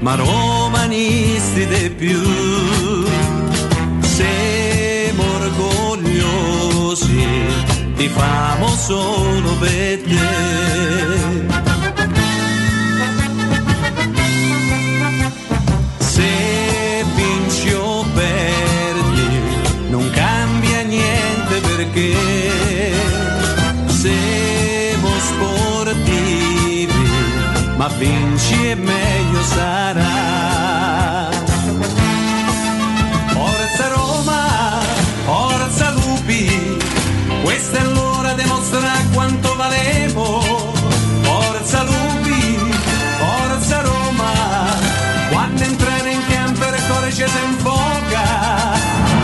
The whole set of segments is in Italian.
ma romanisti di più. Siamo orgogliosi, ti famo solo per te. Se vinci o perdi non cambia niente, perché siamo sportivi, ma vinci e meglio sarà. Forza Roma, forza Lupi, questa è l'ora di mostrare quanto valemo. Forza Lupi, forza Roma, quando entrare in campo il cuore ci si infoca.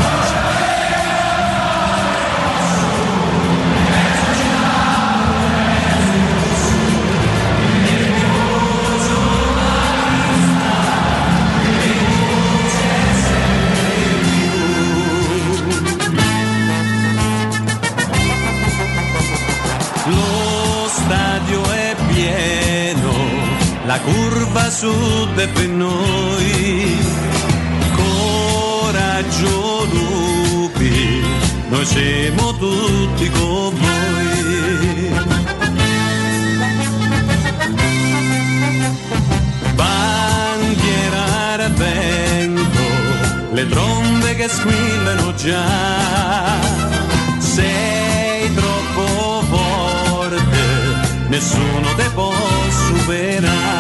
La curva sud è per noi, coraggio Lupi, noi siamo tutti con voi. Bandiera al vento, le trombe che squillano già, sei troppo forte, nessuno te può superare.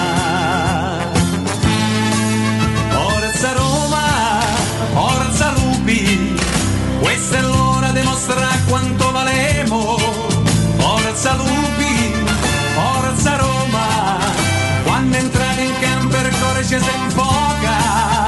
Forza Roma, forza Lupi, questa è l'ora di mostrare quanto valemo. Forza Lupi, forza Roma, quando entrate in campo il cuore ci si infoca.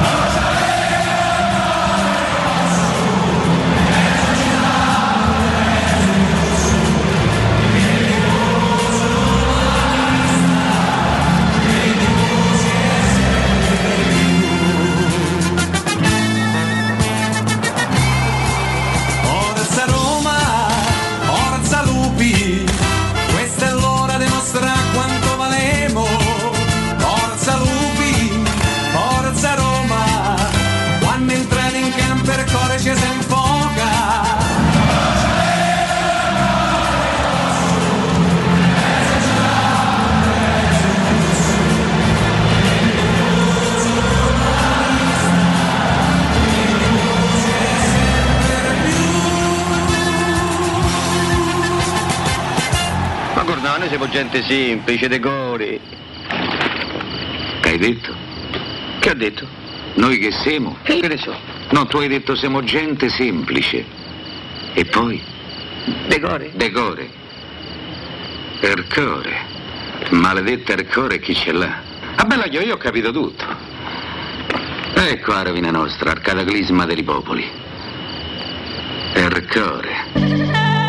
Noi siamo gente semplice, decori. Che hai detto? Che ho detto? Noi che siamo? Che ne so? No, tu hai detto siamo gente semplice. E poi? Decore? Decore. Ercore. Maledetta Ercore, chi ce l'ha? Ah, bella, io ho capito tutto. Ecco la rovina nostra, il cataclisma dei popoli. Ercore.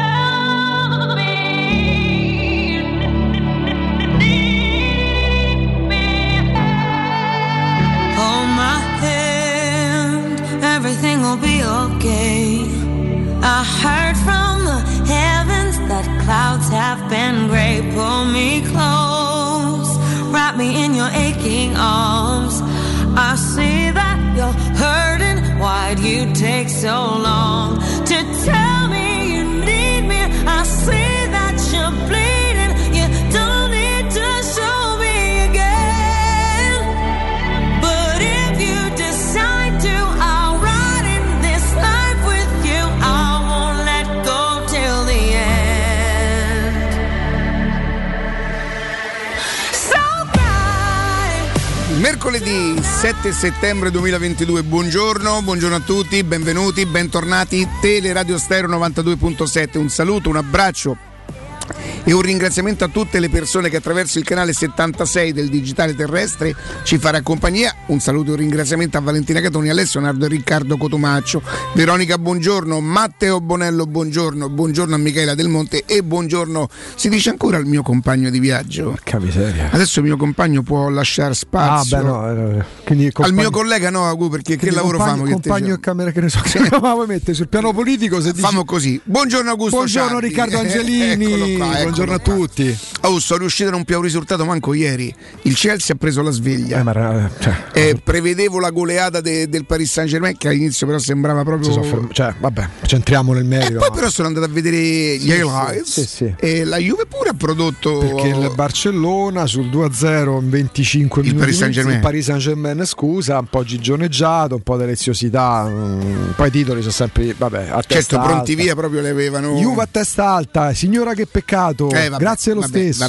Everything will be okay. I heard from the heavens that clouds have been gray. Pull me close, wrap me in your aching arms. I see that you're hurting. Why'd you take so long to tell me you need me? I see that you're bleeding. You don't need to show me again. But if you decide to, I'll ride in this life with you. I won't let go till the end. So cry. Mercoledì 7 settembre 2022, buongiorno a tutti, benvenuti, bentornati, Teleradio Stereo 92.7, un saluto, un abbraccio e un ringraziamento a tutte le persone che attraverso il canale 76 del digitale terrestre ci farà compagnia. Un saluto e un ringraziamento a Valentina Catoni, Alessio Nardo e Riccardo Cotumaccio. Veronica, buongiorno. Matteo Bonello, buongiorno. Buongiorno a Michela Del Monte e buongiorno, si dice ancora, al mio compagno di viaggio. Che miseria. Adesso il mio compagno può lasciare spazio. Quindi al mio collega no, perché che lavoro famo? Compagno in camera, che ne so, ma vuoi mettere sul piano politico? Se famo così. Buongiorno Augusto. Buongiorno Ciardi. Riccardo Angelini. Eccolo qua. buongiorno a tutti. Sono riuscito a non più a un risultato manco ieri. Il Chelsea ha preso la sveglia. Prevedevo la goleada del Paris Saint-Germain, che all'inizio però sembrava proprio vabbè, centriamo nel merito. Poi però sono andato a vedere gli highlights. Sì. E la Juve pure ha prodotto, perché il Barcellona sul 2-0 in 25 minuti il Paris Saint-Germain, scusa, un po' gigioneggiato, un po' di leziosità, poi i titoli sono sempre a testa pronti alta. Via proprio le avevano. Juve a testa alta, signora che peccato, grazie lo stesso.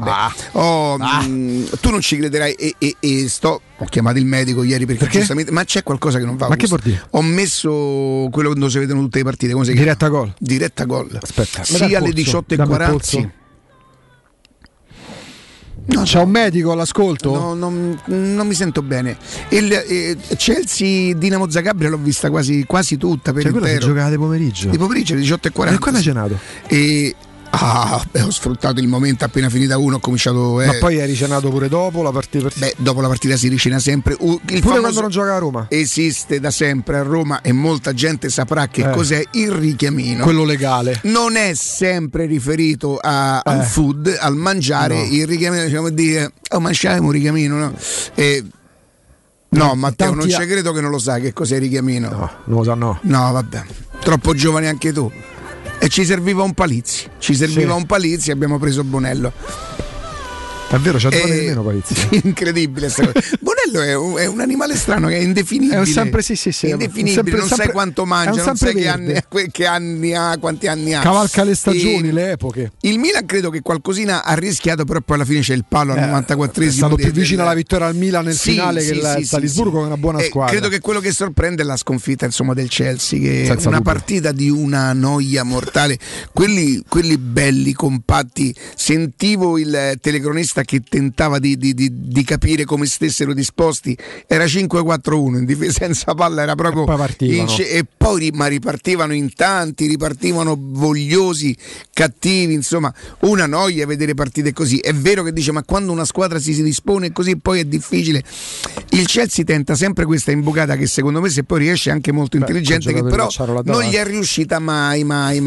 Tu non ci crederai e ho chiamato il medico ieri perché giustamente, ma c'è qualcosa che non va. Ma che vuol dire? Ho messo quello dove si vedono tutte le partite, come si chiama? Diretta gol. Aspetta, sia alle 18:40. No, c'è un medico all'ascolto? No, non mi sento bene. Il Chelsea Dinamo Zagabria l'ho vista quasi tutta per intero. Quella che giocava di pomeriggio. Di pomeriggio alle 18:40. E quando hai cenato? Ho sfruttato il momento appena finita uno, ho cominciato. Ma poi hai ricenato pure dopo la partita? Dopo la partita si ricena sempre. Pure quando non gioca a Roma? Esiste da sempre a Roma e molta gente saprà che cos'è il richiamino. Quello legale. Non è sempre riferito al food, al mangiare. No. Il richiamino, diciamo dire, mangiamo un richiamino, no? No, Matteo, non ci credo che non lo sai che cos'è il richiamino. No, non lo so, no. No, vabbè. Troppo giovane anche tu. E ci serviva un Palizzi. Abbiamo preso Bonello. È vero, c'ha 2 anni di meno Palizzi. Incredibile. Bonello è un animale strano che è indefinibile. È sempre è indefinibile, non sai quanto mangia, non sai che anni ha, quanti anni ha. Cavalca le stagioni, le epoche. Il Milan credo che qualcosina ha rischiato, però poi alla fine c'è il palo al 94esimo. È stato più vicino alla vittoria al Milan nel finale che il Salisburgo, che è una buona squadra. Credo che quello che sorprende è la sconfitta, insomma, del Chelsea, che è una partita di una noia mortale. Quelli belli, compatti. Sentivo il telecronista che tentava di capire come stessero disposti. Era 5-4-1 in difesa senza palla, era proprio e poi ripartivano in tanti, ripartivano vogliosi, cattivi, insomma una noia vedere partite così. È vero che dice, ma quando una squadra si dispone così poi è difficile. Il Chelsea tenta sempre questa imbucata che secondo me, se poi riesce, è anche molto intelligente, che però non gli è riuscita mai.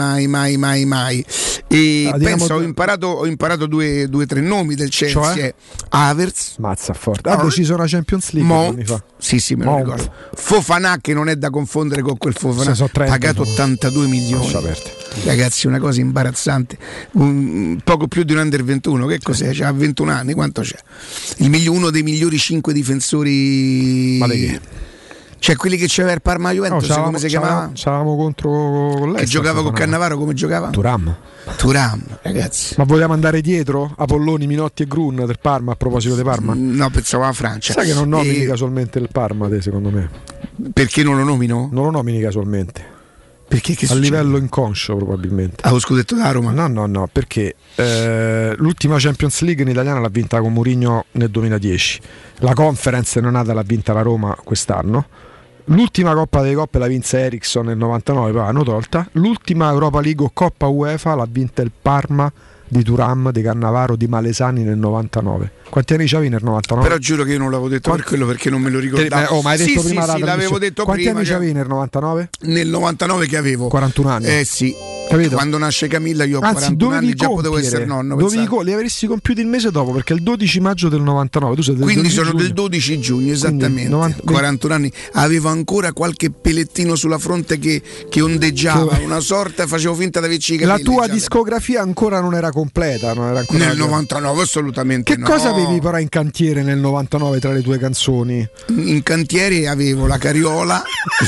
E penso ho imparato 2-3 nomi del Chelsea, cioè Havertz, mazza forte, ha deciso la Champions League anni fa. Sì, me lo ricordo. Fofana, che non è da confondere con quel Fofana, pagato 82 milioni. Ragazzi, una cosa imbarazzante. Poco più di un under 21, che cos'è? C'ha 21 anni, quanto c'è? Uno dei migliori 5 difensori. Ma che? Cioè quelli che c'aveva il Parma Juventus, come si chiamava? C'eravamo contro che giocava con Cannavaro, come giocava? Thuram, ragazzi. Ma vogliamo andare dietro? Apolloni, Minotti e Grun del Parma, a proposito di Parma? No, pensavo alla Francia. Sai che non nomini casualmente il Parma, te, secondo me? Perché non lo nomino? Non lo nomini casualmente. Perché che a succede? Livello inconscio probabilmente. Lo scudetto da Roma? No, perché l'ultima Champions League in italiana l'ha vinta con Mourinho nel 2010. La Conference non l'ha vinta la Roma quest'anno. L'ultima Coppa delle Coppe la vinse Eriksson nel 99, poi l'hanno tolta. L'ultima Europa League o Coppa UEFA l'ha vinta il Parma di Thuram, di Cannavaro, di Malesani nel 99. Quanti anni c'avevi nel 99? Però giuro che io non l'avevo detto per quello, perché non me lo ricordavo. Ma hai detto prima l'avevo detto quanti prima. Quanti anni c'avevi nel 99? Nel 99 che avevo 41 anni. Sì. Capito? Quando nasce Camilla io ho 41 anni, già potevo essere nonno. Li avresti compiuti il mese dopo, perché è il 12 maggio del 99. Tu sei del quindi 12 sono giugno. del 12 giugno, esattamente. 41 anni. Avevo ancora qualche pelettino sulla fronte che ondeggiava, una sorta, facevo finta di averci i capelli. La tua discografia ancora non era completa, non era ancora nel 99 assolutamente. Che cosa avevi però in cantiere nel 99 tra le tue canzoni? In cantiere avevo la carriola,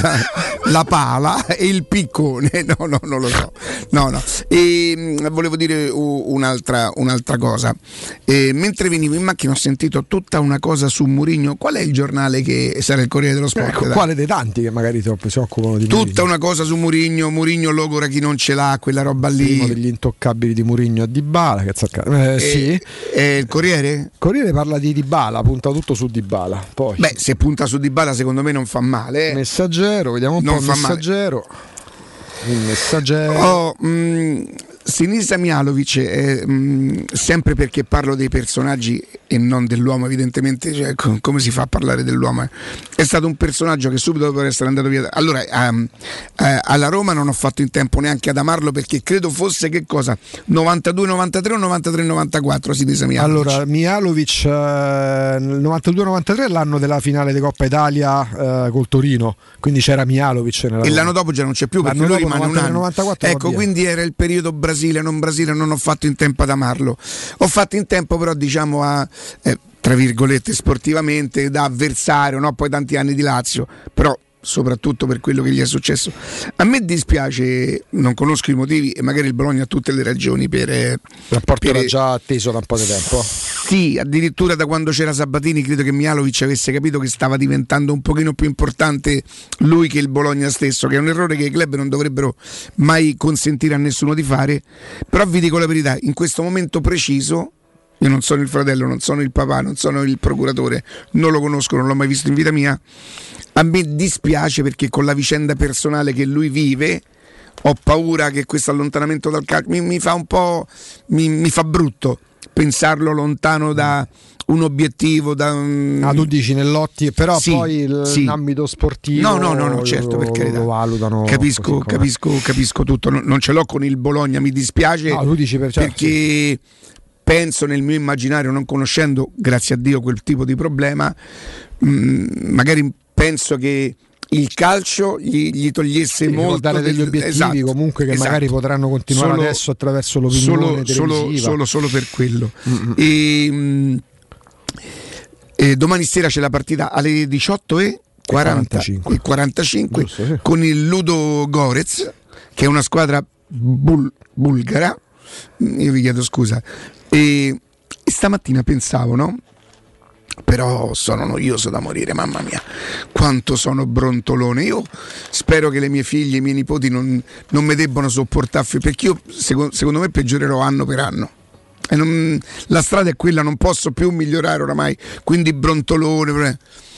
la pala e il piccone. No, non lo so. No. E volevo dire un'altra cosa. Mentre venivo in macchina ho sentito tutta una cosa su Mourinho. Qual è il giornale che sarà il Corriere dello Sport? Quale dei tanti che magari si occupano di Mourinho? Tutta una cosa su Mourinho logora chi non ce l'ha, quella roba lì. Uno degli intoccabili di Mourinho a Dybala, sì. Il Corriere? Il Corriere parla di Dybala, punta tutto su Dybala. Poi se punta su Dybala secondo me non fa male. Messaggero, vediamo un po' il Messaggero. Il Messaggero. Sinisa Mihajlović, sempre perché parlo dei personaggi e non dell'uomo, evidentemente, cioè, come si fa a parlare dell'uomo? È stato un personaggio che subito dopo essere andato via. Allora, alla Roma non ho fatto in tempo neanche ad amarlo, perché credo fosse che cosa? 92-93 o 93-94 Sinisa Mihajlović? Allora, Mihajlović nel 92-93 è l'anno della finale di Coppa Italia col Torino, quindi c'era Mihajlović nella e l'anno dopo già non c'è più, perché lui rimane un anno. 94 ecco, quindi era il periodo Brasile, non ho fatto in tempo ad amarlo. Ho fatto in tempo però, diciamo, a tra virgolette sportivamente, da avversario, no? Poi tanti anni di Lazio, però soprattutto per quello che gli è successo. A me dispiace, non conosco i motivi e magari il Bologna ha tutte le ragioni per il rapporto era già atteso da un po' di tempo. Sì, addirittura da quando c'era Sabatini credo che Mihajlović avesse capito che stava diventando un pochino più importante lui che il Bologna stesso, che è un errore che i club non dovrebbero mai consentire a nessuno di fare. Però vi dico la verità, in questo momento preciso, io non sono il fratello, non sono il papà, non sono il procuratore, non lo conosco, non l'ho mai visto in vita mia. A me dispiace, perché con la vicenda personale che lui vive ho paura che questo allontanamento dal calcio mi fa un po', mi fa brutto pensarlo lontano da un obiettivo, da tu dici nell'ottico, però sì, poi in ambito sportivo no, certo, per carità, lo valutano, capisco tutto, non ce l'ho con il Bologna, mi dispiace, tu dici perché penso, nel mio immaginario, non conoscendo grazie a Dio quel tipo di problema, magari penso che il calcio gli togliesse molto, dare degli obiettivi, comunque, che magari potranno continuare adesso attraverso l'opinione televisiva. Solo per quello. E domani sera c'è la partita alle 18:45 Giusto, sì, con il Ludo Gorez, che è una squadra bulgara. Io vi chiedo scusa. E stamattina pensavo, no? Però sono noioso da morire, mamma mia, quanto sono brontolone. Io spero che le mie figlie e i miei nipoti non mi debbano sopportare, perché io secondo me peggiorerò anno per anno. La strada è quella, non posso più migliorare oramai, quindi brontolone.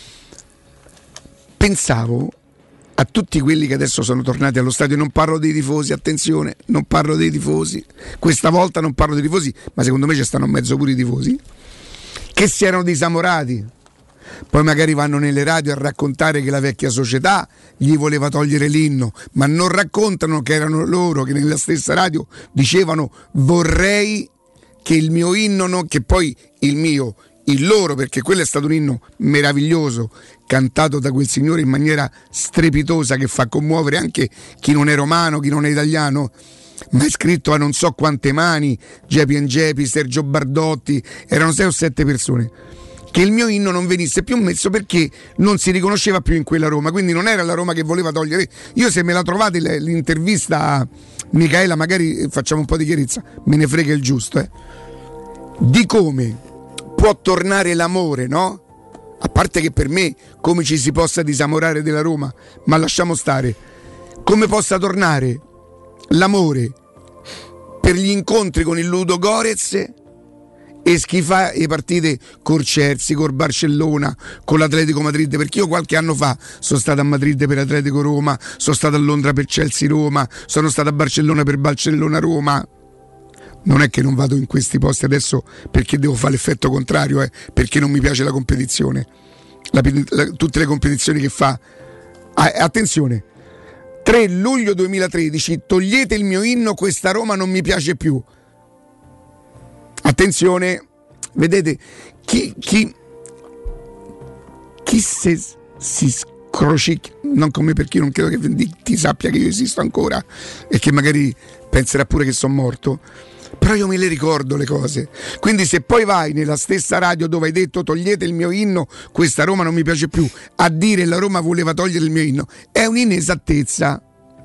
Pensavo a tutti quelli che adesso sono tornati allo stadio, non parlo dei tifosi, attenzione, non parlo dei tifosi, questa volta non parlo dei tifosi, ma secondo me ci stanno mezzo pure i tifosi, che si erano disamorati, poi magari vanno nelle radio a raccontare che la vecchia società gli voleva togliere l'inno, ma non raccontano che erano loro che nella stessa radio dicevano: vorrei che il mio inno, non che poi il loro, perché quello è stato un inno meraviglioso, cantato da quel signore in maniera strepitosa, che fa commuovere anche chi non è romano, chi non è italiano, ma è scritto a non so quante mani, Gepi, Sergio Bardotti, erano 6 o 7 persone, che il mio inno non venisse più messo perché non si riconosceva più in quella Roma, quindi non era la Roma che voleva togliere. Io, se me la trovate l'intervista a Micaela, magari facciamo un po' di chiarezza, me ne frega il giusto, di come può tornare l'amore, no? A parte che per me, come ci si possa disamorare della Roma, ma lasciamo stare, come possa tornare l'amore per gli incontri con il Ludo Gorez e schifare le partite col Chelsea, col Barcellona, con l'Atletico Madrid, perché io qualche anno fa sono stato a Madrid per Atletico Roma, sono stato a Londra per Chelsea Roma, sono stato a Barcellona per Barcellona Roma. Non è che non vado in questi posti adesso perché devo fare l'effetto contrario, perché non mi piace la competizione, tutte le competizioni che fa. Attenzione, 3 luglio 2013, togliete il mio inno, questa Roma non mi piace più. Attenzione, vedete, chi se si scrocicchia, non con me, perché io non credo che ti sappia che io esisto ancora e che magari penserà pure che sono morto, però io me le ricordo le cose. Quindi se poi vai nella stessa radio dove hai detto togliete il mio inno, questa Roma non mi piace più, a dire la Roma voleva togliere il mio inno, è un'inesattezza.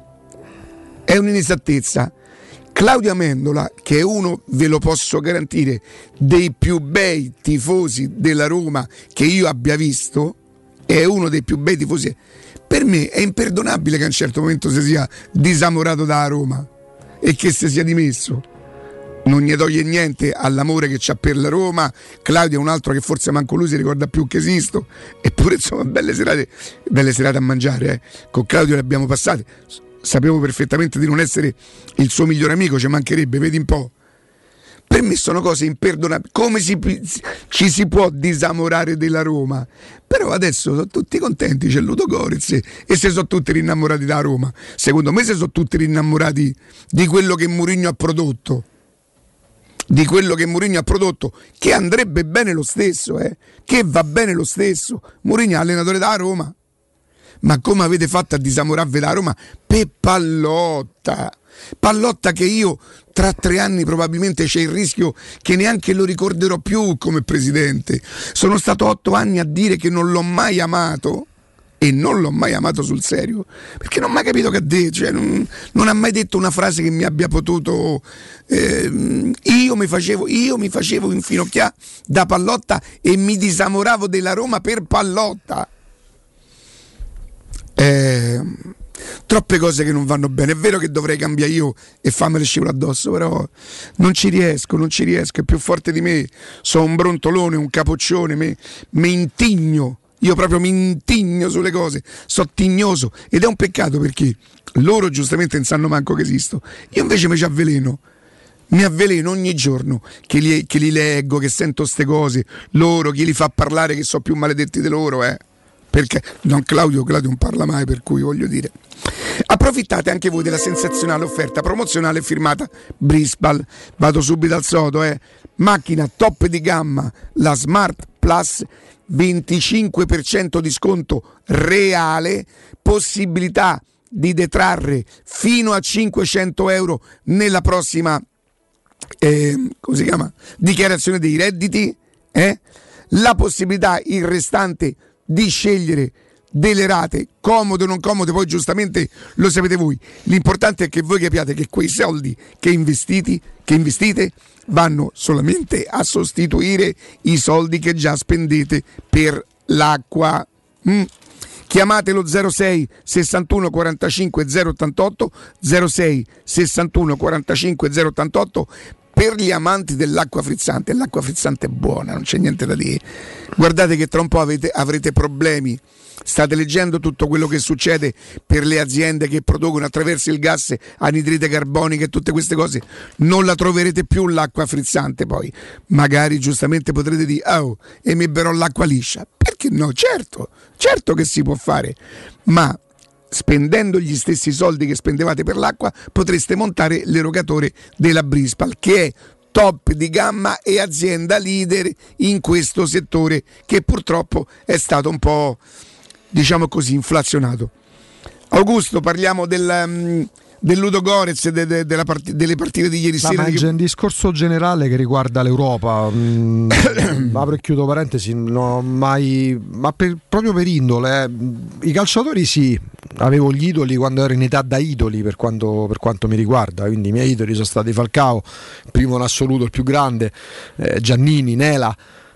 Claudio Amendola, che è uno, ve lo posso garantire, dei più bei tifosi della Roma che io abbia visto, è uno dei più bei tifosi. Per me è imperdonabile che a un certo momento si sia disamorato da Roma e che si sia dimesso. Non gli toglie niente all'amore che c'ha per la Roma. Claudio è un altro che forse manco lui si ricorda più che esisto, eppure insomma belle serate a mangiare, con Claudio le abbiamo passate. sapevo perfettamente di non essere il suo migliore amico, ci mancherebbe, vedi un po'. Per me sono cose imperdonabili. Come ci si può disamorare della Roma? Però adesso sono tutti contenti, c'è Ludogorets e se sono tutti rinnamorati da Roma. Secondo me se sono tutti rinnamorati di quello che Mourinho ha prodotto. Di quello che Mourinho ha prodotto, che andrebbe bene lo stesso, che va bene lo stesso. Mourinho è allenatore da Roma. Ma come avete fatto a disamorarvi da Roma? Per Pallotta. Pallotta che io tra 3 anni probabilmente c'è il rischio che neanche lo ricorderò più come presidente. Sono stato 8 anni a dire che non l'ho mai amato e non l'ho mai amato sul serio, perché non ho mai capito che ha detto, cioè non ha mai detto una frase che mi abbia potuto io mi facevo infinocchiare da Pallotta e mi disamoravo della Roma per Pallotta. Troppe cose che non vanno bene. È vero che dovrei cambiare io e farmele scivolare addosso, però non ci riesco, è più forte di me. Sono un brontolone, un capoccione, mi intigno. Io proprio mi intigno sulle cose, sono tignoso ed è un peccato perché loro giustamente non sanno manco che esisto. Io invece mi avveleno ogni giorno che li leggo, che sento ste cose, loro, chi li fa parlare che sono più maledetti di loro, perché non Claudio non parla mai, per cui voglio dire. Approfittate anche voi della sensazionale offerta promozionale firmata Brispal. Vado subito al sodo, macchina top di gamma, la Smart Plus, 25% di sconto reale, possibilità di detrarre fino a 500 euro nella prossima dichiarazione dei redditi, la possibilità, il restante, di scegliere delle rate comode o non comode, poi giustamente lo sapete voi. L'importante è che voi capiate che quei soldi che investite vanno solamente a sostituire i soldi che già spendete per l'acqua. Chiamate lo 06 61 45 088 06 61 45 088 per gli amanti dell'acqua frizzante. L'acqua frizzante è buona, non c'è niente da dire. Guardate che tra un po' avrete problemi. State leggendo tutto quello che succede per le aziende che producono attraverso il gas anidride carbonica e tutte queste cose. Non la troverete più l'acqua frizzante poi. Magari giustamente potrete dire e mi berrò l'acqua liscia. Perché no? Certo che si può fare. Ma spendendo gli stessi soldi che spendevate per l'acqua potreste montare l'erogatore della Brispal, che è top di gamma e azienda leader in questo settore che purtroppo è stato un po', diciamo così, inflazionato. Augusto, parliamo del Ludogorets, delle partite di ieri sera. Ma c'è un discorso generale che riguarda l'Europa. Apro e chiudo parentesi, non mai, ma proprio per indole. I calciatori sì, avevo gli idoli quando ero in età da idoli per quanto mi riguarda, quindi i miei idoli sono stati Falcao, il primo in assoluto, il più grande, Giannini, Nela,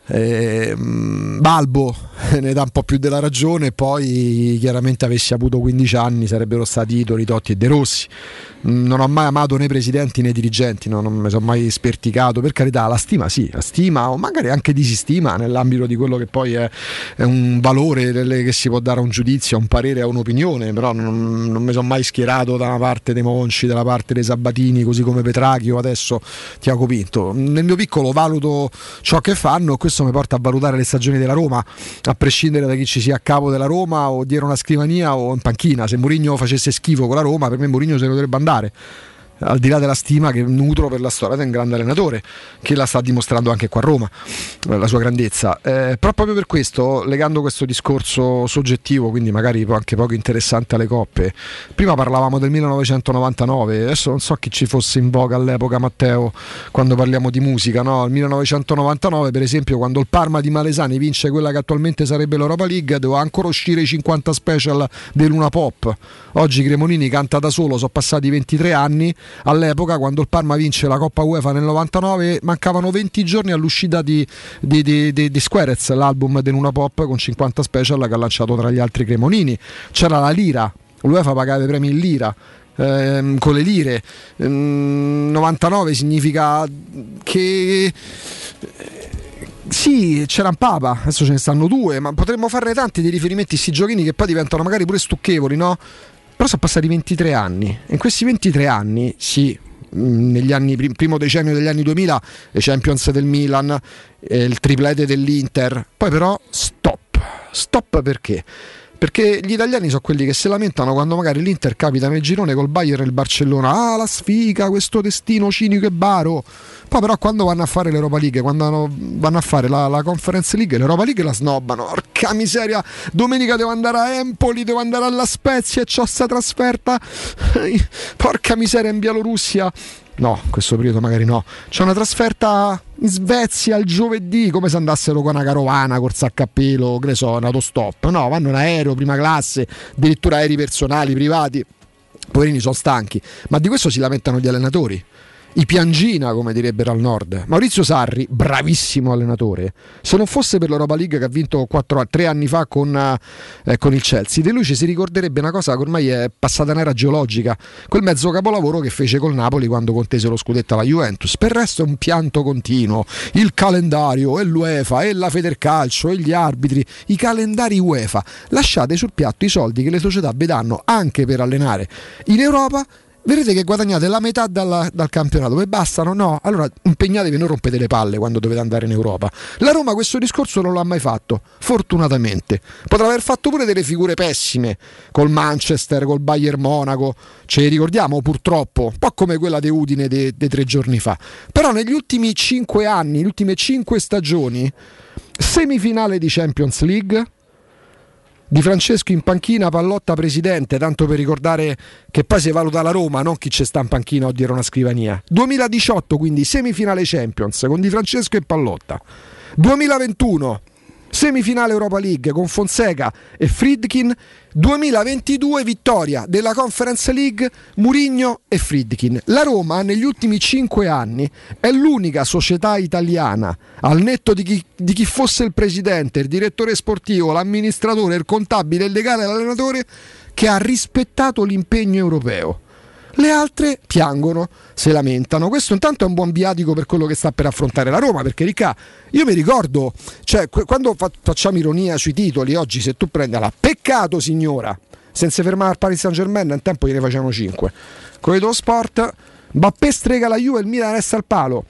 Balbo, ne dà un po' più della ragione. Poi chiaramente avessi avuto 15 anni sarebbero stati idoli Totti e De Rossi. Non ho mai amato né presidenti né dirigenti, non mi sono mai sperticato, per carità. La stima sì, la stima o magari anche disistima nell'ambito di quello che poi è un valore che si può dare a un giudizio, a un parere, a un'opinione, però non mi sono mai schierato da una parte dei Monci, dalla parte dei Sabatini, così come Petrachi o adesso Tiago Pinto. Nel mio piccolo valuto ciò che fanno, questo mi porta a valutare le stagioni della Roma, a prescindere da chi ci sia a capo della Roma o dietro una scrivania o in panchina. Se Mourinho facesse schifo con la Roma, per me Mourinho se ne dovrebbe andare, al di là della stima che nutro per la storia di un grande allenatore che la sta dimostrando anche qua a Roma, la sua grandezza, però proprio per questo, legando questo discorso soggettivo, quindi magari anche poco interessante alle coppe, prima parlavamo del 1999, adesso non so chi ci fosse in voga all'epoca, Matteo, quando parliamo di musica, no? Il 1999 per esempio, quando il Parma di Malesani vince quella che attualmente sarebbe l'Europa League, doveva ancora uscire i 50 special di Luna Pop. Oggi Cremonini canta da solo, sono passati 23 anni. All'epoca, quando il Parma vince la Coppa UEFA nel 99, mancavano 20 giorni all'uscita di Squarez, l'album di Luna Pop con 50 special che ha lanciato tra gli altri Cremonini. C'era la lira, l'UEFA pagava i premi in lira, con le lire. 99 significa che sì, c'era un Papa, adesso ce ne stanno 2, ma potremmo farne tanti di riferimenti a sti giochini che poi diventano magari pure stucchevoli, no? Però sono passati 23 anni e in questi 23 anni sì, negli anni primo decennio degli anni 2000 le Champions del Milan, il triplete dell'Inter, poi però stop perché? Perché gli italiani sono quelli che si lamentano quando magari l'Inter capita nel girone col Bayern e il Barcellona, la sfiga, questo destino cinico e baro. Poi però quando vanno a fare l'Europa League, quando vanno a fare la Conference League, l'Europa League la snobbano. Porca miseria, domenica devo andare a Empoli, devo andare alla Spezia e c'ho sta trasferta, porca miseria, in Bielorussia. No, in questo periodo magari no. C'è una trasferta in Svezia il giovedì, come se andassero con una carovana, col sacco a pelo, che ne so, un autostop. No, vanno in aereo, prima classe, addirittura aerei personali, privati. Poverini sono stanchi. Ma di questo si lamentano gli allenatori. I piangina, come direbbero al nord. Maurizio Sarri, bravissimo allenatore, se non fosse per l'Europa League che ha vinto 3 anni fa con il Chelsea, di lui ci si ricorderebbe una cosa che ormai è passata in era geologica, quel mezzo capolavoro che fece col Napoli quando contese lo scudetto alla Juventus. Per il resto è un pianto continuo, il calendario e l'UEFA e la Federcalcio e gli arbitri, i calendari UEFA. Lasciate sul piatto i soldi che le società vi danno anche per allenare in Europa. Vedrete che guadagnate la metà dal campionato, e bastano? No, allora impegnatevi, non rompete le palle quando dovete andare in Europa. La Roma questo discorso non l'ha mai fatto, fortunatamente. Potrà aver fatto pure delle figure pessime col Manchester, col Bayern Monaco, ce li ricordiamo purtroppo, un po' come quella di Udine dei 3 giorni fa. Però negli ultimi 5 anni, le ultime 5 stagioni, semifinale di Champions League, Di Francesco in panchina, Pallotta presidente, tanto per ricordare che poi si valuta la Roma, non chi c'è sta in panchina o dietro una scrivania. 2018 quindi semifinale Champions con Di Francesco e Pallotta. 2021 semifinale Europa League con Fonseca e Friedkin. 2022 vittoria della Conference League, Mourinho e Friedkin. La Roma negli ultimi 5 anni è l'unica società italiana, al netto di chi fosse il presidente, il direttore sportivo, l'amministratore, il contabile, il legale e l'allenatore, che ha rispettato l'impegno europeo. Le altre piangono, si lamentano. Questo intanto è un buon viatico per quello che sta per affrontare la Roma, perché Ricca, io mi ricordo, cioè quando facciamo ironia sui titoli, oggi se tu prendi la peccato signora, senza fermare al Paris Saint-Germain, un tempo gliene facevano 5. Con lo Sport, Mbappé strega la Juve, il Milan resta al palo.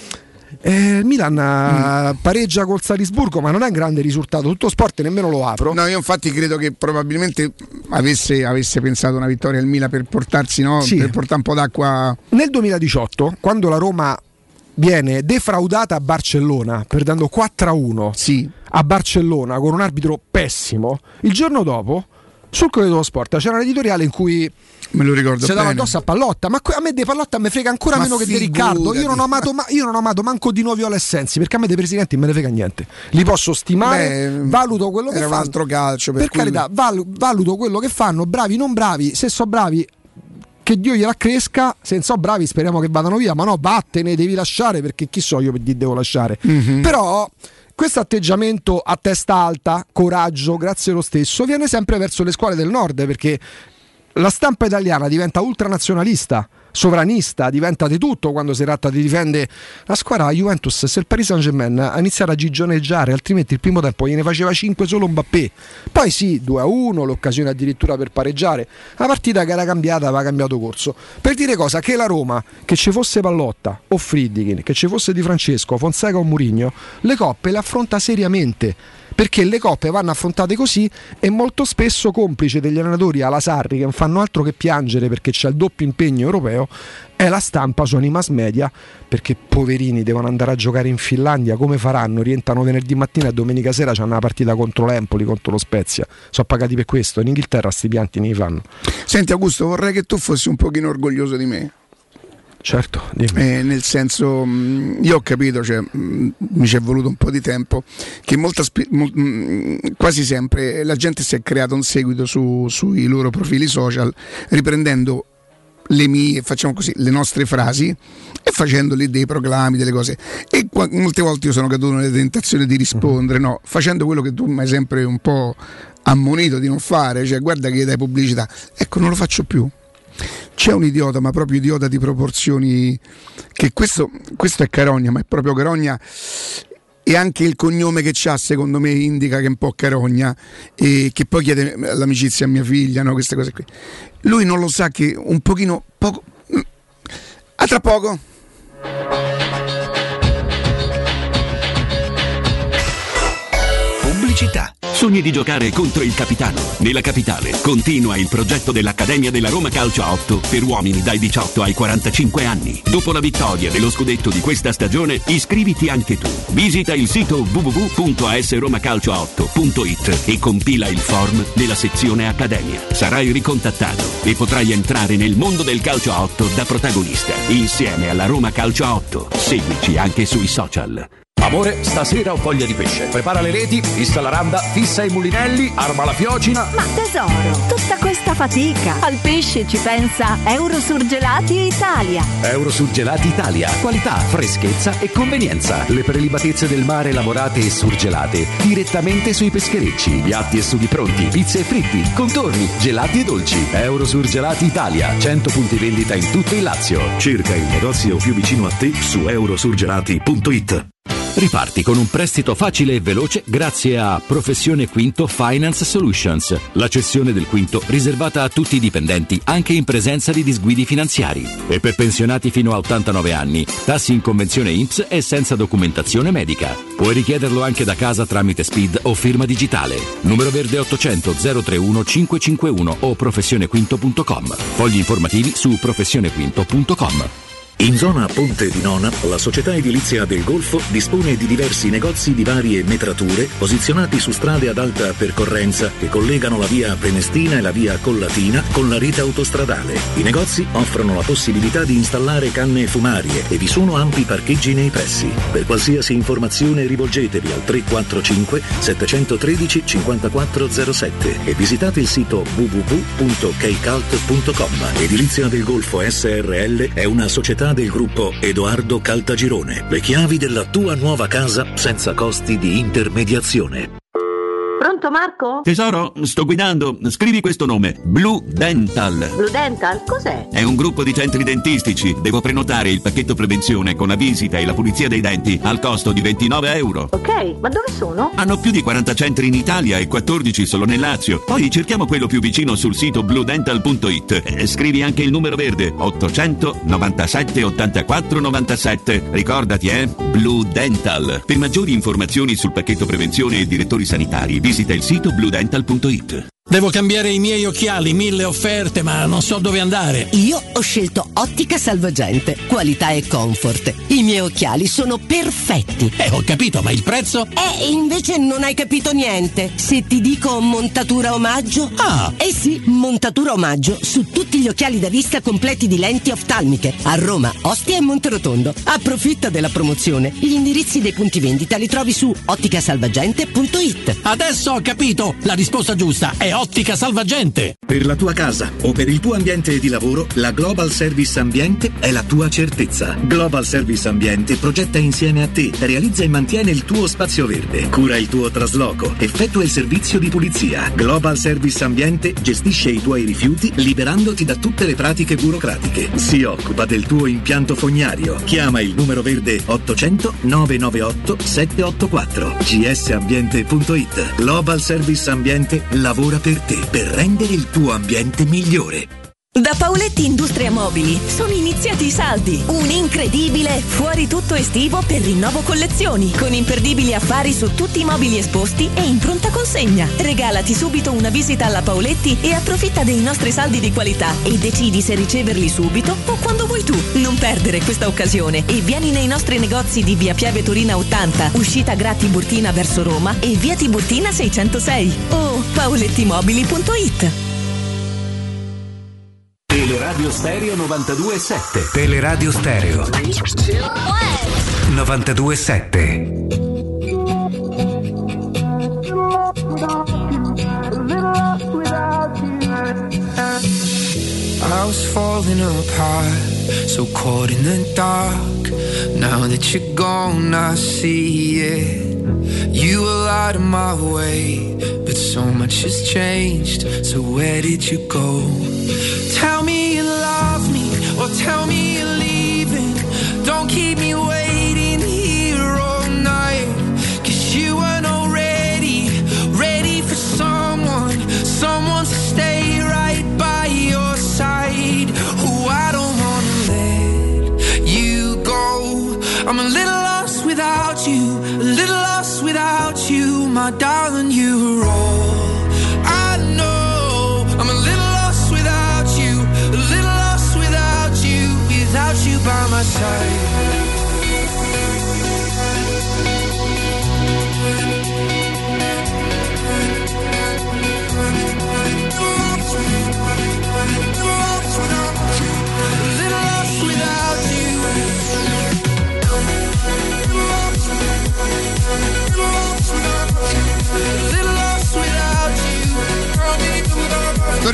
Il Milan pareggia col Salisburgo, ma non è un grande risultato. Tutto Sport nemmeno lo apro. No, io infatti credo che probabilmente avesse pensato una vittoria il Milan per portarsi, no? Sì. Per portare un po' d'acqua. Nel 2018, quando la Roma viene defraudata a Barcellona perdendo 4-1 sì, a Barcellona con un arbitro pessimo, il giorno dopo sul Corriere dello Sport c'era un editoriale in cui me lo ricordo si dava addosso a Pallotta, ma a me De Pallotta mi frega ancora meno che di Riccardo. Io non ho amato manco Di Nuovo Viola e Sensi, perché a me dei presidenti me ne frega niente. Li posso stimare, valuto quello che fanno. Era un altro calcio, per carità, valuto quello che fanno, bravi non bravi. Se so bravi, che Dio gliela cresca, se non so bravi speriamo che vadano via, ma no, vattene, devi lasciare, perché chi so io per dire devo lasciare. Però questo atteggiamento a testa alta, coraggio, grazie lo stesso, viene sempre verso le scuole del nord, perché la stampa italiana diventa ultranazionalista, sovranista, diventa di tutto quando si tratta di difendere la squadra Juventus. Se il Paris Saint-Germain ha iniziato a gigioneggiare, altrimenti il primo tempo gliene faceva 5 solo Mbappé. Poi sì, 2-1, l'occasione addirittura per pareggiare. La partita che era cambiata aveva cambiato corso. Per dire cosa? Che la Roma, che ci fosse Pallotta o Friedkin, che ci fosse Di Francesco, Fonseca o Mourinho, le coppe le affronta seriamente, perché le coppe vanno affrontate così, e molto spesso complice degli allenatori alla Sarri, che non fanno altro che piangere perché c'è il doppio impegno europeo, è la stampa, sono i mass media, perché poverini devono andare a giocare in Finlandia, come faranno? Rientrano venerdì mattina e domenica sera c'hanno una partita contro l'Empoli, contro lo Spezia, sono pagati per questo. In Inghilterra sti pianti ne fanno. Senti Augusto, vorrei che tu fossi un pochino orgoglioso di me. Certo, nel senso, io ho capito, cioè, mi ci è voluto un po' di tempo, che quasi sempre la gente si è creata un seguito sui loro profili social, riprendendo le mie, facciamo così, le nostre frasi e facendoli dei proclami, delle cose, e molte volte io sono caduto nelle tentazioni di rispondere, no, facendo quello che tu mi hai sempre un po' ammonito di non fare, cioè guarda che dai pubblicità, ecco, non lo faccio più. C'è un idiota, ma proprio idiota di proporzioni, che questo è Carogna, ma è proprio Carogna, e anche il cognome che c'ha secondo me indica che è un po' carogna, e che poi chiede l'amicizia a mia figlia, no? Queste cose qui. Lui non lo sa che un pochino poco. A tra poco. Pubblicità. Sogni di giocare contro il capitano. Nella capitale continua il progetto dell'Accademia della Roma Calcio a 8 per uomini dai 18 ai 45 anni. Dopo la vittoria dello scudetto di questa stagione, iscriviti anche tu. Visita il sito www.asromacalcio8.it e compila il form nella sezione Accademia. Sarai ricontattato e potrai entrare nel mondo del calcio a 8 da protagonista, insieme alla Roma Calcio a 8. Seguici anche sui social. Amore, stasera ho voglia di pesce. Prepara le reti, fissa la randa, fissa i mulinelli, arma la fiocina. Ma tesoro, tutta questa fatica. Al pesce ci pensa Eurosurgelati Italia. Eurosurgelati Italia. Qualità, freschezza e convenienza. Le prelibatezze del mare lavorate e surgelate direttamente sui pescherecci. Piatti e sughi pronti, pizze e fritti, contorni, gelati e dolci. Eurosurgelati Italia. 100 punti vendita in tutto il Lazio. Cerca il negozio più vicino a te su eurosurgelati.it. Riparti con un prestito facile e veloce grazie a Professione Quinto Finance Solutions, la cessione del quinto riservata a tutti i dipendenti anche in presenza di disguidi finanziari. E per pensionati fino a 89 anni, tassi in convenzione INPS e senza documentazione medica. Puoi richiederlo anche da casa tramite SPID o firma digitale. Numero verde 800 031 551 o professionequinto.com. Fogli informativi su professionequinto.com. In zona Ponte di Nona, la società edilizia del Golfo dispone di diversi negozi di varie metrature posizionati su strade ad alta percorrenza che collegano la via Prenestina e la via Collatina con la rete autostradale. I negozi offrono la possibilità di installare canne fumarie e vi sono ampi parcheggi nei pressi. Per qualsiasi informazione rivolgetevi al 345 713 5407 e visitate il sito www.keicalt.com. Edilizia del Golfo SRL è una società del gruppo Edoardo Caltagirone. Le chiavi della tua nuova casa senza costi di intermediazione. Pronto Marco? Tesoro, sto guidando. Scrivi questo nome: Blue Dental. Blue Dental? Cos'è? È un gruppo di centri dentistici. Devo prenotare il pacchetto prevenzione con la visita e la pulizia dei denti al costo di €29. Ok, ma dove sono? Hanno più di 40 centri in Italia e 14 solo nel Lazio. Poi cerchiamo quello più vicino sul sito bluedental.it. Scrivi anche il numero verde 800 97 84 97. Ricordati, Blue Dental. Per maggiori informazioni sul pacchetto prevenzione e direttori sanitari, visita il sito bluedental.it. Devo cambiare i miei occhiali, 1000 offerte, ma non so dove andare. Io ho scelto Ottica Salvagente, qualità e comfort. I miei occhiali sono perfetti. Ho capito, ma il prezzo? Invece non hai capito niente. Se ti dico montatura omaggio? Sì, montatura omaggio su tutti gli occhiali da vista completi di lenti oftalmiche. A Roma, Ostia e Monterotondo. Approfitta della promozione. Gli indirizzi dei punti vendita li trovi su otticasalvagente.it. Adesso ho capito! La risposta giusta è Ottica Salvagente. Per la tua casa o per il tuo ambiente di lavoro, la Global Service Ambiente è la tua certezza. Global Service Ambiente progetta insieme a te, realizza e mantiene il tuo spazio verde, cura il tuo trasloco, effettua il servizio di pulizia. Global Service Ambiente gestisce i tuoi rifiuti liberandoti da tutte le pratiche burocratiche. Si occupa del tuo impianto fognario. Chiama il numero verde 800 998 784. gsambiente.it. Global Service Ambiente lavora per te, per rendere il tuo ambiente migliore. Da Paoletti Industria Mobili sono iniziati i saldi. Un incredibile fuori tutto estivo per rinnovo collezioni, con imperdibili affari su tutti i mobili esposti e in pronta consegna. Regalati subito una visita alla Paoletti e approfitta dei nostri saldi di qualità e decidi se riceverli subito o quando vuoi tu. Non perdere questa occasione e vieni nei nostri negozi di via Pieve Torina 80, uscita Gra Tiburtina verso Roma e via Tiburtina 606 o paolettimobili.it. Teleradio Stereo 92.7. Teleradio Stereo 92.7. I was falling apart, so caught in the dark. Now that you're gone, I see it. You were out of my way, but so much has changed. So where did you go? Tell me you love me, or tell me you're leaving. Don't keep me waiting here all night.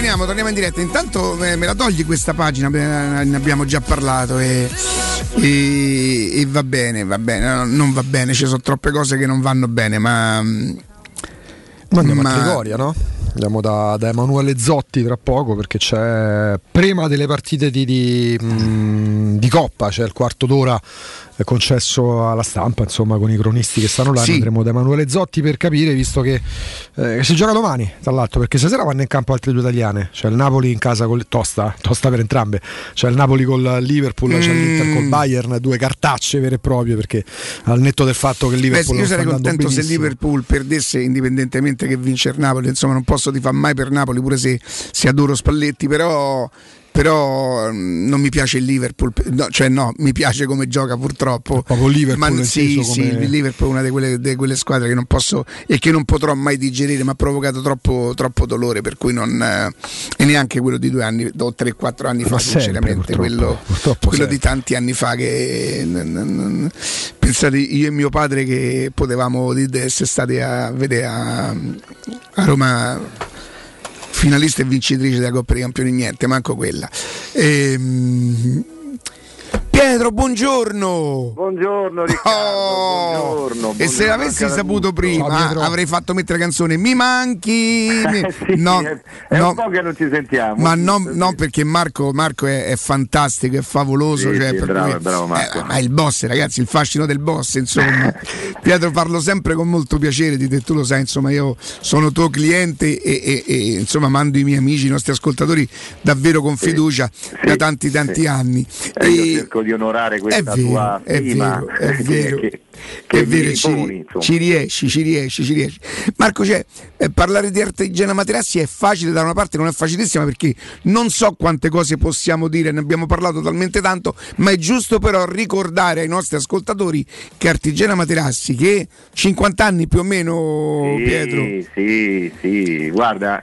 torniamo in diretta. Intanto me la togli questa pagina, ne abbiamo già parlato e va bene, no, non va bene, ci sono troppe cose che non vanno bene, ma andiamo a Trigoria, no? Andiamo da Emanuele Zotti tra poco, perché c'è prima delle partite di Coppa, c'è il quarto d'ora concesso alla stampa, insomma, con i cronisti che stanno là. Sì. Andremo da Emanuele Zotti per capire, visto che si gioca domani, tra l'altro, perché stasera vanno in campo altre due italiane. C'è il Napoli in casa con tosta per entrambe. C'è il Napoli col Liverpool, c'è l'Inter col Bayern, due cartacce vere e proprie, perché al netto del fatto che il Liverpool io sarei contento benissimo. Se il Liverpool perdesse, indipendentemente che vince il Napoli, insomma non posso tifare mai per Napoli, pure se adoro Spalletti, però non mi piace il Liverpool, mi piace come gioca purtroppo. Proprio Liverpool, ma sì, il Liverpool è una di quelle squadre che non posso e che non potrò mai digerire, mi ha provocato troppo dolore, per cui non e neanche quello di 2 anni o 3-4 anni fa, sinceramente, quello di tanti anni fa, che pensate, io e mio padre che potevamo essere stati a vedere a Roma finalista e vincitrice della Coppa dei Campioni, niente, manco quella. Pietro, buongiorno. Buongiorno Riccardo, buongiorno. E se l'avessi saputo prima avrei fatto mettere canzone Mi manchi. Sì, no, è un po' che non ci sentiamo. Ma no, perché Marco è fantastico, è favoloso. Sì, bravo Marco. Ma il boss, ragazzi, il fascino del boss, insomma. Pietro, parlo sempre con molto piacere di te, tu lo sai, insomma, io sono tuo cliente e insomma mando i miei amici, i nostri ascoltatori davvero con fiducia da tanti anni. Io cerco di onorare questa tua stima. È vero, ci riesci. Marco, parlare di Artigiana Materassi è facile da una parte, non è facilissima, perché non so quante cose possiamo dire, ne abbiamo parlato talmente tanto, ma è giusto però ricordare ai nostri ascoltatori che Artigiana Materassi, che 50 anni più o meno, Pietro. Sì, guarda,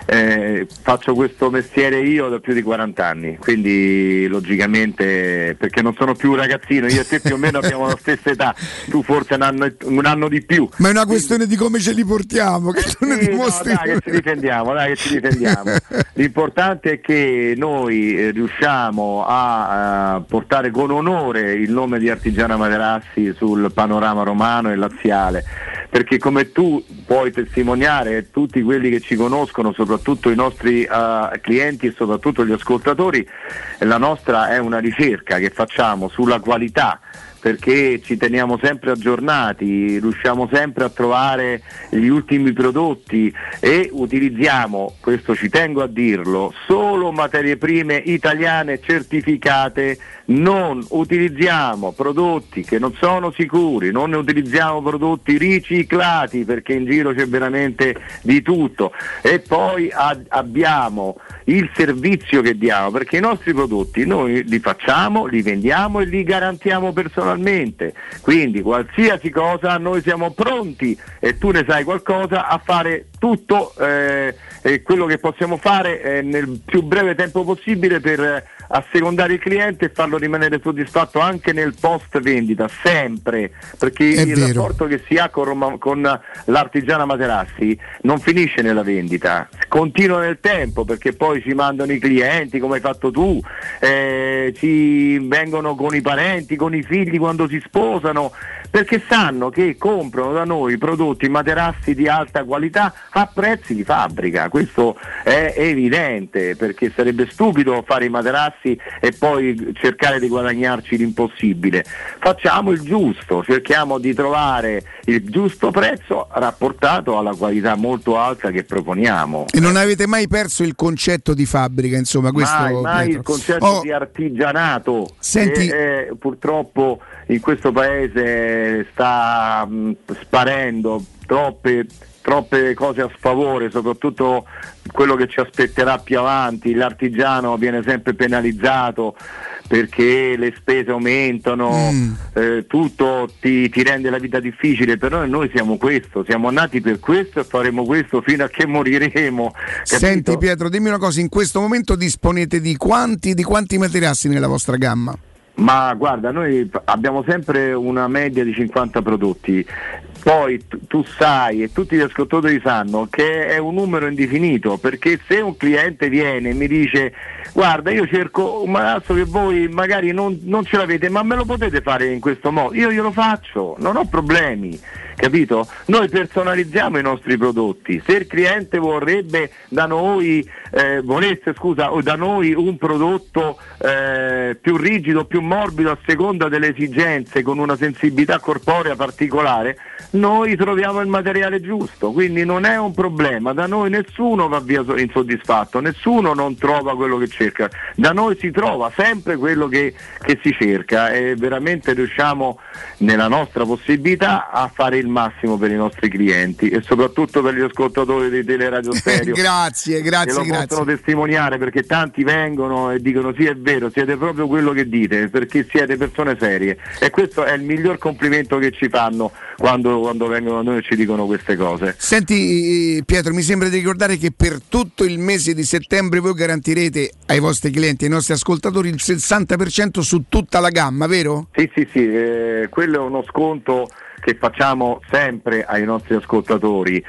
faccio questo mestiere io da più di 40 anni, quindi logicamente, perché non sono più un ragazzino, io e te più o meno abbiamo la stessa età, tu forse un anno di più. Ma è una questione di come ce li portiamo, che tu ne dimostri. Dai che ci difendiamo. L'importante è che noi riusciamo a portare con onore il nome di Artigiana Materassi sul panorama romano e laziale, perché come tu puoi testimoniare, tutti quelli che ci conoscono, soprattutto i nostri clienti e soprattutto gli ascoltatori, la nostra è una ricerca che facciamo sulla qualità, perché ci teniamo sempre aggiornati, riusciamo sempre a trovare gli ultimi prodotti e utilizziamo, questo ci tengo a dirlo, solo materie prime italiane certificate. Non utilizziamo prodotti che non sono sicuri, non ne utilizziamo prodotti riciclati, perché in giro c'è veramente di tutto, e poi abbiamo il servizio che diamo, perché i nostri prodotti noi li facciamo, li vendiamo e li garantiamo personalmente, quindi qualsiasi cosa noi siamo pronti, e tu ne sai qualcosa, a fare tutto quello che possiamo fare nel più breve tempo possibile per assecondare il cliente e farlo rimanere soddisfatto anche nel post vendita, sempre, perché il rapporto che si ha con l'Artigiana Materassi non finisce nella vendita, continua nel tempo, perché poi ci mandano i clienti come hai fatto tu, ci vengono con i parenti, con i figli quando si sposano, perché sanno che comprano da noi prodotti materassi di alta qualità a prezzi di fabbrica. Questo è evidente, perché sarebbe stupido fare i materassi e poi cercare di guadagnarci l'impossibile. Facciamo il giusto, cerchiamo di trovare il giusto prezzo rapportato alla qualità molto alta che proponiamo. E non avete mai perso il concetto di fabbrica, insomma, questo mai il concetto di artigianato. Senti, che purtroppo in questo paese sta sparendo troppe cose a sfavore, soprattutto quello che ci aspetterà più avanti. L'artigiano viene sempre penalizzato perché le spese aumentano, tutto ti rende la vita difficile, però noi siamo questo, siamo nati per questo e faremo questo fino a che moriremo. Capito? Senti Pietro, dimmi una cosa, in questo momento disponete di quanti materassi nella vostra gamma? Ma guarda, noi abbiamo sempre una media di 50 prodotti, poi tu sai e tutti gli ascoltatori sanno che è un numero indefinito, perché se un cliente viene e mi dice guarda io cerco un materasso che voi magari non ce l'avete, ma me lo potete fare in questo modo, io glielo faccio, non ho problemi, capito? Noi personalizziamo i nostri prodotti. Se il cliente vorrebbe da noi da noi un prodotto più rigido, più morbido a seconda delle esigenze, con una sensibilità corporea particolare, noi troviamo il materiale giusto, quindi non è un problema. Da noi nessuno va via insoddisfatto, nessuno non trova quello che cerca, da noi si trova sempre quello che si cerca, e veramente riusciamo nella nostra possibilità a fare il massimo per i nostri clienti e soprattutto per gli ascoltatori di Teleradio Stereo. Grazie. Possono testimoniare, perché tanti vengono e dicono sì, è vero, siete proprio quello che dite, perché siete persone serie, e questo è il miglior complimento che ci fanno quando vengono da noi e ci dicono queste cose. Senti Pietro, mi sembra di ricordare che per tutto il mese di settembre voi garantirete ai vostri clienti, ai nostri ascoltatori, il 60% su tutta la gamma, vero? Sì, quello è uno sconto che facciamo sempre ai nostri ascoltatori,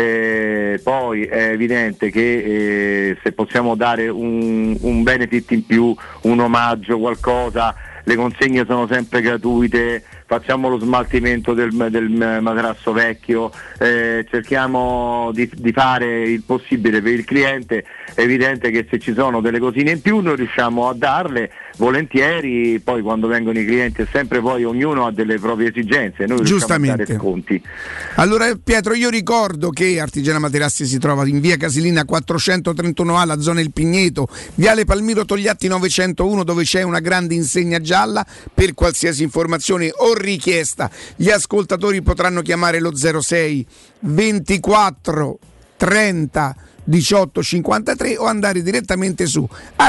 poi è evidente che se possiamo dare un benefit in più, un omaggio, qualcosa, le consegne sono sempre gratuite, facciamo lo smaltimento del materasso vecchio, cerchiamo di fare il possibile per il cliente. È evidente che se ci sono delle cosine in più noi riusciamo a darle volentieri, poi quando vengono i clienti è sempre, poi ognuno ha delle proprie esigenze, noi riusciamo a dare sconti. Allora Pietro, io ricordo che Artigiana Materassi si trova in via Casilina 431A, la zona Il Pigneto, viale Palmiro Togliatti 901, dove c'è una grande insegna gialla. Per qualsiasi informazione o richiesta gli ascoltatori potranno chiamare lo 06 24 30 18 53 o andare direttamente su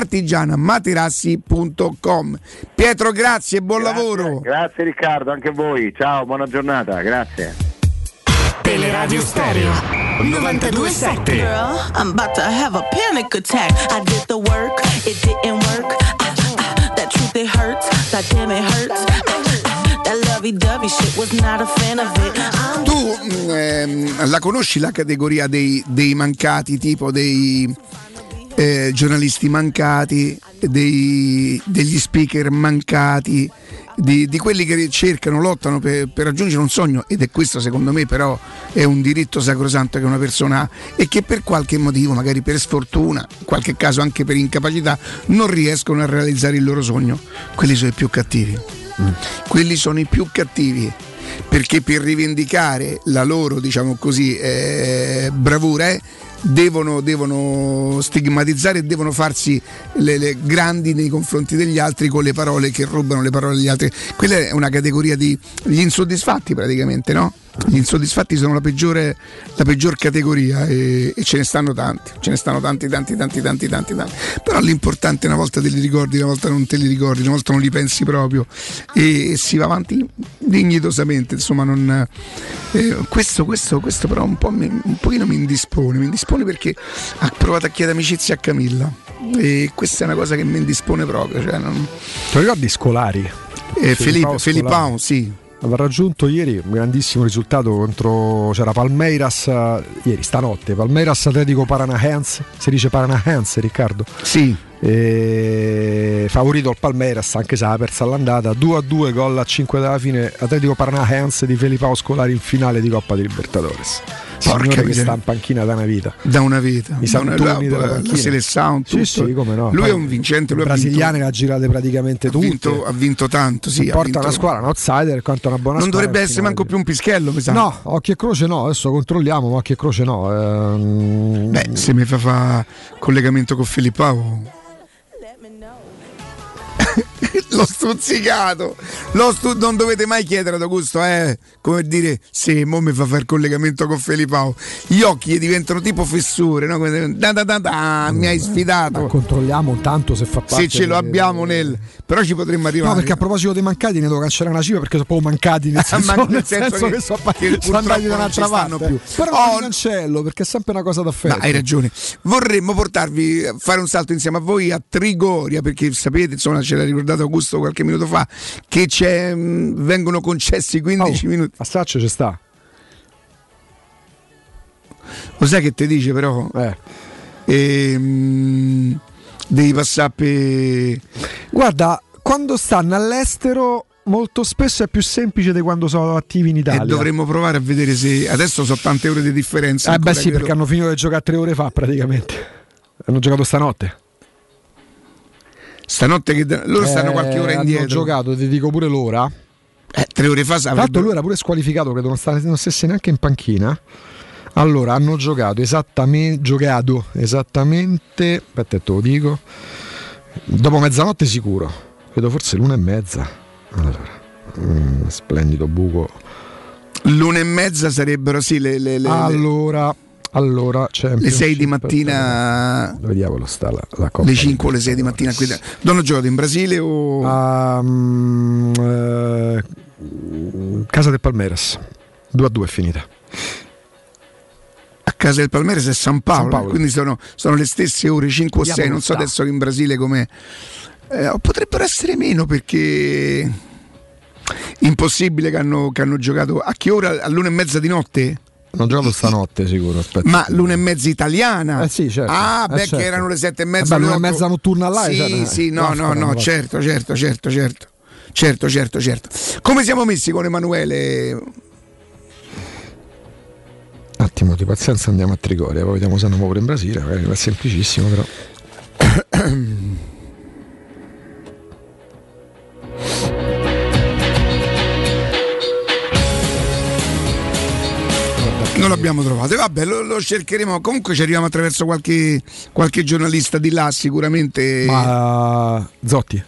artigianamaterassi.com. Pietro, grazie e buon lavoro. Grazie Riccardo, anche a voi, ciao, buona giornata, grazie. Teleradio Stereo 92.7. Girl, I'm about to have a panic attack. I did the work, it didn't work. That truth, it hurts. That damn, it hurts. That lovey-dovey shit was not a fan of it. Tu la conosci la categoria dei mancati, tipo dei giornalisti mancati, degli speaker mancati, di quelli che cercano, lottano per raggiungere un sogno, ed è questo secondo me però è un diritto sacrosanto che una persona ha, e che per qualche motivo, magari per sfortuna, in qualche caso anche per incapacità, non riescono a realizzare il loro sogno. Quelli sono i più cattivi. Quelli sono i più cattivi, perché per rivendicare la loro, diciamo così, bravura devono stigmatizzare e devono farsi le grandi nei confronti degli altri con le parole che rubano le parole degli altri. Quella è una categoria di gli insoddisfatti praticamente, no? Gli insoddisfatti sono la peggior categoria, e ce ne stanno tanti, tanti. Però l'importante, una volta te li ricordi, una volta non te li ricordi, una volta non li pensi proprio, e si va avanti dignitosamente, insomma. Non questo però un pochino mi indispone perché ha provato a chiedere amicizia a Camilla, e questa è una cosa che mi indispone proprio, cioè non... Ti ricordi Scolari? Filippao, sì. Aveva raggiunto ieri un grandissimo risultato contro, c'era Palmeiras ieri, stanotte, Palmeiras Atletico Paranaense, si dice Paranaense, Riccardo? Sì. Favorito il Palmeiras, anche se ha persa all'andata, 2-2, gol a 5 dalla fine, Atletico Paranaense di Filippao Scolari in finale di Coppa di Libertadores. Signore che sta in panchina da una vita. I Santoni della panchina, la Seleção, tutto. Sì, come no. Lui è un vincente, lui brasiliane le ha girate praticamente tutte. Ha vinto tanto, sì. Porta una squadra, un outsider, quanto una buona non squadra. Non dovrebbe essere manco più un pischello, mi sa. No, occhio e croce no, adesso controlliamo, ma occhio e croce no. Se mi fa collegamento con Filippao. L'ho stuzzicato, non dovete mai chiedere ad Augusto, come dire, se mo mi fa fare il collegamento con Filippao, gli occhi diventano tipo fessure, no? Mi hai sfidato. Ma controlliamo tanto se fa parte, se ce lo abbiamo però ci potremmo arrivare. No, perché a proposito dei mancati ne devo cancellare una cifra, perché sono proprio mancati nel senso che sono andati da un'altra parte più. Però non cancello, perché è sempre una cosa d'affetto. Hai ragione, vorremmo portarvi a fare un salto insieme a voi a Trigoria, perché sapete, insomma, ce l'ha ricordato Augusto qualche minuto fa, che vengono concessi 15 minuti. A Saccio ci sta. Lo sai che ti dice però? Devi passare per... Guarda, quando stanno all'estero molto spesso è più semplice di quando sono attivi in Italia. E dovremmo provare a vedere se... Adesso sono tante ore di differenza. Beh sì, perché hanno finito di giocare 3 ore fa praticamente. Hanno giocato stanotte. Stanotte che loro stanno qualche ora indietro. Hanno giocato, ti dico pure l'ora. 3 ore fa. Tra l'altro lui era pure squalificato, credo non stesse neanche in panchina. Allora, hanno giocato esattamente, aspetta te lo dico, dopo mezzanotte sicuro, credo forse 1:30. Allora, splendido buco. 1:30 sarebbero sì le allora c'è le 6 di mattina. Dove diavolo sta la Coppa? Le 5 o le 6 di mattina qui. Dove hanno giocato, in Brasile o Casa del Palmeiras? 2-2 è finita. A Casa del Palmeiras è San Paolo. Quindi sono le stesse ore, 5 o 6, non so adesso che in Brasile com'è. Potrebbero essere meno, perché impossibile che hanno giocato. A che ora? All'1:30 di notte? Hanno giocato stanotte sicuro, aspetta. Ma l'1:30 italiana? Sì, certo. Certo. Che erano le 7:30. Vabbè, l'1:30 notturna là. No, certo. Come siamo messi con Emanuele? Un attimo di pazienza, andiamo a Trigoria, poi vediamo se andiamo pure in Brasile, magari è semplicissimo però. Non l'abbiamo trovato, vabbè, lo cercheremo. Comunque ci arriviamo attraverso qualche giornalista di là sicuramente. Ma Zotti?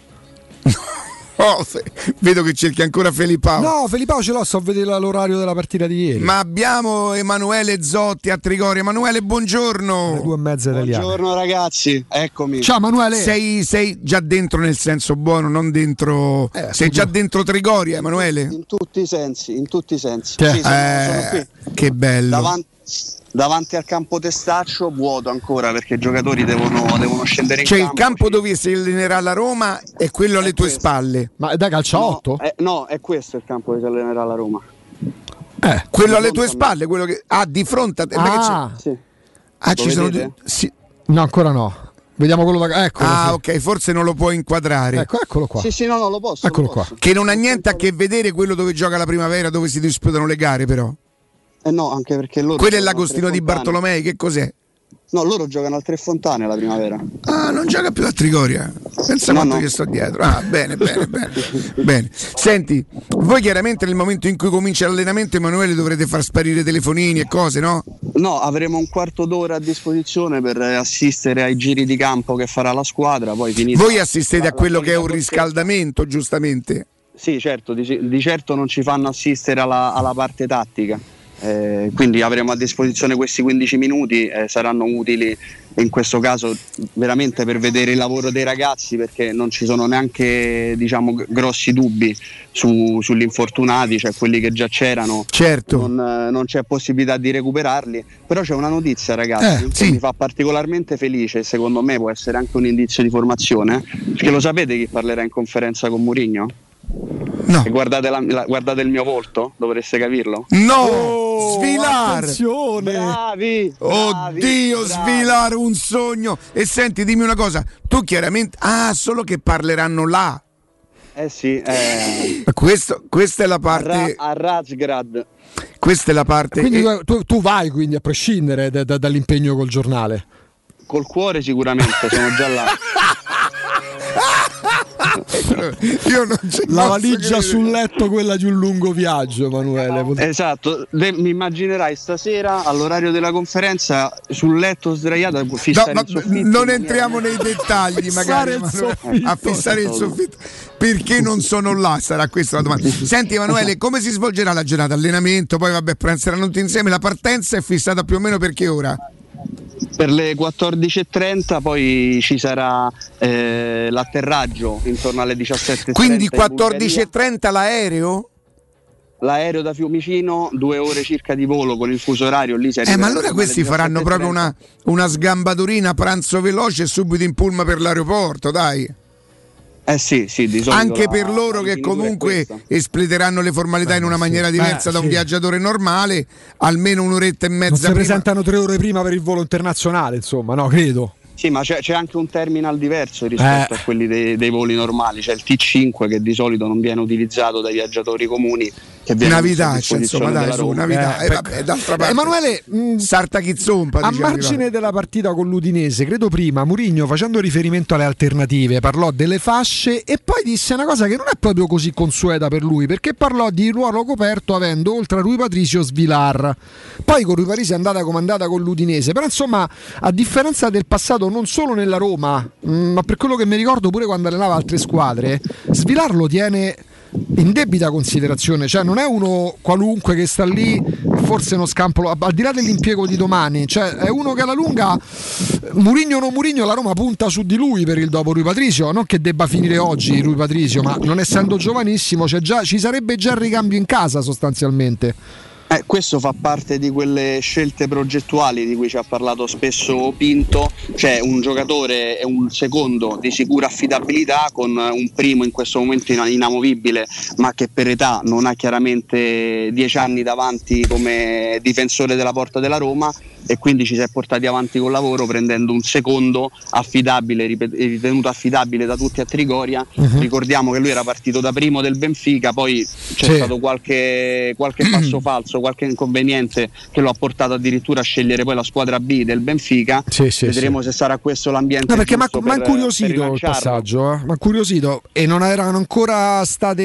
Vedo che cerchi ancora Felippao. No, Felippao ce l'ho, so a vedere l'orario della partita di ieri. Ma abbiamo Emanuele Zotti a Trigoria. Emanuele, buongiorno. 2:30 italiane. Buongiorno ragazzi, eccomi. Ciao Emanuele. Sei già dentro nel senso buono, non dentro. Sei già dentro Trigoria, Emanuele? In tutti i sensi. Sì, sono qui. Che bello. Davanti al campo Testaccio, vuoto ancora perché i giocatori devono scendere in campo. Cioè il campo dove si allenerà la Roma è quello alle tue spalle. Ma è da calcio a 8? No, è questo il campo dove si allenerà la Roma. Quello alle tue spalle, quello che di fronte a te. Sì. Ci sono sì. No, ancora no. Vediamo quello da eccolo. Ok, forse non lo puoi inquadrare. Eccolo qua. Sì, no, lo posso. Eccolo qua. Che non ha niente a che vedere quello dove gioca la Primavera, dove si disputano le gare, però. No, anche perché loro. Quello è l'Agostino di Bartolomei, che cos'è? No, loro giocano al Tre Fontane alla Primavera. Non gioca più a Trigoria. Pensa quanto che sto dietro. Bene. Senti, voi chiaramente nel momento in cui comincia l'allenamento, Emanuele, dovrete far sparire telefonini e cose, no? No, avremo un quarto d'ora a disposizione per assistere ai giri di campo che farà la squadra, poi finita. Voi assistete a quello che è un riscaldamento, giustamente? Sì, certo, di certo non ci fanno assistere alla parte tattica. Quindi avremo a disposizione questi 15 minuti, saranno utili in questo caso veramente per vedere il lavoro dei ragazzi, perché non ci sono neanche grossi dubbi sugli infortunati, cioè quelli che già c'erano. Certo. Non c'è possibilità di recuperarli, però c'è una notizia ragazzi che mi fa particolarmente felice, secondo me può essere anche un indizio di formazione, perché lo sapete chi parlerà in conferenza con Mourinho? No. E guardate il mio volto, dovreste capirlo. No, Svilar. Bravi. Oddio, Svilar, un sogno. E senti, dimmi una cosa, tu chiaramente solo che parleranno là. Sì. Questa è la parte a Razgrad. Questa è la parte. Quindi tu vai quindi a prescindere dall'impegno col giornale. Col cuore sicuramente, sono già là. Io non la valigia sul letto, quella di un lungo viaggio, Emanuele. Esatto, mi immaginerai stasera all'orario della conferenza sul letto sdraiato a fissare il soffitto. Non entriamo nei dettagli, magari a fissare il soffitto, perché non sono là, sarà questa la domanda. Senti Emanuele, come si svolgerà la giornata? Allenamento, poi pranzeranno tutti insieme, la partenza è fissata più o meno per che ora? Per le 14:30, poi ci sarà l'atterraggio intorno alle 17:30. Quindi 14:30 l'aereo? L'aereo da Fiumicino, 2 ore circa di volo con il fuso orario, lì ma allora questi faranno proprio una sgambaturina, pranzo veloce e subito in pullman per l'aeroporto, dai. Sì, di solito anche per loro che comunque espleteranno le formalità in una maniera diversa da un viaggiatore normale, almeno un'oretta e mezza non si prima. presentano 3 ore prima per il volo internazionale, insomma, no, credo. Sì, ma c'è anche un terminal diverso rispetto a quelli dei voli normali. C'è il T5 che di solito non viene utilizzato dai viaggiatori comuni, che viene Navitaccia, insomma, dai, su vabbè, d'altra parte Emanuele, Sartachizzompa, a margine della partita con l'Udinese, credo prima Mourinho, facendo riferimento alle alternative, parlò delle fasce e poi disse una cosa che non è proprio così consueta per lui, perché parlò di ruolo coperto avendo oltre a Rui Patricio Svilar. Poi con Rui Patricio è andata come è andata con l'Udinese, però insomma, a differenza del passato non solo nella Roma, ma per quello che mi ricordo pure quando allenava altre squadre, Svilar lo tiene in debita considerazione, cioè non è uno qualunque che sta lì, forse non scampolo, al di là dell'impiego di domani, cioè è uno che alla lunga, Mourinho o non Mourinho, la Roma punta su di lui per il dopo Rui Patricio, non che debba finire oggi Rui Patricio, ma non essendo giovanissimo ci sarebbe già il ricambio in casa sostanzialmente. Questo fa parte di quelle scelte progettuali di cui ci ha parlato spesso Pinto, cioè un giocatore e un secondo di sicura affidabilità con un primo in questo momento inamovibile, ma che per età non ha chiaramente 10 anni davanti come difensore della porta della Roma, e quindi ci si è portati avanti col lavoro prendendo un secondo affidabile, ritenuto affidabile da tutti a Trigoria. Ricordiamo che lui era partito da primo del Benfica, poi c'è stato qualche passo falso, qualche inconveniente che lo ha portato addirittura a scegliere poi la squadra B del Benfica. Vedremo se sarà questo l'ambiente. No, perché mi ha incuriosito il passaggio, mi ha incuriosito, e non era ancora stata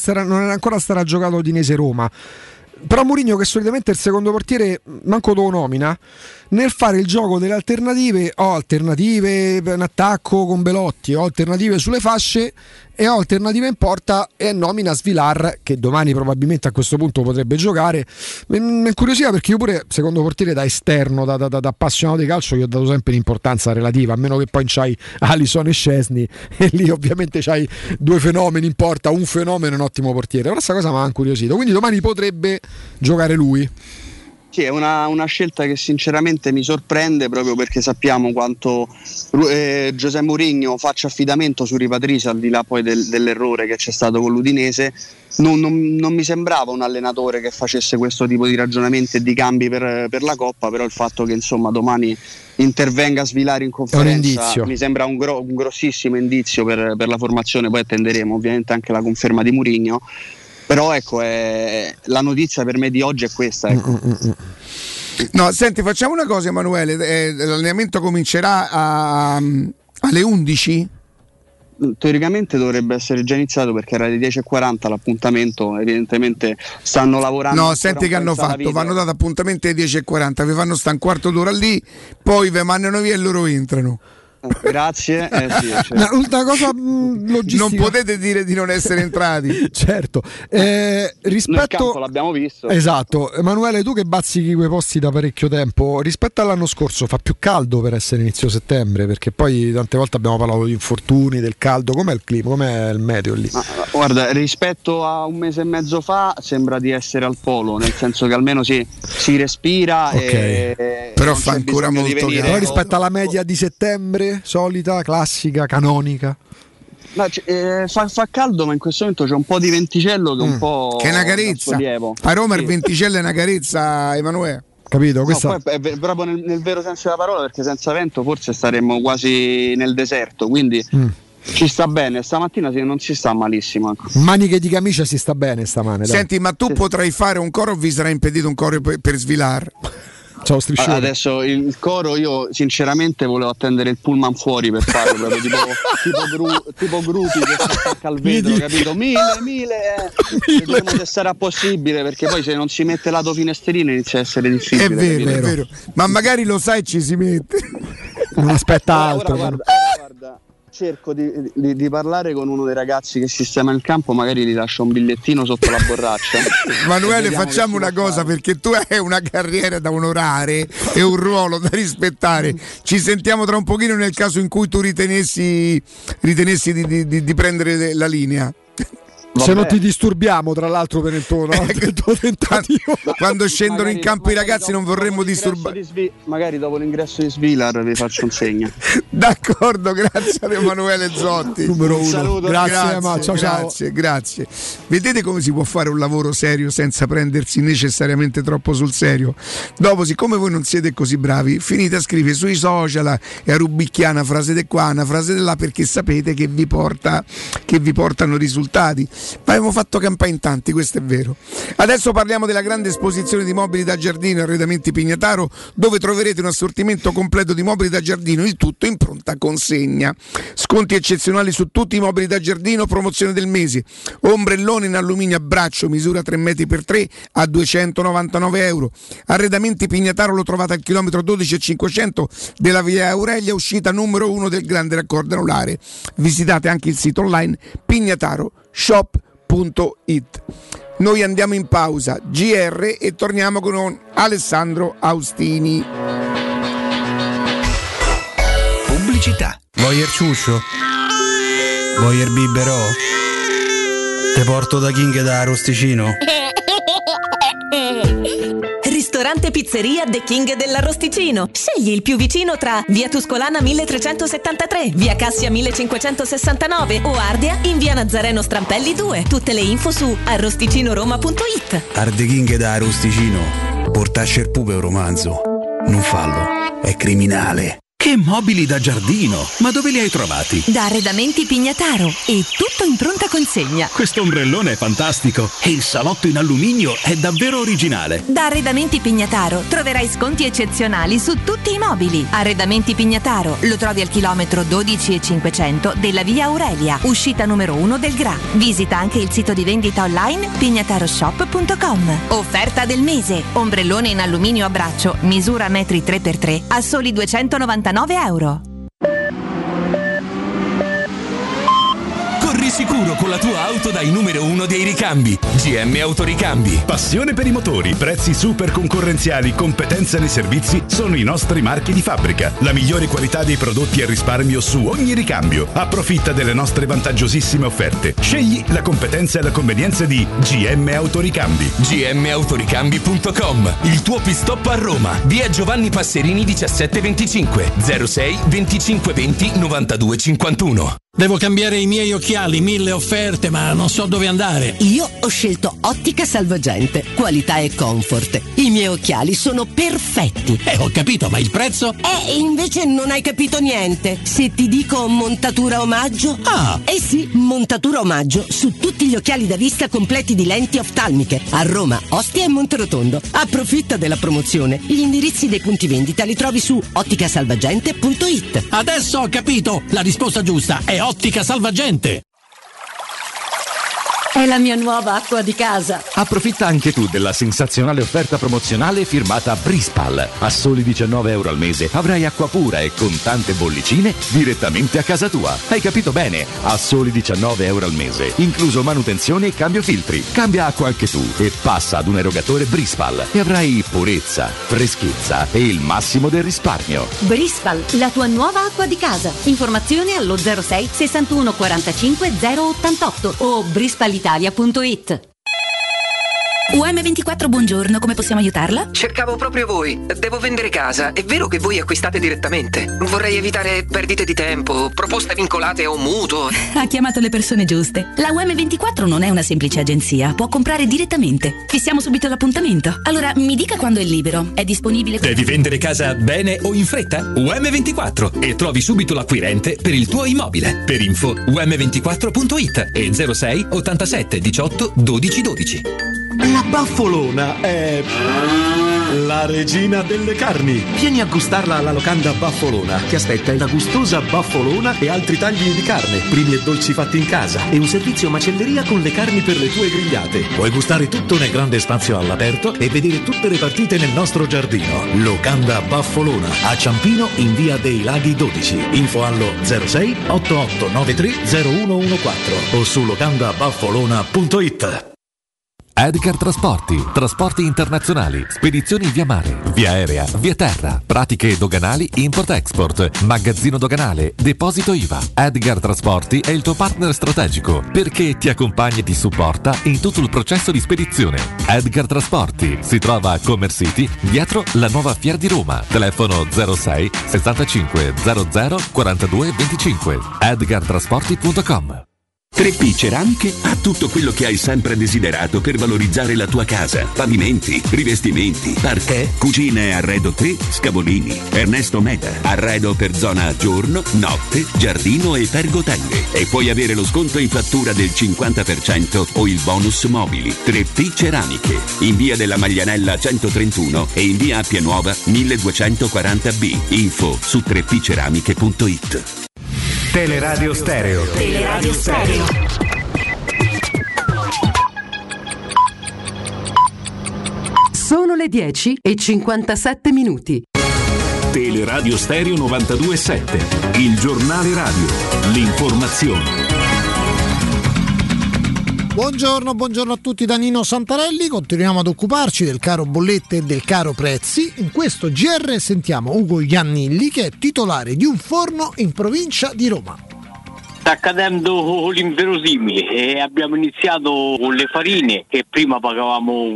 giocata Udinese-Roma. Però Mourinho, che solitamente il secondo portiere manco lo nomina, nel fare il gioco delle alternative, ho alternative in attacco con Belotti, ho alternative sulle fasce e ho alternative in porta, e nomina Svilar, che domani probabilmente a questo punto potrebbe giocare. Mi incuriosiva perché io pure secondo portiere da esterno, da appassionato di calcio, gli ho dato sempre l'importanza relativa, a meno che poi c'hai Alisson e Szczesny, e lì ovviamente c'hai 2 fenomeni in porta, un fenomeno e un ottimo portiere. Però questa cosa mi ha incuriosito, quindi domani potrebbe giocare lui. Sì, è una scelta che sinceramente mi sorprende, proprio perché sappiamo quanto José Mourinho faccia affidamento su Rui Patricio, al di là poi dell'errore che c'è stato con l'Udinese. Non mi sembrava un allenatore che facesse questo tipo di ragionamenti e di cambi per la Coppa, però il fatto che insomma domani intervenga Svilar in conferenza mi sembra un grossissimo indizio per la formazione. Poi attenderemo ovviamente anche la conferma di Mourinho. Però ecco, la notizia per me di oggi è questa. Ecco. No, senti, facciamo una cosa, Emanuele. L'allenamento comincerà alle 11? Teoricamente dovrebbe essere già iniziato, perché era alle 10:40 l'appuntamento. Evidentemente stanno lavorando. No, senti che hanno fatto, vanno dato appuntamenti alle 10:40, vi fanno sta un quarto d'ora lì, poi vi mandano via e loro entrano. Grazie. Sì, una cosa logistica. Non potete dire di non essere entrati. Certo. Rispetto nel campo l'abbiamo visto. Esatto. Emanuele, tu che bazzichi quei posti da parecchio tempo, rispetto all'anno scorso fa più caldo per essere inizio settembre? Perché poi tante volte abbiamo parlato di infortuni, del caldo. Com'è il clima? Com'è il meteo lì? Guarda, rispetto a un mese e mezzo fa sembra di essere al polo, nel senso che almeno si respira. Però fa ancora molto caldo. Però rispetto alla media di settembre, solita, classica, canonica. Fa caldo, ma in questo momento c'è un po' di venticello che è un po', che è una carezza. A Roma il venticello è una carezza, Emanuele. Capito? Questa... No, poi è proprio nel vero senso della parola, perché senza vento forse staremmo quasi nel deserto, quindi ci sta bene. Stamattina non si sta malissimo. Maniche di camicia si sta bene stamane. Senti, ma tu potrai fare un coro o vi sarà impedito un coro per Svilar? Ciao Striscione. Adesso il coro, io sinceramente volevo attendere il pullman fuori per farlo, proprio tipo gruppi che si attacca al vetro, capito? Mille. Vedremo se sarà possibile, perché poi se non si mette lato finestrino inizia a essere difficile. È vero. Ma magari lo sai, ci si mette. Non aspetta altro. Guarda, cerco di parlare con uno dei ragazzi che sistema il campo, magari gli lascio un bigliettino sotto la borraccia. Emanuele, facciamo una cosa, perché tu hai una carriera da onorare e un ruolo da rispettare. Ci sentiamo tra un pochino nel caso in cui tu ritenessi di prendere la linea. Se non ti disturbiamo, tra l'altro, per il tuo tentativo. Quando scendono in campo i ragazzi non vorremmo disturbare. Magari dopo l'ingresso di Svilar vi faccio un segno. D'accordo, grazie ad Emanuele Zotti. Numero 1. Saluto, Grazie. Ciao. Grazie. Vedete come si può fare un lavoro serio senza prendersi necessariamente troppo sul serio? Dopo, siccome voi non siete così bravi, finite a scrivere sui social e a rubicchiare una frase di qua, una frase di là, perché sapete che vi portano risultati. Ma abbiamo fatto campagna in tanti, questo è vero. Adesso parliamo della grande esposizione di mobili da giardino e arredamenti Pignataro, dove troverete un assortimento completo di mobili da giardino, il tutto in pronta consegna. Sconti eccezionali su tutti i mobili da giardino, promozione del mese. Ombrellone in alluminio a braccio, misura 3x3 a €299. Arredamenti Pignataro lo trovate al chilometro 12,500 della via Aurelia, uscita numero 1 del grande raccordo anulare. Visitate anche il sito online pignataroshop.it. Noi andiamo in pausa GR e torniamo con Alessandro Austini. Pubblicità. Vuoi il ciuscio? Vuoi il biberò? Te porto da King da Arrosticino? Ristorante Pizzeria The King dell'Arrosticino. Scegli il più vicino tra via Tuscolana 1373, via Cassia 1569 o Ardea in via Nazareno Strampelli 2. Tutte le info su arrosticinoroma.it. Arde King da Arrosticino. Portasce il pupe un romanzo. Non fallo, è criminale. Che mobili da giardino! Ma dove li hai trovati? Da Arredamenti Pignataro e tutto in pronta consegna. Questo ombrellone è fantastico e il salotto in alluminio è davvero originale. Da Arredamenti Pignataro troverai sconti eccezionali su tutti i mobili. Arredamenti Pignataro lo trovi al chilometro 12,500 della via Aurelia, uscita numero 1 del GRA. Visita anche il sito di vendita online pignataroshop.com. Offerta del mese: ombrellone in alluminio a braccio, misura metri 3x3 a soli €299. Corri sicuro con la tua auto dai numero 1 dei ricambi. GM Autoricambi. Passione per i motori, prezzi super concorrenziali, competenza nei servizi sono i nostri marchi di fabbrica. La migliore qualità dei prodotti e risparmio su ogni ricambio. Approfitta delle nostre vantaggiosissime offerte. Scegli la competenza e la convenienza di GM Autoricambi. gmautoricambi.com. Il tuo pit stop a Roma. Via Giovanni Passerini 1725 06 25 20 92 51. Devo cambiare i miei occhiali, 1000 offerte, ma non so dove andare. Io ho scelto Ottica Salvagente, qualità e comfort. I miei occhiali sono perfetti. Ho capito, ma il prezzo? Invece non hai capito niente. Se ti dico montatura omaggio? Sì, montatura omaggio su tutti gli occhiali da vista completi di lenti oftalmiche a Roma, Ostia e Monterotondo. Approfitta della promozione. Gli indirizzi dei punti vendita li trovi su otticasalvagente.it. Adesso ho capito, la risposta giusta è Ottica Salvagente. È la mia nuova acqua di casa. Approfitta anche tu della sensazionale offerta promozionale firmata Brispal. A soli €19 al mese avrai acqua pura e con tante bollicine direttamente a casa tua. Hai capito bene? A soli €19 al mese, incluso manutenzione e cambio filtri. Cambia acqua anche tu e passa ad un erogatore Brispal e avrai purezza, freschezza e il massimo del risparmio. Brispal, la tua nuova acqua di casa. Informazioni allo 06 61 45 088 o brispalitalia.it. UM24, buongiorno, come possiamo aiutarla? Cercavo proprio voi. Devo vendere casa. È vero che voi acquistate direttamente? Vorrei evitare perdite di tempo, proposte vincolate o mutuo. Ha chiamato le persone giuste. La UM24 non è una semplice agenzia, può comprare direttamente. Fissiamo subito l'appuntamento. Allora, mi dica quando è libero. È disponibile? Devi vendere casa bene o in fretta? UM24 e trovi subito l'acquirente per il tuo immobile. Per info um24.it e 06 87 18 12 12. La Baffolona è la regina delle carni. Vieni a gustarla alla locanda Baffolona. Ti aspetta una gustosa baffolona e altri tagli di carne, primi e dolci fatti in casa e un servizio macelleria con le carni per le tue grigliate. Puoi gustare tutto nel grande spazio all'aperto e vedere tutte le partite nel nostro giardino. Locanda Baffolona a Ciampino in via dei Laghi 12. Info allo 06 8893 0114 o su locandabaffolona.it. Edgar Trasporti, trasporti internazionali, spedizioni via mare, via aerea, via terra, pratiche doganali import-export, magazzino doganale, deposito IVA. Edgar Trasporti è il tuo partner strategico perché ti accompagna e ti supporta in tutto il processo di spedizione. Edgar Trasporti si trova a Commerce City, dietro la nuova Fiera di Roma. Telefono 06 65 00 42 25. edgartrasporti.com. 3P Ceramiche ha tutto quello che hai sempre desiderato per valorizzare la tua casa. Pavimenti, rivestimenti, parquet, cucina e arredo 3, Scavolini, Ernesto Meda. Arredo per zona giorno, notte, giardino e pergotelle. E puoi avere lo sconto in fattura del 50% o il bonus mobili. 3P Ceramiche, in via della Maglianella 131 e in via Appia Nuova 1240B. Info su 3pceramiche.it. Teleradio Stereo. Teleradio Stereo. Sono le 10:57. Teleradio Stereo 92.7, il giornale radio, l'informazione. Buongiorno a tutti da Nino Santarelli. Continuiamo ad occuparci del caro bollette e del caro prezzi. In questo GR sentiamo Ugo Iannilli, che è titolare di un forno in provincia di Roma. Sta accadendo l'inverosimile e abbiamo iniziato con le farine che prima pagavamo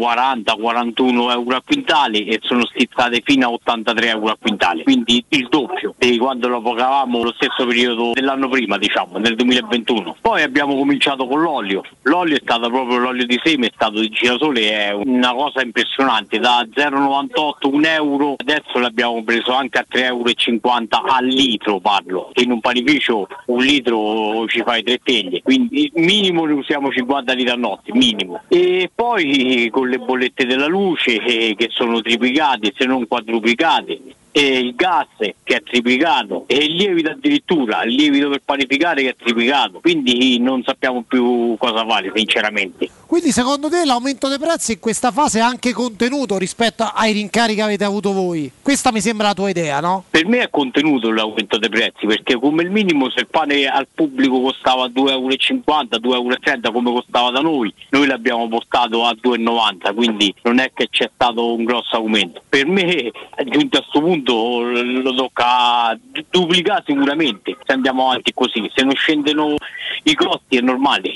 40-41 euro a quintale e sono stizzate fino a 83 euro a quintale, quindi il doppio di quando lo pagavamo lo stesso periodo dell'anno prima, diciamo, nel 2021. Poi abbiamo cominciato con l'olio. L'olio è stato proprio l'olio di seme, è stato di girasole, è una cosa impressionante, da 0,98 1 euro, adesso l'abbiamo preso anche a 3,50 euro al litro, parlo, che in un panificio un litro ci fai 3 teglie, quindi minimo ne usiamo 50 litri a notte, minimo. E poi con le bollette della luce che sono triplicate se non quadruplicate, e il gas che è triplicato e il lievito addirittura, il lievito per panificare che è triplicato, quindi non sappiamo più cosa fare sinceramente. Quindi secondo te l'aumento dei prezzi in questa fase è anche contenuto rispetto ai rincari che avete avuto voi? Questa mi sembra la tua idea, no? Per me è contenuto l'aumento dei prezzi, perché come il minimo se il pane al pubblico costava 2,50 euro, 2,30 euro come costava da noi l'abbiamo portato a 2,90, quindi non è che c'è stato un grosso aumento. Per me giunto a questo punto lo tocca duplicare sicuramente se andiamo avanti così. Se non scendono i costi è normale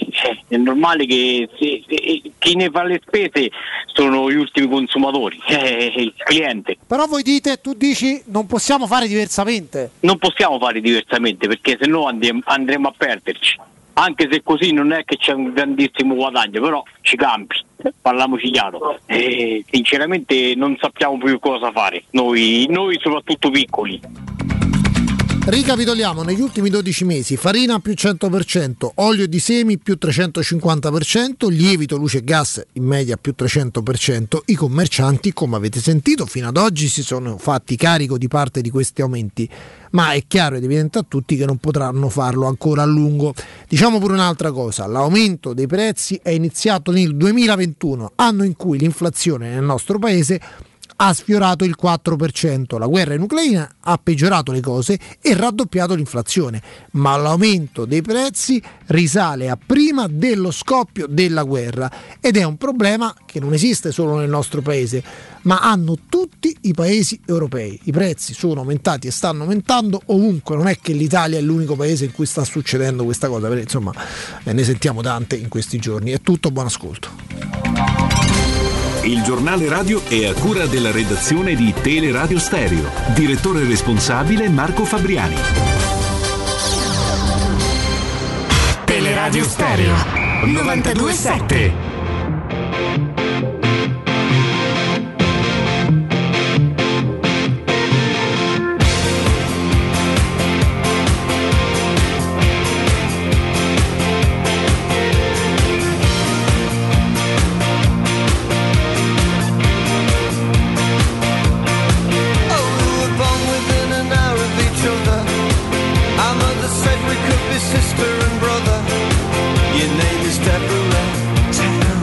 che chi ne fa le spese sono gli ultimi consumatori, il cliente. Però voi tu dici non possiamo fare diversamente. Non possiamo fare diversamente perché se no andremo a perderci, anche se così non è che c'è un grandissimo guadagno, però ci campi, parliamoci chiaro. Sinceramente non sappiamo più cosa fare, noi soprattutto piccoli. Ricapitoliamo, negli ultimi 12 mesi farina più 100%, olio di semi più 350%, lievito, luce e gas in media più 300%. I commercianti, come avete sentito, fino ad oggi si sono fatti carico di parte di questi aumenti, ma è chiaro ed evidente a tutti che non potranno farlo ancora a lungo. Diciamo pure un'altra cosa, l'aumento dei prezzi è iniziato nel 2021, anno in cui l'inflazione nel nostro paese ha sfiorato il 4%. La guerra in Ucraina ha peggiorato le cose e raddoppiato l'inflazione, ma l'aumento dei prezzi risale a prima dello scoppio della guerra ed è un problema che non esiste solo nel nostro paese, ma hanno tutti i paesi europei. I prezzi sono aumentati e stanno aumentando ovunque, non è che l'Italia è l'unico paese in cui sta succedendo questa cosa, perché insomma ne sentiamo tante in questi giorni. È tutto, buon ascolto. Il giornale radio è a cura della redazione di Teleradio Stereo. Direttore responsabile Marco Fabriani. Teleradio Stereo 92.7. Sister and brother, your name is Deborah.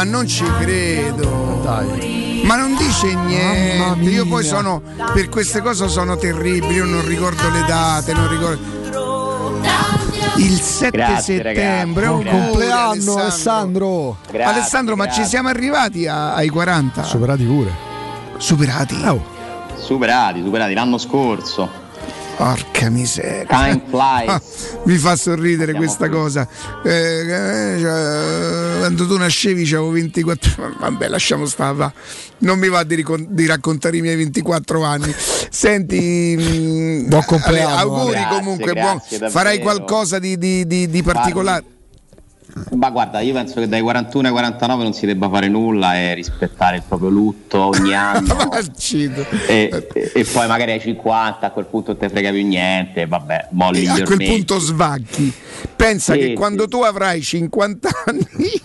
Ma non ci credo. Dai. Ma non dice niente. Io poi sono, per queste cose sono terribili. Io non ricordo le date, non ricordo. Il 7 Grazie, settembre, ragazzi. buon compleanno Alessandro. Grazie, Alessandro, ma ci siamo arrivati ai 40? Superati pure. Superati? Superati l'anno scorso. Porca miseria. Time flies. Mi fa sorridere questa cosa. Quando tu nascevi c'avevo 24. Vabbè, lasciamo stare, va. Non mi va di raccontare i miei 24 anni. Senti, buon compleanno. Auguri, grazie, comunque. grazie, farai qualcosa di particolare? Ma guarda, io penso che dai 41 ai 49 non si debba fare nulla e rispettare il proprio lutto ogni anno. e poi magari ai 50 a quel punto non te frega più niente, vabbè, molli gli a quel ormetti. punto svacchi. Pensa che quando tu avrai 50 anni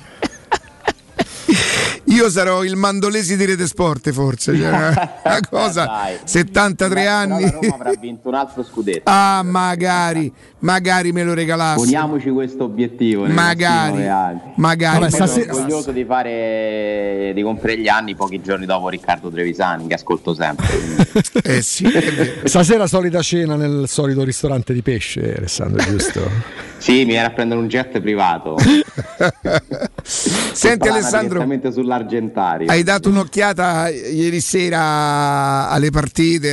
io sarò il Mandolesi di Rete Sport, forse, cioè, una cosa. 73 anni. La Roma avrà vinto un altro scudetto. Ah, magari me lo regalassi. Poniamoci questo obiettivo. Magari. Vabbè, sono orgoglioso di compiere gli anni pochi giorni dopo Riccardo Trevisani, che ascolto sempre. Sì, stasera solita cena nel solito ristorante di pesce, Alessandro, giusto? Sì, mi era a prendere un jet privato. Senti Alessandro, sull'Argentario. Hai dato un'occhiata ieri sera alle partite?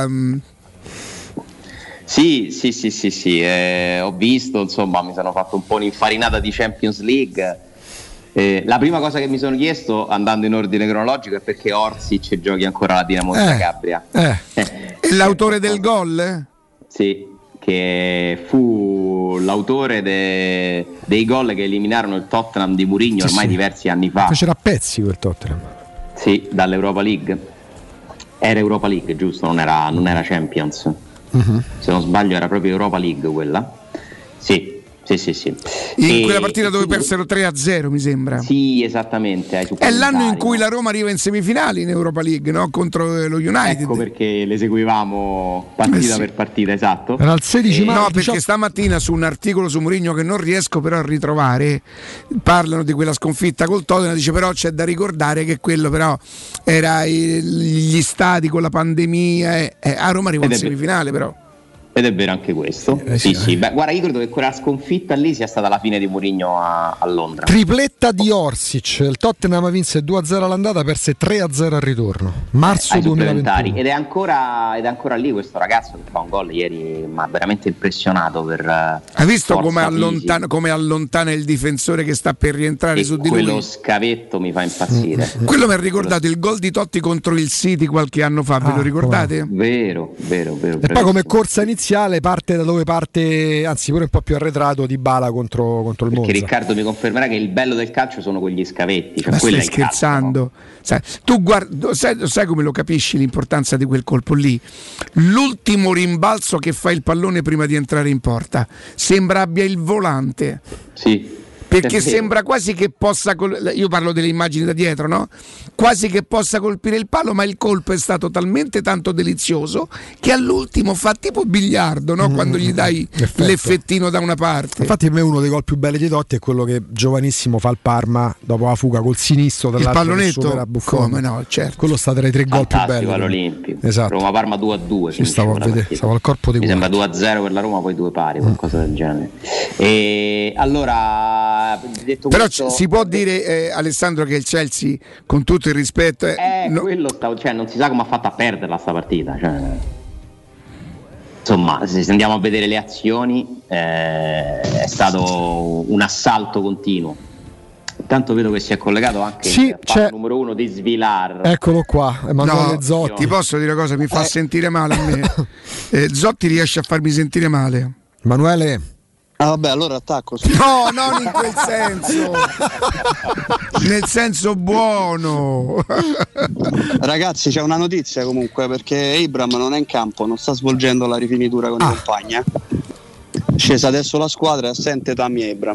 Sì, ho visto, insomma, mi sono fatto un po' un'infarinata di Champions League. La prima cosa che mi sono chiesto, andando in ordine cronologico, è perché Orsic giochi ancora alla Dinamo Zagabria. È l'autore del gol? Sì, che fu l'autore dei gol che eliminarono il Tottenham di Mourinho ormai diversi anni fa. C'era a pezzi quel Tottenham. Sì, dall'Europa League. Era Europa League, giusto? Non era Champions. Se non sbaglio era proprio Europa League quella. Sì. In quella partita dove persero 3-0, mi sembra. Sì, esattamente. È l'anno in cui la Roma arriva in semifinali in Europa League, no? Contro lo United. Ecco perché le seguivamo partita per partita, esatto. Era il 16 maggio. No, perché stamattina su un articolo su Mourinho che non riesco però a ritrovare, parlano di quella sconfitta col Tottenham, dice però c'è da ricordare che quello però era gli stati con la pandemia a Roma arriva in semifinale però. Ed è vero anche questo. Sì. Beh, guarda, io credo che quella sconfitta lì sia stata la fine di Mourinho a Londra. Tripletta di Orsic. Il Tottenham vinse 2-0 all'andata, perse 3-0 al ritorno. Marzo 2021. Ed è ancora lì questo ragazzo che fa un gol ieri, ma veramente impressionato per. Hai visto come allontana il difensore che sta per rientrare su di lui? Quello scavetto mi fa impazzire. Quello mi ha ricordato il gol di Totti contro il City qualche anno fa, ve lo ricordate? Vero. E poi come corsa iniziale parte da dove parte, anzi pure un po' più arretrato, Dybala contro il Monza. Perché Riccardo mi confermerà che il bello del calcio sono quegli scavetti. Cioè ma stai scherzando? Calcio, no? Tu guarda, sai come lo capisci l'importanza di quel colpo lì? L'ultimo rimbalzo che fa il pallone prima di entrare in porta sembra abbia il volante. Sì. Perché sembra quasi che possa, io parlo delle immagini da dietro, no? Quasi che possa colpire il palo, ma il colpo è stato talmente tanto delizioso che all'ultimo fa tipo biliardo, no? Quando gli dai l'effettino da una parte. Infatti a me uno dei gol più belli di Totti è quello che giovanissimo fa al Parma dopo la fuga col sinistro dall'altro, il pallonetto, come no, certo. Quello sta tra i 3 gol più belli all'Olimpico. Esatto. Roma-Parma 2-2. Ci stavo a vedere, stavo al corpo di mi sembra 2-0 per la Roma, poi 2 pari, qualcosa del genere. E allora, detto però questo, si può dire, Alessandro, che il Chelsea, con tutto il rispetto, quello non si sa come ha fatto a perderla sta partita, cioè, insomma, se andiamo a vedere le azioni è stato un assalto continuo. Intanto vedo che si è collegato anche il numero 1 di Svilar. Eccolo qua, Emanuele Zotti. Ti posso dire una cosa, mi fa sentire male a me. Zotti riesce a farmi sentire male. Emanuele. Vabbè, allora attacco. Sì. No, non in quel senso. Nel senso buono. Ragazzi, c'è una notizia comunque, perché Ibram non è in campo, non sta svolgendo la rifinitura con i compagni. Scesa adesso la squadra, è assente Tammy Abraham.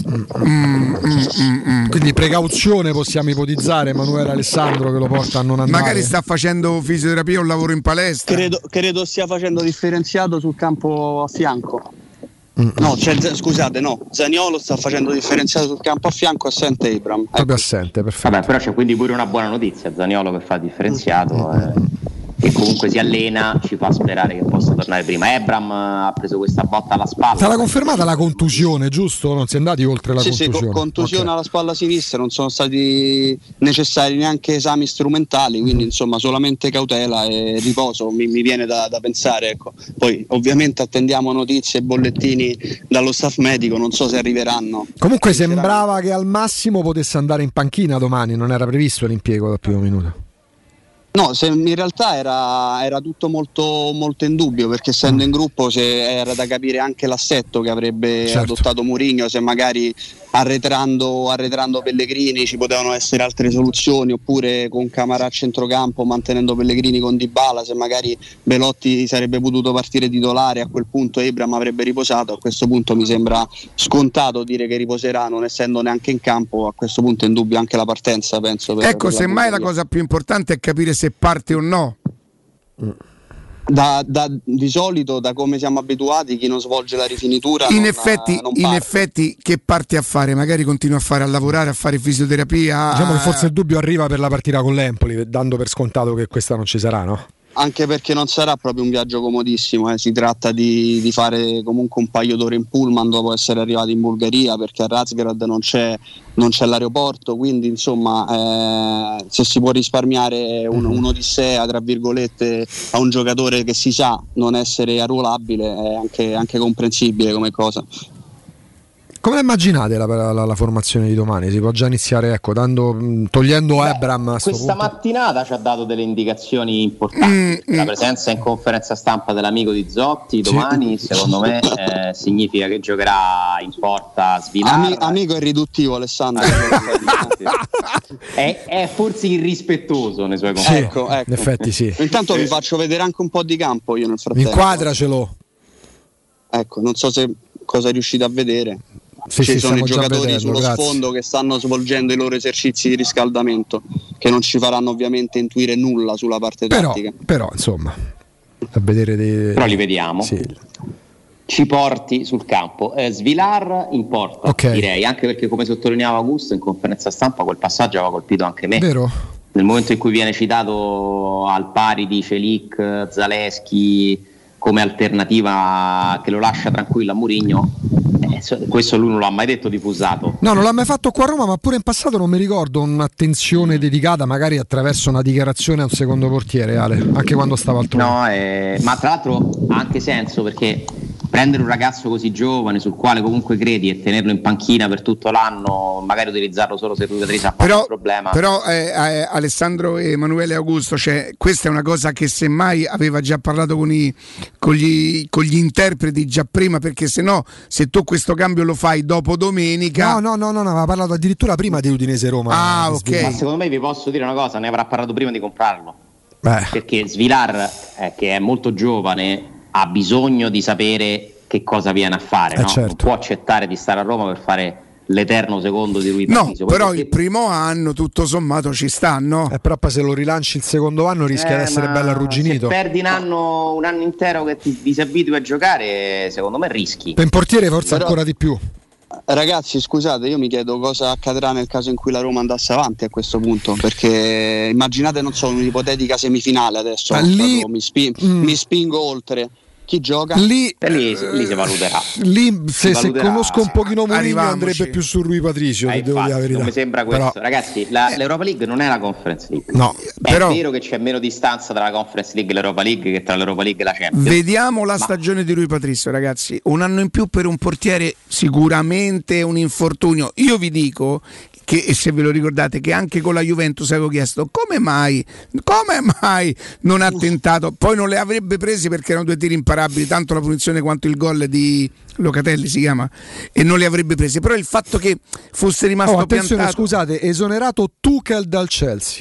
Quindi precauzione possiamo ipotizzare, Emanuele Alessandro, che lo porta a non andare. Magari sta facendo fisioterapia o un lavoro in palestra. Credo stia facendo differenziato sul campo a fianco. No, scusate, Zaniolo sta facendo differenziato sul campo a fianco, assente Abraham. Proprio assente, perfetto. Vabbè, però c'è quindi pure una buona notizia, Zaniolo che fa differenziato, che comunque si allena, ci fa sperare che possa tornare prima. Abraham ha preso questa botta alla spalla. Sarà confermata la contusione, giusto? Non si è andati oltre la contusione? Sì, contusione alla spalla sinistra, non sono stati necessari neanche esami strumentali, quindi insomma solamente cautela e riposo, mi viene da pensare, ecco. Poi ovviamente attendiamo notizie e bollettini dallo staff medico, non so se arriveranno. Comunque sembrava che al massimo potesse andare in panchina domani, non era previsto l'impiego dal primo minuto. No, in realtà era tutto molto, molto in dubbio, perché essendo in gruppo era da capire anche l'assetto che avrebbe adottato Mourinho, se magari arretrando Pellegrini ci potevano essere altre soluzioni, oppure con Camarà a centrocampo mantenendo Pellegrini con Dybala, se magari Belotti sarebbe potuto partire titolare, a quel punto Abraham avrebbe riposato. A questo punto mi sembra scontato dire che riposerà, non essendo neanche in campo. A questo punto è in dubbio anche la partenza, penso. Ecco, semmai la cosa più importante è capire se parte o no. Di solito, da come siamo abituati, chi non svolge la rifinitura in effetti che parte a fare? Magari continua a lavorare, a fare fisioterapia. Diciamo che forse il dubbio arriva per la partita con l'Empoli, dando per scontato che questa non ci sarà, no? Anche perché non sarà proprio un viaggio comodissimo, si tratta di fare comunque un paio d'ore in pullman dopo essere arrivati in Bulgaria, perché a Razgrad non c'è l'aeroporto, quindi insomma se si può risparmiare un'odissea tra virgolette a un giocatore che si sa non essere arruolabile, è anche comprensibile come cosa. Come la immaginate la formazione di domani? Si può già iniziare, togliendo Abraham a questa mattinata ci ha dato delle indicazioni importanti. La presenza in conferenza stampa dell'amico di Zotti domani secondo me significa che giocherà in porta Svilar. Amico è riduttivo, Alessandro. è forse irrispettoso nei suoi confronti. Ecco. In effetti sì. Intanto vi faccio vedere anche un po' di campo io nel frattempo. Inquadracelo. Ecco, non so se cosa riuscite a vedere. Ci sono i giocatori sullo sfondo che stanno svolgendo i loro esercizi di riscaldamento, che non ci faranno ovviamente intuire nulla sulla parte tattica. Però insomma, a vedere però li vediamo. Sì. Ci porti sul campo. Svilar in porta, direi, anche perché come sottolineava Augusto in conferenza stampa quel passaggio aveva colpito anche me. Vero? Nel momento in cui viene citato al pari di Celic, Zaleschi come alternativa che lo lascia tranquillo a Mourinho, questo lui non l'ha mai detto diffusato. No, non l'ha mai fatto qua a Roma, ma pure in passato non mi ricordo un'attenzione dedicata magari attraverso una dichiarazione a un secondo portiere, Ale, anche quando stava altrove. No, ma tra l'altro ha anche senso, perché prendere un ragazzo così giovane sul quale comunque credi e tenerlo in panchina per tutto l'anno, magari utilizzarlo solo se Rui Patricio ha qualche problema. Però Alessandro e Emanuele Augusto, questa è una cosa che semmai aveva già parlato con gli interpreti già prima, perché se tu questo cambio lo fai dopo domenica. No, aveva parlato addirittura prima di Udinese Roma. Ok. Ma secondo me vi posso dire una cosa, ne avrà parlato prima di comprarlo. Perché Svilar, che è molto giovane, ha bisogno di sapere che cosa viene a fare, no? Certo. Non può accettare di stare a Roma per fare l'eterno secondo di Rui Patricio. No, però il primo anno tutto sommato ci sta, no? Però poi se lo rilanci il secondo anno rischia di essere bello arrugginito. Se perdi un anno intero che ti disabitui a giocare, secondo me rischi. Per portiere forse ancora di più. Ragazzi, scusate, io mi chiedo cosa accadrà nel caso in cui la Roma andasse avanti a questo punto, perché immaginate, non so, un'ipotetica semifinale adesso, mi spingo oltre. Chi gioca? Lì si valuterà. Se conosco un pochino Mourinho andrebbe più su Rui Patricio, devo dire la verità. Non mi sembra questo. Però, ragazzi, l'Europa League non è la Conference League. No, è vero che c'è meno distanza tra la Conference League e l'Europa League che tra l'Europa League e la Champions. Vediamo la stagione di Rui Patricio, ragazzi. Un anno in più per un portiere, sicuramente un infortunio. Io vi dico che, e se ve lo ricordate, che anche con la Juventus avevo chiesto come mai non ha tentato, poi non le avrebbe presi perché erano 2 tiri imparabili, tanto la punizione quanto il gol di Locatelli si chiama, e non li avrebbe presi. Però il fatto che fosse rimasto piantato. Scusate, esonerato Tuchel dal Chelsea.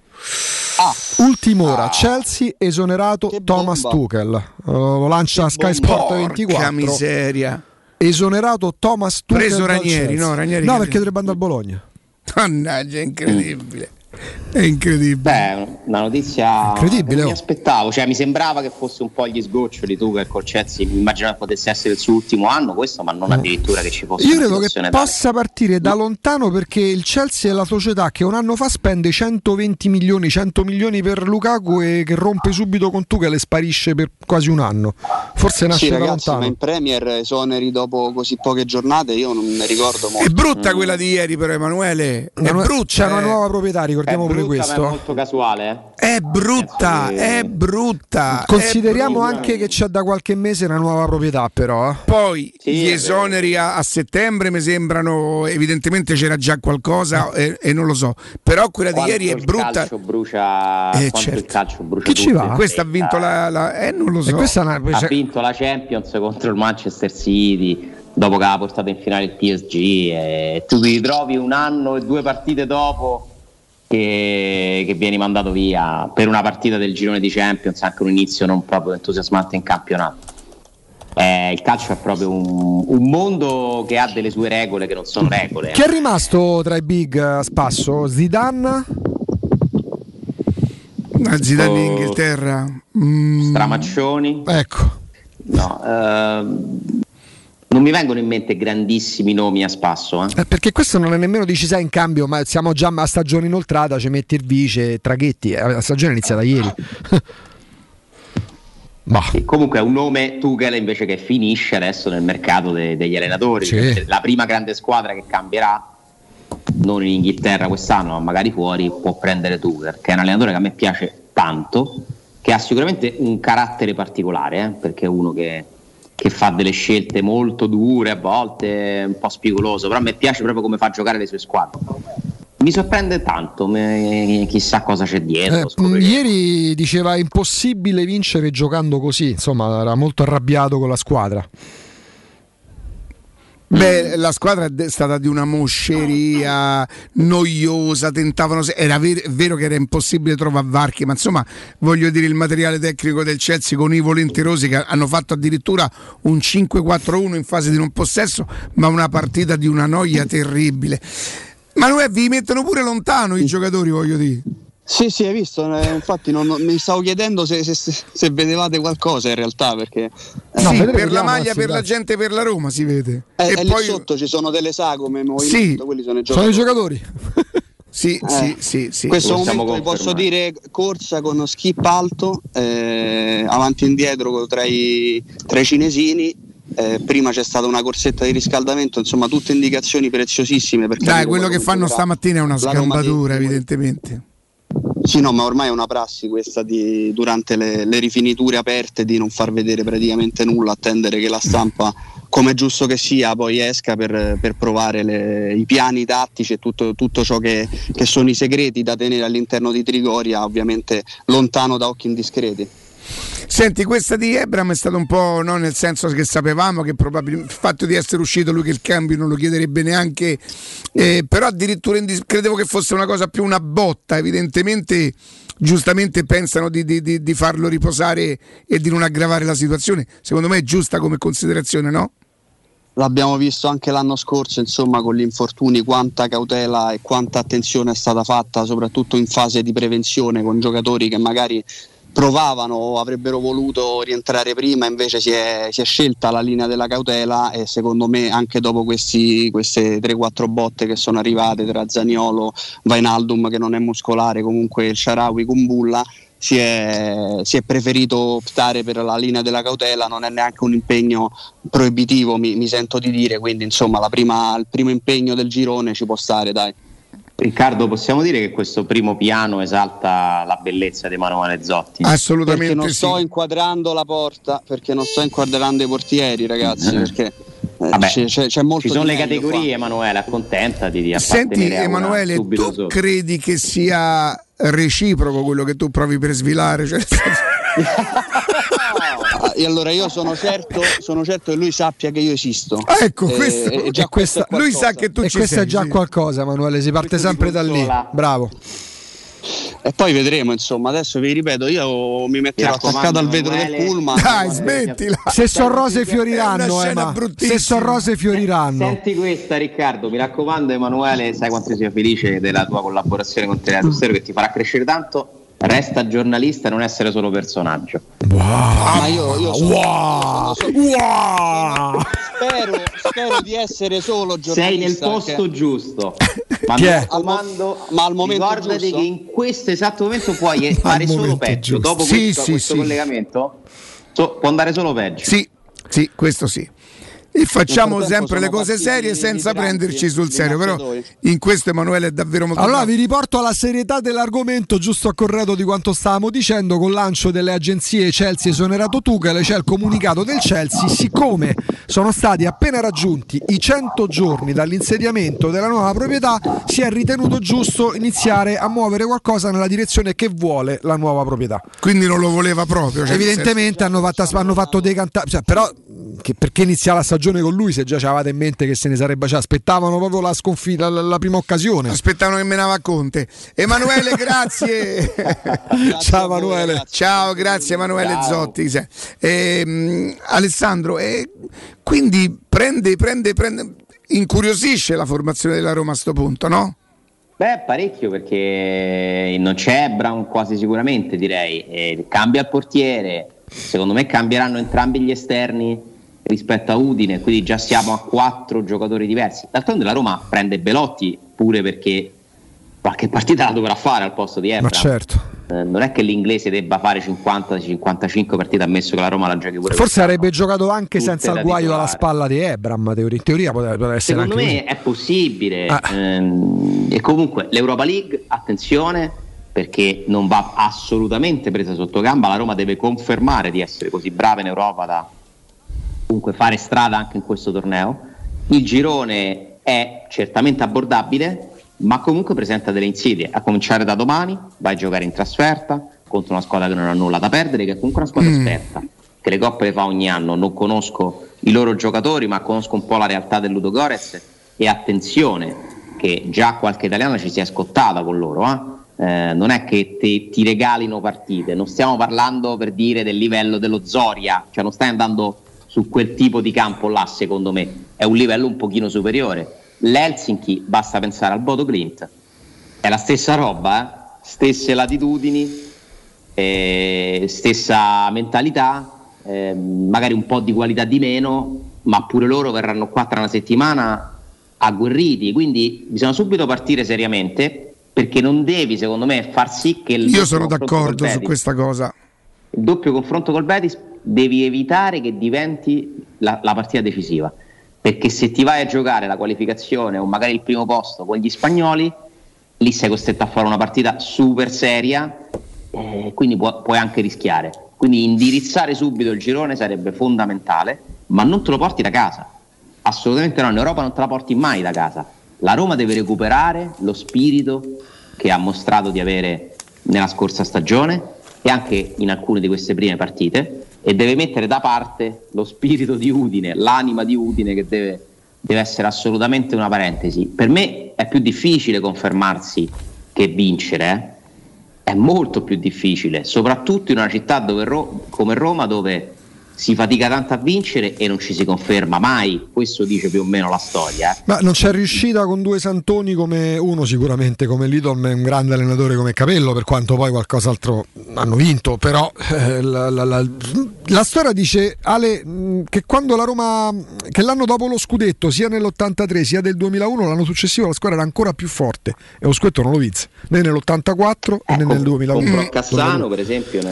Ultim'ora, Chelsea esonerato Thomas Tuchel, lo lancia Sky Sport 24. Porca miseria. Esonerato Thomas Tuchel. Preso Ranieri, no? No, perché dovrebbe andare al Bologna. Mannaggia, incredibile. È incredibile. Beh, una notizia incredibile, che mi aspettavo, cioè mi sembrava che fosse un po' gli sgoccioli tu che col Chelsea mi immaginavo potesse essere il suo ultimo anno questo, ma non addirittura che ci fosse. Io credo che possa partire da lontano, perché il Chelsea è la società che un anno fa spende 120 milioni, 100 milioni per Lukaku e che rompe subito con Tuchel e sparisce per quasi un anno. Forse nasce da lontano. Ma in Premier esoneri dopo così poche giornate io non ne ricordo molto. È brutta quella di ieri però, Emanuele. È brutta. C'è una nuova proprietà, ricordiamo pure questo. È molto casuale. È brutta, è brutta. Consideriamo anche che c'è da qualche mese una nuova proprietà, però. Poi gli esoneri a settembre mi sembrano, evidentemente c'era già qualcosa e non lo so. Però quella di ieri è brutta. Il calcio brucia chi ci va? Questa ha vinto non lo so. Ha vinto la Champions contro il Manchester City dopo che ha portato in finale il PSG, e tu ti ritrovi un anno e 2 partite dopo che vieni mandato via per una partita del girone di Champions, anche un inizio non proprio entusiasmante in campionato. Il calcio è proprio un mondo che ha delle sue regole che non sono regole. Chi è rimasto tra i big a spasso? Zidane? Zidane in Inghilterra. Stramaccioni. Ecco. No, non mi vengono in mente grandissimi nomi a spasso. Perché questo non è nemmeno dici sei in cambio, ma siamo già a stagione inoltrata, ci metti il vice, Traghetti, la stagione è iniziata ieri. Sì, comunque è un nome Tuchel invece che finisce adesso nel mercato degli allenatori. Sì. La prima grande squadra che cambierà, non in Inghilterra quest'anno, ma magari fuori, può prendere Tuchel, che è un allenatore che a me piace tanto, che ha sicuramente un carattere particolare, perché è uno che fa delle scelte molto dure, a volte un po' spigoloso, però a me piace proprio come fa a giocare le sue squadre. Mi sorprende tanto, chissà cosa c'è dietro. Ieri diceva impossibile vincere giocando così, insomma era molto arrabbiato con la squadra. Beh, la squadra è stata di una mosceria noiosa, tentavano, era vero che era impossibile trovare varchi, ma insomma voglio dire, il materiale tecnico del Chelsea con i volenterosi che hanno fatto addirittura un 5-4-1 in fase di non possesso, ma una partita di una noia terribile. Ma vi mettono pure lontano i giocatori, voglio dire. Sì, hai visto, infatti mi stavo chiedendo se vedevate qualcosa in realtà, perché per la maglia, per la gente, per la Roma si vede. E poi lì sotto ci sono delle sagome, movimento, quelli sono i giocatori. Sono i giocatori. Sì. In questo momento vi posso dire corsa con skip alto, avanti e indietro tra i cinesini. Prima c'è stata una corsetta di riscaldamento, insomma tutte indicazioni preziosissime. Dai, quello che fanno stamattina è una sgambatura, evidentemente. Sì, no, ma ormai è una prassi questa durante le rifiniture aperte di non far vedere praticamente nulla, attendere che la stampa, come è giusto che sia, poi esca per provare i piani tattici e tutto ciò che sono i segreti da tenere all'interno di Trigoria, ovviamente lontano da occhi indiscreti. Senti, questa di Ebram è stata un po', no, nel senso che sapevamo che probabilmente il fatto di essere uscito lui che il cambio non lo chiederebbe neanche, però addirittura credevo che fosse una cosa più una botta. Evidentemente giustamente pensano di farlo riposare e di non aggravare la situazione. Secondo me è giusta come considerazione, no? L'abbiamo visto anche l'anno scorso, insomma, con gli infortuni, quanta cautela e quanta attenzione è stata fatta, soprattutto in fase di prevenzione, con giocatori che magari provavano o avrebbero voluto rientrare prima, invece si è scelta la linea della cautela, e secondo me anche dopo queste 3-4 botte che sono arrivate tra Zaniolo, Wijnaldum che non è muscolare, comunque il Shaarawy, Kumbulla, si è preferito optare per la linea della cautela. Non è neanche un impegno proibitivo, mi sento di dire, quindi insomma il primo impegno del girone ci può stare, dai. Riccardo, possiamo dire che questo primo piano esalta la bellezza di Emanuele Zotti? Assolutamente, perché non sto inquadrando la porta, perché non sto inquadrando i portieri, ragazzi, perché c'è molto. Ci sono le qua. categorie, Emanuele, accontentati di appartenere. Senti, Emanuele, tu credi che sia reciproco quello che tu provi per svilare? Cioè, e allora io sono certo che lui sappia che io esisto. Ecco, lui sa che tu ci sei. Questo è già qualcosa, Emanuele, si parte sempre da lì. Bravo. E poi vedremo, insomma, adesso vi ripeto, io mi metterò attaccato al vetro del pullman. Dai, smettila. Se sono rose fioriranno, se sono rose fioriranno. Senti questa, Riccardo, mi raccomando, Emanuele, sai quanto sia felice della tua collaborazione con Teleradio Stereo, che ti farà crescere tanto. Resta giornalista e non essere solo personaggio. Ma io spero di essere solo giornalista. Sei nel posto giusto. Ma mi raccomando, ma al momento ricordati giusto? che in questo esatto momento puoi fare solo peggio. giusto. Dopo questo collegamento può andare solo peggio. Sì, questo sì. E facciamo sempre le cose serie senza prenderci sul serio, però in questo Emanuele è davvero molto allora bravo. Vi riporto alla serietà dell'argomento, giusto a corredo di quanto stavamo dicendo. Con lancio delle agenzie Chelsea esonerato Tuchel, c'è il comunicato del Chelsea: siccome sono stati appena raggiunti i 100 giorni dall'insediamento della nuova proprietà, si è ritenuto giusto iniziare a muovere qualcosa nella direzione che vuole la nuova proprietà. Quindi non lo voleva proprio, cioè evidentemente hanno fatto decantare, cioè, però perché iniziare la stagione con lui se già avevate in mente che se ne sarebbe, cioè, aspettavano proprio la sconfitta, la prima occasione, aspettavano che menava a Conte. Emanuele, grazie. Ciao Emanuele. Ciao, grazie Emanuele Zotti. Alessandro, quindi prende, incuriosisce la formazione della Roma a sto punto, no? Beh, parecchio, perché non c'è Brown quasi sicuramente, direi. Cambia il portiere, secondo me cambieranno entrambi gli esterni rispetto a Udine, quindi già siamo a 4 giocatori diversi. D'altronde la Roma prende Belotti pure perché qualche partita la dovrà fare al posto di Ebra. Ma certo. Non è che l'inglese debba fare 50-55 partite, ammesso che la Roma la giochi pure. Forse avrebbe giocato anche senza il guaio alla spalla di Ebram, in teoria potrebbe essere. Secondo anche me così. è possibile. E comunque l'Europa League, attenzione, perché non va assolutamente presa sotto gamba. La Roma deve confermare di essere così brava in Europa da comunque fare strada anche in questo torneo. Il girone è certamente abbordabile, ma comunque presenta delle insidie, a cominciare da domani. Vai a giocare in trasferta contro una squadra che non ha nulla da perdere, che è comunque una squadra esperta, che le coppe le fa ogni anno. Non conosco i loro giocatori, ma conosco un po' la realtà del Ludogorets, e attenzione che già qualche italiana ci si è scottata con loro, non è che ti regalino partite, non stiamo parlando, per dire, del livello dello Zoria, cioè non stai andando su quel tipo di campo là. Secondo me è un livello un pochino superiore. L'Helsinki, basta pensare al Bodo Glimt, è la stessa roba, stesse latitudini, stessa mentalità, magari un po' di qualità di meno, ma pure loro verranno qua tra una settimana agguerriti, quindi bisogna subito partire seriamente, perché non devi, secondo me, far sì che io sono d'accordo su questa cosa. Il doppio confronto col Betis devi evitare che diventi la partita decisiva, perché se ti vai a giocare la qualificazione o magari il primo posto con gli spagnoli, lì sei costretto a fare una partita super seria, quindi puoi anche rischiare. Quindi indirizzare subito il girone sarebbe fondamentale, ma non te lo porti da casa, assolutamente no. In Europa non te la porti mai da casa. La Roma deve recuperare lo spirito che ha mostrato di avere nella scorsa stagione e anche in alcune di queste prime partite, e deve mettere da parte lo spirito di Udine, l'anima di Udine, che deve essere assolutamente una parentesi. Per me è più difficile confermarsi che vincere, è molto più difficile, soprattutto in una città come Roma, dove si fatica tanto a vincere e non ci si conferma mai. Questo dice più o meno la storia. Ma non c'è riuscita con due Santoni, come uno sicuramente come Lidl, è un grande allenatore come Capello, per quanto poi qualcos'altro hanno vinto, però la storia dice, Ale, che quando la Roma, che l'anno dopo lo scudetto, sia nell'83 sia del 2001, l'anno successivo la squadra era ancora più forte e lo scudetto non lo vinse né nell'84 né nel 2001. Con Cassano per esempio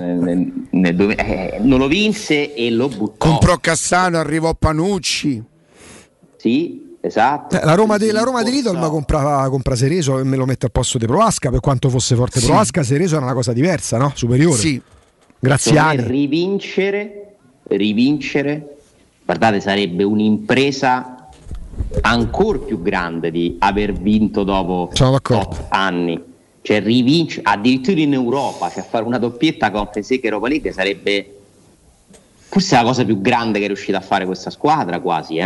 non lo vinse e lo buttò. Comprò Cassano, arrivò Panucci. Sì, esatto. La Roma di Lidl ma compra Cereso e me lo mette al posto di Proasca, per quanto fosse forte Proasca. Cereso era una cosa diversa, no? Superiore. Sì. Graziani. Rivincere, guardate, sarebbe un'impresa ancora più grande di aver vinto dopo 8 anni. Cioè rivincere addirittura in Europa, cioè fare una doppietta Conference League e Europa League sarebbe forse la cosa più grande che è riuscita a fare questa squadra, quasi,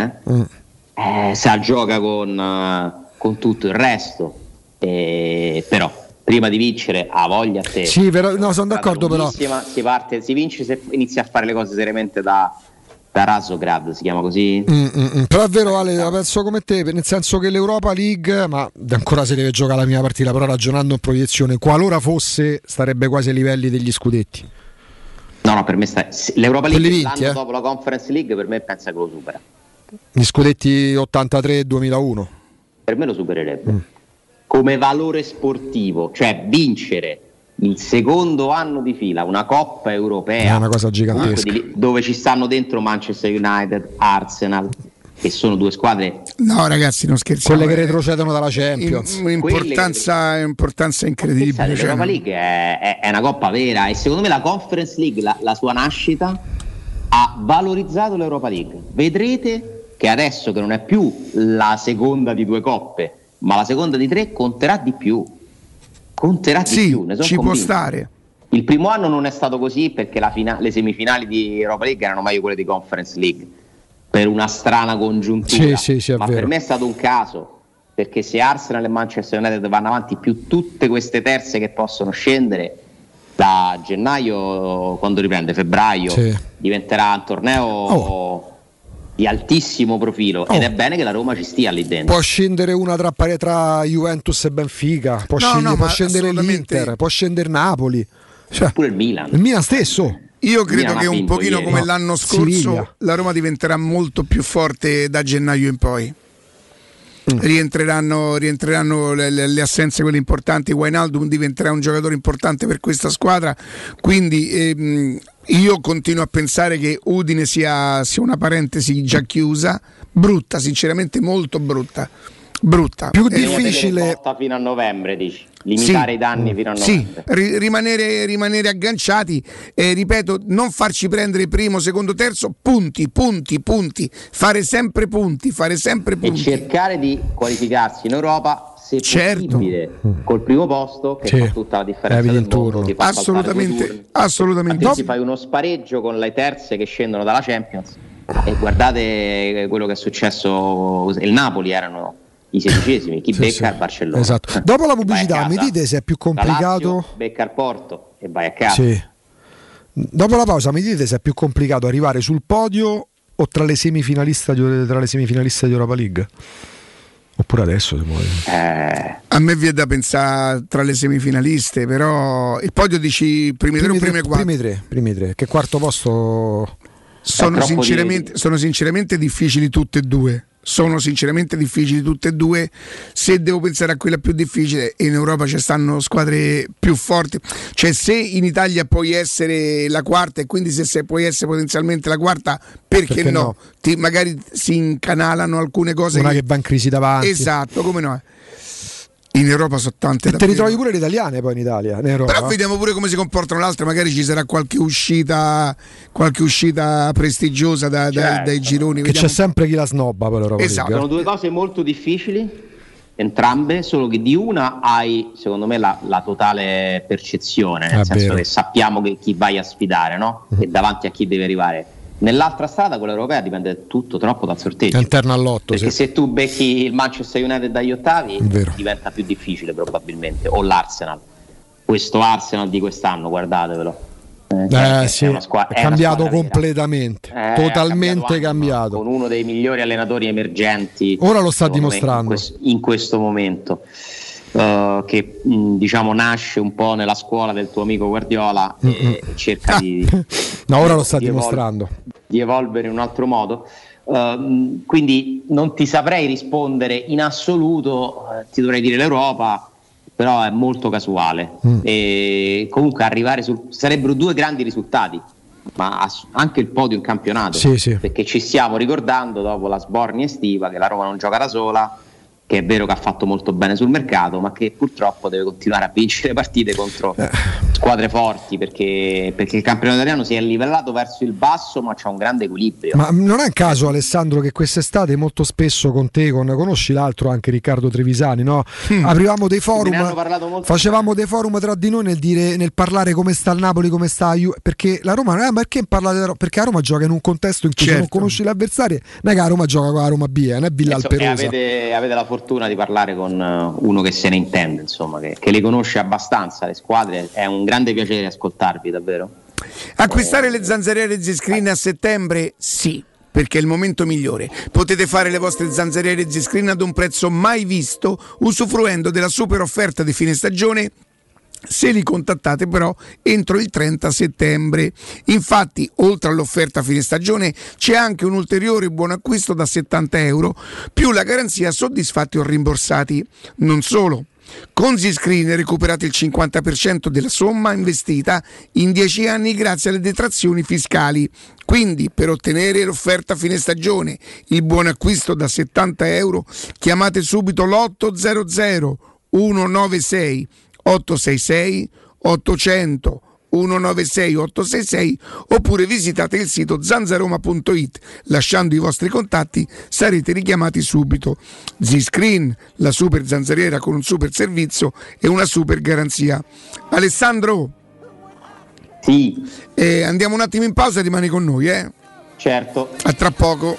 se la gioca con tutto il resto, però prima di vincere ha voglia a te. Sì, però, no, sono d'accordo, però si vince se inizia a fare le cose seriamente da Razograd, si chiama così. Però è vero, Ale, la penso come te, nel senso che l'Europa League, ma ancora si deve giocare la prima partita, però ragionando in proiezione, qualora fosse, starebbe quasi ai livelli degli scudetti. No, per me l'Europa League vinti, l'anno dopo la Conference League per me pensa che lo supera. Gli scudetti 83-2001 per me lo supererebbe come valore sportivo, cioè vincere il secondo anno di fila una Coppa Europea è una cosa gigantesca, dove ci stanno dentro Manchester United, Arsenal, che sono due squadre, no ragazzi, non scherziamo, quelle che retrocedono dalla Champions, importanza incredibile. L'Europa League è una coppa vera, e secondo me la Conference League, la sua nascita ha valorizzato l'Europa League. Vedrete che adesso, che non è più la seconda di due coppe ma la seconda di tre, conterà di più, ne sono ci convinto. Può stare. Il primo anno non è stato così, perché le semifinali di Europa League erano meglio quelle di Conference League, per una strana congiuntura, ma per me è stato un caso, perché se Arsenal e Manchester United vanno avanti più tutte queste terze che possono scendere, da gennaio, quando riprende, febbraio, diventerà un torneo di altissimo profilo, ed è bene che la Roma ci stia lì dentro. Può scendere una tra Juventus e Benfica, può scendere l'Inter, può scendere Napoli, pure il Milan stesso. Io credo che un pochino come l'anno scorso Siviglia. La Roma diventerà molto più forte da gennaio in poi. Rientreranno le assenze, quelle importanti. Wijnaldum diventerà un giocatore importante per questa squadra, quindi io continuo a pensare che Udine sia una parentesi già chiusa, brutta, sinceramente molto brutta. Più difficile fino a novembre, dici? Limitare i danni fino a novembre. Sì, rimanere agganciati, ripeto, non farci prendere primo, secondo, terzo, punti, fare sempre punti e cercare di qualificarsi in Europa, se possibile, col primo posto, che fa tutta la differenza del mondo. Assolutamente. Altrimenti fai uno spareggio con le terze che scendono dalla Champions, e guardate quello che è successo. Il Napoli erano i 16esimi, chi becca il Barcellona. Esatto. Dopo la pubblicità mi dite se è più complicato. Lazio, becca il Porto e vai a casa. Sì. Dopo la pausa mi dite se è più complicato arrivare sul podio o tra le semifinaliste di Europa League? Oppure adesso a me viene da pensare tra le semifinaliste, però il podio dici primi tre o primi quattro? Primi tre, che quarto posto sono sinceramente difficili tutte e due. Se devo pensare a quella più difficile, in Europa ci stanno squadre più forti, cioè se in Italia puoi essere la quarta, e quindi se puoi essere potenzialmente la quarta, perché no? Magari si incanalano alcune cose, una che va in crisi davanti, esatto, come no. In Europa sono tante, e te ritrovi pure le italiane poi in Italia, però vediamo pure come si comportano le altre, magari ci sarà qualche uscita prestigiosa dai gironi, che c'è sempre chi la snobba per l'Europa. Esatto. Sono due cose molto difficili entrambe, solo che di una hai, secondo me, la totale percezione, nel senso che sappiamo che chi vai a sfidare, no? E davanti a chi deve arrivare. Nell'altra strada, quella europea, dipende tutto troppo dal sorteggio. È interno all'otto, perché se tu becchi il Manchester United dagli ottavi, diventa più difficile probabilmente, o l'Arsenal. Questo Arsenal di quest'anno, guardatevelo. È cambiato completamente, totalmente cambiato. Con uno dei migliori allenatori emergenti. Ora lo sta dimostrando in questo momento. Che diciamo nasce un po' nella scuola del tuo amico Guardiola e cerca ora lo sta dimostrando di evolvere in un altro modo, quindi non ti saprei rispondere in assoluto, ti dovrei dire l'Europa, però è molto casuale. E comunque arrivare sarebbero due grandi risultati, ma anche il podio in campionato, perché ci stiamo ricordando dopo la sbornia estiva che la Roma non gioca da sola, che è vero che ha fatto molto bene sul mercato, ma che purtroppo deve continuare a vincere partite contro squadre forti, perché il campionato italiano si è livellato verso il basso, ma c'è un grande equilibrio. Ma non è un caso, Alessandro, che quest'estate molto spesso con te, conosci l'altro anche Riccardo Trevisani, no? Aprivamo dei forum, facevamo dei forum tra di noi nel parlare come sta il Napoli, come sta perché la Roma non è, perché parlare, perché la Roma gioca in un contesto in cui se non conosci l'avversario, non è che la Roma gioca con la Roma B, non è Villa Alperosa. Avete la fortuna fortuna di parlare con uno che se ne intende, insomma, che le conosce abbastanza le squadre. È un grande piacere ascoltarvi, davvero. Acquistare le zanzariere Z-Screen a settembre? Sì, perché è il momento migliore. Potete fare le vostre zanzariere Z-Screen ad un prezzo mai visto, usufruendo della super offerta di fine stagione, se li contattate però entro il 30 settembre. Infatti, oltre all'offerta fine stagione, c'è anche un ulteriore buon acquisto da €70 più la garanzia soddisfatti o rimborsati. Non solo, con Z-Screen recuperate il 50% della somma investita in 10 anni grazie alle detrazioni fiscali. Quindi, per ottenere l'offerta fine stagione, il buon acquisto da €70, chiamate subito l'800 196 866 800 196 866 oppure visitate il sito zanzaroma.it. Lasciando i vostri contatti sarete richiamati subito. Z-Screen, la super zanzariera con un super servizio e una super garanzia. Alessandro? Sì. Andiamo un attimo in pausa, rimani con noi, Certo. A tra poco.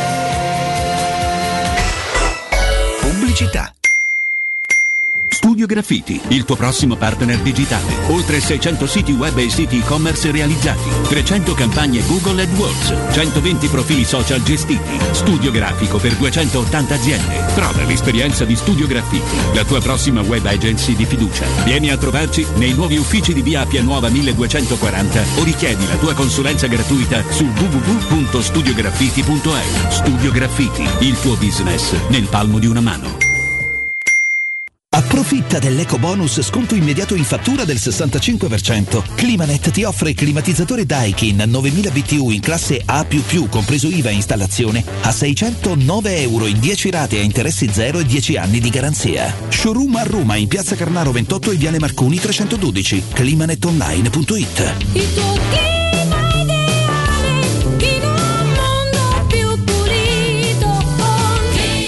Pubblicità. Studio Graffiti, il tuo prossimo partner digitale. Oltre 600 siti web e siti e-commerce realizzati, 300 campagne Google AdWords, 120 profili social gestiti. Studio grafico per 280 aziende. Prova l'esperienza di Studio Graffiti, la tua prossima web agency di fiducia. Vieni a trovarci nei nuovi uffici di via Appia Nuova 1240 o richiedi la tua consulenza gratuita su www.studiograffiti.eu. Studio Graffiti, il tuo business nel palmo di una mano. Approfitta dell'eco bonus sconto immediato in fattura del 65%. Climanet ti offre il climatizzatore Daikin 9000 BTU in classe A++, compreso IVA e installazione, a €609 in 10 rate a interessi zero e 10 anni di garanzia. Showroom a Roma in Piazza Carnaro 28 e Viale Marconi 312. climanetonline.it. Il tuo clima ideale in un mondo più pulito con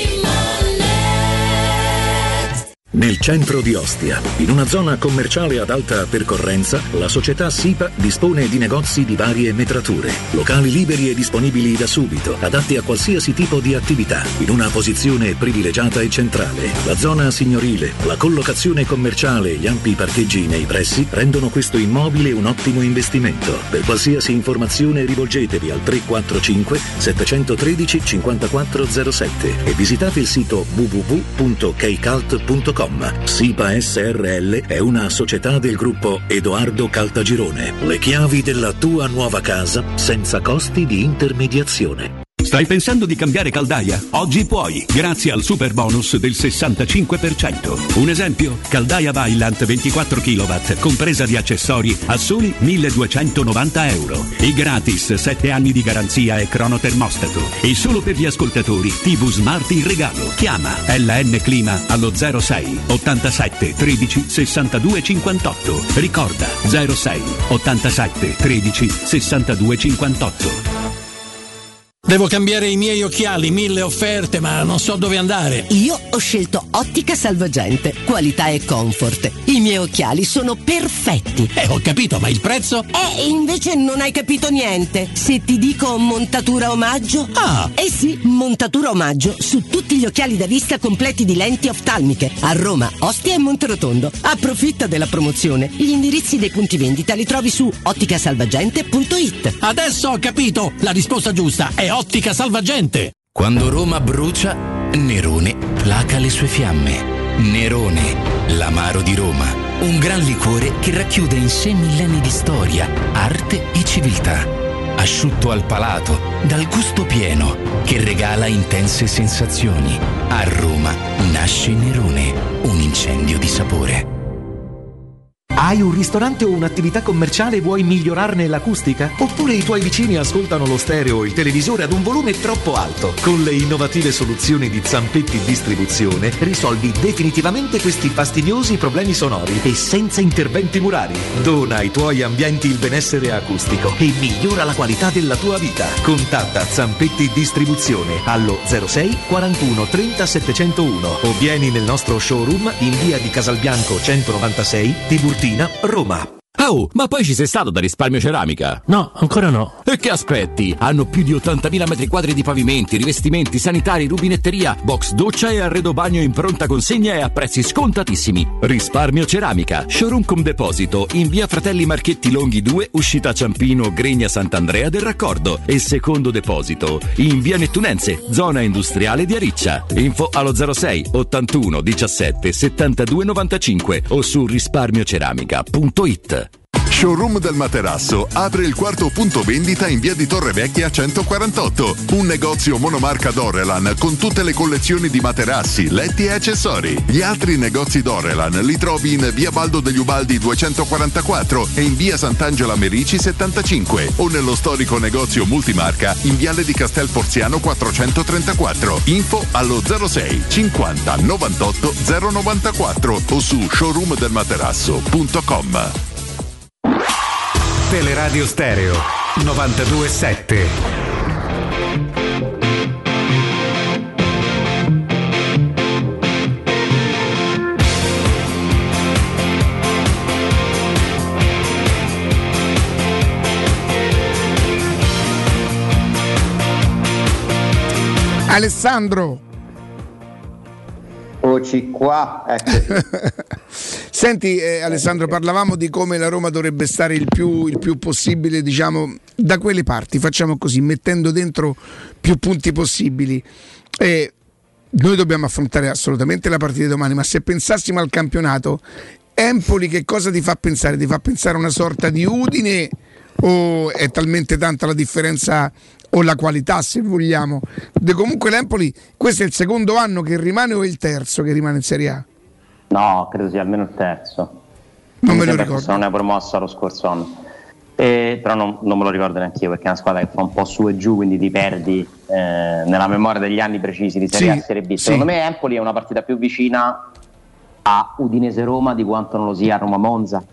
Climanet. Nel centro di Ostia, in una zona commerciale ad alta percorrenza, la società SIPA dispone di negozi di varie metrature, locali liberi e disponibili da subito, adatti a qualsiasi tipo di attività, in una posizione privilegiata e centrale. La zona signorile, la collocazione commerciale e gli ampi parcheggi nei pressi rendono questo immobile un ottimo investimento. Per qualsiasi informazione rivolgetevi al 345 713 5407 e visitate il sito www.keicalt.com. SIPA SRL è una società del gruppo Edoardo Caltagirone. Le chiavi della tua nuova casa senza costi di intermediazione. Stai pensando di cambiare caldaia? Oggi puoi, grazie al super bonus del 65%. Un esempio? Caldaia Vaillant 24 kW, compresa di accessori, a soli €1.290. E gratis 7 anni di garanzia e cronotermostato. E solo per gli ascoltatori, TV Smart in regalo. Chiama LN Clima allo 06 87 13 62 58. Ricorda 06 87 13 62 58. Devo cambiare i miei occhiali, 1000 offerte, ma non so dove andare. Io ho scelto Ottica Salvagente, qualità e comfort. I miei occhiali sono perfetti. Ho capito, ma il prezzo? Invece non hai capito niente. Se ti dico montatura omaggio? Sì, montatura omaggio su tutti gli occhiali da vista completi di lenti oftalmiche. A Roma, Ostia e Monterotondo. Approfitta della promozione. Gli indirizzi dei punti vendita li trovi su otticasalvagente.it. Adesso ho capito! La risposta giusta è Ottica Salvagente. Quando Roma brucia, Nerone placa le sue fiamme. Nerone, l'amaro di Roma. Un gran liquore che racchiude in sé millenni di storia, arte e civiltà. Asciutto al palato, dal gusto pieno, che regala intense sensazioni. A Roma nasce Nerone, un incendio di sapore. Hai un ristorante o un'attività commerciale e vuoi migliorarne l'acustica? Oppure i tuoi vicini ascoltano lo stereo o il televisore ad un volume troppo alto? Con le innovative soluzioni di Zampetti Distribuzione risolvi definitivamente questi fastidiosi problemi sonori e senza interventi murari. Dona ai tuoi ambienti il benessere acustico e migliora la qualità della tua vita. Contatta Zampetti Distribuzione allo 06 41 30 701 o vieni nel nostro showroom in via di Casalbianco 196, Tiburtina, Roma. Oh, ma poi ci sei stato da Risparmio Ceramica? No, ancora no. E che aspetti? Hanno più di 80.000 metri quadri di pavimenti, rivestimenti, sanitari, rubinetteria, box doccia e arredo bagno in pronta consegna e a prezzi scontatissimi. Risparmio Ceramica, showroom con deposito in via Fratelli Marchetti Longhi 2, uscita Ciampino, Gregna Sant'Andrea del Raccordo, e secondo deposito in via Nettunense, zona industriale di Ariccia. Info allo 06 81 17 72 95 o su risparmioceramica.it. Showroom del Materasso apre il quarto punto vendita in via di Torrevecchia 148, un negozio monomarca Dorelan con tutte le collezioni di materassi, letti e accessori. Gli altri negozi Dorelan li trovi in via Baldo degli Ubaldi 244 e in via Sant'Angela Merici 75 o nello storico negozio multimarca in viale di Castel Porziano 434. Info allo 06 50 98 094 o su showroomdelmaterasso.com. Teleradio Stereo 92.7. Alessandro. Eccoci qua. Senti Alessandro, parlavamo di come la Roma dovrebbe stare il più possibile, diciamo, da quelle parti, facciamo così, mettendo dentro più punti possibili. Noi dobbiamo affrontare assolutamente la partita di domani, ma se pensassimo al campionato, Empoli che cosa ti fa pensare? Ti fa pensare a una sorta di Udine o è talmente tanta la differenza o la qualità, se vogliamo? Comunque l'Empoli, questo è il secondo anno che rimane o è il terzo che rimane in Serie A? No, credo sia almeno il terzo. Non me lo ricordo. Se non è promossa lo scorso anno. Però non me lo ricordo neanche io, perché è una squadra che fa un po' su e giù, quindi ti perdi nella memoria degli anni precisi di Serie A e Serie B. Secondo me Empoli è una partita più vicina a Udinese-Roma di quanto non lo sia a Roma-Monza.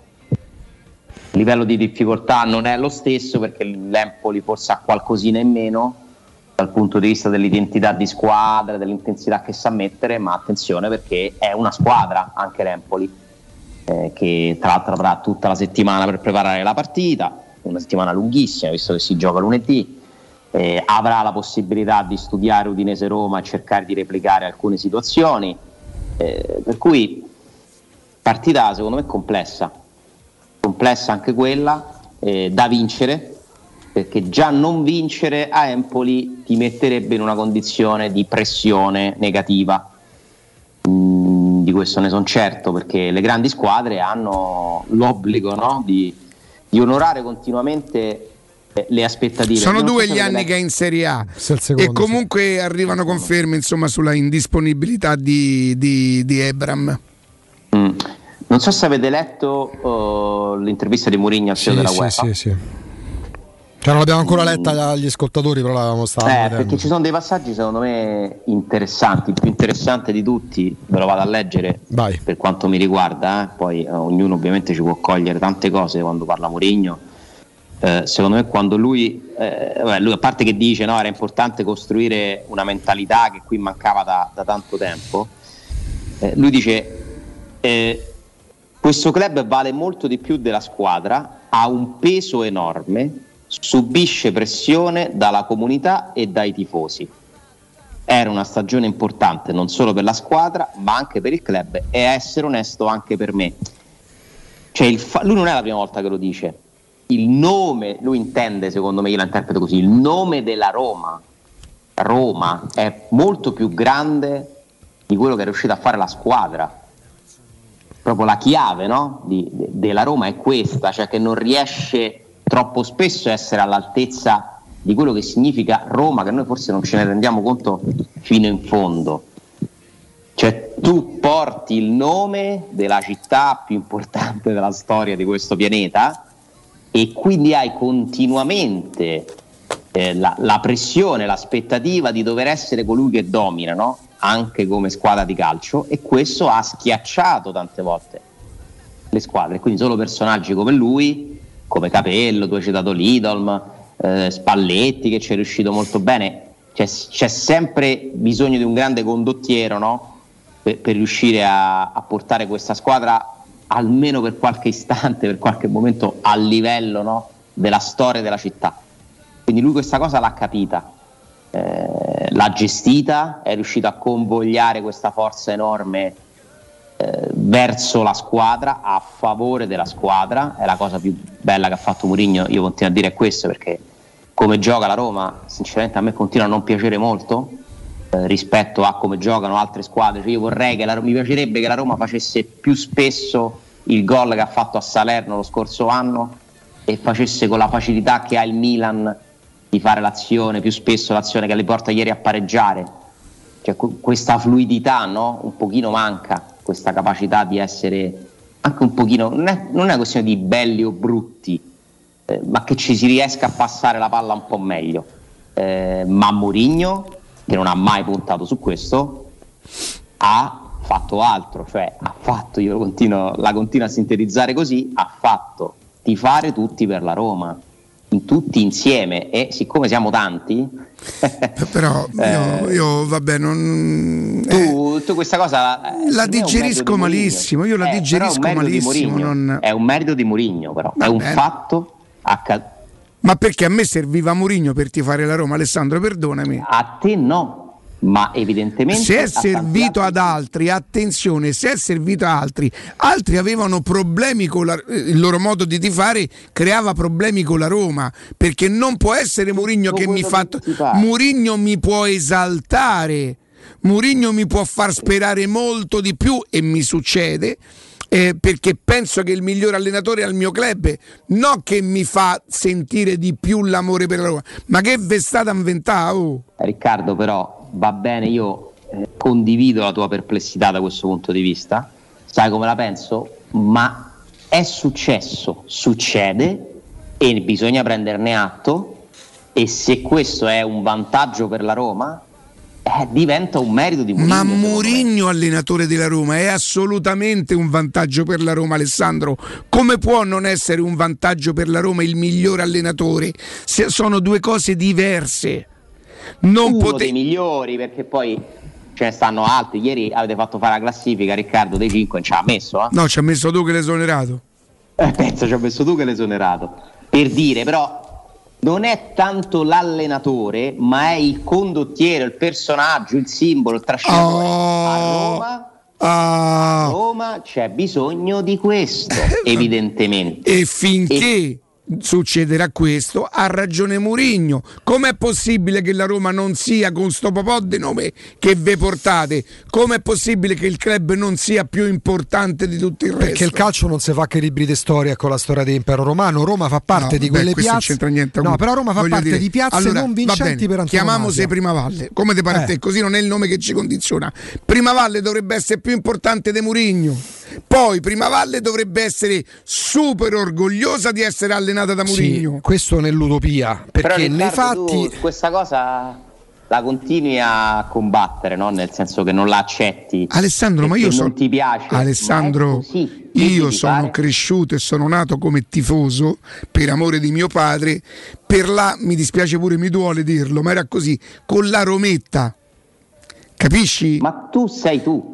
Il livello di difficoltà non è lo stesso, perché l'Empoli forse ha qualcosina in meno dal punto di vista dell'identità di squadra, dell'intensità che sa mettere, ma attenzione perché è una squadra anche l'Empoli, che tra l'altro avrà tutta la settimana per preparare la partita, una settimana lunghissima visto che si gioca lunedì, avrà la possibilità di studiare Udinese-Roma e cercare di replicare alcune situazioni, per cui partita secondo me complessa anche quella, da vincere, perché già non vincere a Empoli ti metterebbe in una condizione di pressione negativa. Di questo ne sono certo, perché le grandi squadre hanno l'obbligo, no? di onorare continuamente le aspettative. Sono 2 gli anni che è in Serie A e comunque arrivano conferme, insomma, sulla indisponibilità di Ebram. Non so se avete letto l'intervista di Mourinho al CEO della UEFA. Sì. Cioè non l'abbiamo ancora letta agli ascoltatori, però l'avevamo stata perché ci sono dei passaggi secondo me interessanti. Il più interessante di tutti ve lo vado a leggere. Vai. Per quanto mi riguarda, poi ognuno ovviamente ci può cogliere tante cose quando parla Mourinho. Secondo me quando lui a parte che dice no, era importante costruire una mentalità che qui mancava da tanto tempo, lui dice questo club vale molto di più della squadra, ha un peso enorme, subisce pressione dalla comunità e dai tifosi. Era una stagione importante non solo per la squadra ma anche per il club e, a essere onesto, anche per me. Cioè lui non è la prima volta che lo dice. Il nome, lui intende, secondo me, io la interpreto così, il nome della Roma è molto più grande di quello che è riuscita a fare la squadra. Proprio la chiave, no? della Roma è questa, cioè che non riesce troppo spesso a essere all'altezza di quello che significa Roma, che noi forse non ce ne rendiamo conto fino in fondo. Cioè tu porti il nome della città più importante della storia di questo pianeta e quindi hai continuamente la pressione, l'aspettativa di dover essere colui che domina, no? Anche come squadra di calcio, e questo ha schiacciato tante volte le squadre. Quindi solo personaggi come lui, come Capello, tu hai citato Lidolm, Spalletti che ci è riuscito molto bene, c'è sempre bisogno di un grande condottiero, no? per riuscire a portare questa squadra almeno per qualche istante, per qualche momento, a livello, no, della storia della città. Quindi lui questa cosa l'ha capita, l'ha gestita, è riuscito a convogliare questa forza enorme verso la squadra, a favore della squadra. È la cosa più bella che ha fatto Mourinho, io continuo a dire questo, perché come gioca la Roma sinceramente a me continua a non piacere molto rispetto a come giocano altre squadre. Cioè io vorrei che mi piacerebbe che la Roma facesse più spesso il gol che ha fatto a Salerno lo scorso anno e facesse con la facilità che ha il Milan di fare l'azione, più spesso l'azione che le porta ieri a pareggiare. Cioè questa fluidità, no? Un pochino manca, questa capacità di essere anche un pochino, non è una questione di belli o brutti, ma che ci si riesca a passare la palla un po' meglio. Ma Mourinho, che non ha mai puntato su questo, ha fatto altro, cioè ha fatto, io la continuo a sintetizzare così, ha fatto tifare tutti per la Roma, tutti insieme, e siccome siamo tanti però io vabbè non tu questa cosa la digerisco malissimo, io la digerisco malissimo, è un merito di Mourinho, però è un fatto ma perché a me serviva Mourinho per tifare la Roma, Alessandro, perdonami. A te no, ma evidentemente se è servito ad altri, attenzione, se è servito a altri avevano problemi con il loro modo di tifare, creava problemi con la Roma, perché non può essere Mourinho che mi fa Mourinho mi può esaltare, Mourinho mi può far sperare molto di più, e mi succede perché penso che il miglior allenatore è al mio club, non che mi fa sentire di più l'amore per la Roma, ma che vestata inventata. Riccardo, però va bene, io condivido la tua perplessità da questo punto di vista, sai come la penso, ma è successo, succede e bisogna prenderne atto, e se questo è un vantaggio per la Roma diventa un merito di Mourinho. Ma Mourinho allenatore della Roma è assolutamente un vantaggio per la Roma, Alessandro. Come può non essere un vantaggio per la Roma il miglior allenatore? Sono due cose diverse. Uno dei migliori, perché poi ce ne stanno altri. Ieri avete fatto fare la classifica, Riccardo, dei 5 ci ha messo No, ci ha messo tu che l'hai esonerato. Penso ci ha messo tu che l'hai esonerato, per dire, però non è tanto l'allenatore, ma è il condottiero, il personaggio, il simbolo, il trascinatore. A Roma c'è bisogno di questo, evidentemente. E finché succederà questo, ha ragione Mourinho. Com'è possibile che la Roma non sia, con sto popò di nome che ve portate, com'è possibile che il club non sia più importante di tutto il resto? Perché il calcio non si fa che libri di storia con la storia dell'impero romano. Roma fa parte di quelle piazze, no, però Roma fa parte di piazze non vincenti per antonomasia. Chiamiamose Primavalle, come ti pare a te, così non è il nome che ci condiziona. Primavalle dovrebbe essere più importante di Mourinho. Poi Primavalle dovrebbe essere super orgogliosa di essere allenata da Mourinho. Sì, questo nell'utopia, perché Riccardo, nei fatti questa cosa la continui a combattere, no? Nel senso che non la accetti. Alessandro, ma io non ti piace. Alessandro, io sono cresciuto e sono nato come tifoso per amore di mio padre, mi dispiace pure, mi duole dirlo, ma era così, con la Rometta. Capisci? Ma tu sei tu.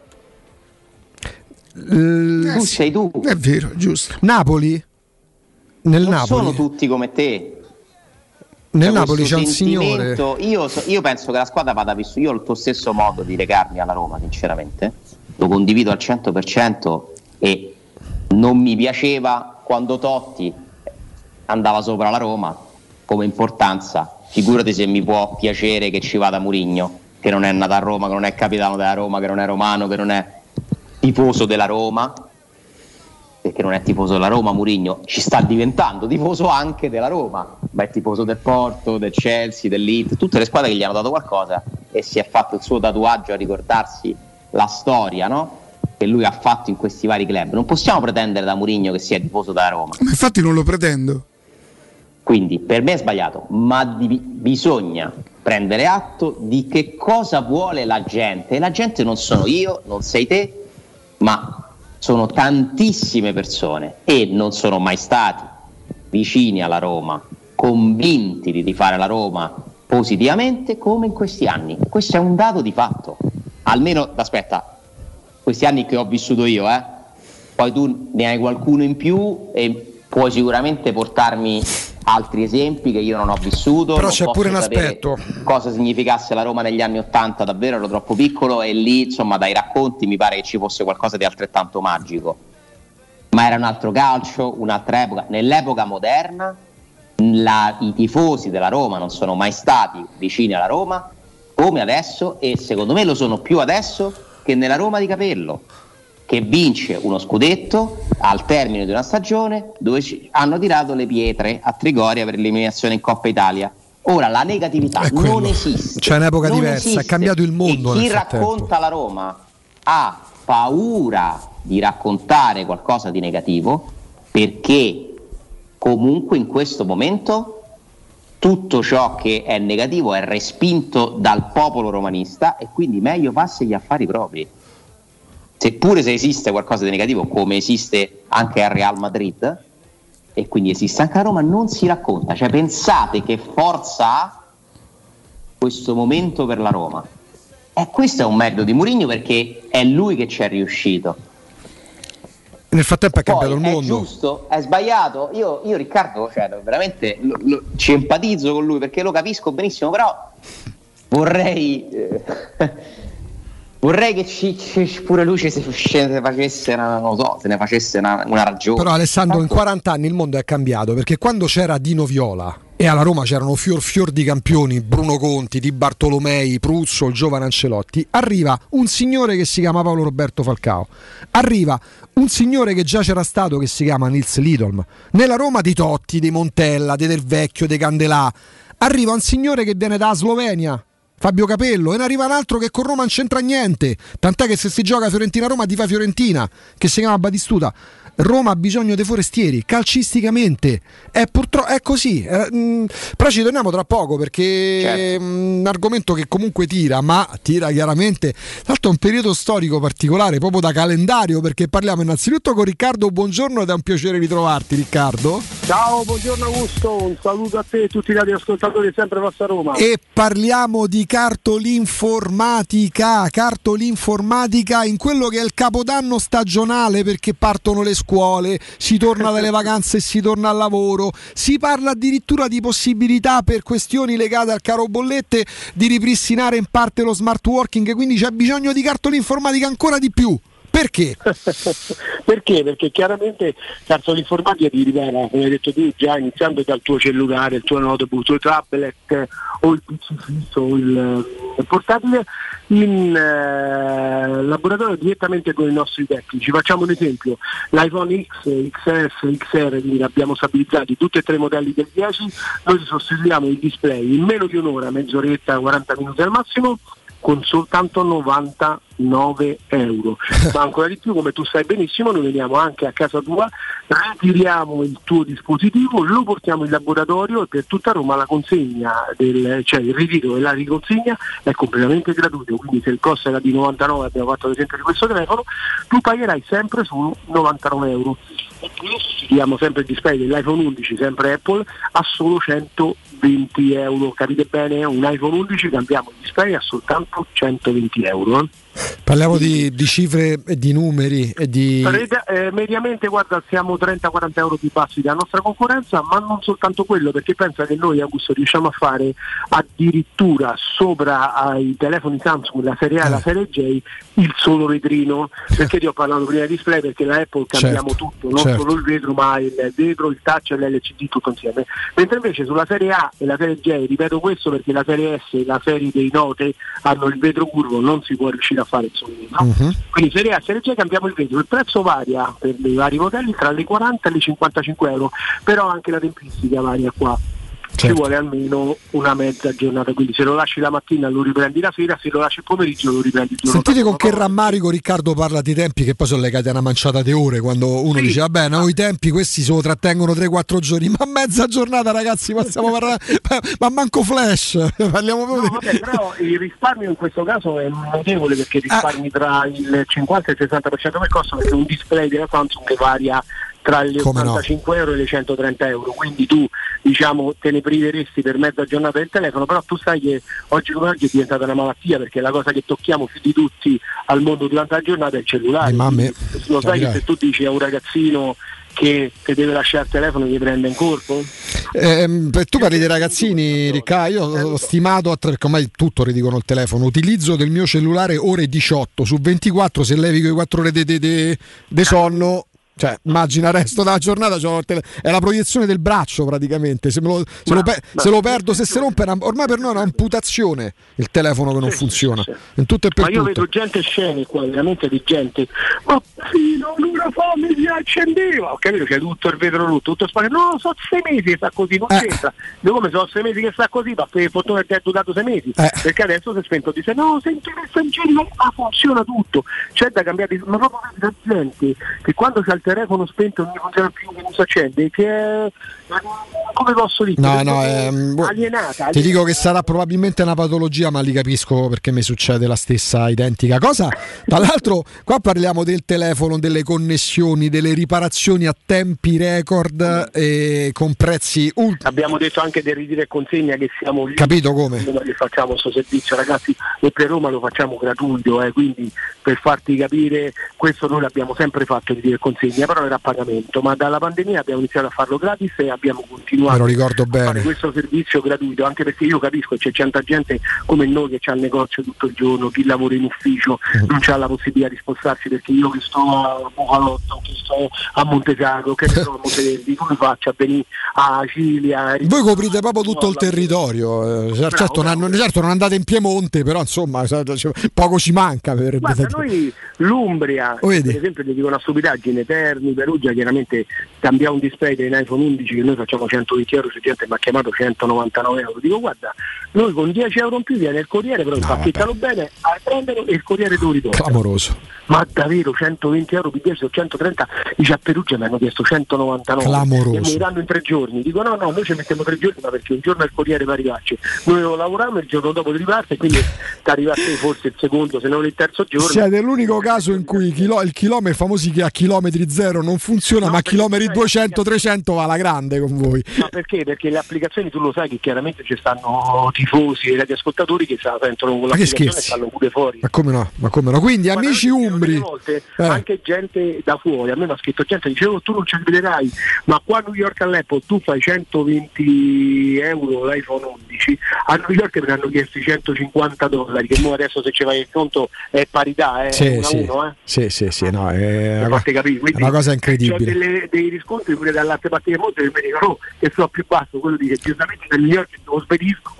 Sei tu. È vero, giusto. Napoli? Non sono tutti come te. Nel Napoli c'è un signore. Io penso che la squadra vada vissuta. Io ho il tuo stesso modo di legarmi alla Roma, sinceramente. Lo condivido al 100% e non mi piaceva quando Totti andava sopra la Roma come importanza. Figurati se mi può piacere che ci vada Mourinho, che non è nato a Roma, che non è capitano della Roma, che non è romano, che non è tifoso della Roma, perché non è tifoso della Roma. Mourinho ci sta diventando tifoso anche della Roma, ma è tifoso del Porto, del Chelsea, del Leeds, tutte le squadre che gli hanno dato qualcosa, e si è fatto il suo tatuaggio a ricordarsi la storia, no? Che lui ha fatto in questi vari club. Non possiamo pretendere da Mourinho che sia tifoso della Roma. Ma infatti non lo pretendo. Quindi per me è sbagliato, ma bisogna prendere atto di che cosa vuole la gente, e la gente non sono io, non sei te, ma sono tantissime persone, e non sono mai stati vicini alla Roma, convinti di fare la Roma positivamente come in questi anni. Questo è un dato di fatto. Almeno, aspetta, questi anni che ho vissuto io, poi tu ne hai qualcuno in più e puoi sicuramente portarmi altri esempi che io non ho vissuto. Però non c'è pure un aspetto. Cosa significasse la Roma negli anni '80, davvero ero troppo piccolo, e lì insomma dai racconti mi pare che ci fosse qualcosa di altrettanto magico, ma era un altro calcio, un'altra epoca. Nell'epoca moderna i tifosi della Roma non sono mai stati vicini alla Roma come adesso, e secondo me lo sono più adesso che nella Roma di Capello, che vince uno scudetto al termine di una stagione dove hanno tirato le pietre a Trigoria per l'eliminazione in Coppa Italia. Ora la negatività non esiste. C'è un'epoca diversa, esiste. È cambiato il mondo. E chi racconta la Roma ha paura di raccontare qualcosa di negativo, perché comunque in questo momento tutto ciò che è negativo è respinto dal popolo romanista, e quindi meglio farsi gli affari propri. Seppure se esiste qualcosa di negativo, come esiste anche al Real Madrid, e quindi esiste anche a Roma, non si racconta. Cioè, pensate che forza ha questo momento per la Roma. E questo è un merito di Mourinho, perché è lui che ci è riuscito. Nel frattempo è cambiato il mondo. È giusto? È sbagliato? Io Riccardo, cioè, veramente ci empatizzo con lui, perché lo capisco benissimo, però vorrei che pure lui se facesse una ragione. Però Alessandro, in 40 anni il mondo è cambiato, perché quando c'era Dino Viola e alla Roma c'erano fior di campioni, Bruno Conti, Di Bartolomei, Pruzzo, il giovane Ancelotti, arriva un signore che si chiama Paolo Roberto Falcao, arriva un signore che già c'era stato che si chiama Nils Lidolm, nella Roma di Totti, di Montella, di Del Vecchio, di Candelà, arriva un signore che viene dalla Slovenia, Fabio Capello, e ne arriva un altro che con Roma non c'entra niente, tant'è che se si gioca Fiorentina-Roma ti fa Fiorentina, che si chiama Batistuta. Roma ha bisogno dei forestieri, calcisticamente purtroppo è così, però ci torniamo tra poco, perché è un argomento che comunque tira chiaramente. Tra l'altro è un periodo storico particolare, proprio da calendario, perché parliamo innanzitutto con Riccardo. Buongiorno ed è un piacere ritrovarti, Riccardo. Ciao, buongiorno Augusto, un saluto a te e tutti i radioascoltatori sempre Passa Roma. E parliamo di cartolinformatica in quello che è il capodanno stagionale, perché partono le scuole, si torna dalle vacanze e si torna al lavoro, si parla addirittura di possibilità, per questioni legate al caro bollette, di ripristinare in parte lo smart working, quindi c'è bisogno di cartolinformatica ancora di più. Perché? Perché chiaramente cartolinformatica ti rivela, come hai detto tu, già iniziando dal tuo cellulare, il tuo notebook, il tuo tablet o il PC fisso o il portatile, in laboratorio direttamente con i nostri tecnici. Facciamo un esempio: l'iPhone X, XS, XR, quindi abbiamo stabilizzati tutti e tre i modelli del 10, noi sostituiamo il display in meno di un'ora, mezz'oretta, 40 minuti al massimo, con soltanto 99 euro. Ma ancora di più, come tu sai benissimo, noi veniamo anche a casa tua, ritiriamo il tuo dispositivo, lo portiamo in laboratorio, e per tutta Roma la consegna cioè il ritiro e la riconsegna è completamente gratuito. Quindi se il costo era di 99, abbiamo fatto l'esempio di questo telefono, tu pagherai sempre solo 99 euro. E diamo sempre il display dell'iPhone 11, sempre Apple, a solo 120 euro. Capite bene? Un iPhone 11 cambiamo il display a soltanto 120 euro. Parliamo di cifre e di numeri e di... mediamente, guarda, siamo 30-40 euro più bassi della nostra concorrenza, ma non soltanto quello, perché pensa che noi, Augusto, riusciamo a fare addirittura sopra ai telefoni Samsung, la serie A e la serie J, il solo vetrino. Perché ti ho parlato prima di display? Perché la Apple cambiamo tutto, non solo il vetro, ma il vetro, il touch e l'LCD tutto insieme. Mentre invece sulla serie A e la serie J, ripeto questo perché la serie S e la serie dei Note hanno il vetro curvo, non si può riuscire a fare il solo, no? Quindi serie A, serie J cambiamo il vetro. Il prezzo varia per i vari modelli tra le 40 e le 55 euro, però anche la tempistica varia qua. Ci vuole almeno una mezza giornata, quindi se lo lasci la mattina lo riprendi la sera, se lo lasci il pomeriggio lo riprendi il giorno. Sentite con che rammarico Riccardo parla di tempi che poi sono legati a una manciata di ore, quando uno dice vabbè, no, i tempi questi se lo trattengono 3-4 giorni, ma mezza giornata ragazzi, possiamo parlare, ma manco flash, parliamo proprio vabbè, però il risparmio in questo caso è notevole, perché risparmi tra il 50 e il 60% del costo, perché un display della Samsung che varia tra gli 85 euro e le 130 euro, quindi tu diciamo te ne priveresti per mezza giornata del telefono, però tu sai che oggi come oggi è diventata una malattia, perché la cosa che tocchiamo più di tutti al mondo durante la giornata è il cellulare. Lo sai che se tu dici a un ragazzino che deve lasciare il telefono gli prende in corpo? Tu parli dei ragazzini, Riccardo, io ho stimato, perché ormai tutto ridicono il telefono, utilizzo del mio cellulare ore 18 su 24, se levi quei 4 ore di sonno, cioè immagina il resto della giornata, è la proiezione del braccio praticamente, se lo perdo, se si rompe, ormai per noi è un'amputazione il telefono che non funziona. In tutto e per ma io tutto. vedo gente scene qua, veramente di gente, ma fino l'una fa mi si accendeva, ho capito, c'è tutto il vetro rotto, tutto spazio, no, sono 6 mesi che sta così, non c'entra, io come sono 6 mesi che sta così, ma per fortuna che è durato 6 mesi, perché adesso si è spento, dice no, se interessa in giro, ma funziona tutto, c'è da cambiare, ma proprio la gente che quando c'è il telefono spento non funziona più, che non si accende, che è, come posso dire, alienata. Ti dico che sarà probabilmente una patologia, ma li capisco perché mi succede la stessa identica cosa. Tra l'altro qua parliamo del telefono, delle connessioni, delle riparazioni a tempi record e con prezzi abbiamo detto anche del ritiro e consegna, che siamo lì, capito come che facciamo questo servizio, ragazzi, e per Roma lo facciamo gratuito, quindi per farti capire, questo noi l'abbiamo sempre fatto, ritiro e consegna, però era a pagamento, ma dalla pandemia abbiamo iniziato a farlo gratis e abbiamo continuato, me lo ricordo bene, a fare questo servizio gratuito, anche perché io capisco che c'è tanta gente come noi che c'ha il negozio tutto il giorno, chi lavora in ufficio non c'ha la possibilità di spostarsi, perché io che sto a Bucalotto, che sto a Montesagro, che sto a Monteverdi, come faccio a venire a Cilia? Voi coprite proprio tutto il territorio, certo non andate in Piemonte, però insomma poco ci manca. Guarda, noi l'Umbria, per esempio, ti dico una stupidaggine, Terni, Perugia, chiaramente cambiamo un display dei iPhone 11 che noi facciamo 120 euro, c'è gente mi ha chiamato 199 euro, dico guarda, noi con 10 euro in più viene il corriere, però impacchettalo bene, a prenderlo e il corriere te lo ritorna. Clamoroso. Ma davvero 120 euro più 10 o 130, dice a Perugia mi hanno chiesto 199 clamoroso, e mi danno in 3 giorni, dico no, noi ci mettiamo 3 giorni, ma perché un giorno il corriere va a arrivarci, noi lo lavoriamo, il giorno dopo ti riparte, quindi ti arriva a te forse il secondo, se non il terzo giorno. Siete l'unico caso in cui il chilometro, famosi che a chilometri zero non funziona, ma a chilometri 200-300 va alla grande con voi. Ma perché? Perché le applicazioni, tu lo sai che chiaramente ci stanno tifosi e radioascoltatori che se la sentono con l'applicazione e stanno pure fuori. Ma come no? Quindi amici umbri, volte, anche gente da fuori, a me mi ha scritto gente, dicevo tu non ci vedrai, ma qua a New York all'Apple tu fai 120 euro l'iPhone 11, a New York me ne hanno chiesti $150, che mo adesso se ci vai il conto è parità, sì, 1-1. Sì, no, è una cosa incredibile. C'è dei riscontri pure dall'altra parte del mondo che mi dicono che sono più basso, quello dice giustamente da New York lo spedisco.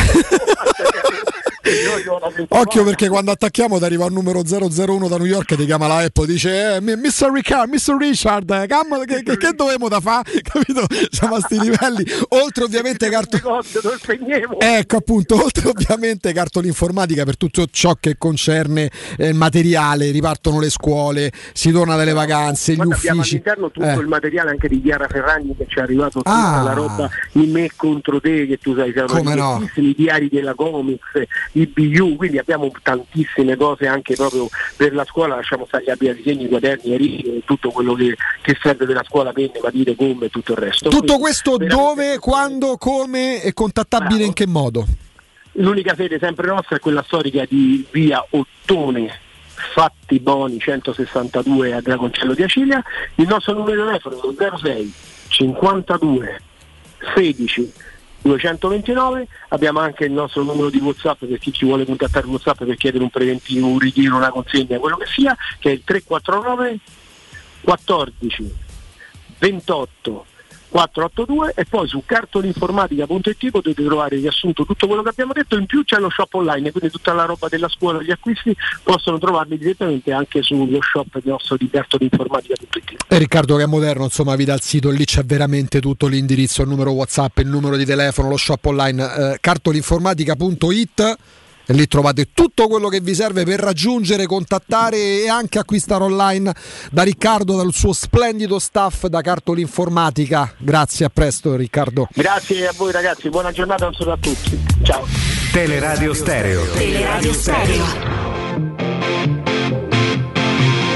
Occhio, perché quando attacchiamo ti arriva il numero 001 da New York, ti chiama la Apple, dice Mr. Richard, che dovevamo da fare? Capito? Siamo a sti livelli. Oltre ovviamente ecco appunto, oltre ovviamente cartolinformatica per tutto ciò che concerne il materiale, ripartono le scuole, si torna dalle vacanze, gli uffici. Abbiamo all'interno tutto il materiale anche di Chiara Ferragni, che ci è arrivato tutta la roba in me contro te, che tu sai, sono i diari della Comics, i BU, quindi abbiamo tantissime cose anche proprio per la scuola, lasciamo stare gli abiti, disegni, quaderni, righe, tutto quello che serve della scuola, penne, matite, gomme e tutto il resto. Tutto questo dove, quando, come e contattabile in che modo? L'unica sede sempre nostra è quella storica di via Ottone Fatti Boni 162 a Dragoncello di Acilia. Il nostro numero di telefono è 06 52 16 229. Abbiamo anche il nostro numero di WhatsApp per chi ci vuole contattare WhatsApp per chiedere un preventivo, un ritiro, una consegna, quello che sia, che è il 349 14 28 482, e poi su cartolinformatica.it potete trovare riassunto tutto quello che abbiamo detto. In più c'è lo shop online, quindi tutta la roba della scuola, gli acquisti possono trovarli direttamente anche sullo shop nostro di cartolinformatica.it. E Riccardo, che è moderno, insomma, vi dà il sito, lì c'è veramente tutto, l'indirizzo, il numero WhatsApp, il numero di telefono, lo shop online, cartolinformatica.it. E lì trovate tutto quello che vi serve per raggiungere, contattare e anche acquistare online da Riccardo, dal suo splendido staff da Cartolinformatica. Grazie, a presto Riccardo. Grazie a voi ragazzi, buona giornata, un saluto a tutti. Ciao. Teleradio Stereo. Teleradio Stereo.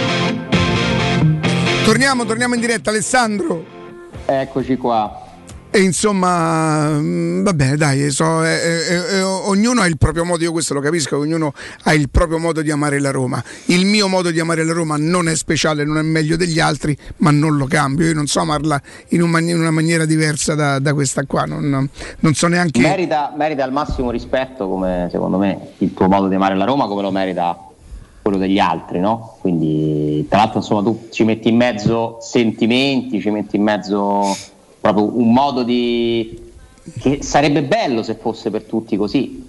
Torniamo in diretta, Alessandro. Eccoci qua. E insomma, va bene, dai, ognuno ha il proprio modo, io questo lo capisco, ognuno ha il proprio modo di amare la Roma. Il mio modo di amare la Roma non è speciale, non è meglio degli altri, ma non lo cambio. Io non so amarla in una maniera diversa da questa qua, non so neanche... Merita al massimo rispetto, come secondo me, il tuo modo di amare la Roma, come lo merita quello degli altri, no? Quindi, tra l'altro, insomma, tu ci metti in mezzo sentimenti, ci metti in mezzo... proprio un modo che sarebbe bello se fosse per tutti così.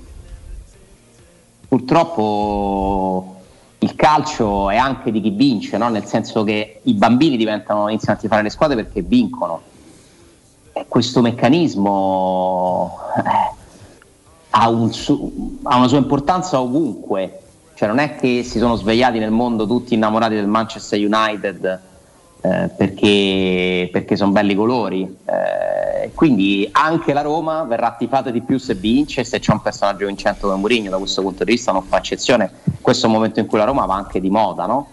Purtroppo il calcio è anche di chi vince, no? Nel senso che i bambini iniziano a tifare le squadre perché vincono. E questo meccanismo ha una sua importanza ovunque. Cioè non è che si sono svegliati nel mondo tutti innamorati del Manchester United perché sono belli colori, quindi anche la Roma verrà tifata di più se vince, se c'è un personaggio vincente come Mourinho. Da questo punto di vista non fa eccezione. Questo è un momento in cui la Roma va anche di moda, no?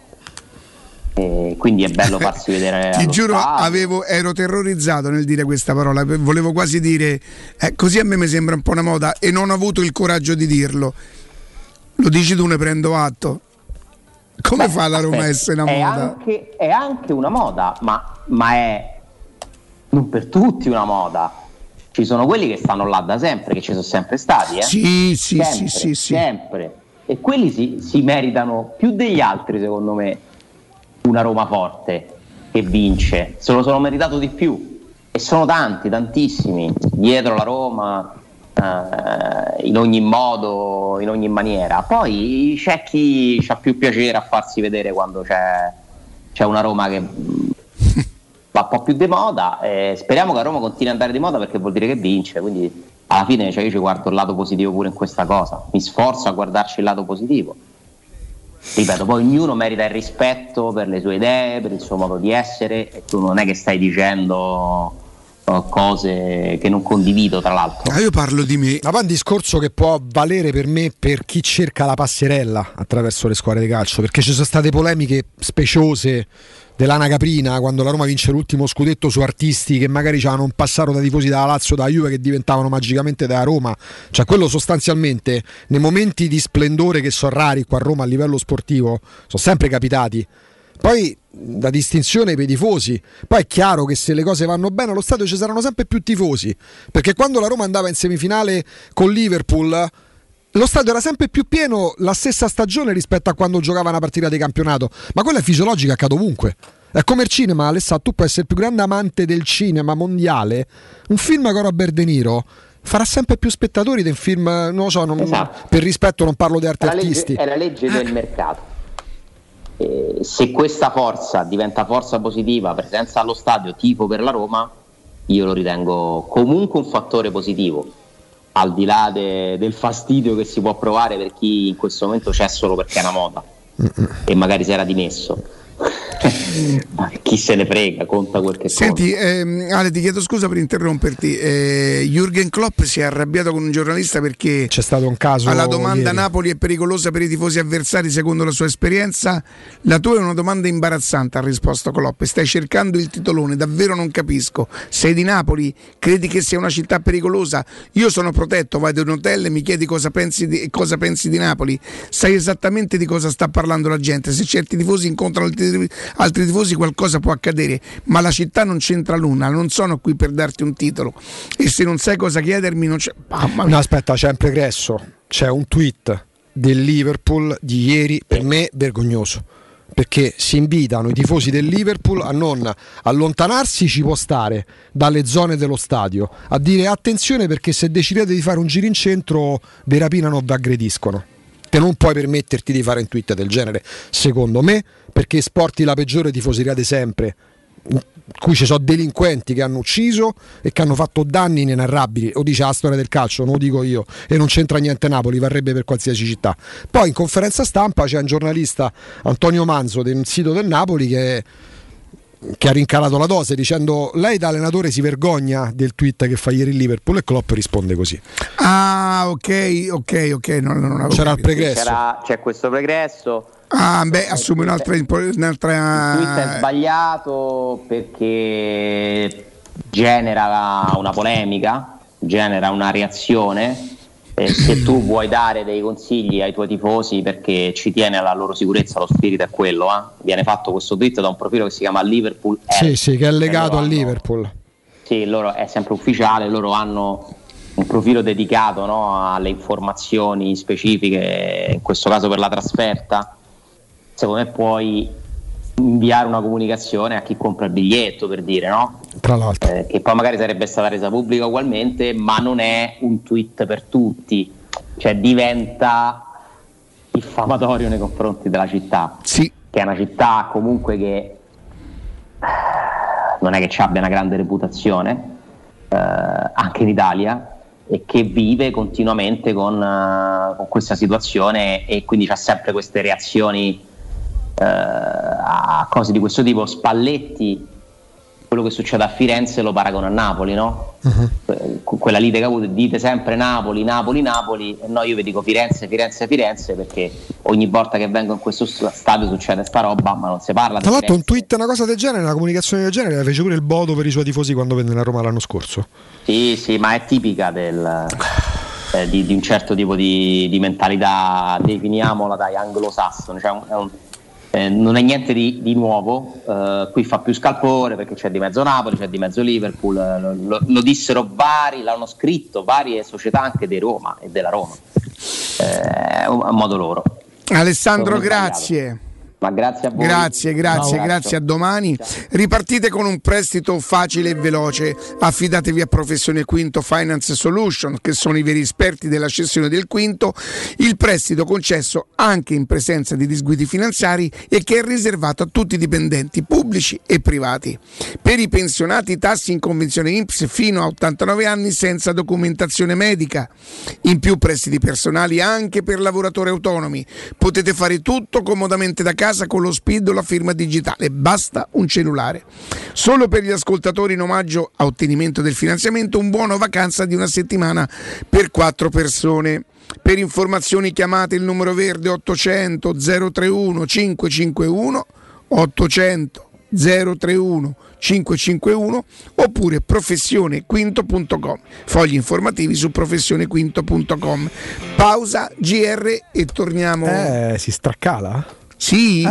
E quindi è bello farsi vedere. Ti giuro, ero terrorizzato nel dire questa parola, volevo quasi dire così a me mi sembra un po' una moda e non ho avuto il coraggio di dirlo. Lo dici tu, ne prendo atto. Come fa la Roma a essere una moda? È anche una moda, ma è non per tutti una moda. Ci sono quelli che stanno là da sempre, che ci sono sempre stati. Sì. Sempre. E quelli si meritano più degli altri, secondo me, una Roma forte che vince. Se lo sono meritato di più. E sono tantissimi dietro la Roma, in ogni modo, in ogni maniera. Poi c'è chi ha più piacere a farsi vedere quando c'è una Roma che va un po' più di moda. Speriamo che a Roma continui ad andare di moda, perché vuol dire che vince. Quindi alla fine io ci guardo il lato positivo pure in questa cosa, mi sforzo a guardarci il lato positivo. Ripeto, poi ognuno merita il rispetto per le sue idee, per il suo modo di essere, e tu non è che stai dicendo cose che non condivido, tra l'altro. Io parlo di me. Ma poi un discorso che può valere per me per chi cerca la passerella attraverso le squadre di calcio, perché ci sono state polemiche speciose dell'Ana Caprina quando la Roma vince l'ultimo scudetto su artisti che magari c'erano un passato da tifosi della Lazio, da Juve, che diventavano magicamente della Roma. Cioè quello sostanzialmente, nei momenti di splendore che sono rari qua a Roma a livello sportivo, sono sempre capitati. Poi la distinzione per i tifosi. Poi è chiaro che se le cose vanno bene allo stadio ci saranno sempre più tifosi, perché quando la Roma andava in semifinale con Liverpool lo stadio era sempre più pieno la stessa stagione rispetto a quando giocava una partita di campionato. Ma quella è fisiologica, accade ovunque. È come il cinema, Alessà, tu puoi essere il più grande amante del cinema mondiale, un film con Robert De Niro farà sempre più spettatori del film, non lo so, esatto. Per rispetto non parlo di altri artisti. È la legge del mercato. Se questa forza diventa forza positiva, presenza allo stadio, tifo per la Roma, io lo ritengo comunque un fattore positivo, al di là del fastidio che si può provare per chi in questo momento c'è solo perché è una moda e magari si era dimesso. Ma chi se ne frega, conta quel che Senti, Ale, ti chiedo scusa per interromperti. Jürgen Klopp si è arrabbiato con un giornalista perché c'è stato un caso alla domanda ieri. Napoli è pericolosa per i tifosi avversari secondo la sua esperienza. La tua è una domanda imbarazzante, ha risposto Klopp. Stai cercando il titolone, davvero non capisco. Sei di Napoli? Credi che sia una città pericolosa? Io sono protetto, vai da un hotel e mi chiedi cosa pensi di Napoli. Sai esattamente di cosa sta parlando la gente. Se certi tifosi incontrano altri tifosi qualcosa può accadere, ma la città non c'entra l'una. Non sono qui per darti un titolo e se non sai cosa chiedermi non c'è. No, aspetta, c'è un pregresso, c'è un tweet del Liverpool di ieri, per me vergognoso, perché si invitano i tifosi del Liverpool a non allontanarsi, ci può stare, dalle zone dello stadio, a dire attenzione perché se decidete di fare un giro in centro vi rapinano o vi aggrediscono. Te non puoi permetterti di fare un tweet del genere, secondo me, perché esporti la peggiore tifoseria di sempre, in cui ci sono delinquenti che hanno ucciso e che hanno fatto danni inenarrabili. O dice la storia del calcio, non lo dico io, e non c'entra niente Napoli, varrebbe per qualsiasi città. Poi in conferenza stampa c'è un giornalista, Antonio Manzo, del sito del Napoli, che ha rincarato la dose dicendo: lei da allenatore si vergogna del tweet che fa ieri il Liverpool? E Klopp risponde così. Ah, ok, non c'era il pregresso, c'è questo pregresso. Assume un'altra. Il tweet è sbagliato perché genera una polemica, genera una reazione. Se tu vuoi dare dei consigli ai tuoi tifosi, perché ci tiene alla loro sicurezza, lo spirito è quello, viene fatto questo tweet da un profilo che si chiama Liverpool Health, sì, che è legato a Liverpool. Sì, loro è sempre ufficiale, loro hanno un profilo dedicato, no, alle informazioni specifiche, in questo caso per la trasferta. Secondo me puoi inviare una comunicazione a chi compra il biglietto, per dire, no? Tra l'altro, che poi magari sarebbe stata resa pubblica ugualmente, ma non è un tweet per tutti, cioè diventa diffamatorio nei confronti della città, sì, che è una città comunque che non è che ci abbia una grande reputazione, anche in Italia, e che vive continuamente con questa situazione, e quindi c'ha sempre queste reazioni a cose di questo tipo. Spalletti, quello che succede a Firenze lo paragona a Napoli, no? Quella lite che ha avuto, dite sempre Napoli, e no, io vi dico Firenze, perché ogni volta che vengo in questo stadio succede sta roba, ma non si parla. Tra l'altro un tweet, una cosa del genere, una comunicazione del genere la fece pure il Bodo per i suoi tifosi quando venne a Roma l'anno scorso. Sì, ma è tipica di un certo tipo di mentalità, definiamola dai, anglosassone, cioè non è niente di nuovo. Qui fa più scalpore perché c'è di mezzo Napoli, c'è di mezzo Liverpool, lo dissero l'hanno scritto varie società anche di Roma e della Roma, a modo loro. Alessandro, grazie. Ma grazie a voi. Grazie, a domani. Ripartite con un prestito facile e veloce. Affidatevi a Professione Quinto Finance Solution, che sono i veri esperti della cessione del quinto, il prestito concesso anche in presenza di disguidi finanziari e che è riservato a tutti i dipendenti pubblici e privati. Per i pensionati, tassi in convenzione INPS fino a 89 anni senza documentazione medica. In più prestiti personali anche per lavoratori autonomi. Potete fare tutto comodamente da casa con lo SPID o la firma digitale, basta un cellulare. Solo per gli ascoltatori in omaggio a ottenimento del finanziamento un buono vacanza di una settimana per 4 persone. Per informazioni chiamate il numero verde 800 031 551 800 031 551 oppure professionequinto.com. Fogli informativi su professionequinto.com. Pausa GR e torniamo. Si straccala? Sì?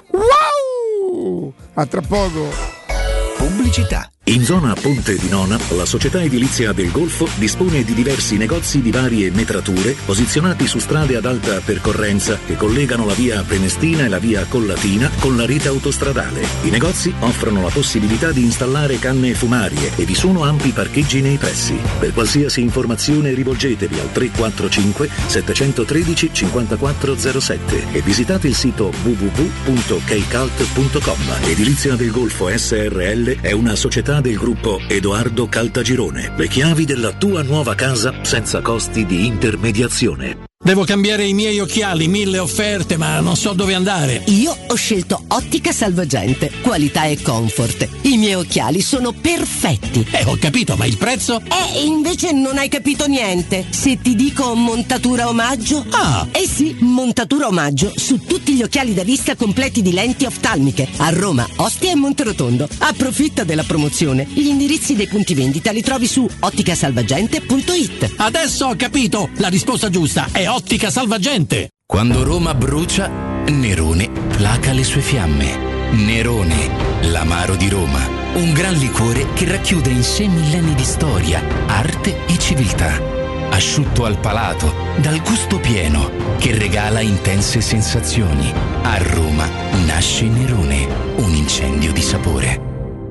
Wow! A tra poco. Pubblicità. In zona Ponte di Nona, la società edilizia del Golfo dispone di diversi negozi di varie metrature posizionati su strade ad alta percorrenza che collegano la via Prenestina e la via Collatina con la rete autostradale. I negozi offrono la possibilità di installare canne fumarie e vi sono ampi parcheggi nei pressi. Per qualsiasi informazione rivolgetevi al 345 713 5407 e visitate il sito www.keicalt.com. Edilizia del Golfo SRL è una società del gruppo Edoardo Caltagirone. Le chiavi della tua nuova casa senza costi di intermediazione. Devo cambiare i miei occhiali, 1000 offerte, ma non so dove andare. Io ho scelto Ottica Salvagente, qualità e comfort. I miei occhiali sono perfetti. Ho capito, ma il prezzo? Invece non hai capito niente. Se ti dico montatura omaggio? Sì, montatura omaggio su tutti gli occhiali da vista completi di lenti oftalmiche a Roma, Ostia e Monterotondo. Approfitta della promozione. Gli indirizzi dei punti vendita li trovi su otticasalvagente.it. Adesso ho capito, la risposta giusta è Ottica Salvagente. Quando Roma brucia, Nerone placa le sue fiamme. Nerone, l'amaro di Roma. Un gran liquore che racchiude in sé millenni di storia, arte e civiltà. Asciutto al palato, dal gusto pieno, che regala intense sensazioni. A Roma nasce Nerone, un incendio di sapore.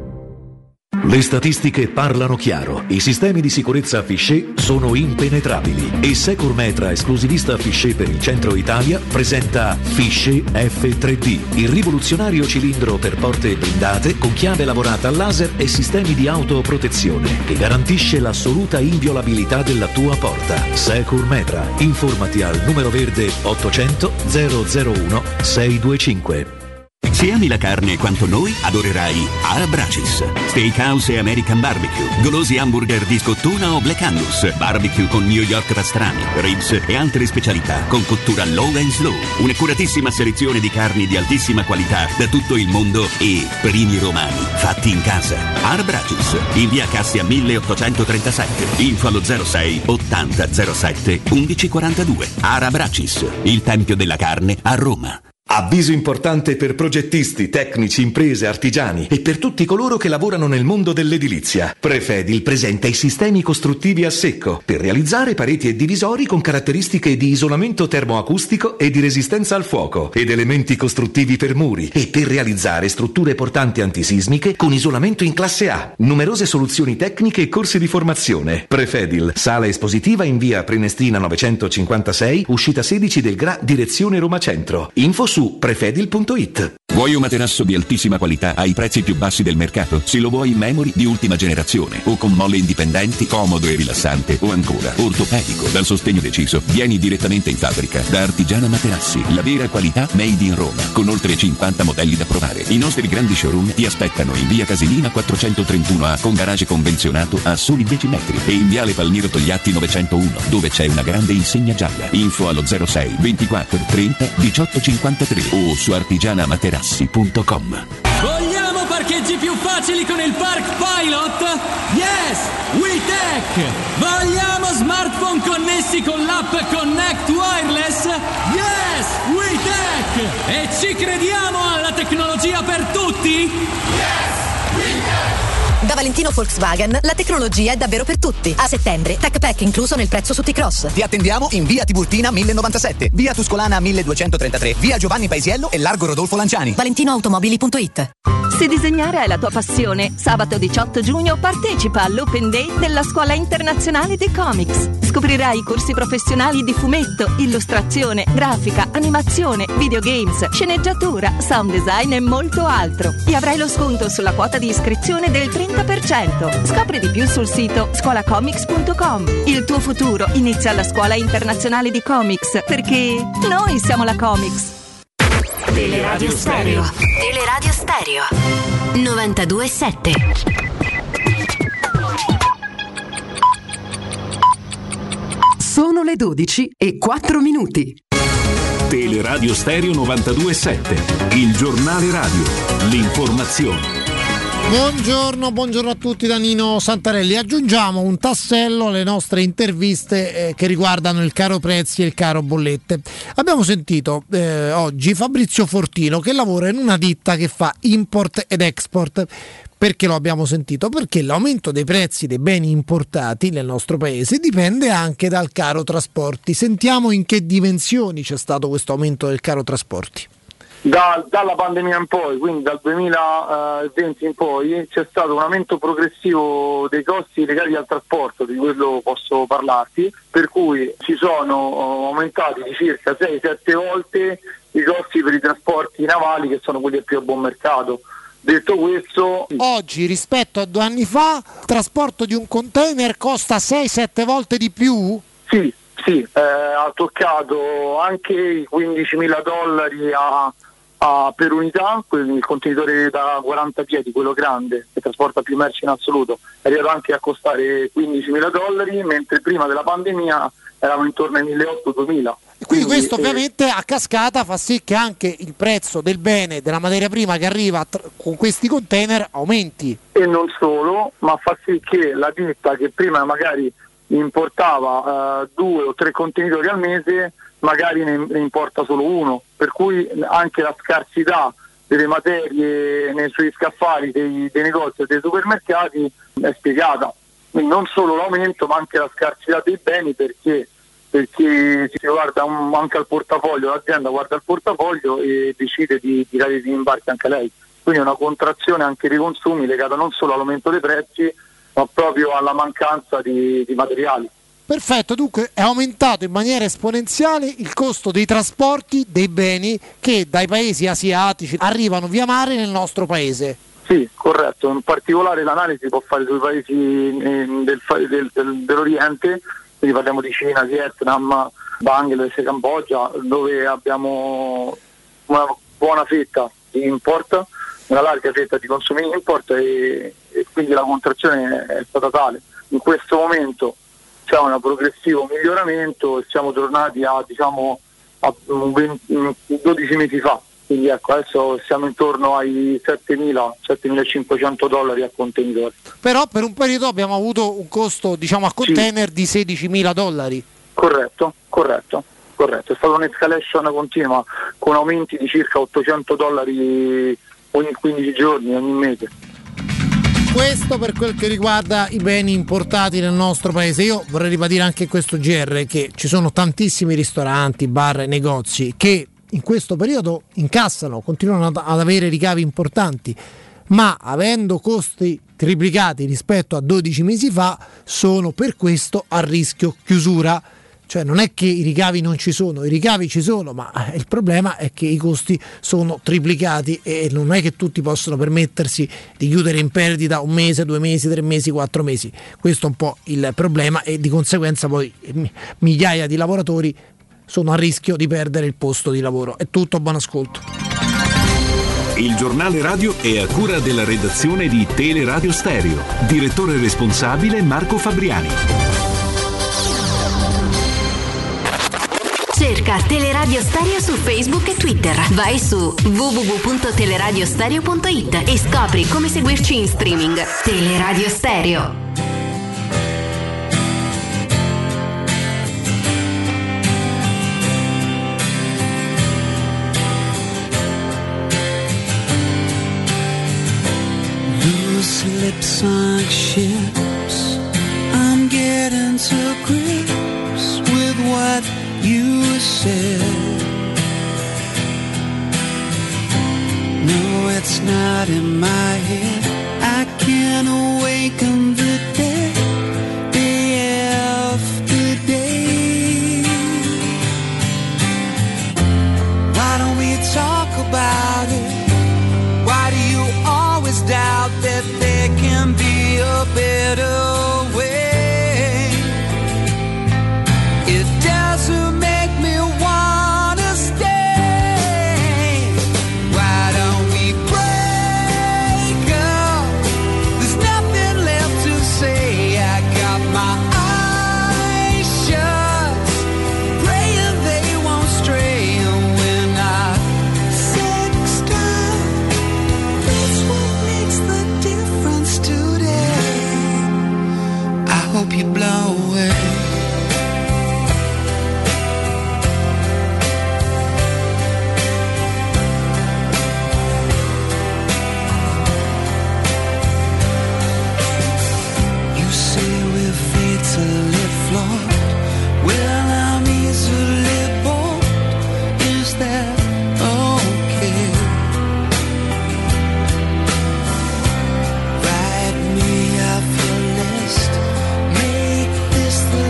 Le statistiche parlano chiaro. I sistemi di sicurezza Fichet sono impenetrabili e Securmetra, esclusivista Fichet per il centro Italia, presenta Fichet F3D, il rivoluzionario cilindro per porte blindate con chiave lavorata a laser e sistemi di autoprotezione che garantisce l'assoluta inviolabilità della tua porta. Securmetra. Informati al numero verde 800 001 625. Se ami la carne quanto noi, adorerai Arabracis. Steakhouse e American Barbecue, golosi hamburger di scottuna o Black Angus, barbecue con New York pastrami, ribs e altre specialità con cottura low and slow. Un'accuratissima selezione di carni di altissima qualità da tutto il mondo e primi romani fatti in casa. Arabracis, in via Cassia 1837. Info allo 06 80 07 1142. Arabracis, il tempio della carne a Roma. Avviso importante per progettisti, tecnici, imprese, artigiani e per tutti coloro che lavorano nel mondo dell'edilizia. Prefedil presenta i sistemi costruttivi a secco per realizzare pareti e divisori con caratteristiche di isolamento termoacustico e di resistenza al fuoco ed elementi costruttivi per muri e per realizzare strutture portanti antisismiche con isolamento in classe A. Numerose soluzioni tecniche e corsi di formazione. Prefedil, sala espositiva in via Prenestina 956, uscita 16 del Gra, direzione Roma Centro. Info su prefedil.it. Vuoi un materasso di altissima qualità ai prezzi più bassi del mercato? Se lo vuoi in memory di ultima generazione o con molle indipendenti, comodo e rilassante o ancora ortopedico dal sostegno deciso, vieni direttamente in fabbrica da Artigiana Materassi, la vera qualità made in Roma, con oltre 50 modelli da provare. I nostri grandi showroom ti aspettano in via Casilina 431A con garage convenzionato a soli 10 metri e in viale Palmiro Togliatti 901 dove c'è una grande insegna gialla. Info allo 06 24 30 18 53 o su artigianamaterassi.com. Vogliamo parcheggi più facili con il Park Pilot? Yes! WeTech! Vogliamo smartphone connessi con l'app Connect Wireless? Yes! WeTech! E ci crediamo alla tecnologia per tutti? Yes! WeTech! Da Valentino Volkswagen la tecnologia è davvero per tutti. A settembre, Tech Pack incluso nel prezzo su T-Cross. Ti attendiamo in via Tiburtina 1097, via Tuscolana 1233, via Giovanni Paesiello e largo Rodolfo Lanciani. ValentinoAutomobili.it. Se disegnare è la tua passione, sabato 18 giugno partecipa all'Open Day della Scuola Internazionale dei Comics. Scoprirai corsi professionali di fumetto, illustrazione, grafica, animazione, videogames, sceneggiatura, sound design e molto altro. E avrai lo sconto sulla quota di iscrizione del 30%. Scopri di più sul sito scolacomics.com. Il tuo futuro inizia alla Scuola Internazionale di Comics, perché noi siamo la Comics. Teleradio Stereo. Teleradio Stereo 92.7. Sono le 12:04. Teleradio Stereo 92.7, il giornale radio, l'informazione. Buongiorno a tutti da Nino Santarelli. Aggiungiamo un tassello alle nostre interviste che riguardano il caro prezzi e il caro bollette. Abbiamo sentito oggi Fabrizio Fortino che lavora in una ditta che fa import ed export. Perché lo abbiamo sentito? Perché l'aumento dei prezzi dei beni importati nel nostro paese dipende anche dal caro trasporti. Sentiamo in che dimensioni c'è stato questo aumento del caro trasporti. Dalla pandemia in poi, quindi dal 2020 in poi, c'è stato un aumento progressivo dei costi legati al trasporto, di quello posso parlarti, per cui ci sono aumentati di circa 6-7 volte i costi per i trasporti navali, che sono quelli a più a buon mercato. Detto questo, oggi rispetto a 2 anni fa, il trasporto di un container costa 6-7 volte di più? Sì, ha toccato anche i $15.000 per unità, il contenitore da 40 piedi, quello grande, che trasporta più merci in assoluto, è arrivato anche a costare $15.000, mentre prima della pandemia eravamo intorno ai 1.800-2.000. Quindi questo ovviamente a cascata fa sì che anche il prezzo del bene, della materia prima che arriva con questi container aumenti. E non solo, ma fa sì che la ditta che prima magari importava 2 o 3 contenitori al mese, magari ne importa solo 1, per cui anche la scarsità delle materie nei suoi scaffali dei negozi e dei supermercati è spiegata. Quindi non solo l'aumento, ma anche la scarsità dei beni, perché si guarda anche al portafoglio, l'azienda guarda il portafoglio e decide di tirare gli imbarchi anche lei. Quindi è una contrazione anche dei consumi legata non solo all'aumento dei prezzi, ma proprio alla mancanza di materiali. Perfetto, dunque è aumentato in maniera esponenziale il costo dei trasporti dei beni che dai paesi asiatici arrivano via mare nel nostro paese. Sì, corretto, in particolare l'analisi può fare sui paesi dell'Oriente, quindi parliamo di Cina, Vietnam, Bangladesh e Cambogia, dove abbiamo una buona fetta di import, una larga fetta di consumi import e quindi la contrazione è stata tale. In questo momento c'è un progressivo miglioramento e siamo tornati a 12 mesi fa, quindi ecco, adesso siamo intorno ai $7.500 a contenitore. Però per un periodo abbiamo avuto un costo a container di $16.000. Corretto, è stata un'escalation continua con aumenti di circa $800 ogni 15 giorni, ogni mese. Questo per quel che riguarda i beni importati nel nostro paese. Io vorrei ribadire anche in questo GR che ci sono tantissimi ristoranti, bar, negozi che in questo periodo incassano, continuano ad avere ricavi importanti, ma avendo costi triplicati rispetto a 12 mesi fa sono per questo a rischio chiusura. Cioè non è che i ricavi non ci sono, i ricavi ci sono, ma il problema è che i costi sono triplicati e non è che tutti possono permettersi di chiudere in perdita un mese, 2 mesi, 3 mesi, 4 mesi. Questo è un po' il problema e di conseguenza poi migliaia di lavoratori sono a rischio di perdere il posto di lavoro. È tutto, buon ascolto. Il giornale radio è a cura della redazione di Teleradio Stereo. Direttore responsabile Marco Fabriani. Cerca Teleradio Stereo su Facebook e Twitter. Vai su www.teleradiostereo.it e scopri come seguirci in streaming. Teleradio Stereo. Loose lips like ships. I'm getting to grips with what you said. No, it's not in my head. I can't awaken the dead day after day. Why don't we talk about it? Why do you always doubt that there can be a better way? It doesn't make me wanna stay. Why don't we break up? There's nothing left to say. I got my eyes shut, praying they won't stray. And when I sex time, that's what makes the difference today. I hope you blow away. Make this the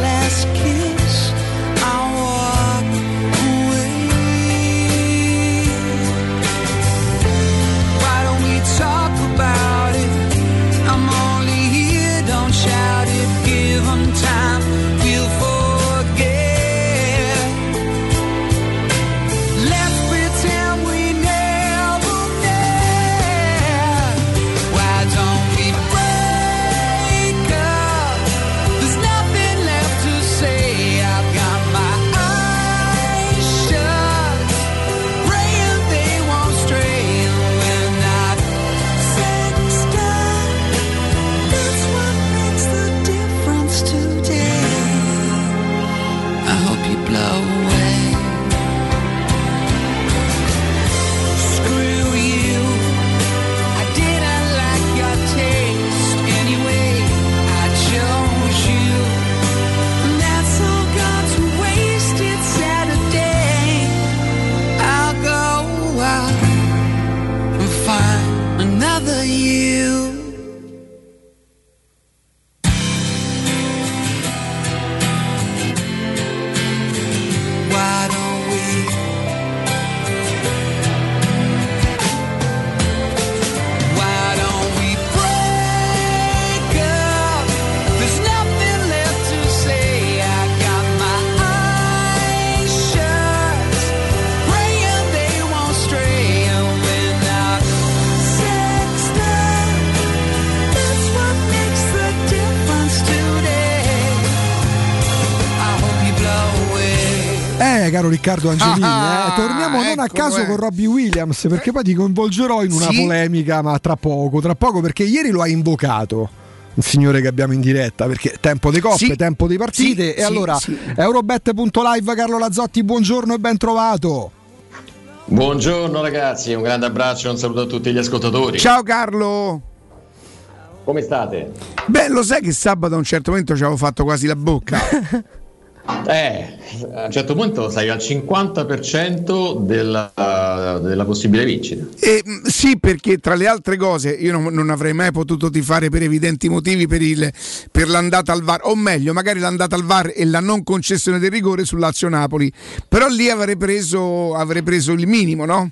caro Riccardo Angelini. Torniamo non a caso con Robbie Williams, perché poi ti coinvolgerò in una polemica, ma tra poco, perché ieri lo hai invocato il signore che abbiamo in diretta, perché tempo di coppe, tempo di partite, e allora Eurobet.live, Carlo Lazzotti, buongiorno e ben trovato. Buongiorno ragazzi, un grande abbraccio e un saluto a tutti gli ascoltatori. Ciao Carlo. Come state? Beh, lo sai che sabato a un certo momento ci avevo fatto quasi la bocca. A un certo punto sei al 50% della possibile vincita. Sì, perché tra le altre cose io non avrei mai potuto tifare per evidenti motivi per l'andata al VAR, o meglio, magari l'andata al VAR e la non concessione del rigore sul Lazio-Napoli, però lì avrei preso il minimo, no?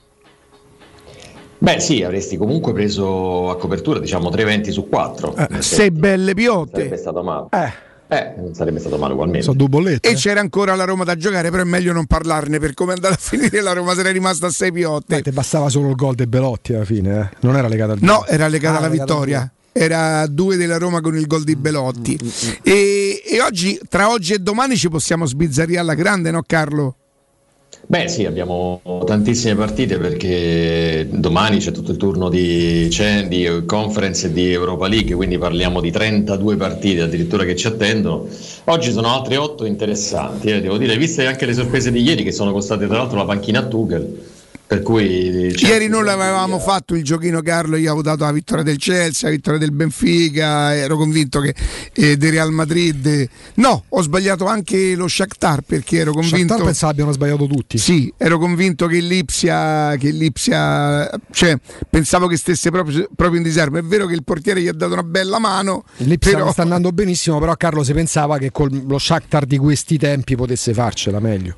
Beh sì, avresti comunque preso a copertura, diciamo 3,20 su 4. 6 belle piotte. Sarebbe stato male. Non sarebbe stato male ugualmente. Sono due bollette. E c'era ancora la Roma da giocare, però è meglio non parlarne, per come è andata a finire la Roma sarà rimasta a 6 piotte. Ti bastava solo il gol di Belotti alla fine, non era legata al gol. No, era legata alla vittoria. Era 2 della Roma con il gol di Belotti. E oggi, tra oggi e domani, ci possiamo sbizzarrire alla grande, no Carlo? Beh sì, abbiamo tantissime partite, perché domani c'è tutto il turno di Conference e di Europa League, quindi parliamo di 32 partite addirittura che ci attendono. Oggi sono altre 8 interessanti, devo dire, viste anche le sorprese di ieri, che sono costate tra l'altro la panchina a Tuchel. Per cui ieri noi l'avevamo fatto il giochino, Carlo, io avevo dato la vittoria del Chelsea, la vittoria del Benfica, ero convinto che del Real Madrid, no, ho sbagliato anche lo Shakhtar, perché ero convinto, Shakhtar pensavo abbiano sbagliato tutti. Sì, ero convinto che l'Ipsia, cioè pensavo che stesse proprio in disarmo. È vero che il portiere gli ha dato una bella mano, l'Ipsia però sta andando benissimo, però Carlo si pensava che con lo Shakhtar di questi tempi potesse farcela meglio.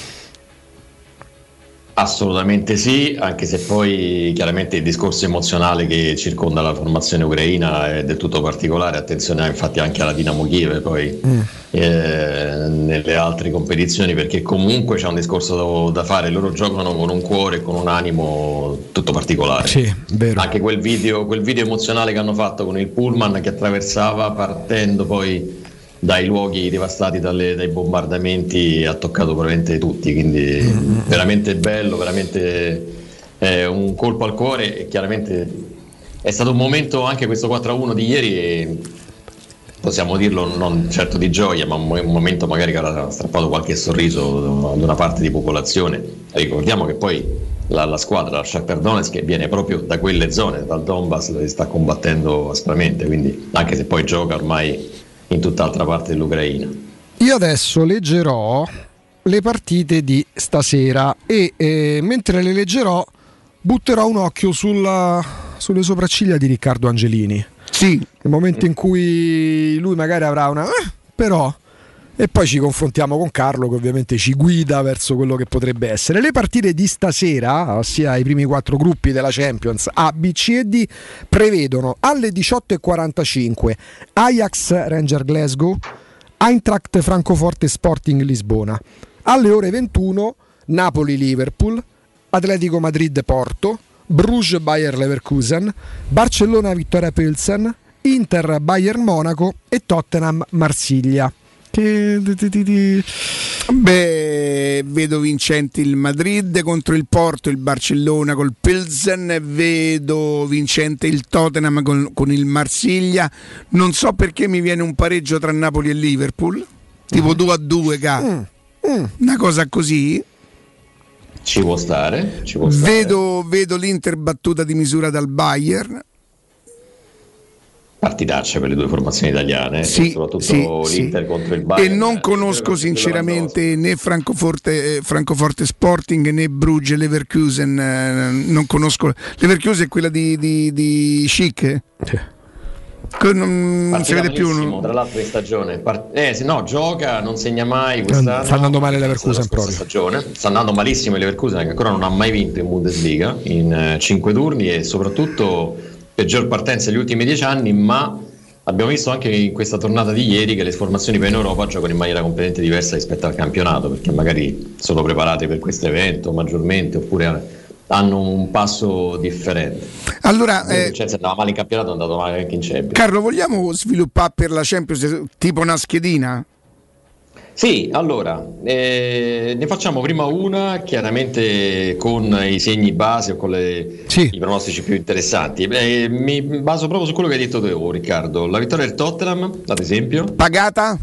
Assolutamente sì, anche se poi chiaramente il discorso emozionale che circonda la formazione ucraina è del tutto particolare. Attenzione infatti anche alla Dinamo Kiev poi nelle altre competizioni, perché comunque c'è un discorso da fare. Loro giocano con un cuore e con un animo tutto particolare. Sì, vero. Anche quel video emozionale che hanno fatto con il pullman che attraversava, partendo poi dai luoghi devastati dai bombardamenti, ha toccato veramente tutti, quindi veramente bello, veramente un colpo al cuore, e chiaramente è stato un momento, anche questo 4-1 di ieri, possiamo dirlo, non certo di gioia, ma un momento magari che ha strappato qualche sorriso ad una parte di popolazione. Ricordiamo che poi la squadra, la Shakhtar Donetsk, che viene proprio da quelle zone, dal Donbass, dove sta combattendo aspramente, quindi anche se poi gioca ormai in tutt'altra parte dell'Ucraina. Io adesso leggerò le partite di stasera e mentre le leggerò butterò un occhio sulle sopracciglia di Riccardo Angelini. Sì. Nel momento in cui lui magari avrà una però, e poi ci confrontiamo con Carlo, che ovviamente ci guida verso quello che potrebbe essere. Le partite di stasera, ossia i primi 4 gruppi della Champions A, B, C e D, prevedono alle 18:45 Ajax Ranger Glasgow, Eintracht Francoforte Sporting Lisbona, alle ore 21 Napoli Liverpool, Atletico Madrid Porto, Bruges Bayer Leverkusen, Barcellona Vittoria Pilsen, Inter Bayern Monaco e Tottenham Marsiglia. Beh, vedo vincenti il Madrid contro il Porto, il Barcellona col Pilsen, vedo vincente il Tottenham con il Marsiglia. Non so perché mi viene un pareggio tra Napoli e Liverpool, tipo 2-2, una cosa così. Ci può stare. Vedo l'Inter battuta di misura dal Bayern. Partitaccia per le due formazioni italiane, soprattutto l'Inter contro il Bayern. E non conosco sinceramente né Francoforte Sporting né Bruges Leverkusen. Non conosco. Leverkusen è quella di Schick? Non si vede più. Tra l'altro in stagione gioca, non segna mai quest'anno. Sta andando male Leverkusen proprio. Stagione. Sta andando malissimo il Leverkusen, che ancora non ha mai vinto in Bundesliga in 5 turni, e soprattutto peggior partenza degli ultimi 10 anni, ma abbiamo visto anche in questa tornata di ieri che le formazioni per in Europa giocano in maniera completamente diversa rispetto al campionato, perché magari sono preparate per questo evento maggiormente, oppure hanno un passo differente. Allora, se andava male in campionato, è andato male anche in Champions. Carlo, vogliamo sviluppare per la Champions tipo una schedina? Sì, allora, ne facciamo prima una, chiaramente con i segni base o con i pronostici più interessanti. Mi baso proprio su quello che hai detto tu, Riccardo. La vittoria del Tottenham, ad esempio. Pagata?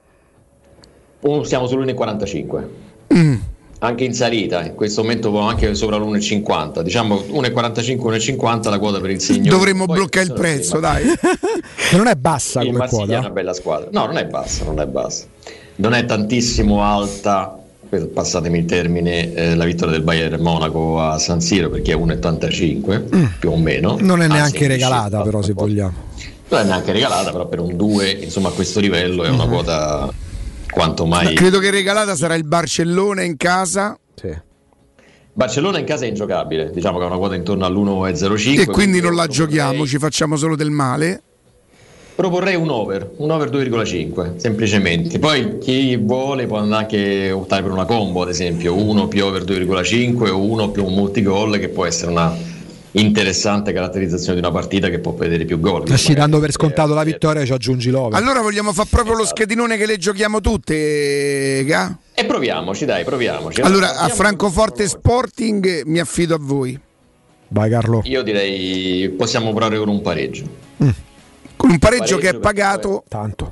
Siamo sull'1,45. Anche in salita, in questo momento anche sopra l'1,50. Diciamo 1,45, 1,50 la quota per il segno. Dovremmo bloccare il prezzo, dai. Che non è bassa come Marsiglia quota. È una bella squadra. No, non è bassa. Non è tantissimo alta, passatemi il termine, la vittoria del Bayern Monaco a San Siro, perché è 1,85 più o meno. Non è neanche regalata, però, se vogliamo. Non è neanche regalata, però per un 2, insomma, a questo livello è una quota quanto mai. Credo che regalata sarà il Barcellona in casa. Sì. Barcellona in casa è ingiocabile, diciamo che è una quota intorno all'1,05 e quindi non la giochiamo, ci facciamo solo del male. Proporrei un over 2,5 semplicemente. Poi chi vuole può anche optare per una combo, ad esempio 1 più over 2,5 o 1 più un multigol, che può essere una interessante caratterizzazione di una partita che può vedere più gol. Sì, dando per scontato la vittoria ci aggiungi l'over. Allora vogliamo fare proprio lo schedinone che le giochiamo tutte, Ga? E proviamoci. Allora a Francoforte Sporting mi affido a voi. Vai Carlo. Io direi possiamo provare con un pareggio. Con un pareggio che è pagato tanto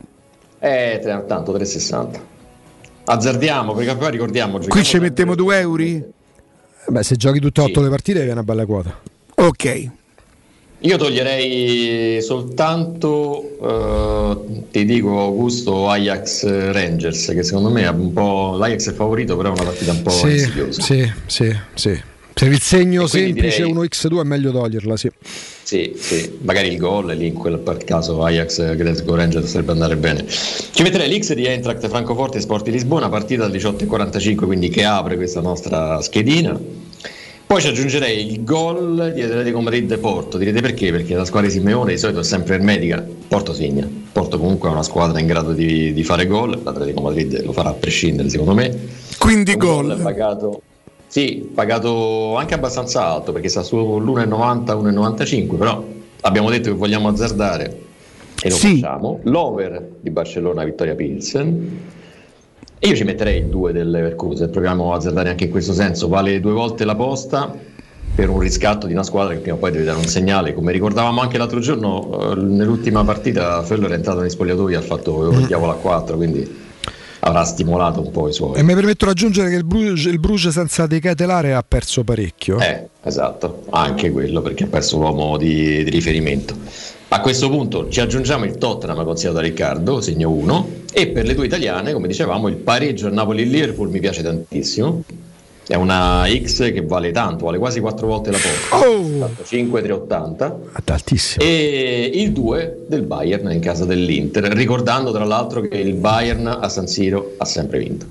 3,60. Azzardiamo, perché poi ricordiamo, qui ci mettiamo 2 euro. Beh, se giochi tutte e 8 le partite viene una bella quota. Ok. Io toglierei soltanto ti dico, Augusto, Ajax Rangers, che secondo me è un po', l'Ajax è favorito, però è una partita un po' insidiosa. Sì. Per il segno semplice direi 1x2 è meglio toglierla, sì. Sì, magari il gol lì in quel caso Ajax Glasgow Rangers potrebbe andare bene. Ci metterei l'X di Eintracht Francoforte e Sport di Lisbona, partita alle 18:45, quindi che apre questa nostra schedina. Poi ci aggiungerei il gol di Atletico Madrid Porto. Direte perché? Perché la squadra di Simeone di solito è sempre ermetica. Porto segna. Porto comunque è una squadra in grado di fare gol. L'Atletico Madrid lo farà a prescindere, secondo me. Quindi gol pagato. Sì, pagato anche abbastanza alto, perché sta sull'1,90, 1,95, però abbiamo detto che vogliamo azzardare e lo facciamo. L'over di Barcellona Vittoria Pilsen, e io ci metterei il 2 del Leverkusen. Proviamo a azzardare anche in questo senso. Vale 2 volte la posta per un riscatto di una squadra che prima o poi deve dare un segnale. Come ricordavamo anche l'altro giorno, nell'ultima partita Feller è entrato negli spogliatoi e ha fatto il diavolo a 4, quindi avrà stimolato un po' i suoi. E mi permetto di aggiungere che il Bruges senza De Ketelare ha perso parecchio. Esatto, anche quello, perché ha perso l'uomo di riferimento. A questo punto ci aggiungiamo il Tottenham consigliato da Riccardo, segno 1, e per le due italiane, come dicevamo, il pareggio a Napoli-Liverpool mi piace tantissimo. È una X che vale tanto, vale quasi 4 volte la posta, 5, 3,80. Altissimo. E il 2 del Bayern in casa dell'Inter, ricordando tra l'altro che il Bayern a San Siro ha sempre vinto.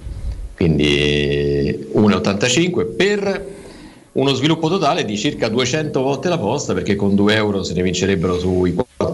Quindi 1,85 per uno sviluppo totale di circa 200 volte la posta, perché con 2 euro se ne vincerebbero sui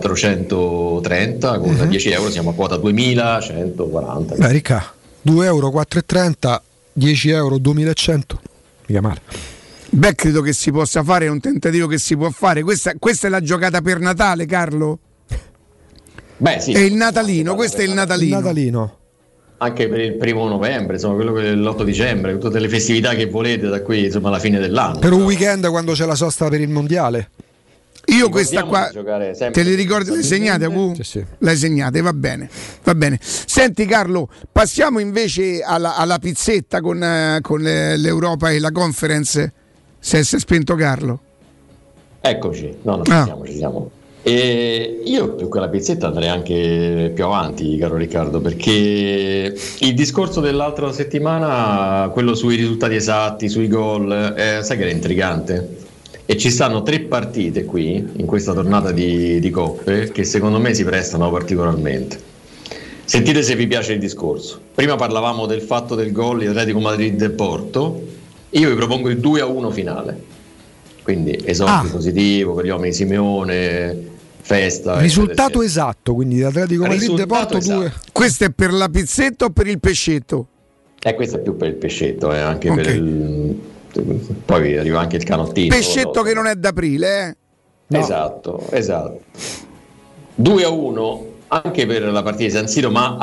430, con 10 euro siamo a quota 2140. Beh, Ricca, 2 euro, 4,30, 10 euro, 2100, mica male. Beh, credo che si possa fare, è un tentativo che si può fare. Questa è la giocata per Natale, Carlo? Beh, sì. È il natalino, questo è il natalino. Il natalino. Anche per il 1 novembre, insomma, quello dell'8 dicembre, tutte le festività che volete da qui, insomma, alla fine dell'anno. Per un weekend quando c'è la sosta per il mondiale. Io questa qua te li ricordi, le segnate? Sì. Le segnate, va bene. Senti Carlo, passiamo invece alla pizzetta con l'Europa e la Conference. Se si è spento Carlo. Eccoci, ci siamo. E io per quella pizzetta andrei anche più avanti, caro Riccardo, perché il discorso dell'altra settimana, quello sui risultati esatti, sui gol, sai che era intrigante? E ci stanno 3 partite qui, in questa tornata di coppe, che secondo me si prestano particolarmente. Sentite se vi piace il discorso. Prima parlavamo del fatto del gol di Atletico Madrid e Porto, io vi propongo il 2-1 finale. Quindi esordio positivo per gli uomini di Simeone, festa. Risultato esatto, quindi Atletico Madrid e Porto 2. Questo è per la pizzetta o per il pescetto? Questo è più per il pescetto, anche per il... Poi arriva anche il canottino. Pescetto che non è d'aprile, No. Esatto. 2-1 anche per la partita di San Siro, ma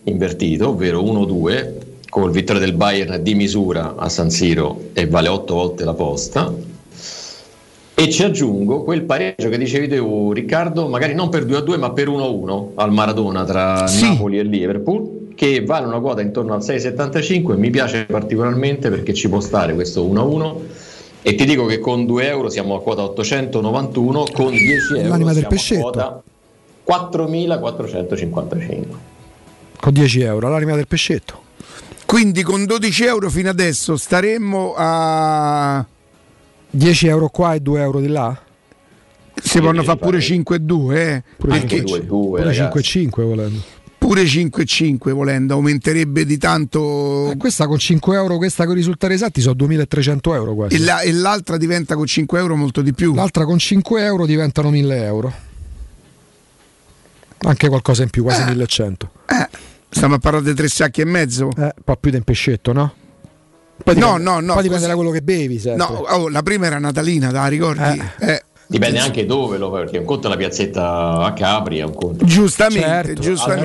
invertito, ovvero 1-2 col vittoria del Bayern di misura a San Siro e vale 8 volte la posta. E ci aggiungo quel pareggio che dicevi tu, Riccardo, magari non per 2-2 ma per 1-1 al Maradona tra Napoli e Liverpool, che vale una quota intorno al 6,75. Mi piace particolarmente perché ci può stare questo 1-1, e ti dico che con 2 euro siamo a quota 891, con 10 euro l'anima del siamo pescetto. a quota 4.455. Con 10 euro, l'anima del pescetto. Quindi con 12 euro fino adesso staremmo a 10 euro qua e 2 euro di là? Si possono fare pure 5-2, Pure perché 5-5 volendo. Pure 5-5 volendo, aumenterebbe di tanto. Questa con 5 euro, questa con i risultati esatti sono 2.300 euro quasi. E l'altra diventa con 5 euro molto di più. L'altra con 5 euro diventano 1.000 euro. Anche qualcosa in più, quasi 1.100. Stiamo a parlare di 3 sacchi e mezzo. Un po' più del pescetto, no? Poi No, poi dipende da quello che bevi. No, la prima era natalina, la ricordi? Dipende anche dove lo fai, perché un conto è la piazzetta a Capri, è un conto. Giustamente.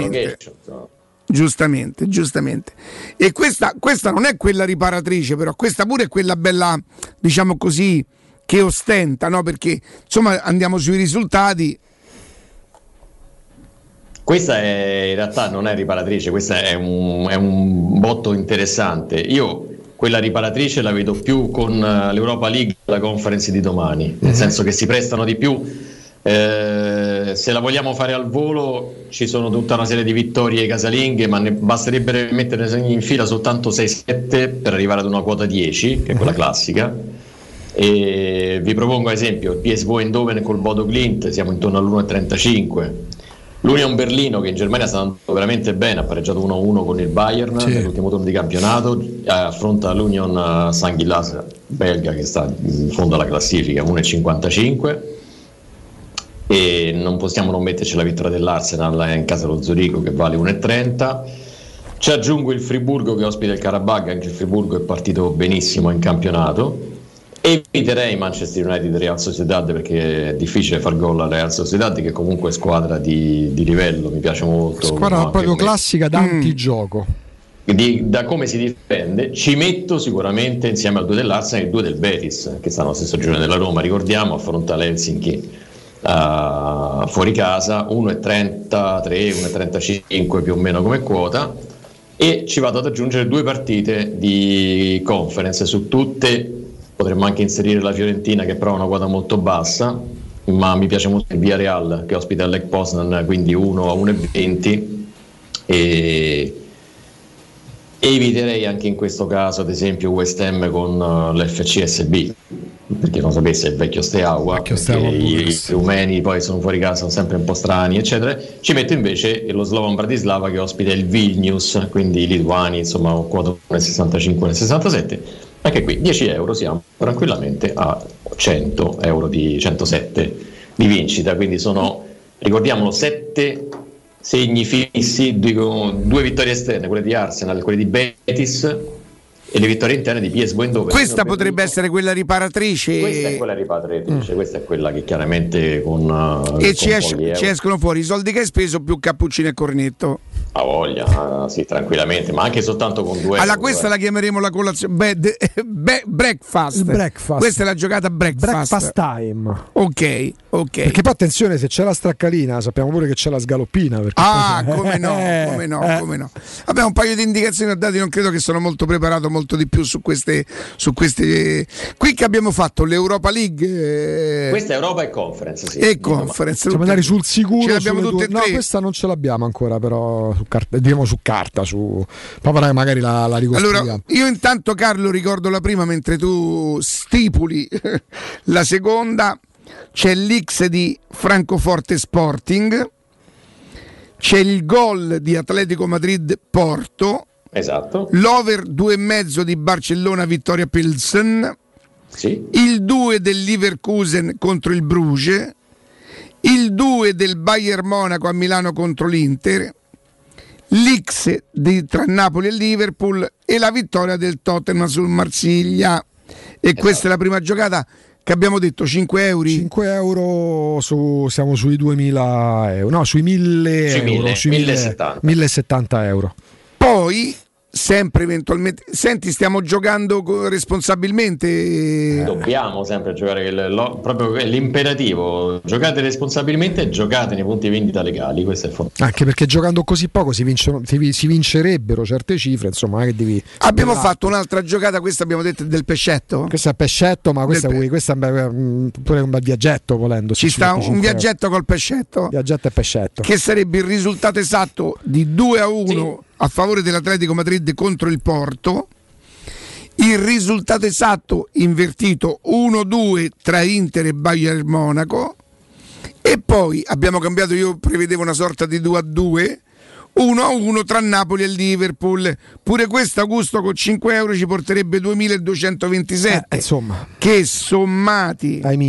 E questa non è quella riparatrice, però questa pure è quella bella, diciamo così, che ostenta, no? Perché insomma andiamo sui risultati. Questa in realtà non è riparatrice, questa è un botto interessante. Io quella riparatrice la vedo più con l'Europa League, la conference di domani, nel senso che si prestano di più. Se la vogliamo fare al volo ci sono tutta una serie di vittorie casalinghe, ma ne basterebbe mettere in fila soltanto 6-7 per arrivare ad una quota 10, che è quella classica. E vi propongo ad esempio il PSV Eindhoven col Bodo Glimt, siamo intorno all'1,35. L'Union Berlino, che in Germania sta andando veramente bene, ha pareggiato 1-1 con il Bayern nell'ultimo turno di campionato, affronta l'Union Saint-Gilloise belga, che sta in fondo alla classifica, 1,55. E non possiamo non metterci la vittoria dell'Arsenal in casa dello Zurigo, che vale 1,30. Ci aggiungo il Friburgo che ospita il Karabakh, anche il Friburgo è partito benissimo in campionato. Eviterei Manchester United Real Sociedad, perché è difficile far gol alla Real Sociedad, che comunque è squadra di livello, mi piace molto. Squadra proprio classica da antigioco. Da come si difende. Ci metto sicuramente insieme al 2 dell'Arsenal e il 2 del Betis, che sta nello stesso girone della Roma, ricordiamo, affronta l'Helsinki fuori casa, 1,33, 1,35 più o meno come quota. E ci vado ad aggiungere 2 partite di conference, su tutte potremmo anche inserire la Fiorentina, che però ha una quota molto bassa, ma mi piace molto il Villarreal che ospita il Lech Poznan, quindi 1 a 1,20. E eviterei anche in questo caso ad esempio West Ham con l'FCSB, perché non sapesse il vecchio Steaua, i rumeni poi sono fuori casa, sono sempre un po' strani eccetera. Ci metto invece lo Slovan Bratislava che ospita il Vilnius, quindi i lituani, insomma quota 1,65, 1,67. Anche qui 10 euro siamo tranquillamente a 100 euro di 107 di vincita, quindi sono, ricordiamolo, 7 segni fissi, 2 vittorie esterne, quelle di Arsenal, quelle di Betis, e le vittorie interne di PSV Eindhoven. Questa potrebbe essere quella riparatrice. Questa è quella riparatrice, questa è quella che chiaramente con e ci escono fuori i soldi che hai speso più cappuccino e cornetto. A voglia, sì, tranquillamente, ma anche soltanto con 2 allora, questa la chiameremo la colazione breakfast. Questa è la giocata breakfast time. Ok. Perché poi attenzione, se c'è la straccalina sappiamo pure che c'è la sgaloppina, come no. Vabbè, un paio di indicazioni ho dati, non credo che sono molto preparato molto di più su queste qui che abbiamo fatto l'Europa League. Questa è Europa e Conference, sì. E Conference. Possiamo andare sul sicuro. Ce l'abbiamo tutte e tre. No, questa non ce l'abbiamo ancora, però su carta, poi magari la ricostruiamo. Allora, io intanto, Carlo, ricordo la prima mentre tu stipuli la seconda. C'è l'X di Francoforte Sporting, c'è il gol di Atletico Madrid Porto, esatto, l'over 2,5 di Barcellona Vittoria Pilsen, sì, il 2 del Leverkusen contro il Bruges, il 2 del Bayern Monaco a Milano contro l'Inter, l'X tra Napoli e Liverpool e la vittoria del Tottenham sul Marsiglia. E questa è la prima giocata. che abbiamo detto 5 euro. 5 euro siamo sui 2000 euro, no, sui 1000 euro, sui 1070 euro. Poi sempre eventualmente, senti, stiamo giocando responsabilmente. Dobbiamo sempre giocare, proprio l'imperativo, giocate responsabilmente e giocate nei punti vendita legali, questo è fondamentale. Anche perché giocando così poco si vincerebbero certe cifre, insomma, che devi abbiamo fatto un'altra giocata, questa abbiamo detto del pescetto. Questo è pescetto, ma questa è pure un bel viaggetto, volendo. Ci sta un viaggetto col pescetto. Viaggetto e pescetto. Che sarebbe il risultato esatto di 2-1 sì, a favore dell'Atletico Madrid contro il Porto, il risultato esatto invertito 1-2 tra Inter e Bayern Monaco, e poi abbiamo cambiato, io prevedevo una sorta di 2-2, 1-1 tra Napoli e Liverpool. Pure questo, Augusto, con 5 euro ci porterebbe 2.227, insomma, che sommati ai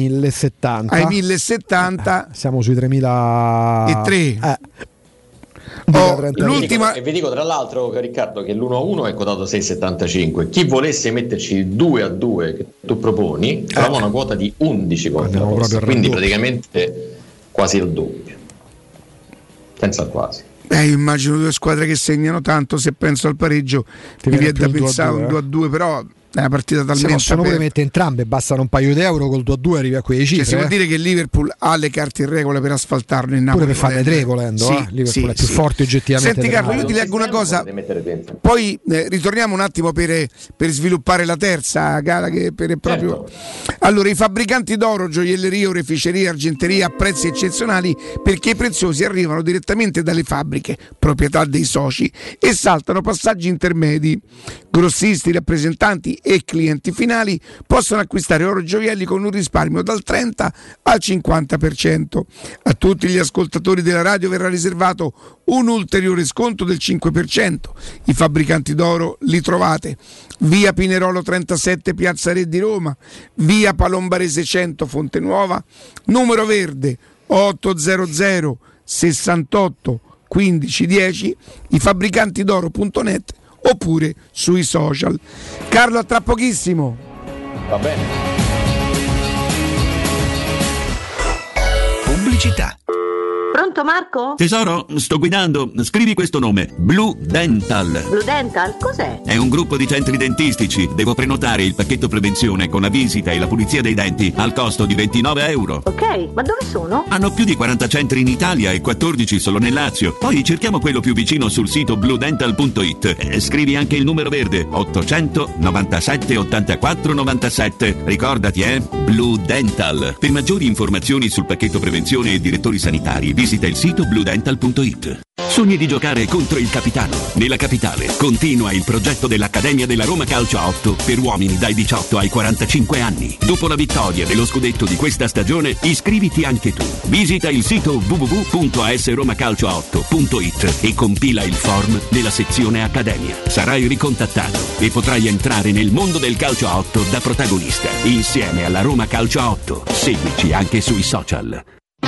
1070 siamo sui 3.003. L'ultima... E vi dico tra l'altro, Riccardo, che l'1-1 è quotato 6,75. Chi volesse metterci il 2-2 che tu proponi trova una quota di 11 quindi praticamente quasi il doppio, senza quasi. Immagino due squadre che segnano tanto, se penso al pareggio mi viene da pensare un 2-2, però è una partita talmente possono pure mettere entrambe, bastano un paio di euro, col 2-2 arrivi a quelle cifre. Si vuol dire che il Liverpool ha le carte in regola per asfaltarlo in Napoli, pure per farne 3 volendo, Liverpool è più forte oggettivamente. Senti Carlo, io ti leggo una cosa, poi ritorniamo un attimo per sviluppare la terza gara, che per proprio allora, i fabbricanti d'oro, gioielleria, oreficeria, argenteria a prezzi eccezionali, perché i preziosi arrivano direttamente dalle fabbriche, proprietà dei soci, e saltano passaggi intermedi. Grossisti, rappresentanti e clienti finali possono acquistare oro e gioielli con un risparmio dal 30 al 50%. A tutti gli ascoltatori della radio verrà riservato un ulteriore sconto del 5%. I fabbricanti d'oro li trovate via Pinerolo 37 Piazza Re di Roma, via Palombarese 100 Fonte Nuova, numero verde 800 68 15 10, ifabbricantidoro.net oppure sui social. Carlo, a tra pochissimo. Va bene. Pubblicità. Pronto Marco? Tesoro, sto guidando. Scrivi questo nome: Blue Dental. Blue Dental? Cos'è? È un gruppo di centri dentistici. Devo prenotare il pacchetto prevenzione con la visita e la pulizia dei denti al costo di 29 euro. Ok, ma dove sono? Hanno più di 40 centri in Italia e 14 solo nel Lazio. Poi cerchiamo quello più vicino sul sito bluedental.it. Scrivi anche il numero verde 800 97 84 97. Ricordati, Blue Dental. Per maggiori informazioni sul pacchetto prevenzione e direttori sanitari, visita il sito bluedental.it. Sogni di giocare contro il capitano? Nella capitale continua il progetto dell'Accademia della Roma Calcio a 8 per uomini dai 18 ai 45 anni. Dopo la vittoria dello scudetto di questa stagione, iscriviti anche tu. Visita il sito www.asromacalcio8.it e compila il form nella sezione Accademia. Sarai ricontattato e potrai entrare nel mondo del calcio a 8 da protagonista, insieme alla Roma Calcio a 8. Seguici anche sui social.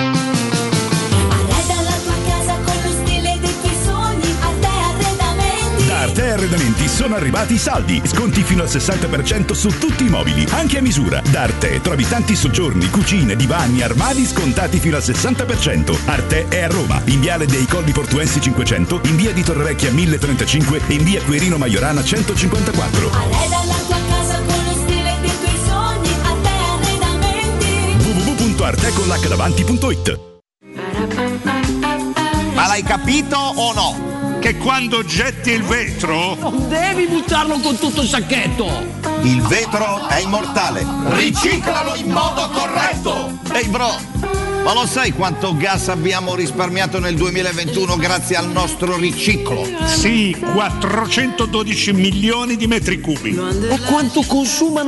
Arte Arredamenti sono arrivati i saldi, sconti fino al 60% su tutti i mobili, anche a misura. Da Arte trovi tanti soggiorni, cucine, divani, armadi scontati fino al 60%. Arte è a Roma, in viale dei Colli Portuensi 500, in via di Torrevecchia 1035 e in via Quirino Maiorana 154. Arreda la tua casa con lo stile dei tuoi sogni, Arte Arredamenti. www.arteconlacdavanti.it. Ma l'hai capito o no? Che quando getti il vetro non devi buttarlo con tutto il sacchetto. Il vetro è immortale. Riciclalo in modo corretto. Ehi bro, ma lo sai quanto gas abbiamo risparmiato nel 2021 grazie al nostro riciclo? Sì, 412 milioni di metri cubi. E quanto consumano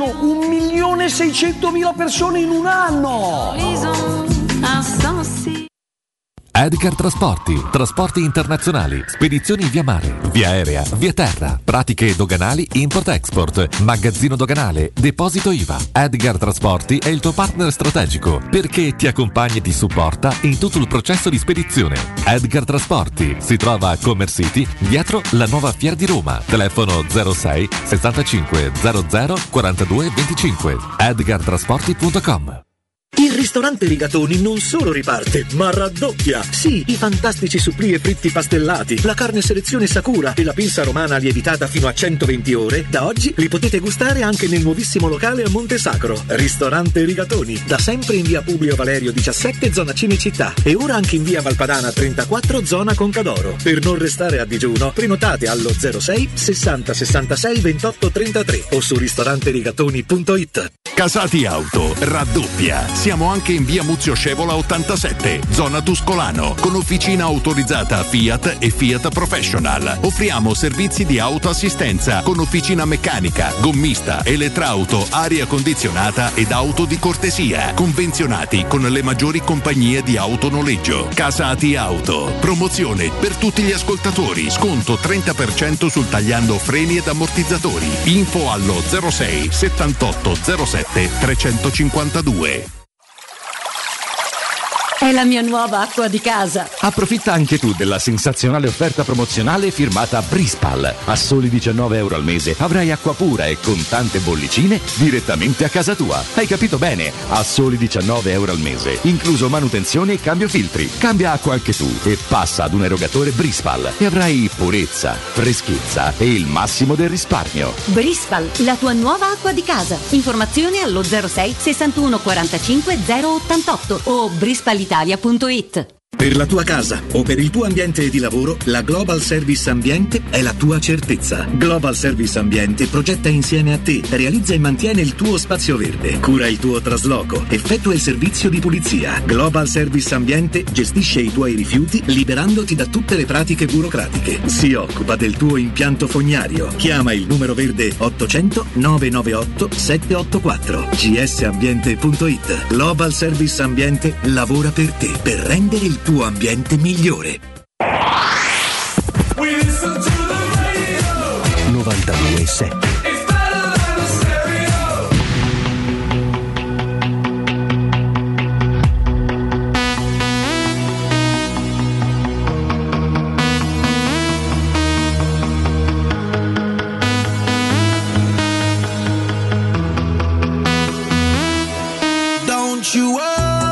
1.600.000 persone in un anno? Edgar Trasporti, trasporti internazionali, spedizioni via mare, via aerea, via terra, pratiche doganali, import-export, magazzino doganale, deposito IVA. Edgar Trasporti è il tuo partner strategico perché ti accompagna e ti supporta in tutto il processo di spedizione. Edgar Trasporti si trova a Commerce City, dietro la nuova Fiera di Roma. Telefono 06 65 00 42 25. edgartrasporti.com. Il ristorante Rigatoni non solo riparte, ma raddoppia. Sì, i fantastici supplì e fritti pastellati, la carne selezione Sakura e la pinza romana lievitata fino a 120 ore, da oggi li potete gustare anche nel nuovissimo locale a Monte Sacro. Ristorante Rigatoni, da sempre in via Publio Valerio 17, zona Cinecittà, e ora anche in via Valpadana 34, zona Concadoro. Per non restare a digiuno, prenotate allo 06 60 66 28 33 o su ristoranterigatoni.it. Casati Auto raddoppia. Siamo anche in via Muzio Scevola 87, zona Tuscolano, con officina autorizzata Fiat e Fiat Professional. Offriamo servizi di autoassistenza con officina meccanica, gommista, elettrauto, aria condizionata ed auto di cortesia, convenzionati con le maggiori compagnie di autonoleggio. Casati Auto. Promozione per tutti gli ascoltatori. Sconto 30% sul tagliando freni ed ammortizzatori. Info allo 06 78 07 352. È la mia nuova acqua di casa. Approfitta anche tu della sensazionale offerta promozionale firmata Brispal. A soli €19 al mese avrai acqua pura e con tante bollicine direttamente a casa tua. Hai capito bene? A soli €19 al mese, incluso manutenzione e cambio filtri. Cambia acqua anche tu e passa ad un erogatore Brispal e avrai purezza, freschezza e il massimo del risparmio. Brispal, la tua nuova acqua di casa. Informazioni allo 06 61 45 088 o brispalitalia.it. Per la tua casa o per il tuo ambiente di lavoro, la Global Service Ambiente è la tua certezza. Global Service Ambiente progetta insieme a te, realizza e mantiene il tuo spazio verde, cura il tuo trasloco, effettua il servizio di pulizia. Global Service Ambiente gestisce i tuoi rifiuti liberandoti da tutte le pratiche burocratiche. Si occupa del tuo impianto fognario. Chiama il numero verde 800 998 784. gsambiente.it. Global Service Ambiente lavora per te, per rendere il tuo ambiente migliore. 92.7. Don't you worry.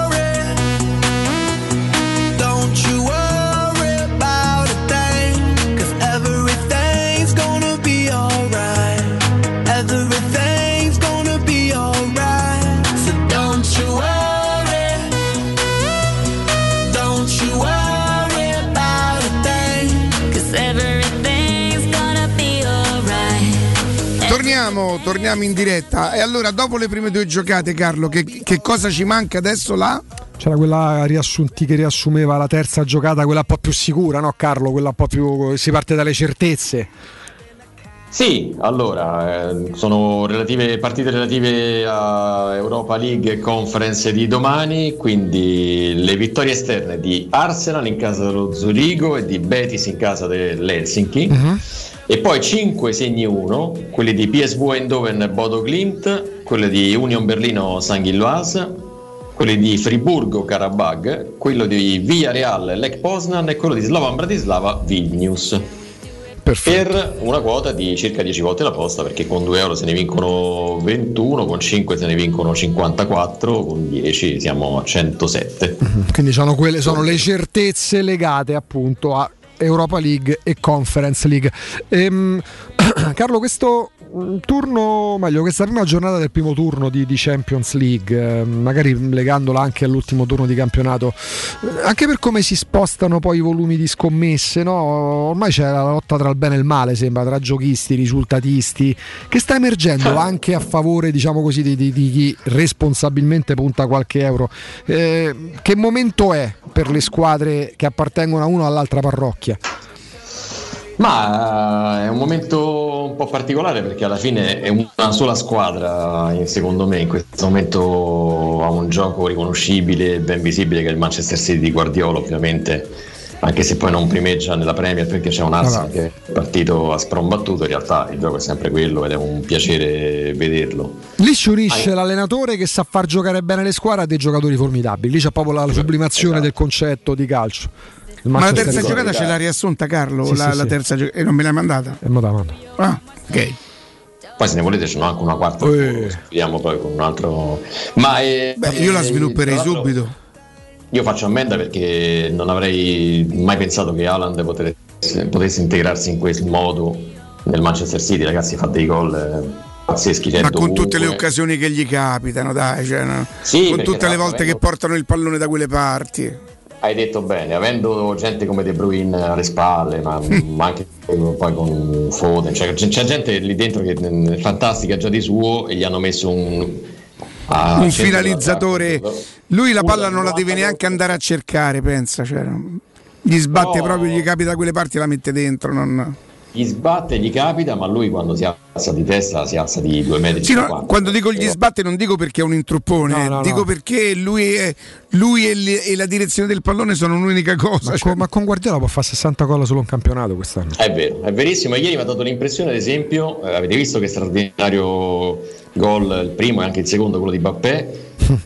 Torniamo in diretta. E allora, dopo le prime due giocate, Carlo, che cosa ci manca adesso là? C'era quella che riassumeva la terza giocata, quella un po' più sicura, no Carlo? Quella un po' più, si parte dalle certezze. Sì, allora, sono partite relative a Europa League e Conference di domani, quindi le vittorie esterne di Arsenal in casa dello Zurigo e di Betis in casa dell'Helsinki. Uh-huh. E poi 5 segni 1, quelli di PSV Eindhoven Bodo Glimt, quelli di Union Berlino San Gilloise, quelli di Friburgo Karabag, quello di Villarreal Lech Poznan e quello di Slovan Bratislava Vilnius. Perfetto. Per una quota di circa 10 volte la posta, perché con €2 se ne vincono 21, con 5 se ne vincono 54, con 10 siamo a 107. Quindi sono le certezze legate appunto a Europa League e Conference League. Carlo, questo turno, meglio, questa prima giornata del primo turno di Champions League, magari legandola anche all'ultimo turno di campionato, anche per come si spostano poi i volumi di scommesse, no? Ormai c'è la lotta tra il bene e il male, sembra, tra giochisti, risultatisti, che sta emergendo anche a favore, diciamo così, di chi responsabilmente punta qualche euro. Che momento è per le squadre che appartengono a una o all'altra parrocchia? Ma è un momento un po' particolare perché alla fine è una sola squadra, secondo me in questo momento ha un gioco riconoscibile, ben visibile, che è il Manchester City di Guardiola, ovviamente, anche se poi non primeggia nella Premier perché c'è un Arsenal che è partito a sprombattuto. In realtà il gioco è sempre quello ed è un piacere vederlo. Lì si unisce l'allenatore che sa far giocare bene le squadre a dei giocatori formidabili. Lì c'è proprio la sublimazione del concetto di calcio. Ma la terza giocata ce l'ha riassunta Carlo? Sì, la terza giocata, e non me l'hai mandata? Me la mando. Ah, ok. Poi se ne volete ce n'ho anche una quarta, vediamo poi con un altro. Ma io la svilupperei subito. Io faccio ammenda perché non avrei mai pensato che Haaland potesse integrarsi in quel modo nel Manchester City. Ragazzi, fa dei gol pazzeschi. Ma con tutte le occasioni che gli capitano, dai, cioè, no? Sì, con tutte le volte che portano il pallone da quelle parti. Hai detto bene, avendo gente come De Bruyne alle spalle, ma anche poi con Foden, cioè, c'è gente lì dentro che è fantastica già di suo, e gli hanno messo un finalizzatore. Lui la palla non la deve neanche andare a cercare, pensa, cioè, gli sbatte proprio, gli capita da quelle parti e la mette dentro. Gli sbatte, gli capita, ma lui quando si alza di testa si alza di 2 metri. Sì, no, quando dico gli sbatte non dico perché è un intruppone, dico perché lui e la direzione del pallone sono un'unica cosa. Ma con Guardiola può fare 60 gol solo un campionato quest'anno. È vero, è verissimo. Ieri mi ha dato l'impressione, ad esempio, avete visto che straordinario gol il primo e anche il secondo, quello di Mbappé.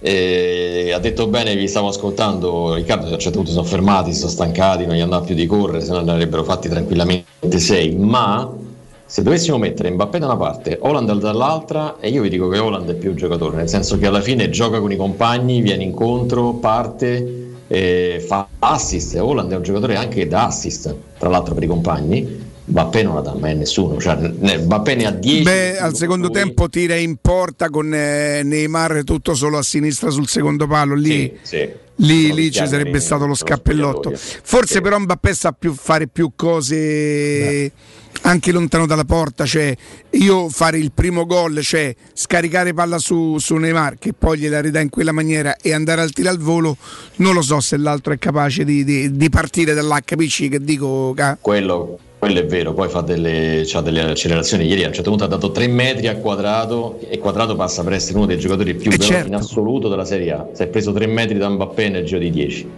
Ha detto bene, vi stavo ascoltando Riccardo, a un certo punto sono fermati, si sono stancati, non gli andava più di correre, se no ne avrebbero fatti tranquillamente 6. Ma se dovessimo mettere Mbappé da una parte, Haaland dall'altra, e io vi dico che Haaland è più giocatore, nel senso che alla fine gioca con i compagni, viene incontro, parte, fa assist. Haaland è un giocatore anche da assist, tra l'altro, per i compagni. Mbappé non la dà mai a nessuno, cioè Mbappé ne ha 10. Al secondo tempo tira in porta con Neymar tutto solo a sinistra sul secondo palo, lì ci sarebbe stato lo scappellotto. Forse però Mbappé sa fare più cose anche lontano dalla porta, cioè io fare il primo gol, cioè scaricare palla su Neymar che poi gliela ridà in quella maniera e andare al tiro al volo, non lo so se l'altro è capace di partire dall'HPC, che dico quello è vero. Poi c'ha delle accelerazioni. Ieri a un certo punto ha dato 3 metri a Quadrato, e Quadrato passa per essere uno dei giocatori più veloci in assoluto della Serie A. Si è preso 3 metri da Mbappé nel giro di 10,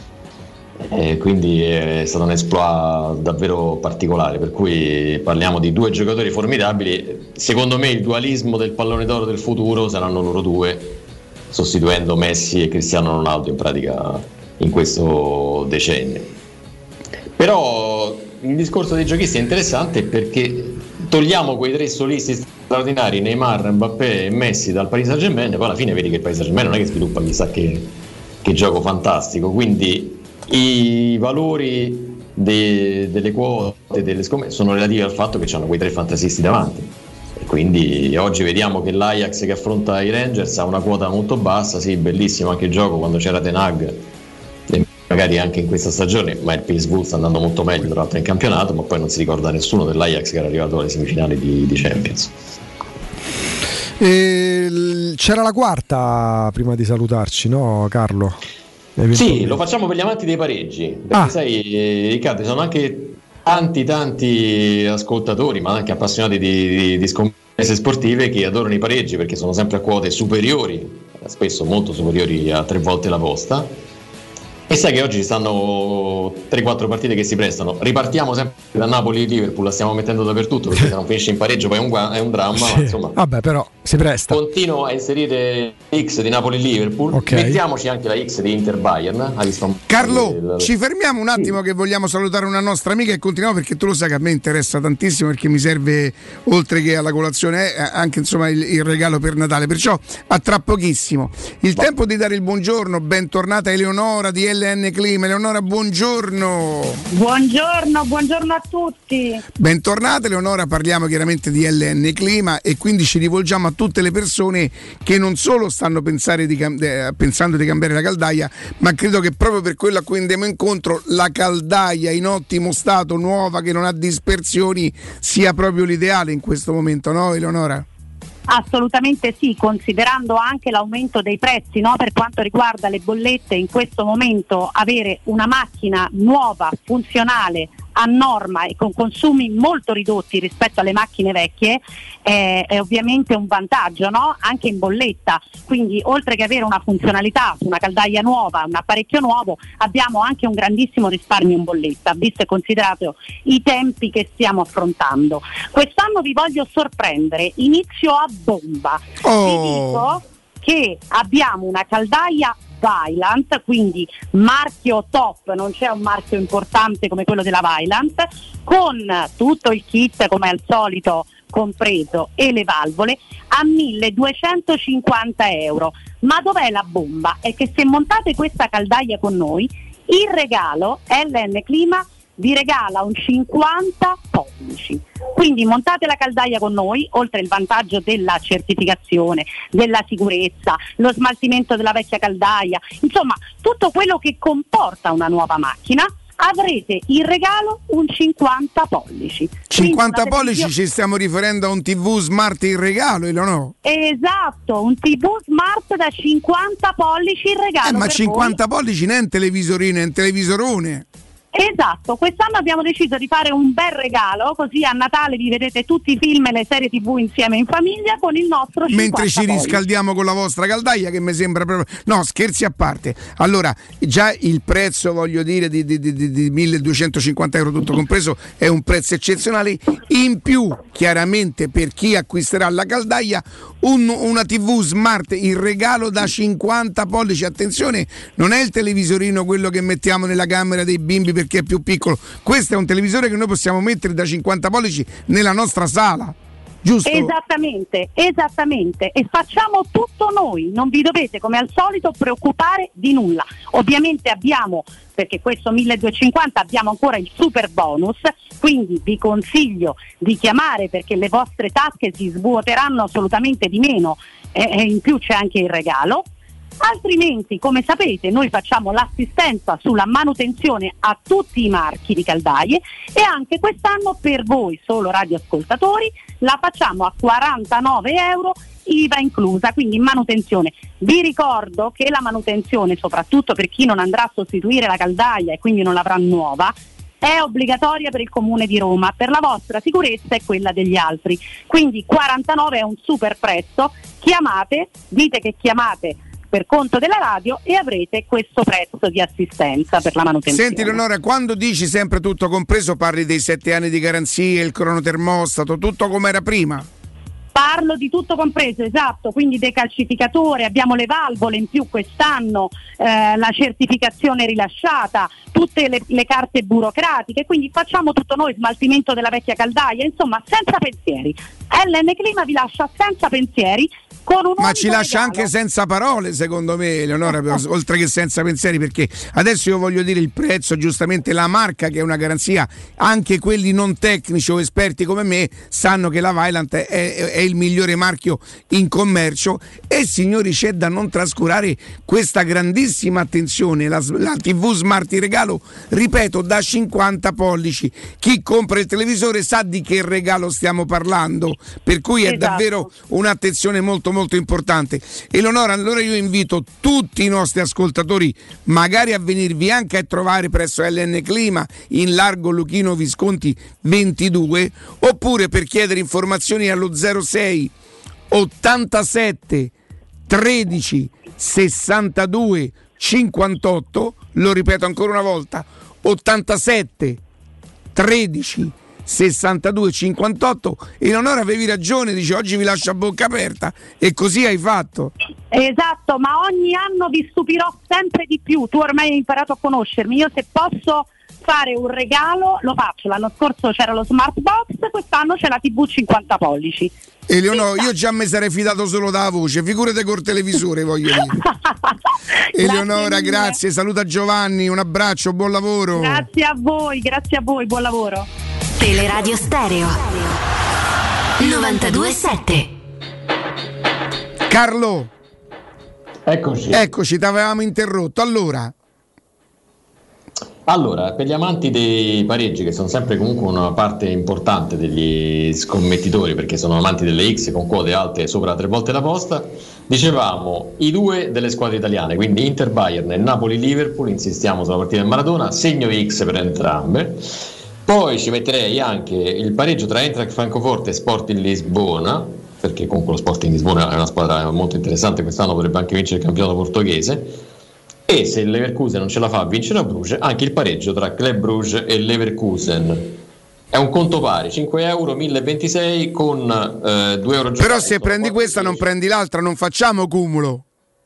quindi è stato un exploit davvero particolare, per cui parliamo di 2 giocatori formidabili. Secondo me il dualismo del pallone d'oro del futuro saranno loro 2, sostituendo Messi e Cristiano Ronaldo in pratica in questo decennio. Però il discorso dei giochisti è interessante perché togliamo quei 3 solisti straordinari, Neymar, Mbappé e Messi, dal Paris Saint-Germain, e poi alla fine vedi che il Paris Saint-Germain non è che sviluppa chissà che gioco fantastico, quindi i valori delle quote, delle scommesse sono relativi al fatto che hanno quei 3 fantasisti davanti, e quindi oggi vediamo che l'Ajax che affronta i Rangers ha una quota molto bassa. Sì, bellissimo anche il gioco quando c'era Ten Hag, magari anche in questa stagione, ma il PSV sta andando molto meglio tra l'altro in campionato, ma poi non si ricorda nessuno dell'Ajax che era arrivato alle semifinali di Champions. C'era la quarta prima di salutarci, no Carlo? Sì, lo facciamo per gli amanti dei pareggi, perché sai Riccardo, sono anche tanti ascoltatori, ma anche appassionati di scommesse sportive, che adorano i pareggi perché sono sempre a quote superiori, spesso molto superiori a 3 volte la posta. E sai che oggi ci stanno 3-4 partite che si prestano. Ripartiamo sempre da Napoli-Liverpool, la stiamo mettendo dappertutto perché se non finisce in pareggio poi è un dramma, sì. Ma insomma, vabbè, però si presta. Continuo a inserire X di Napoli-Liverpool, mettiamoci anche la X di Inter-Bayern. Carlo, ci fermiamo un attimo che vogliamo salutare una nostra amica e continuiamo, perché tu lo sai che a me interessa tantissimo, perché mi serve, oltre che alla colazione, anche insomma il regalo per Natale, perciò a tra pochissimo. Il tempo di dare il buongiorno. Bentornata Eleonora di LN Clima. Eleonora, buongiorno. Buongiorno a tutti. Bentornata Eleonora, parliamo chiaramente di LN Clima e quindi ci rivolgiamo a tutte le persone che non solo stanno pensando di cambiare la caldaia, ma credo che proprio per quello a cui andiamo incontro, la caldaia in ottimo stato, nuova, che non ha dispersioni, sia proprio l'ideale in questo momento, no Eleonora? Assolutamente sì, considerando anche l'aumento dei prezzi, no? Per quanto riguarda le bollette, in questo momento avere una macchina nuova, funzionale, a norma e con consumi molto ridotti rispetto alle macchine vecchie è ovviamente un vantaggio, no? Anche in bolletta, quindi oltre che avere una funzionalità su una caldaia nuova, un apparecchio nuovo, abbiamo anche un grandissimo risparmio in bolletta, visto e considerato i tempi che stiamo affrontando. Quest'anno vi voglio sorprendere, inizio a bomba. Vi dico che abbiamo una caldaia Vaillant, quindi marchio top, non c'è un marchio importante come quello della Vaillant, con tutto il kit come al solito compreso e le valvole a 1.250 euro. Ma dov'è la bomba? È che se montate questa caldaia con noi, il regalo LN Clima vi regala un 50 pollici. Quindi montate la caldaia con noi, oltre il vantaggio della certificazione, della sicurezza, lo smaltimento della vecchia caldaia, insomma tutto quello che comporta una nuova macchina, avrete in regalo un 50 pollici. 50 pollici ci stiamo riferendo a un TV smart in regalo, no? Esatto, un TV smart da 50 pollici in regalo. Ma per 50 voi. pollici non è un televisorino, è un televisorone. Esatto, quest'anno abbiamo deciso di fare un bel regalo, così a Natale vi vedete tutti i film e le serie TV insieme in famiglia con il nostro 50 mentre ci riscaldiamo con la vostra caldaia, che mi sembra proprio... No, scherzi a parte. Allora, già il prezzo, voglio dire, di 1.250 euro tutto compreso è un prezzo eccezionale. In più, chiaramente, per chi acquisterà la caldaia, una TV smart in regalo da 50 pollici. Attenzione, non è il televisorino quello che mettiamo nella camera dei bimbi perché è più piccolo. Questo è un televisore che noi possiamo mettere da 50 pollici nella nostra sala. Giusto? Esattamente, e facciamo tutto noi, non vi dovete come al solito preoccupare di nulla. Ovviamente abbiamo, perché questo 1250 abbiamo ancora il super bonus, quindi vi consiglio di chiamare perché le vostre tasche si svuoteranno assolutamente di meno e in più c'è anche il regalo. Altrimenti, come sapete, noi facciamo l'assistenza sulla manutenzione a tutti i marchi di caldaie e anche quest'anno per voi, solo radioascoltatori, la facciamo a 49 euro IVA inclusa, quindi manutenzione. Vi ricordo che la manutenzione, soprattutto per chi non andrà a sostituire la caldaia e quindi non l'avrà nuova, è obbligatoria per il Comune di Roma, per la vostra sicurezza e quella degli altri. Quindi 49 è un super prezzo, chiamate, dite che chiamate per conto della radio e avrete questo prezzo di assistenza per la manutenzione. Senti Leonora, quando dici sempre tutto compreso parli dei 7 anni di garanzia, il cronotermostato, tutto come era prima? Parlo di tutto compreso, esatto, quindi decalcificatore, abbiamo le valvole in più quest'anno, la certificazione rilasciata, tutte le carte burocratiche, quindi facciamo tutto noi, smaltimento della vecchia caldaia, insomma senza pensieri. LN Clima vi lascia senza pensieri. Ma ci lascia regalo. Anche senza parole, secondo me, Leonora, oltre che senza pensieri, perché adesso io voglio dire il prezzo, giustamente la marca che è una garanzia, anche quelli non tecnici o esperti come me sanno che la Vaillant è il migliore marchio in commercio e signori c'è da non trascurare questa grandissima attenzione, la TV smart in regalo, ripeto, da 50 pollici. Chi compra il televisore sa di che regalo stiamo parlando, per cui è davvero un'attenzione molto molto importante. Eleonora, allora io invito tutti i nostri ascoltatori magari a venirvi anche a trovare presso LN Clima in largo Luchino Visconti 22 oppure per chiedere informazioni allo 06 87 13 62 58, lo ripeto ancora una volta, 87 13 62 58. Eleonora, avevi ragione, dice oggi vi lascio a bocca aperta e così hai fatto. Esatto, ma ogni anno vi stupirò sempre di più. Tu ormai hai imparato a conoscermi, io se posso fare un regalo lo faccio. L'anno scorso c'era lo smart box, quest'anno c'è la TV 50 pollici. Eleonora, io già mi sarei fidato solo dalla voce, figurate col televisore, voglio dire. Eleonora, grazie, saluta Giovanni, un abbraccio, buon lavoro. Grazie a voi, buon lavoro. Teleradio Stereo 92.7. Carlo, eccoci, ti avevamo interrotto. Allora, per gli amanti dei pareggi, che sono sempre comunque una parte importante degli scommettitori, perché sono amanti delle X con quote alte sopra 3 volte la posta, dicevamo i due delle squadre italiane, quindi Inter Bayern e Napoli Liverpool, insistiamo sulla partita del Maradona, segno X per entrambe. Poi ci metterei anche il pareggio tra Eintracht Francoforte e Sporting Lisbona, perché comunque lo Sporting Lisbona è una squadra molto interessante, quest'anno potrebbe anche vincere il campionato portoghese. E se il Leverkusen non ce la fa a vincere a Bruges, anche il pareggio tra Club Bruges e Leverkusen. È un conto pari, 5 euro, 1026 con 2 euro. Però se prendi questa non prendi l'altra, non facciamo cumulo.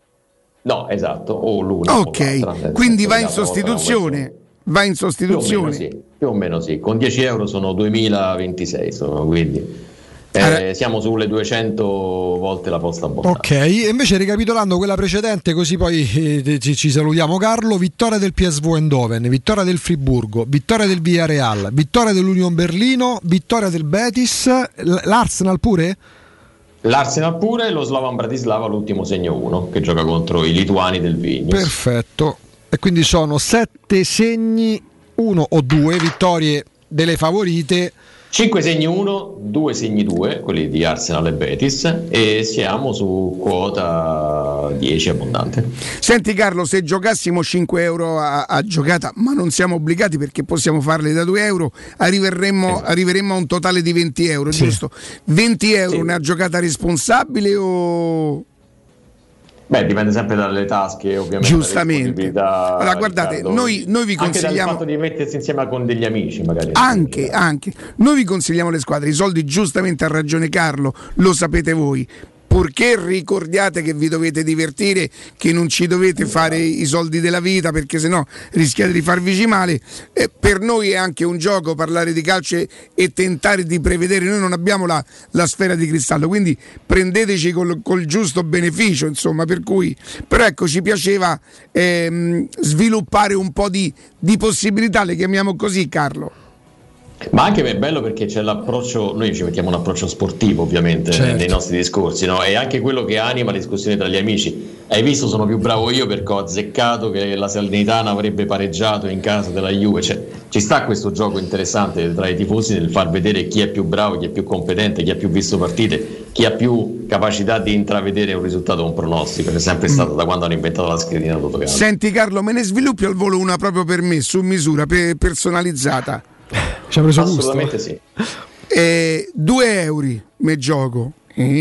No, esatto, o l'una. Ok, o l'altra. quindi va in sostituzione. Va in sostituzione. Più o meno sì, con 10 euro sono 2026, quindi siamo sulle 200 volte la posta abbonata. Ok, e invece ricapitolando quella precedente, così poi ci salutiamo Carlo: vittoria del PSV Eindhoven, vittoria del Friburgo, vittoria del Villarreal, vittoria dell'Union Berlino, vittoria del Betis, l'Arsenal pure? L'Arsenal pure e lo Slovan Bratislava l'ultimo segno 1 che gioca contro i lituani del Vilnius. Perfetto, e quindi sono 7 segni, 1 o 2 vittorie delle favorite. 5 segni 1, 2 segni 2, quelli di Arsenal e Betis, e siamo su quota 10 abbondante. Senti Carlo, se giocassimo 5 euro a giocata, ma non siamo obbligati perché possiamo farle da 2 euro, arriveremmo a un totale di 20 euro, sì. Giusto? 20 euro sì. Una giocata responsabile o... Beh, dipende sempre dalle tasche, ovviamente. Giustamente. Allora, guardate, Riccardo, noi vi consigliamo. Anche dal fatto di mettersi insieme con degli amici, magari. Anche. Noi vi consigliamo le squadre. I soldi, giustamente ha ragione Carlo, lo sapete voi. Purché ricordiate che vi dovete divertire, che non ci dovete fare i soldi della vita, perché sennò rischiate di farvici male. Per noi è anche un gioco parlare di calcio e tentare di prevedere. Noi non abbiamo la sfera di cristallo, quindi prendeteci col giusto beneficio, insomma. Per cui, però ecco, ci piaceva sviluppare un po' di possibilità, le chiamiamo così, Carlo. Ma anche è bello perché c'è l'approccio, noi ci mettiamo un approccio sportivo ovviamente, certo, nei nostri discorsi, no? E anche quello che anima le discussioni tra gli amici. Hai visto, sono più bravo io perché ho azzeccato che la Salernitana avrebbe pareggiato in casa della Juve. Cioè, ci sta questo gioco interessante tra i tifosi nel far vedere chi è più bravo, chi è più competente, chi ha più visto partite, chi ha più capacità di intravedere un risultato o un pronostico. È sempre stato da quando hanno inventato la schedina Totocalcio. Senti Carlo, me ne sviluppi al volo una proprio per me, su misura, personalizzata. Ci ha preso assolutamente gusto. Sì. 2 euro me gioco.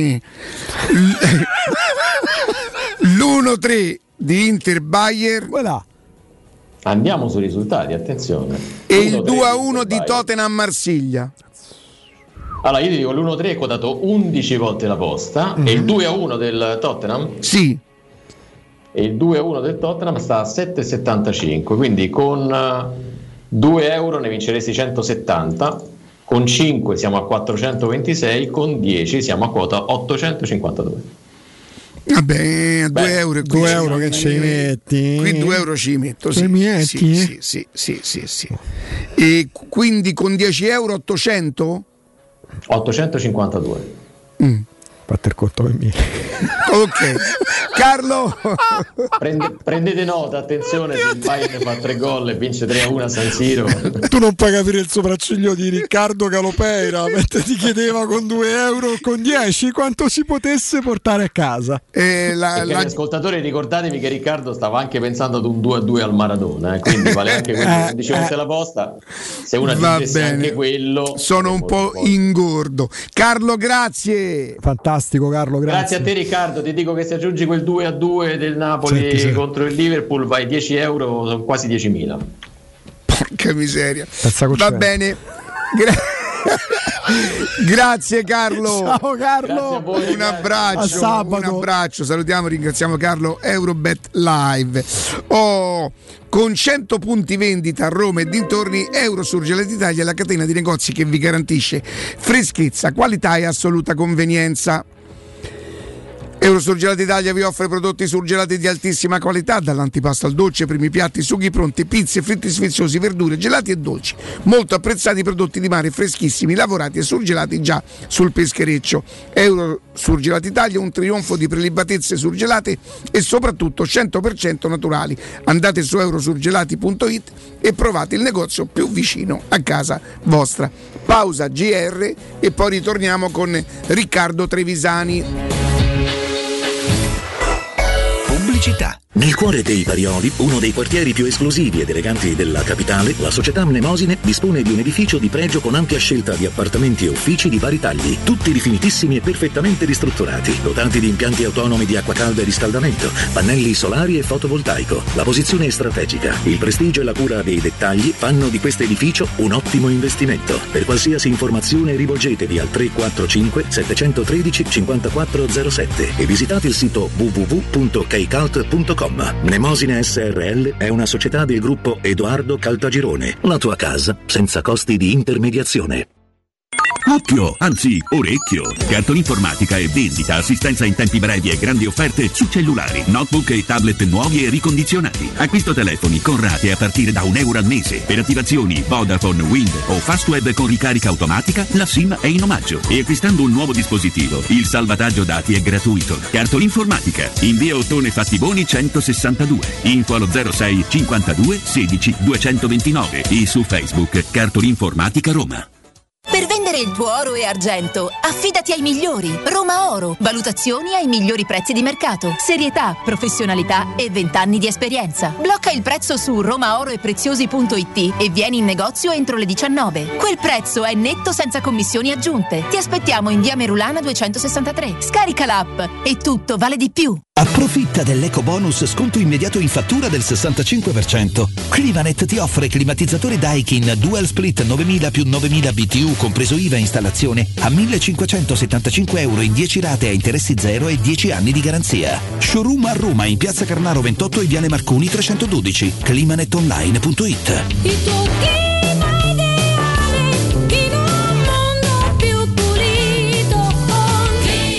L'1-3 di Inter Bayer. Voilà. Andiamo sui risultati, attenzione. E il 2-1 di Tottenham Marsiglia. Allora io ti dico, l'1-3 è quotato 11 volte la posta, e il 2-1 del Tottenham? Sì. E il 2-1 del Tottenham sta a 7,75, quindi con 2 euro ne vinceresti 170, con 5 siamo a 426, con 10 siamo a quota 852. Vabbè, 2 euro, 2 euro che ci metti? Qui 2 euro ci metto, sì. Sì. E quindi con 10 euro 800? 852. Fate il conto per me. Ok. Carlo, prendete nota, attenzione, se il Bayern fa 3 gol e vince 3-1 a San Siro. Tu non puoi capire il sopracciglio di Riccardo Calopeira mentre ti chiedeva con 2 euro o con 10 quanto si potesse portare a casa. Ascoltatori, ricordatevi che Riccardo stava anche pensando ad un 2-2 al Maradona, quindi vale anche quello. Dicevo la posta, se una dicesse anche quello. Sono un po' ingordo. Carlo, grazie. Fantastico Carlo, grazie a te Riccardo. Ti dico che se aggiungi quel 2-2 del Napoli contro il Liverpool vai 10 euro, sono quasi 10.000. Porca miseria. Va bene. Grazie Carlo. Ciao Carlo. A voi, un abbraccio. Salutiamo, ringraziamo Carlo. Eurobet Live. Con 100 punti vendita a Roma e dintorni, Eurosurgelati Italia è la catena di negozi che vi garantisce freschezza, qualità e assoluta convenienza. Eurosurgelati Italia vi offre prodotti surgelati di altissima qualità, dall'antipasto al dolce, primi piatti, sughi pronti, pizze, fritti sfiziosi, verdure, gelati e dolci. Molto apprezzati prodotti di mare freschissimi, lavorati e surgelati già sul peschereccio. Eurosurgelati Italia, un trionfo di prelibatezze surgelate e soprattutto 100% naturali. Andate su eurosurgelati.it e provate il negozio più vicino a casa vostra. Pausa GR e poi ritorniamo con Riccardo Trevisani. Pubblicità. Nel cuore dei Parioli, uno dei quartieri più esclusivi ed eleganti della capitale, la società Mnemosine dispone di un edificio di pregio con ampia scelta di appartamenti e uffici di vari tagli, tutti rifinitissimi e perfettamente ristrutturati, dotati di impianti autonomi di acqua calda e riscaldamento, pannelli solari e fotovoltaico. La posizione è strategica, il prestigio e la cura dei dettagli fanno di questo edificio un ottimo investimento. Per qualsiasi informazione rivolgetevi al 345 713 5407 e visitate il sito www.kcalt.com. Mnemosine SRL è una società del gruppo Edoardo Caltagirone. La tua casa senza costi di intermediazione. Occhio, anzi orecchio. Cartolinformatica e vendita, assistenza in tempi brevi e grandi offerte su cellulari, notebook e tablet nuovi e ricondizionati. Acquisto telefoni con rate a partire da €1 al mese. Per attivazioni Vodafone, Wind o Fastweb con ricarica automatica, la SIM è in omaggio. E acquistando un nuovo dispositivo, il salvataggio dati è gratuito. Cartolinformatica, in via Ottone Fattiboni 162. Info allo 06 52 16 229 e su Facebook Cartolinformatica Roma. Per vendere il tuo oro e argento, affidati ai migliori. Roma Oro. Valutazioni ai migliori prezzi di mercato. Serietà, professionalità e 20 anni di esperienza. Blocca il prezzo su romaoroepreziosi.it e vieni in negozio entro le 19. Quel prezzo è netto senza commissioni aggiunte. Ti aspettiamo in via Merulana 263. Scarica l'app e tutto vale di più. Approfitta dell'eco bonus sconto immediato in fattura del 65%. Climanet ti offre climatizzatore Daikin Dual Split 9000 più 9000 BTU compreso IVA e installazione a €1.575 in 10 rate a interessi zero e 10 anni di garanzia. Showroom a Roma in Piazza Carnaro 28 e Viale Marconi 312. climanetonline.it. Il tuo clima ideale in un mondo più pulito con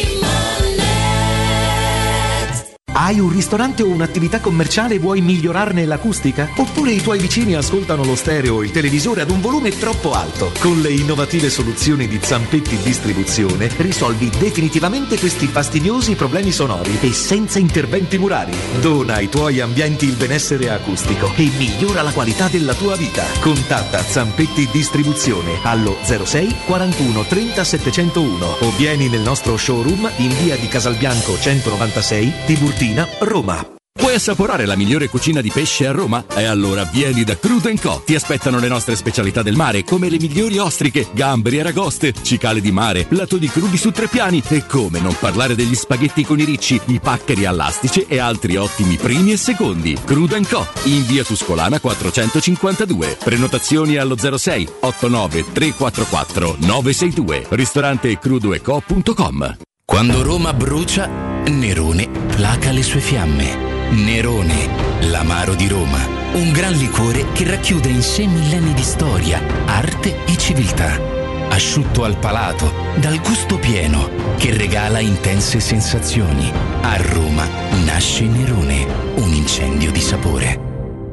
Climanet. Hai un ristorante o un'attività commerciale e vuoi migliorarne l'acustica? Oppure i tuoi vicini ascoltano lo stereo o il televisore ad un volume troppo alto? Con le innovative soluzioni di Zampetti Distribuzione risolvi definitivamente questi fastidiosi problemi sonori e senza interventi murari. Dona ai tuoi ambienti il benessere acustico e migliora la qualità della tua vita. Contatta Zampetti Distribuzione allo 06 41 30 701 o vieni nel nostro showroom in via di Casalbianco 196, Tiburtina, Roma. Vuoi assaporare la migliore cucina di pesce a Roma? E allora vieni da Crudo & Co. Ti aspettano le nostre specialità del mare, come le migliori ostriche, gamberi e aragoste, cicale di mare, plato di crudi su 3 piani e come non parlare degli spaghetti con i ricci, i paccheri all'astice e altri ottimi primi e secondi. Crudo & Co. in via Tuscolana 452. Prenotazioni allo 06 89 344 962. Ristorante crudoeco.com. Quando Roma brucia, Nerone placa le sue fiamme. Nerone, l'amaro di Roma, un gran liquore che racchiude in sé millenni di storia, arte e civiltà. Asciutto al palato, dal gusto pieno, che regala intense sensazioni. A Roma nasce Nerone, un incendio di sapore.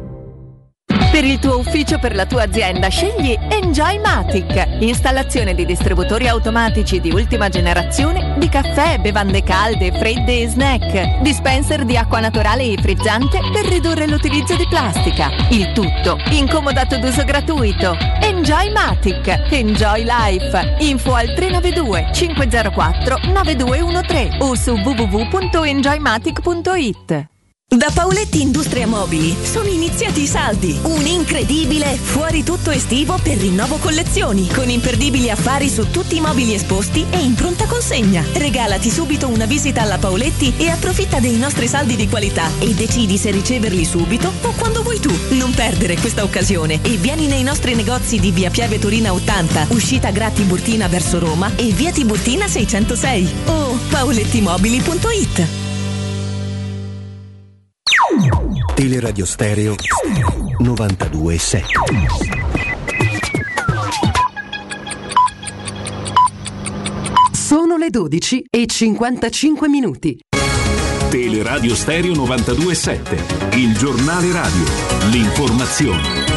Per il tuo ufficio, per la tua azienda, scegli Enjoymatic. Installazione di distributori automatici di ultima generazione di caffè, bevande calde, fredde e snack. Dispenser di acqua naturale e frizzante per ridurre l'utilizzo di plastica. Il tutto incomodato d'uso gratuito. Enjoymatic. Enjoy Life. Info al 392 504 9213 o su www.enjoymatic.it. Da Paoletti Industria Mobili sono iniziati i saldi, un incredibile fuori tutto estivo per rinnovo collezioni, con imperdibili affari su tutti i mobili esposti e in pronta consegna. Regalati subito una visita alla Paoletti e approfitta dei nostri saldi di qualità e decidi se riceverli subito o quando vuoi tu. Non perdere questa occasione e vieni nei nostri negozi di via Pieve Torina 80, uscita Gra Tiburtina verso Roma e via Tiburtina 606 o paolettimobili.it. Teleradio Stereo 92.7. Sono le 12:55. Teleradio Stereo 92.7, il giornale radio, l'informazione.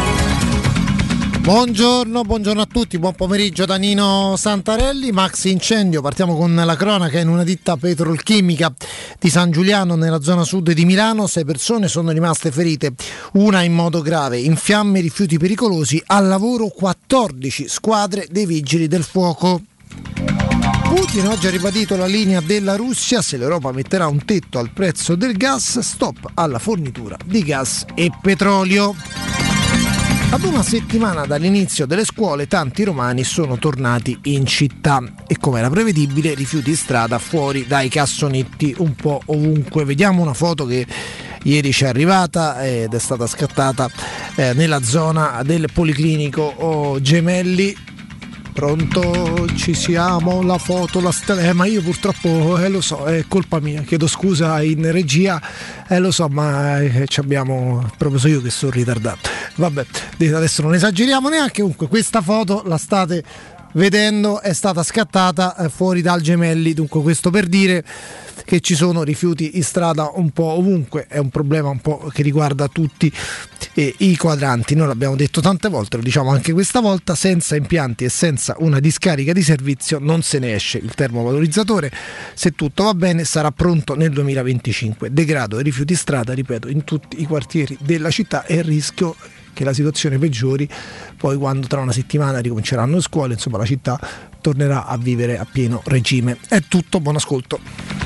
Buongiorno a tutti, buon pomeriggio da Nino Santarelli. Maxi incendio, partiamo con la cronaca in una ditta petrolchimica di San Giuliano nella zona sud di Milano. 6 persone sono rimaste ferite, una in modo grave. In fiamme rifiuti pericolosi, al lavoro 14 squadre dei vigili del fuoco. Putin oggi ha ribadito la linea della Russia: se l'Europa metterà un tetto al prezzo del gas, stop alla fornitura di gas e petrolio. Ad una settimana dall'inizio delle scuole, tanti romani sono tornati in città e, come era prevedibile, rifiuti in strada fuori dai cassonetti un po' ovunque. Vediamo una foto che ieri ci è arrivata ed è stata scattata nella zona del Policlinico Gemelli. Pronto, ci siamo, la foto, ma io purtroppo lo so, è colpa mia, chiedo scusa in regia, lo so, ma proprio so io che sono ritardato. Vabbè, adesso non esageriamo neanche. Comunque questa foto la state vedendo, è stata scattata fuori dal Gemelli. Dunque, questo per dire che ci sono rifiuti in strada un po' ovunque. È un problema un po' che riguarda tutti i quadranti. Noi l'abbiamo detto tante volte, lo diciamo anche questa volta: senza impianti e senza una discarica di servizio non se ne esce. Il termovalorizzatore, se tutto va bene, sarà pronto nel 2025. Degrado e rifiuti in strada, ripeto, in tutti i quartieri della città, e il rischio che la situazione peggiori poi quando tra una settimana ricominceranno le scuole. Insomma, la città tornerà a vivere a pieno regime. È tutto, buon ascolto.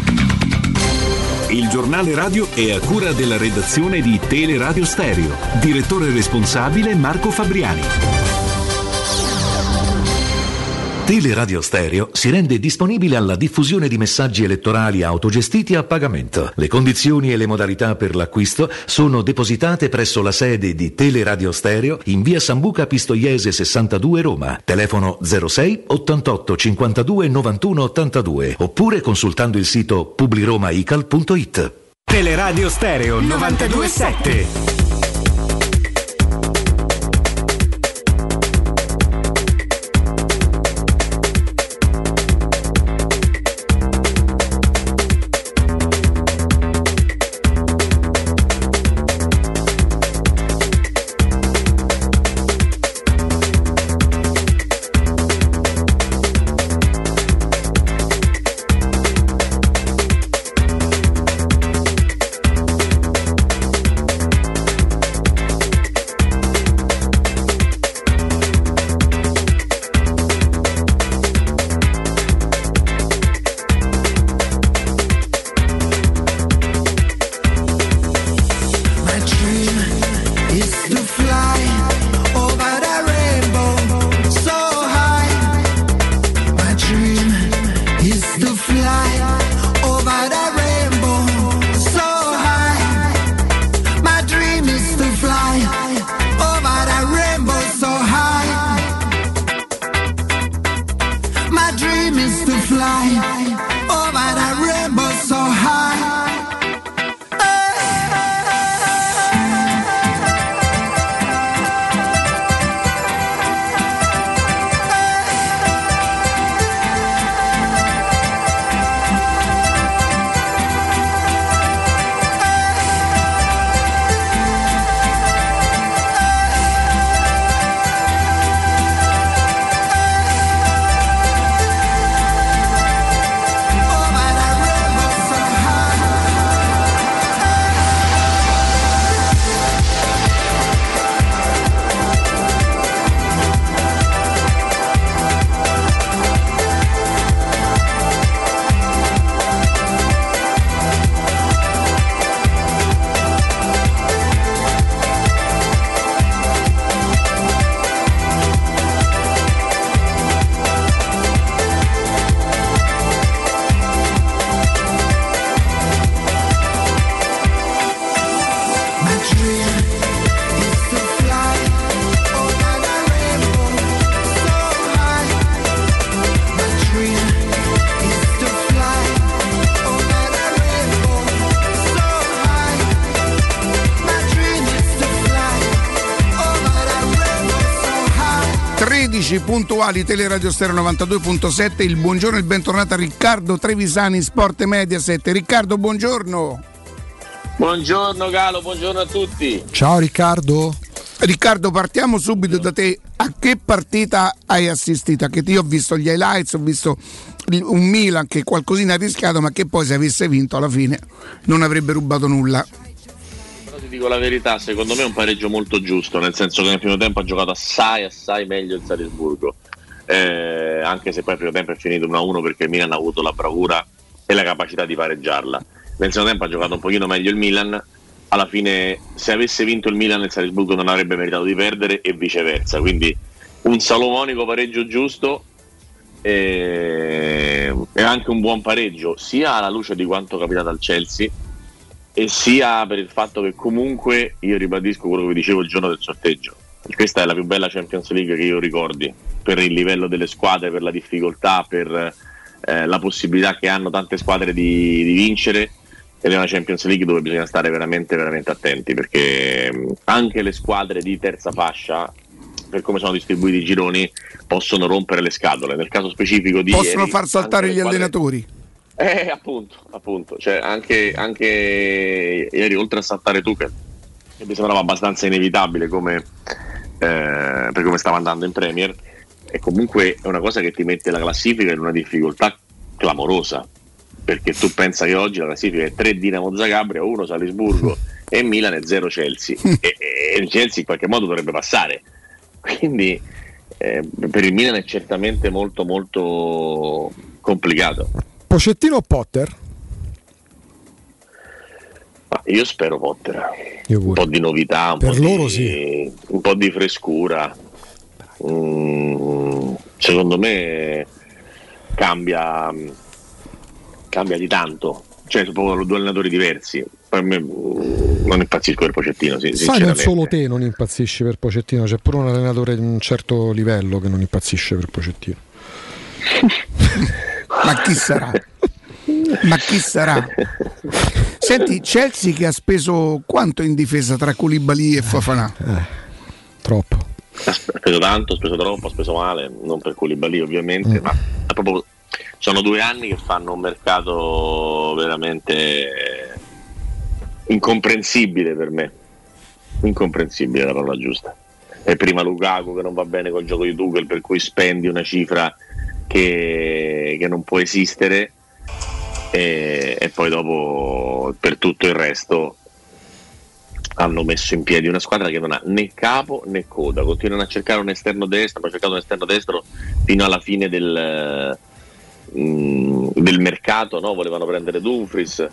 Il giornale radio è a cura della redazione di Teleradio Stereo. Direttore responsabile Marco Fabriani. Teleradio Stereo si rende disponibile alla diffusione di messaggi elettorali autogestiti a pagamento. Le condizioni e le modalità per l'acquisto sono depositate presso la sede di Teleradio Stereo in via Sambuca Pistoiese 62 Roma. Telefono 06 88 52 91 82 oppure consultando il sito publiromaical.it. Teleradio Stereo 92.7. Puntuali, Teleradio Stereo 92.7. Il buongiorno e il bentornato a Riccardo Trevisani, Sport e Mediaset. Riccardo, buongiorno. Buongiorno Galo, buongiorno a tutti. Ciao Riccardo. Riccardo, partiamo subito da te. A che partita hai assistito? Che io ho visto gli highlights, ho visto un Milan che qualcosina ha rischiato, ma che poi se avesse vinto alla fine non avrebbe rubato nulla. Ti dico la verità, secondo me è un pareggio molto giusto, nel senso che nel primo tempo ha giocato assai meglio il Salisburgo. anche se poi il primo tempo è finito 1-1 perché il Milan ha avuto la bravura e la capacità di pareggiarla. Nel secondo tempo ha giocato un pochino meglio il Milan. Alla fine, se avesse vinto il Milan, il Salisburgo non avrebbe meritato di perdere e viceversa, quindi un salomonico pareggio giusto e anche un buon pareggio, sia alla luce di quanto capitato al Chelsea e sia per il fatto che comunque, io ribadisco quello che vi dicevo il giorno del sorteggio, questa è la più bella Champions League che io ricordi, per il livello delle squadre, per la difficoltà, per la possibilità che hanno tante squadre di vincere, ed è una Champions League dove bisogna stare veramente veramente attenti, perché anche le squadre di terza fascia, per come sono distribuiti i gironi, possono rompere le scatole. Nel caso specifico di possono ieri, far saltare gli allenatori. Appunto, cioè anche ieri, oltre a saltare Tuchel, che mi sembrava abbastanza inevitabile come per come stava andando in Premier, e comunque è una cosa che ti mette la classifica in una difficoltà clamorosa, perché tu pensa che oggi la classifica è 3 Dinamo Zagabria, 1 Salisburgo e Milan e 0 Chelsea, e il Chelsea in qualche modo dovrebbe passare, quindi per il Milan è certamente molto molto complicato. Pochettino o Potter? Io spero Potter, un po' di novità, un po' di frescura, secondo me cambia di tanto, cioè sono 2 allenatori diversi. Per me non impazzisco per Pochettino, sai, non solo te non impazzisci per Pochettino, c'è pure un allenatore di un certo livello che non impazzisce per Pochettino. Ma chi sarà? Senti, Chelsea che ha speso quanto in difesa tra Koulibaly e Fofana? Troppo. Ha speso tanto, ha speso troppo, ha speso male, non per Koulibaly ovviamente, ma proprio sono 2 anni che fanno un mercato veramente incomprensibile per me, incomprensibile è la parola giusta. E prima Lukaku che non va bene col gioco di Tuchel, per cui spendi una cifra che non può esistere, e poi dopo per tutto il resto hanno messo in piedi una squadra che non ha né capo né coda, continuano a cercare un esterno destro, hanno cercato un esterno destro fino alla fine del mercato, no? Volevano prendere Dumfries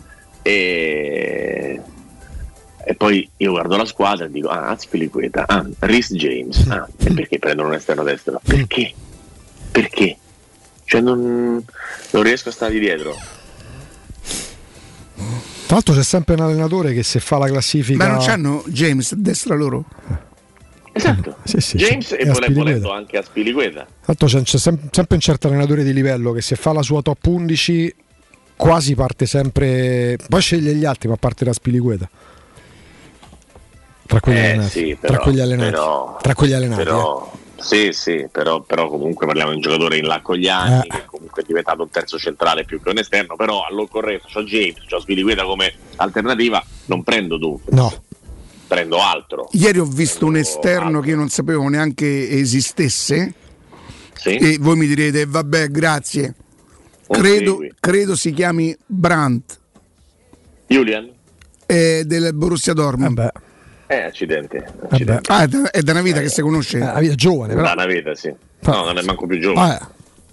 e poi io guardo la squadra e dico Azpilicueta, Reece James, e perché prendono un esterno destro? Perché? Cioè non riesco a stargli dietro. Tra l'altro c'è sempre un allenatore che se fa la classifica. Ma non c'hanno James a destra loro? Esatto, sì, James e volendo anche Azpilicueta. Tra l'altro c'è sempre un certo allenatore di livello che se fa la sua top 11 quasi parte sempre, poi sceglie gli altri ma parte da Azpilicueta. Tra quegli allenati. Però comunque parliamo di un giocatore in là con gli anni, che comunque è diventato un terzo centrale più che un esterno, però all'occorrenza c'ho James, c'ho Azpilicueta come alternativa, non prendo Dumfries. No. Prendo altro. Ieri ho visto un esterno che io non sapevo neanche esistesse, e voi mi direte vabbè grazie, credo si chiami Brandt, Julian del Borussia Dortmund. Accidente. È da una vita che si conosce. Una vita giovane, però. Da una vita, sì. No, non è manco più giovane.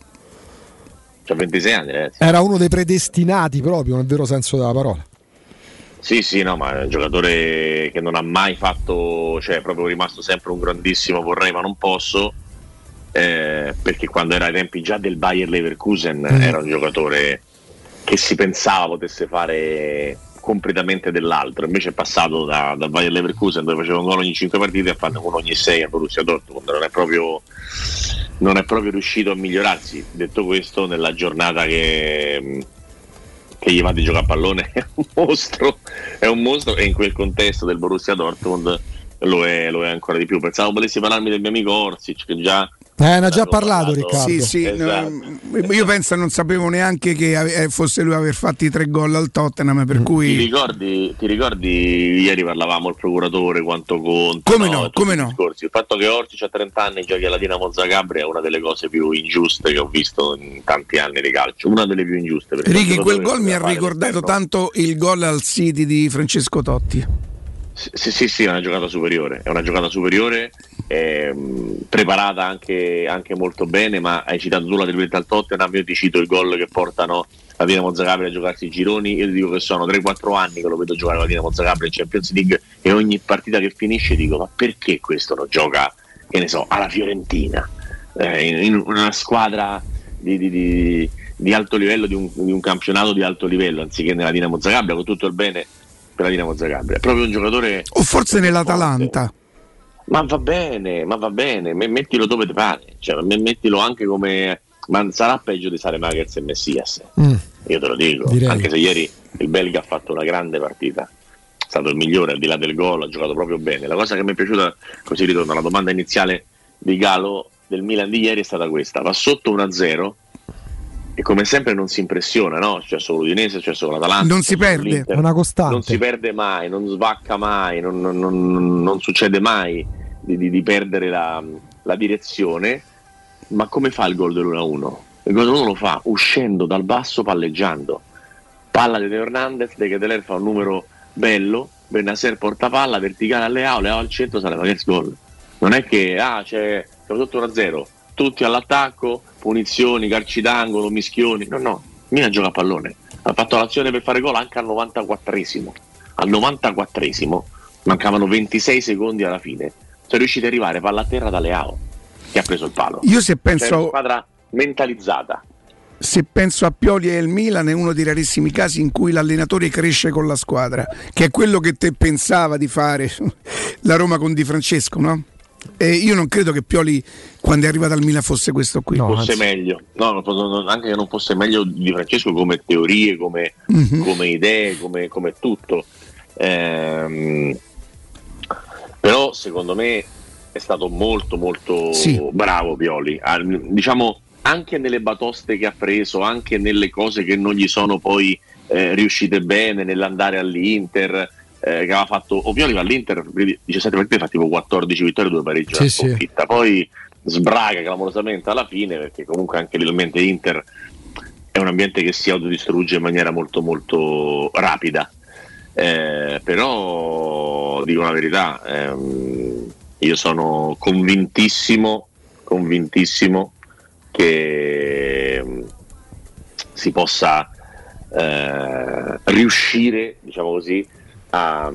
C'ha 26 anni, ragazzi. Era uno dei predestinati proprio, nel vero senso della parola. Sì, no, ma è un giocatore che non ha mai fatto, cioè è proprio rimasto sempre un grandissimo vorrei ma non posso, perché quando era ai tempi già del Bayer Leverkusen era un giocatore che si pensava potesse fare completamente dell'altro, invece è passato dal Bayer Leverkusen dove faceva un gol ogni 5 partite a fare uno ogni 6 a Borussia Dortmund. Non è proprio riuscito a migliorarsi. Detto questo, nella giornata che gli va di giocare a pallone è un mostro, e in quel contesto del Borussia Dortmund lo è ancora di più. Pensavo volessi parlarmi del mio amico Orsic, che già ne ha già parlato Riccardo. Sì, esatto. Io penso non sapevo neanche che fosse lui aver fatto i 3 gol al Tottenham, per cui ti ricordi ieri parlavamo il procuratore quanto conta, come no? Il fatto che Orsic a 30 anni giochi alla Dinamo Zagabria è una delle cose più ingiuste che ho visto in tanti anni di calcio, una delle più ingiuste. Ricky, quel gol mi ha ricordato tanto il gol al City di Francesco Totti. Sì, è una giocata superiore, preparata anche molto bene, ma hai citato tu la tripletta al Tottenham, io ti cito il gol che portano la Dinamo Zagabria a giocarsi i gironi. Io ti dico che sono 3-4 anni che lo vedo giocare la Dinamo Zagabria in Champions League, e ogni partita che finisce dico: ma perché questo non gioca, che ne so, alla Fiorentina, in una squadra di alto livello, di un campionato di alto livello, anziché nella Dinamo Zagabria, con tutto il bene per la Dinamo Zagabria. È proprio un giocatore, o forse nell'Atalanta. Ma va bene, mettilo dove ti pare, cioè, mettilo anche come, ma sarà peggio di Saelemaekers e Messias, io te lo dico, direi. Anche se ieri il belga ha fatto una grande partita, è stato il migliore al di là del gol, ha giocato proprio bene. La cosa che mi è piaciuta, così ritorno alla domanda iniziale di Galo, del Milan di ieri è stata questa: va sotto 1-0 e come sempre non si impressiona, no? C'è solo l'Udinese, c'è solo l'Atalanta, non si perde, è una costante, non si perde mai, non svacca mai, non succede mai di perdere la direzione. Ma come fa il gol dell'1-1? Il gol dell'1 lo fa uscendo dal basso, palleggiando, palla di Teo Hernandez, De Keteler fa un numero bello, Bennacer porta palla verticale a Leao al centro, Saelemaekers gol. Non è che c'è sotto 1-0, tutti all'attacco, punizioni, calci d'angolo, mischioni. No, Milan gioca a pallone. Ha fatto l'azione per fare gol anche al 94esimo. Al 94esimo, mancavano 26 secondi alla fine, sono riusciti ad arrivare palla a terra da Leao, che ha preso il palo. Io se penso, c'è una squadra mentalizzata. Se penso a Pioli e il Milan, è uno dei rarissimi casi in cui l'allenatore cresce con la squadra, che è quello che te pensava di fare la Roma con Di Francesco, no? E io non credo che Pioli, quando è arrivato al Milan, fosse questo qui. No, fosse meglio, anche che non fosse meglio Di Francesco come teorie, come idee, come tutto. Però secondo me è stato molto bravo Pioli, diciamo, anche nelle batoste che ha preso, anche nelle cose che non gli sono poi riuscite bene, nell'andare all'Inter, che aveva fatto Pioli va all'Inter 17 partite, fa tipo 14 vittorie, 2 pareggi, una sconfitta. Poi sbraga clamorosamente alla fine, perché comunque anche l'ambiente Inter è un ambiente che si autodistrugge in maniera molto rapida. Però dico la verità, io sono convintissimo che si possa riuscire, diciamo così, a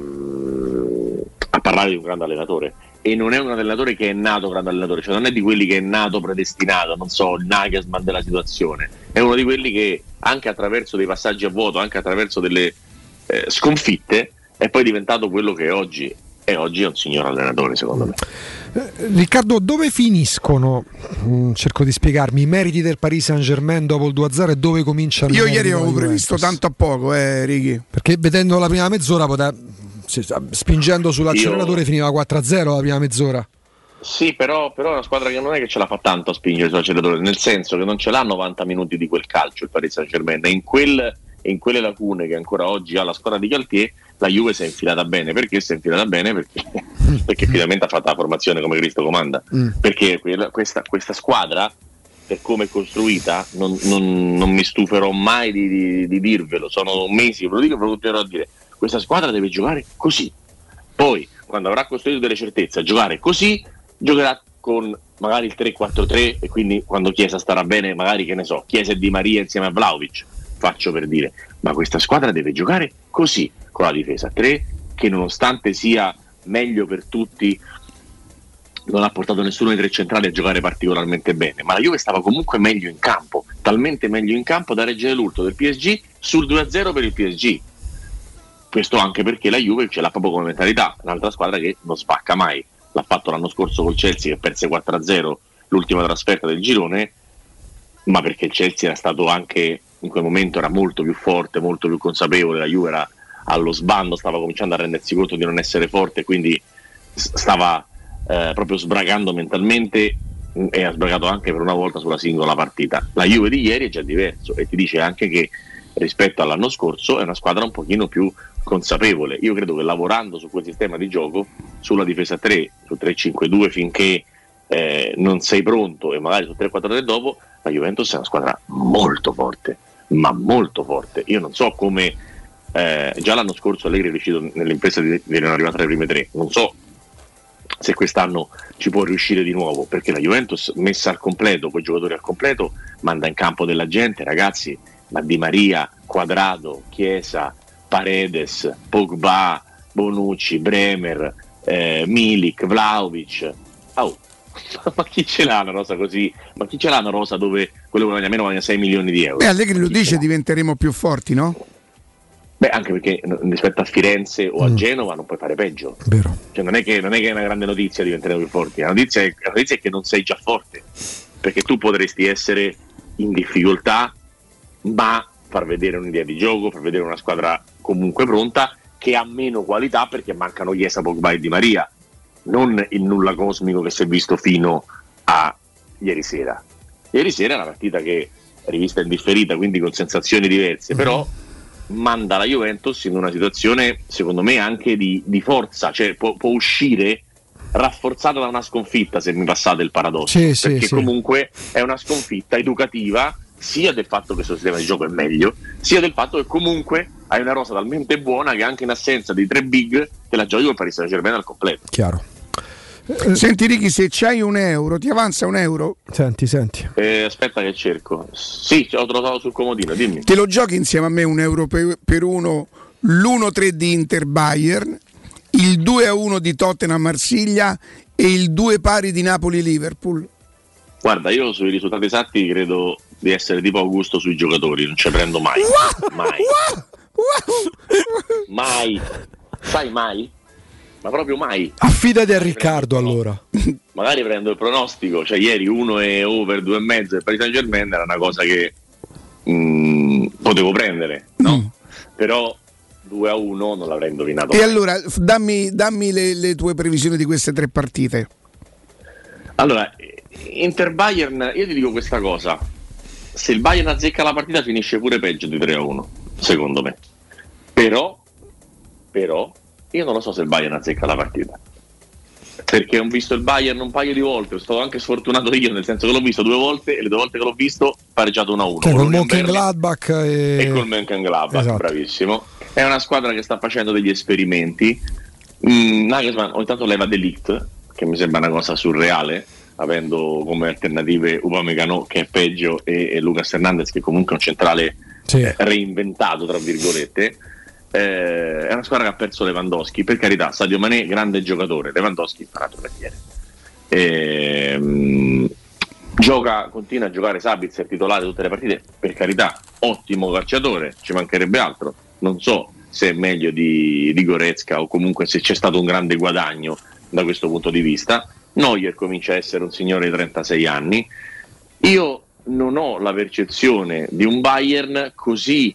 parlare di un grande allenatore. E non è un allenatore che è nato grande allenatore, cioè non è di quelli che è nato predestinato, non so, il Nagelsmann della situazione. È uno di quelli che anche attraverso dei passaggi a vuoto, anche attraverso delle sconfitte, è poi diventato quello che è oggi. E oggi è un signor allenatore, secondo me. Riccardo, dove finiscono, cerco di spiegarmi, i meriti del Paris Saint-Germain dopo il 2-0 e dove cominciano? Io ieri avevo previsto tanto a poco, Righi. Perché vedendo la prima mezz'ora, spingendo sull'acceleratore, finiva 4-0 la prima mezz'ora. Sì, però è una squadra che non è che ce la fa tanto a spingere sull'acceleratore, nel senso che non ce l'ha 90 minuti di quel calcio il Paris Saint-Germain, e in quelle lacune che ancora oggi ha la squadra di Galtier, la Juve si è infilata bene. Perché si è infilata bene? Perché finalmente ha fatto la formazione come Cristo comanda. Perché questa squadra, per come è costruita, non mi stuferò mai di dirvelo, sono mesi, ve lo dico, ve lo continuerò a dire, questa squadra deve giocare così. Poi, quando avrà costruito delle certezze a giocare così, giocherà con magari il 3-4-3, e quindi quando Chiesa starà bene, magari, che ne so, Chiesa e Di Maria insieme a Vlahovic, faccio per dire. Ma questa squadra deve giocare così, con la difesa 3, che nonostante sia meglio per tutti, non ha portato nessuno dei tre centrali a giocare particolarmente bene, ma la Juve stava comunque meglio in campo, talmente meglio in campo da reggere l'urto del PSG sul 2-0 per il PSG. Questo anche perché la Juve ce l'ha proprio come mentalità, un'altra squadra che non spacca mai. L'ha fatto l'anno scorso col Chelsea, che perse 4-0 l'ultima trasferta del girone, ma perché il Chelsea era stato anche, in quel momento era molto più forte, molto più consapevole, la Juve era allo sbando, stava cominciando a rendersi conto di non essere forte, quindi stava proprio sbragando mentalmente, e ha sbragato anche per una volta sulla singola partita. La Juve di ieri è già diverso, e ti dice anche che rispetto all'anno scorso è una squadra un pochino più consapevole. Io credo che lavorando su quel sistema di gioco, sulla difesa 3, su 3-5-2, finché non sei pronto, e magari su 3-4-3 dopo, la Juventus è una squadra molto forte, ma molto forte. Io non so come già l'anno scorso Allegri è riuscito nell'impresa di non arrivare tra le prime tre, non so se quest'anno ci può riuscire di nuovo, perché la Juventus messa al completo, con i giocatori al completo, manda in campo della gente, ragazzi, ma Di Maria, Quadrado, Chiesa, Paredes, Pogba, Bonucci, Bremer, Milik, Vlahovic. Ma chi ce l'ha una rosa così? Ma chi ce l'ha una rosa dove quello che almeno guadagna 6 milioni di euro? Allegri lo dice, diventeremo più forti, no? Beh, anche perché rispetto a Firenze o a Genova non puoi fare peggio. Vero. Cioè, non è che è una grande notizia diventeremo più forti. La notizia è che non sei già forte, perché tu potresti essere in difficoltà, ma far vedere un'idea di gioco, far vedere una squadra comunque pronta, che ha meno qualità perché mancano Chiesa, Pogba e Di Maria, non il nulla cosmico che si è visto fino a ieri sera. Ieri sera è una partita che rivista in differita, quindi con sensazioni diverse, però manda la Juventus in una situazione secondo me anche di forza, cioè può uscire rafforzata da una sconfitta, se mi passate il paradosso, perché comunque è una sconfitta educativa sia del fatto che il suo sistema di gioco è meglio, sia del fatto che comunque hai una rosa talmente buona che anche in assenza dei tre big te la giochi con Paris Saint-Germain al completo. Chiaro. Senti Ricky, se c'hai €1 ti avanza €1? Senti. Aspetta che cerco. Sì, ho trovato sul comodino, dimmi. Te lo giochi insieme a me €1 per uno, l'1-3 di Inter Bayern, il 2-1 di Tottenham Marsiglia e il 2 pari di Napoli Liverpool. Guarda, io sui risultati esatti credo di essere tipo Augusto sui giocatori, non ci prendo mai. Mai. Sai mai? Ma proprio mai. Affidati a Riccardo allora. Magari prendo il pronostico, cioè ieri 1 e over 2,5 per Paris Saint-Germain era una cosa che potevo prendere, no? Però 2-1 non l'avrei indovinato. E allora dammi le tue previsioni di queste tre partite. Allora, Inter Bayern, io ti dico questa cosa: se il Bayern azzecca la partita finisce pure peggio di 3-1, secondo me. Però io non lo so se il Bayern azzecca la partita, perché ho visto il Bayern un paio di volte, sono stato anche sfortunato io, nel senso che l'ho visto 2 volte e le 2 volte che l'ho visto pareggiato 1-1 con Mönchengladbach e col Mönchengladbach, esatto. Bravissimo. È una squadra che sta facendo degli esperimenti. Nagelsmann ogni tanto leva De Ligt, che mi sembra una cosa surreale, avendo come alternative Upamecano, che è peggio, e Lucas Hernandez, che comunque è un centrale reinventato tra virgolette. È una squadra che ha perso Lewandowski, per carità. Sadio Mané, grande giocatore, Lewandowski imparato perché continua a giocare. Sabitzer titolare tutte le partite, per carità, ottimo calciatore, ci mancherebbe altro. Non so se è meglio di Goretzka o comunque se c'è stato un grande guadagno da questo punto di vista. Neuer comincia a essere un signore di 36 anni. Io non ho la percezione di un Bayern così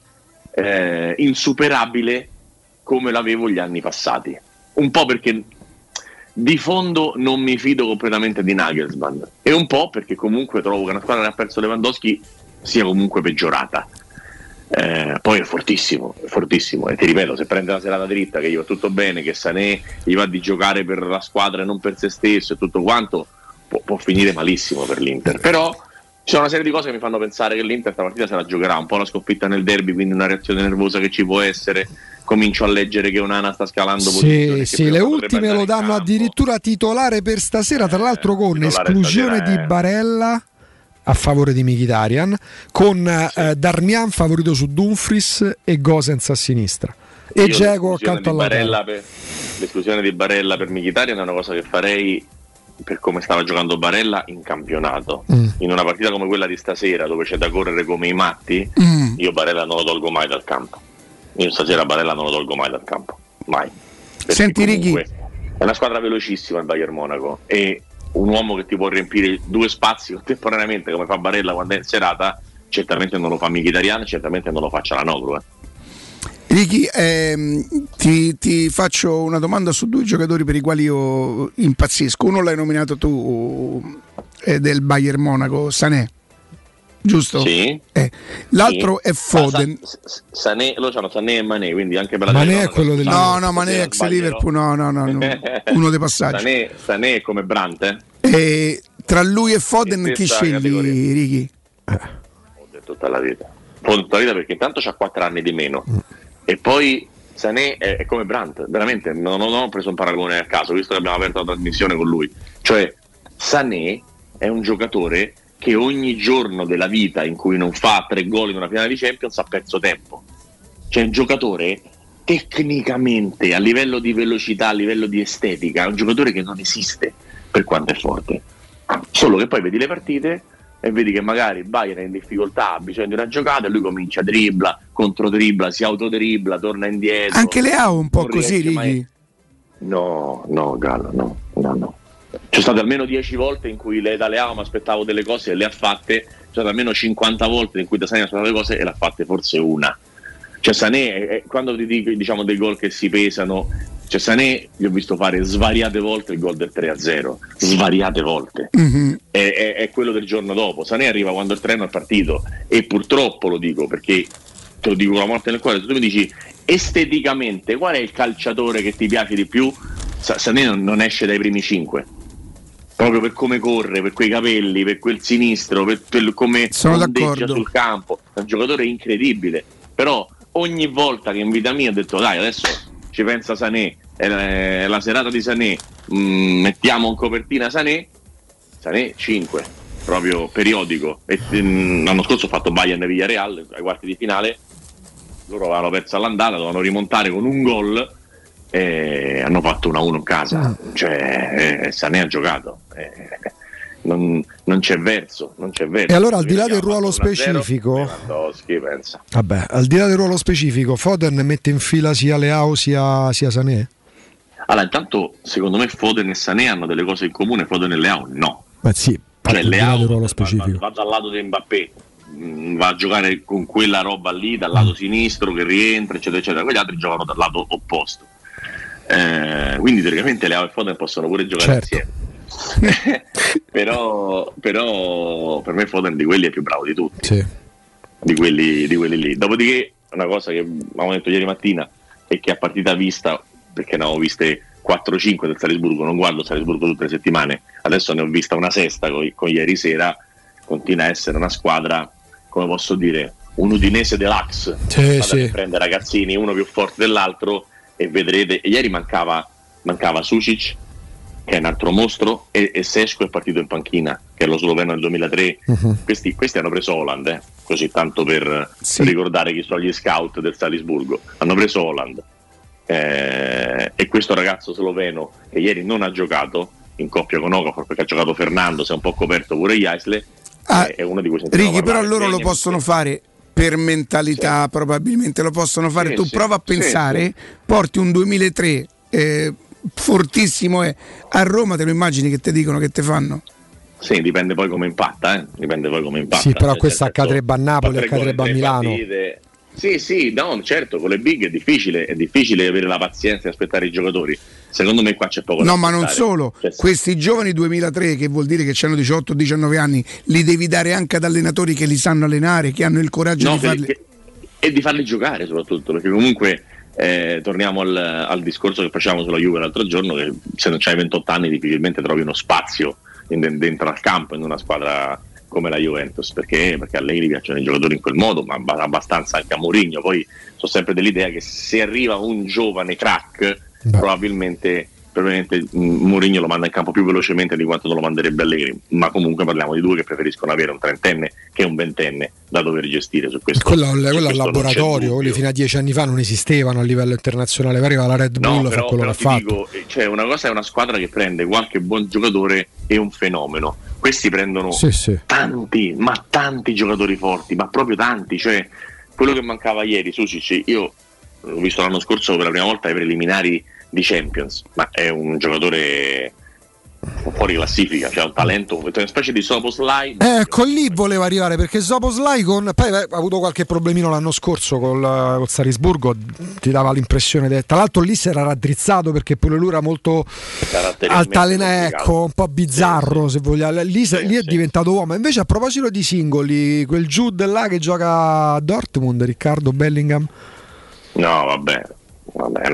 insuperabile come l'avevo gli anni passati, un po' perché di fondo non mi fido completamente di Nagelsmann e un po' perché comunque trovo che una squadra che ha perso Lewandowski sia comunque peggiorata. Poi è fortissimo e ti ripeto, se prende la serata dritta, che gli va tutto bene, che Sané gli va di giocare per la squadra e non per se stesso e tutto quanto, può finire malissimo per l'Inter. Però c'è una serie di cose che mi fanno pensare che l'Inter stamattina se la giocherà, un po' la sconfitta nel derby, quindi una reazione nervosa che ci può essere. Comincio a leggere che Onana sta scalando posizioni. Sì, le ultime lo danno addirittura titolare per stasera, tra l'altro con esclusione di Barella a favore di Mkhitaryan, con Darmian favorito su Dumfries e Gosens a sinistra e Dzeko accanto alla l'esclusione di Barella per Mkhitaryan è una cosa che farei per come stava giocando Barella in campionato. In una partita come quella di stasera, dove c'è da correre come i matti, io Barella non lo tolgo mai dal campo. Io stasera Barella non lo tolgo mai dal campo, mai. Senti Righi, è una squadra velocissima il Bayern Monaco, e un uomo che ti può riempire 2 spazi contemporaneamente come fa Barella quando è in serata, certamente non lo fa Mkhitaryan, certamente non lo fa Çalhanoğlu. Ricky, ti faccio una domanda su 2 giocatori per i quali io impazzisco. Uno l'hai nominato tu, del Bayern Monaco, Sané, giusto? Sì. L'altro è Foden. Sané, lo sanno, Sané e Mané, quindi anche per la Mané è quello del No, Mané ex Liverpool, no. Uno dei passaggi. Sané è come Brandt. Tra lui e Foden chi scegli, Ricky? Ho detto tutta la vita perché intanto c'ha 4 anni di meno. E poi Sané è come Brandt, veramente non ho preso un paragone a caso, visto che abbiamo aperto la trasmissione con lui. Cioè, Sané è un giocatore che ogni giorno della vita in cui non fa 3 gol in una finale di Champions ha perso tempo. Cioè, un giocatore tecnicamente, a livello di velocità, a livello di estetica, è un giocatore che non esiste per quanto è forte. Solo che poi vedi le partite e vedi che magari il Bayern è in difficoltà, ha bisogno di una giocata e lui comincia a dribbla, controdribbla, si autodribbla, torna indietro. Anche Leao un po' così, Righi? No, Gallo, no. C'è state almeno 10 volte in cui da Leao mi aspettavo delle cose e le ha fatte, c'è state almeno 50 volte in cui da Sané ha aspettato delle cose e le ha fatte forse una. Cioè Sané, quando ti dico, diciamo, dei gol che si pesano, cioè Sané gli ho visto fare svariate volte il gol del 3-0, svariate volte. È quello del giorno dopo. Sané arriva quando il treno è partito e purtroppo lo dico perché te lo dico con la morte nel cuore, se tu mi dici esteticamente qual è il calciatore che ti piace di più, Sané non esce dai primi 5, proprio per come corre, per quei capelli, per quel sinistro, per come ondeggia sul campo. È un giocatore incredibile, però ogni volta che in vita mia ho detto dai adesso ci pensa Sané, è la serata di Sané, mettiamo in copertina Sané 5, proprio periodico. E l'anno scorso ho fatto Bayern-Villarreal ai quarti di finale, loro avevano perso all'andata, dovevano rimontare con un gol e hanno fatto 1-1 in casa. Cioè Sané ha giocato, non c'è verso. E allora al di là del ruolo specifico, vabbè, al di là del ruolo specifico, Foden mette in fila sia Leao sia Sané? Allora, intanto secondo me Foden e Sané hanno delle cose in comune, Foden e Leao no. Ma sì, cioè, Leao ruolo specifico. Va dal lato di Mbappé, va a giocare con quella roba lì dal lato sinistro che rientra eccetera eccetera, quegli altri giocano dal lato opposto, quindi teoricamente Leao e Foden possono pure giocare insieme. però per me Foden di quelli è più bravo di tutti, di quelli lì. Dopodiché una cosa che avevamo detto ieri mattina è che a partita vista, perché ne avevo viste 4-5 del Salisburgo, non guardo Salisburgo tutte le settimane, adesso ne ho vista una sesta con ieri sera, continua a essere una squadra, come posso dire, un Udinese deluxe, prende ragazzini uno più forte dell'altro e vedrete. E ieri mancava Sušić, che è un altro mostro, e Seško è partito in panchina, che è lo sloveno del 2003. Questi hanno preso Haaland, così tanto per ricordare chi sono gli scout del Salisburgo. Hanno preso Haaland, e questo ragazzo sloveno che ieri non ha giocato in coppia con Okafor perché ha giocato Fernando, si è un po' coperto pure Jaisle, è uno di cui sentiamo Righi, parlare. però loro lo possono fare per mentalità, probabilmente lo possono fare. Tu prova a pensare, porti un 2003 fortissimo, a Roma te lo immagini che ti dicono, che te fanno? Sì, dipende poi come impatta, Sì, però questo accadrebbe a Napoli, accadrebbe a Milano. Sì, no, certo, con le big è difficile avere la pazienza e aspettare i giocatori. Secondo me qua c'è poco da aspettare. Ma non solo, questi giovani 2003, che vuol dire che hanno 18-19 anni, li devi dare anche ad allenatori che li sanno allenare, che hanno il coraggio di farli e di farli giocare soprattutto, perché comunque torniamo al discorso che facevamo sulla Juve l'altro giorno, che se non c'hai 28 anni difficilmente trovi uno spazio dentro al campo in una squadra come la Juventus, perché a Allegri piacciono i giocatori in quel modo, ma abbastanza anche a Mourinho. Poi sono sempre dell'idea che se arriva un giovane crack, probabilmente Mourinho lo manda in campo più velocemente di quanto non lo manderebbe Allegri, ma comunque parliamo di due che preferiscono avere un trentenne che un ventenne da dover gestire su questo. Quello è il laboratorio, quelli fino a 10 anni fa non esistevano a livello internazionale, arriva la Red Bull, fa quello che ha fatto. Cioè, una cosa è una squadra che prende qualche buon giocatore e un fenomeno. Questi prendono tanti giocatori forti, ma proprio tanti. Cioè, quello che mancava ieri, Sušić, io l'ho visto l'anno scorso per la prima volta ai preliminari di Champions, ma è un giocatore fuori classifica, cioè un talento, una specie di Szoboszlai. Con lì voleva arrivare, perché Szoboszlai poi ha avuto qualche problemino l'anno scorso col Salisburgo, ti dava l'impressione tra l'altro lì si era raddrizzato, perché pure lui era molto altalenante, un po' bizzarro, se vogliamo. Lì è diventato uomo. Invece, a proposito di singoli, quel Jude là che gioca a Dortmund, Riccardo Bellingham, no vabbè, è un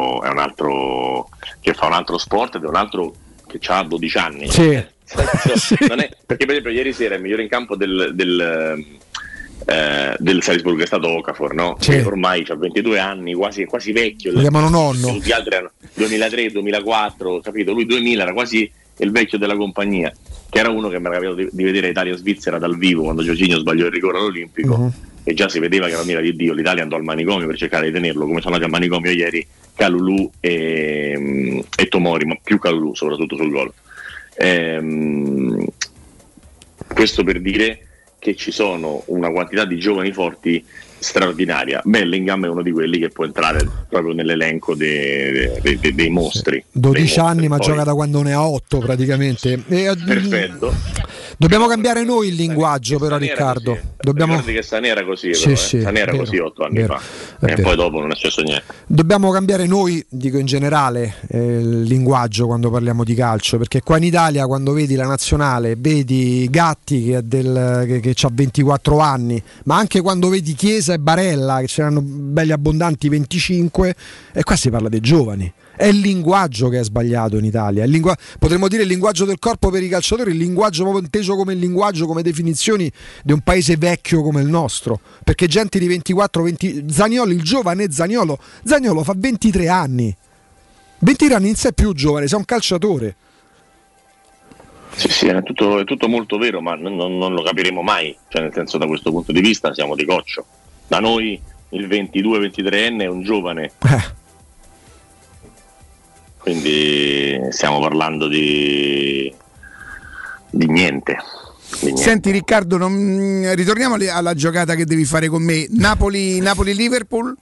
altro che fa un altro sport ed è un altro che ha 12 anni. Sì. Non è, perché per esempio ieri sera il migliore in campo del Salisburgo, che è stato Okafor, no? Sì. Che ormai ha 22 anni, quasi vecchio. Lo chiamano nonno. Tutti gli altri erano 2003, 2004, capito? Lui 2000 era quasi il vecchio della compagnia, che era uno che mi era capitato di vedere Italia-Svizzera dal vivo quando Jorginho sbagliò il rigore all'Olimpico, e già si vedeva che era mira di Dio. L'Italia andò al manicomio per cercare di tenerlo, come sono andati al manicomio ieri Kalulu e Tomori, ma più Kalulu soprattutto sul gol. Questo per dire che ci sono una quantità di giovani forti straordinaria. Bellingham è uno di quelli che può entrare proprio nell'elenco dei mostri. 12 anni, ma poi gioca da quando ne ha 8 praticamente. Perfetto. Dobbiamo cambiare noi il linguaggio, però, Riccardo. Ricordi che Sané era così, Sì, però, sì, Sané era vero, così 8 anni vero, fa, e vero. poi dopo non è successo niente. Dobbiamo cambiare noi, dico in generale, il linguaggio quando parliamo di calcio, perché qua in Italia, quando vedi la nazionale, vedi Gatti che ha 24 anni, ma anche quando vedi Chiesa e Barella, che c'erano belli abbondanti 25, e qua si parla dei giovani. È il linguaggio che è sbagliato in Italia. Potremmo dire il linguaggio del corpo per i calciatori, il linguaggio proprio inteso come il linguaggio, come definizioni di un paese vecchio come il nostro. Perché gente di 24-20... Zaniolo, il giovane Zaniolo fa 23 anni. 23 anni non sei più giovane, sei un calciatore. Sì, è tutto molto vero, ma non lo capiremo mai. Cioè, nel senso, da questo punto di vista siamo di coccio. Da noi il 22-23enne è un giovane. Quindi stiamo parlando di niente. Senti Riccardo, ritorniamo alla giocata che devi fare con me. Napoli-Liverpool?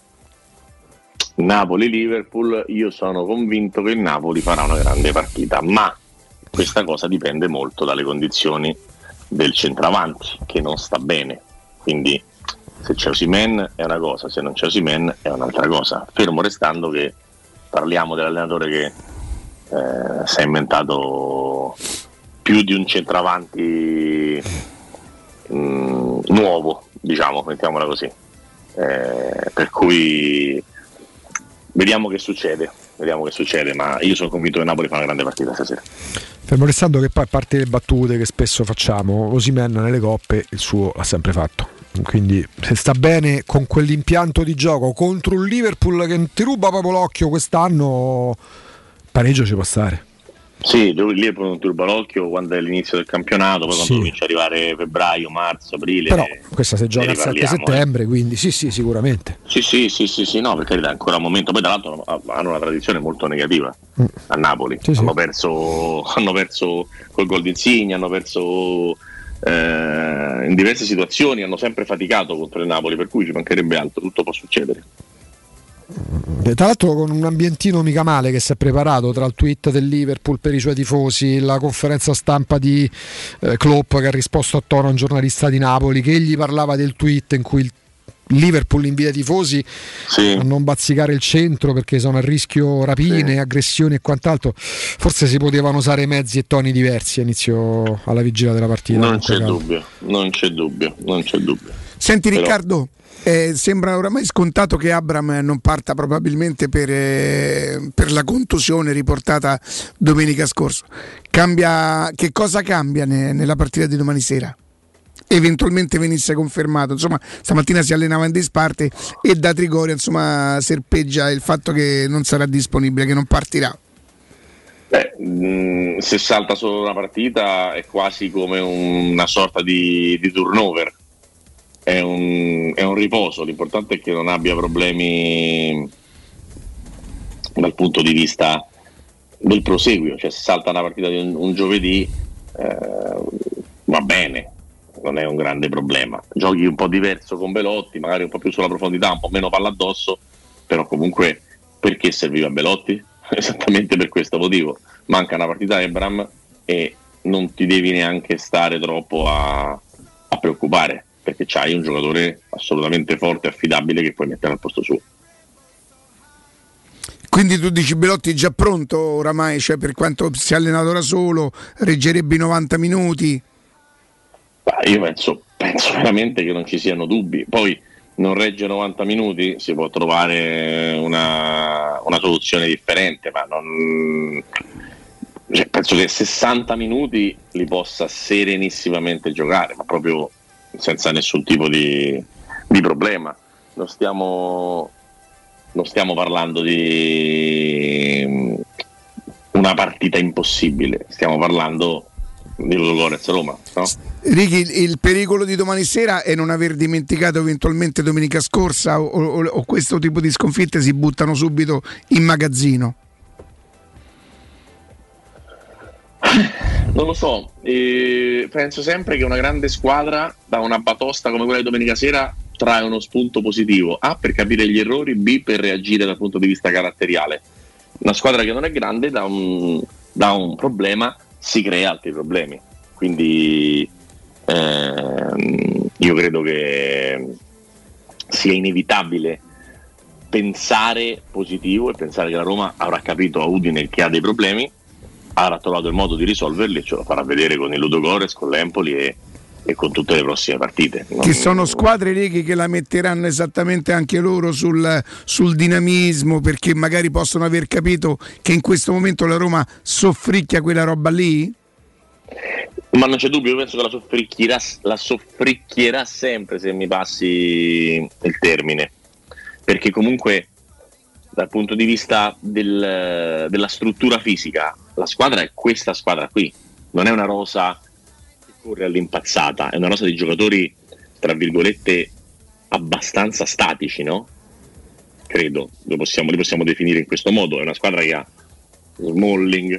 Napoli-Liverpool, io sono convinto che il Napoli farà una grande partita, ma questa cosa dipende molto dalle condizioni del centravanti, che non sta bene. Quindi se c'è Osimhen è una cosa, se non c'è Osimhen è un'altra cosa, fermo restando che parliamo dell'allenatore che si è inventato più di un centravanti nuovo, diciamo, mettiamola così, per cui vediamo che succede, ma io sono convinto che Napoli fa una grande partita stasera. Fermo restando che poi, a parte le battute che spesso facciamo, Osimhen nelle coppe il suo l'ha sempre fatto, quindi se sta bene con quell'impianto di gioco contro un Liverpool che ti ruba proprio l'occhio quest'anno, pareggio ci può stare. Sì, il Liverpool non ti ruba l'occhio quando è l'inizio del campionato, poi quando comincia ad arrivare febbraio, marzo, aprile. Però questa si gioca il 7 settembre, quindi sì, sicuramente. Sì, no, per carità, ancora un momento. Poi tra l'altro hanno una tradizione molto negativa a Napoli. Hanno perso col gol di Insigne, hanno perso in diverse situazioni, hanno sempre faticato contro il Napoli, per cui ci mancherebbe altro, tutto può succedere. Tra l'altro con un ambientino mica male che si è preparato, tra il tweet del Liverpool per i suoi tifosi, la conferenza stampa di Klopp che ha risposto a tono a un giornalista di Napoli che egli parlava del tweet in cui il Liverpool invita i tifosi a non bazzicare il centro perché sono a rischio rapine, aggressioni e quant'altro. Forse si potevano usare mezzi e toni diversi alla vigilia della partita. Non c'è dubbio. Senti Riccardo, sembra oramai scontato che Abraham non parta probabilmente per la contusione riportata domenica scorsa. Che cosa cambia nella partita di domani sera? Eventualmente venisse confermato, insomma stamattina si allenava in disparte e da Trigoria serpeggia il fatto che non sarà disponibile, che non partirà. Se salta solo una partita è quasi come una sorta di turnover. È un riposo, l'importante è che non abbia problemi dal punto di vista del proseguio, cioè se salta una partita di un giovedì va bene, non è un grande problema. Giochi un po' diverso con Belotti, magari un po' più sulla profondità, un po' meno palla addosso, però comunque perché serviva Belotti? Esattamente per questo motivo, manca una partita Ebram e non ti devi neanche stare troppo a preoccupare, perché c'hai un giocatore assolutamente forte e affidabile che puoi mettere al posto suo. Quindi tu dici Belotti è già pronto oramai, cioè per quanto si è allenato da solo reggerebbe i 90 minuti? Io penso veramente che non ci siano dubbi. Poi non regge 90 minuti, si può trovare una soluzione differente, ma penso che 60 minuti li possa serenissimamente giocare, ma proprio senza nessun tipo di problema. Non stiamo parlando di una partita impossibile, stiamo parlando di Ludogorets Roma, no? Ricky, il pericolo di domani sera è non aver dimenticato eventualmente domenica scorsa o questo tipo di sconfitte si buttano subito in magazzino? Non lo so, penso sempre che una grande squadra da una batosta come quella di domenica sera trae uno spunto positivo, A per capire gli errori, B per reagire dal punto di vista caratteriale. Una squadra che non è grande da un problema si crea altri problemi, quindi io credo che sia inevitabile pensare positivo e pensare che la Roma avrà capito a Udine che ha dei problemi, avrà trovato il modo di risolverli e ce lo farà vedere con il Ludogorets, con l'Empoli e con tutte le prossime partite. Che sono squadre, Ricky, che la metteranno esattamente anche loro sul dinamismo, perché magari possono aver capito che in questo momento la Roma soffricchia quella roba lì? Ma non c'è dubbio, io penso che la soffricchierà sempre, se mi passi il termine, perché comunque dal punto di vista della struttura fisica la squadra è questa squadra qui, non è una rosa che corre all'impazzata, è una rosa di giocatori tra virgolette abbastanza statici, no? Credo, li possiamo definire in questo modo. È una squadra che ha Smalling,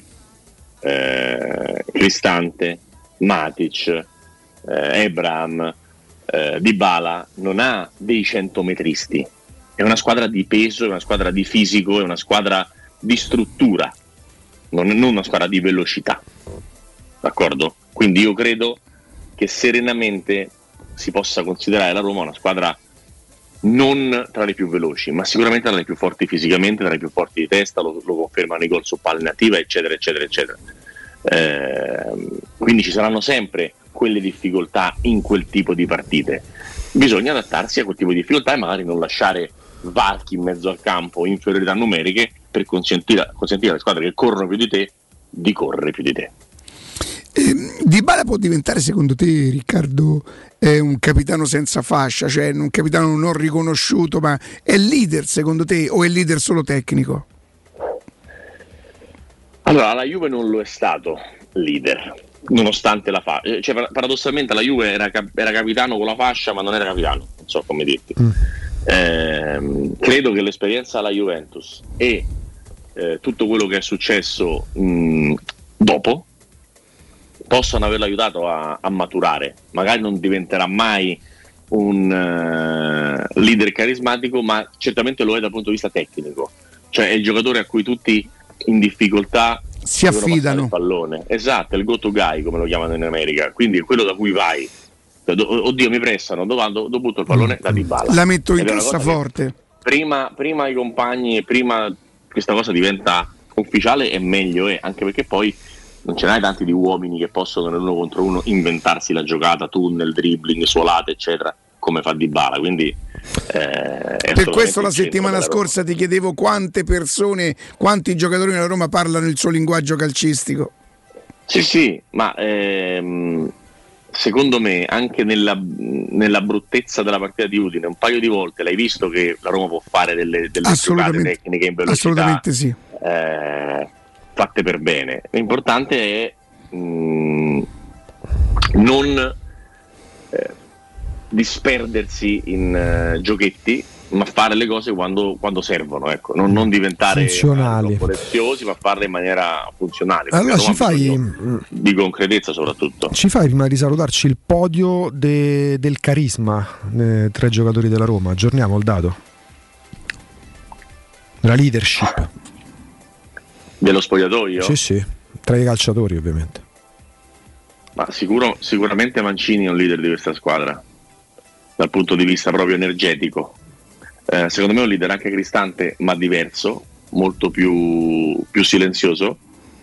Cristante, Matic, Abraham, Dybala, non ha dei centometristi, è una squadra di peso, è una squadra di fisico, è una squadra di struttura, non una squadra di velocità, d'accordo? Quindi io credo che serenamente si possa considerare la Roma una squadra non tra le più veloci, ma sicuramente tra le più forti fisicamente, tra le più forti di testa, lo confermano i gol su palla nativa, eccetera eccetera eccetera. Quindi ci saranno sempre quelle difficoltà in quel tipo di partite, bisogna adattarsi a quel tipo di difficoltà e magari non lasciare varchi in mezzo al campo, inferiorità numeriche, per consentire alle squadre che corrono più di te di correre più di te. Dybala può diventare, secondo te, Riccardo, un capitano senza fascia, cioè un capitano non riconosciuto, ma è leader secondo te o è leader solo tecnico? Allora, la Juve non lo è stato leader, nonostante la fascia, cioè, paradossalmente la Juve era capitano con la fascia, ma non era capitano, non so come dirti. Credo che l'esperienza alla Juventus e tutto quello che è successo dopo possano averlo aiutato a maturare. Magari non diventerà mai un leader carismatico, ma certamente lo è dal punto di vista tecnico, cioè è il giocatore a cui tutti in difficoltà si affidano il pallone, esatto, è il go to guy come lo chiamano in America, quindi è quello da cui vai. Oddio, mi pressano, dove butto il pallone? Da Dybala, la metto in cassaforte. Prima i compagni e prima questa cosa diventa ufficiale e meglio è, anche perché poi non ce n'hai tanti di uomini che possono nell'uno contro uno inventarsi la giocata, tunnel, dribbling, suolate eccetera, come fa Dybala, quindi per questo la settimana scorsa ti chiedevo quanti giocatori della Roma parlano il suo linguaggio calcistico. Sì, ma secondo me anche nella bruttezza della partita di Udine un paio di volte l'hai visto che la Roma può fare delle giocate tecniche in velocità, assolutamente sì, fatte per bene. L'importante è non disperdersi in giochetti, ma fare le cose quando servono, ecco. non diventare troppo preziosi, ma farle in maniera funzionale. Allora ci fai di concretezza soprattutto. Ci fai, prima di salutarci, il podio del carisma tra i giocatori della Roma. Aggiorniamo il dato, la leadership dello spogliatoio? Sì, tra i calciatori ovviamente. Ma sicuramente Mancini è un leader di questa squadra dal punto di vista proprio energetico. Secondo me è un leader anche Cristante, ma diverso, molto più silenzioso.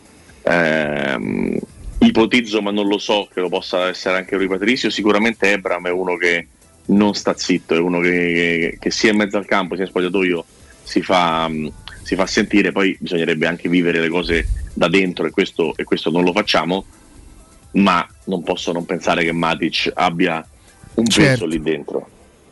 Ipotizzo, ma non lo so, che lo possa essere anche Rui Patricio. Sicuramente Abraham è uno che non sta zitto, è uno che sia in mezzo al campo sia in spogliatoio si fa sentire. Poi bisognerebbe anche vivere le cose da dentro e questo non lo facciamo, ma non posso non pensare che Matic abbia un peso lì dentro.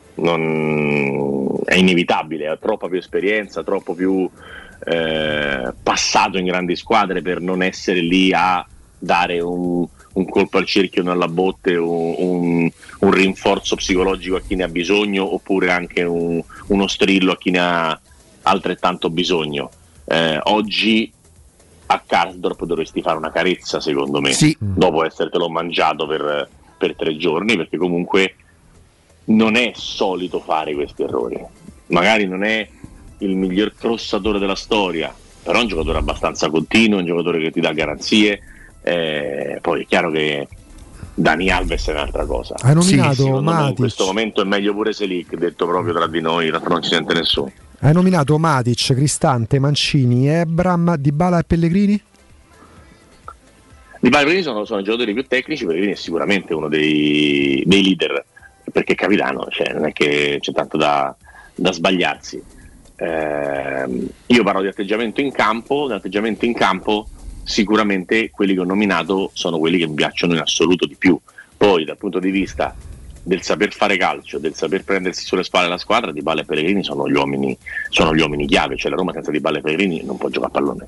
È inevitabile, ha troppa più esperienza, troppo più passato in grandi squadre per non essere lì a dare un colpo al cerchio nella botte, un rinforzo psicologico a chi ne ha bisogno, oppure anche uno strillo a chi ne ha altrettanto bisogno. Oggi a Karsdorp dovresti fare una carezza, secondo me, dopo essertelo mangiato per 3 giorni, perché comunque non è solito fare questi errori. Magari non è il miglior crossatore della storia, però è un giocatore abbastanza continuo, un giocatore che ti dà garanzie. Poi è chiaro che Dani Alves è un'altra cosa. Hai nominato in questo momento è meglio pure Selic, detto proprio tra di noi, tanto non ci sente nessuno. Hai nominato Matic, Cristante, Mancini, Ebram, Dybala e Pellegrini? Dybala e Pellegrini sono giocatori più tecnici. Pellegrini è sicuramente uno dei leader, perché è capitano, cioè non è che c'è tanto da sbagliarsi. Io parlo di atteggiamento in campo. Sicuramente quelli che ho nominato sono quelli che mi piacciono in assoluto di più. Poi dal punto di vista del saper fare calcio, del saper prendersi sulle spalle la squadra, Dybala e Pellegrini sono gli uomini chiave. Cioè la Roma senza Dybala e Pellegrini non può giocare a pallone,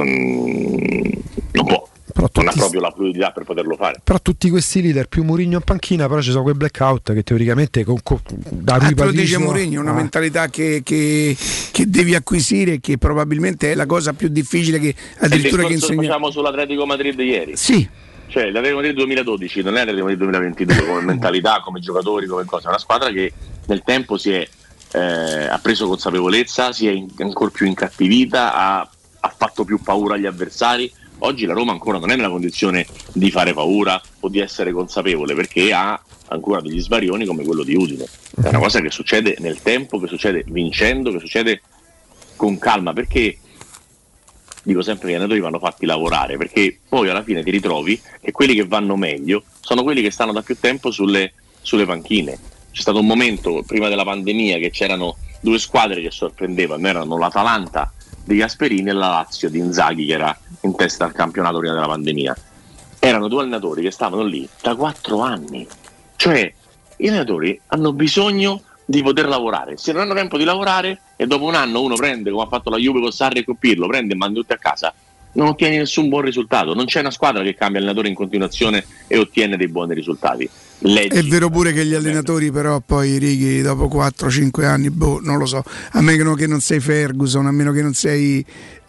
non può. Non ha proprio la fluidità per poterlo fare. Però tutti questi leader più Mourinho in panchina, però ci sono quei blackout che teoricamente da Rui lo dice Mourinho, una mentalità che devi acquisire, che probabilmente è la cosa più difficile che addirittura che insegna. Facciamo sull'Atletico Madrid ieri. Sì. Cioè l'Atletico Madrid 2012 non è l'Atletico Madrid 2022 come mentalità, come giocatori, come cosa. È una squadra che nel tempo ha preso consapevolezza, si è ancora più incattivita, ha fatto più paura agli avversari. Oggi la Roma ancora non è nella condizione di fare paura o di essere consapevole, perché ha ancora degli svarioni come quello di Udine. È una cosa che succede nel tempo, che succede vincendo, che succede con calma, perché dico sempre che gli allenatori vanno fatti lavorare, perché poi alla fine ti ritrovi che quelli che vanno meglio sono quelli che stanno da più tempo sulle panchine. C'è stato un momento prima della pandemia che c'erano 2 squadre che sorprendevano, erano l'Atalanta di Gasperini e la Lazio di Inzaghi, che era in testa al campionato prima della pandemia. Erano 2 allenatori che stavano lì da 4 anni. Cioè gli allenatori hanno bisogno di poter lavorare. Se non hanno tempo di lavorare e dopo un anno uno prende, come ha fatto la Juve con Sarri e con Pirlo, prende e manda tutti a casa, non ottieni nessun buon risultato. Non c'è una squadra che cambia allenatore in continuazione e ottiene dei buoni risultati. È vero pure che gli allenatori però poi, Righi, dopo 4-5 anni, non lo so, a meno che non sei Ferguson, a meno che non sei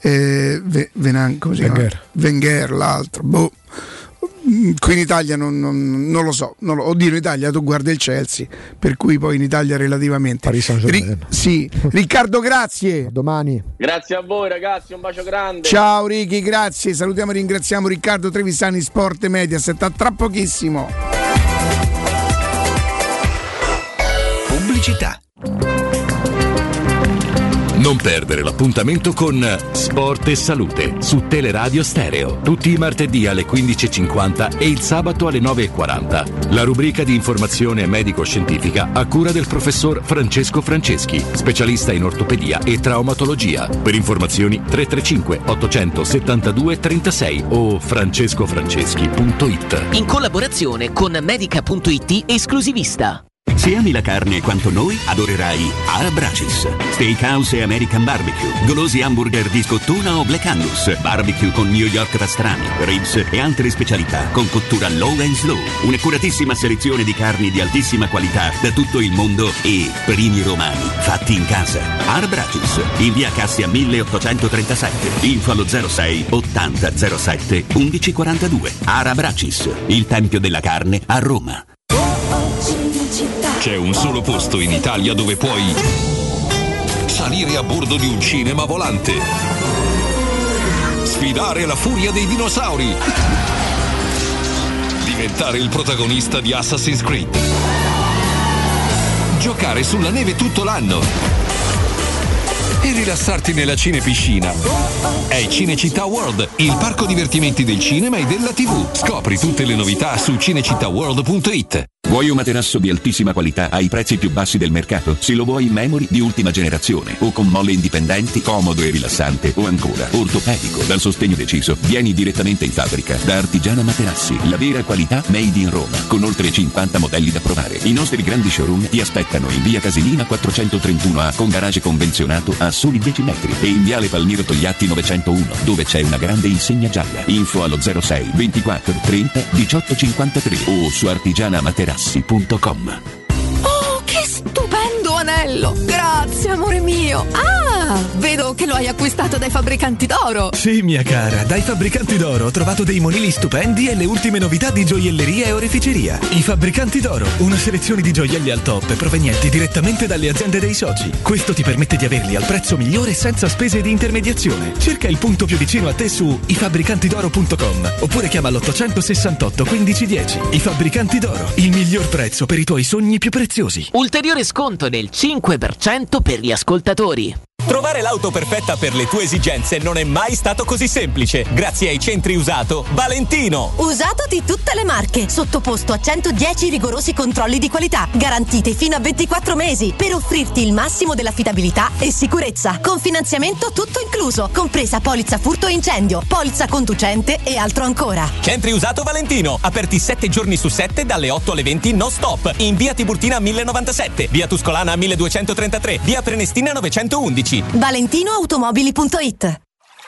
Wenger, l'altro, qui in Italia non lo so, oddio, in Italia tu guardi il Chelsea, per cui poi in Italia relativamente Riccardo, grazie. A domani. Grazie a voi ragazzi, un bacio grande. Ciao Righi, grazie, salutiamo e ringraziamo Riccardo Trevisani, Sport Mediaset. A tra pochissimo. Pubblicità. Non perdere l'appuntamento con Sport e Salute su Teleradio Stereo, tutti i martedì alle 15.50 e il sabato alle 9.40. La rubrica di informazione medico-scientifica a cura del professor Francesco Franceschi, specialista in ortopedia e traumatologia. Per informazioni 335 872 36 o francescofranceschi.it. In collaborazione con Medica.it esclusivista. Se ami la carne quanto noi, adorerai Arabracis. Steakhouse e American Barbecue, golosi hamburger di scottuna o Black Angus, barbecue con New York pastrami, ribs e altre specialità con cottura low and slow. Un'accuratissima selezione di carni di altissima qualità da tutto il mondo e primi romani fatti in casa. Arabracis, in via Cassia 1837, info allo 06 80 07 1142. Arabracis, il tempio della carne a Roma. C'è un solo posto in Italia dove puoi salire a bordo di un cinema volante, sfidare la furia dei dinosauri, diventare il protagonista di Assassin's Creed, giocare sulla neve tutto l'anno e rilassarti nella cinepiscina. È Cinecittà World, il parco divertimenti del cinema e della TV. Scopri tutte le novità su cinecittàworld.it. Vuoi un materasso di altissima qualità ai prezzi più bassi del mercato? Se lo vuoi in memory di ultima generazione o con molle indipendenti, comodo e rilassante, o ancora ortopedico dal sostegno deciso, vieni direttamente in fabbrica da Artigiana Materassi, la vera qualità made in Roma, con oltre 50 modelli da provare. I nostri grandi showroom ti aspettano in via Casilina 431A con garage convenzionato a soli 10 metri e in viale Palmiro Togliatti 901 dove c'è una grande insegna gialla. Info allo 06 24 30 18 53 o su artigianamaterassi.com. Oh, che stupendo anello! Grazie, amore mio! Ah, vedo che lo hai acquistato dai fabbricanti d'oro! Sì, mia cara, dai fabbricanti d'oro ho trovato dei monili stupendi e le ultime novità di gioielleria e oreficeria. I fabbricanti d'oro, una selezione di gioielli al top provenienti direttamente dalle aziende dei soci. Questo ti permette di averli al prezzo migliore senza spese di intermediazione. Cerca il punto più vicino a te su ifabbricantidoro.com oppure chiama l'868 1510. I fabbricanti d'oro, il miglior prezzo per i tuoi sogni più preziosi. Ulteriore sconto del 5% per gli ascoltatori. Trovare l'auto perfetta per le tue esigenze non è mai stato così semplice. Grazie ai centri usato Valentino. Usato di tutte le marche, sottoposto a 110 rigorosi controlli di qualità, garantiti fino a 24 mesi, per offrirti il massimo dell'affidabilità e sicurezza. Con finanziamento tutto incluso, compresa polizza furto e incendio, polizza conducente e altro ancora. Centri usato Valentino, aperti 7 giorni su 7 dalle 8 alle 20 non stop. In via Tiburtina 1097, via Tuscolana 1233, via Prenestina 911. ValentinoAutomobili.it.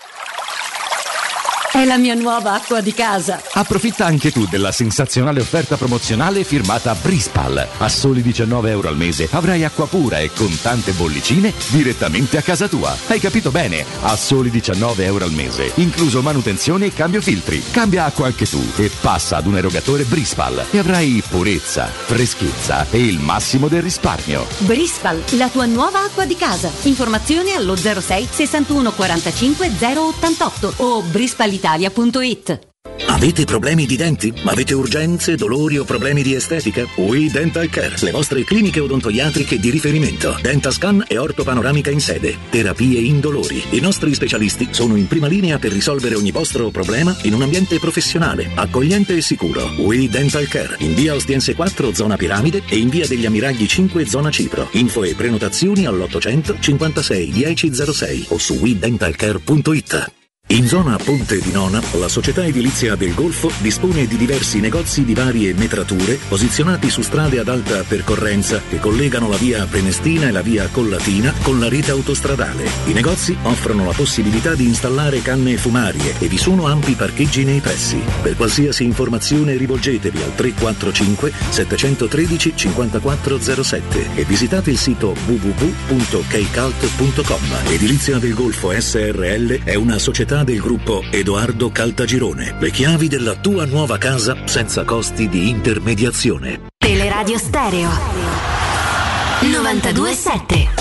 È la mia nuova acqua di casa. Approfitta anche tu della sensazionale offerta promozionale firmata Brispal. A soli €19 al mese avrai acqua pura e con tante bollicine direttamente a casa tua. Hai capito bene? A soli €19 al mese, incluso manutenzione e cambio filtri. Cambia acqua anche tu e passa ad un erogatore Brispal e avrai purezza, freschezza e il massimo del risparmio. Brispal, la tua nuova acqua di casa. Informazioni allo 06 61 45 088 o brispalitalia.it. Avete problemi di denti? Avete urgenze, dolori o problemi di estetica? We Dental Care, le vostre cliniche odontoiatriche di riferimento. Dentascan e ortopanoramica in sede. Terapie indolori. I nostri specialisti sono in prima linea per risolvere ogni vostro problema in un ambiente professionale, accogliente e sicuro. We Dental Care, in via Ostiense 4, zona Piramide, e in via degli Ammiragli 5, zona Cipro. Info e prenotazioni all'800 56 1006 o su wedentalcare.it. In zona Ponte di Nona, la società edilizia del Golfo dispone di diversi negozi di varie metrature posizionati su strade ad alta percorrenza che collegano la via Prenestina e la via Collatina con la rete autostradale. I negozi offrono la possibilità di installare canne fumarie e vi sono ampi parcheggi nei pressi. Per qualsiasi informazione rivolgetevi al 345 713 5407 e visitate il sito www.keicalt.com. Edilizia del Golfo SRL è una società del gruppo Edoardo Caltagirone. Le chiavi della tua nuova casa senza costi di intermediazione. Teleradio Stereo 92.7.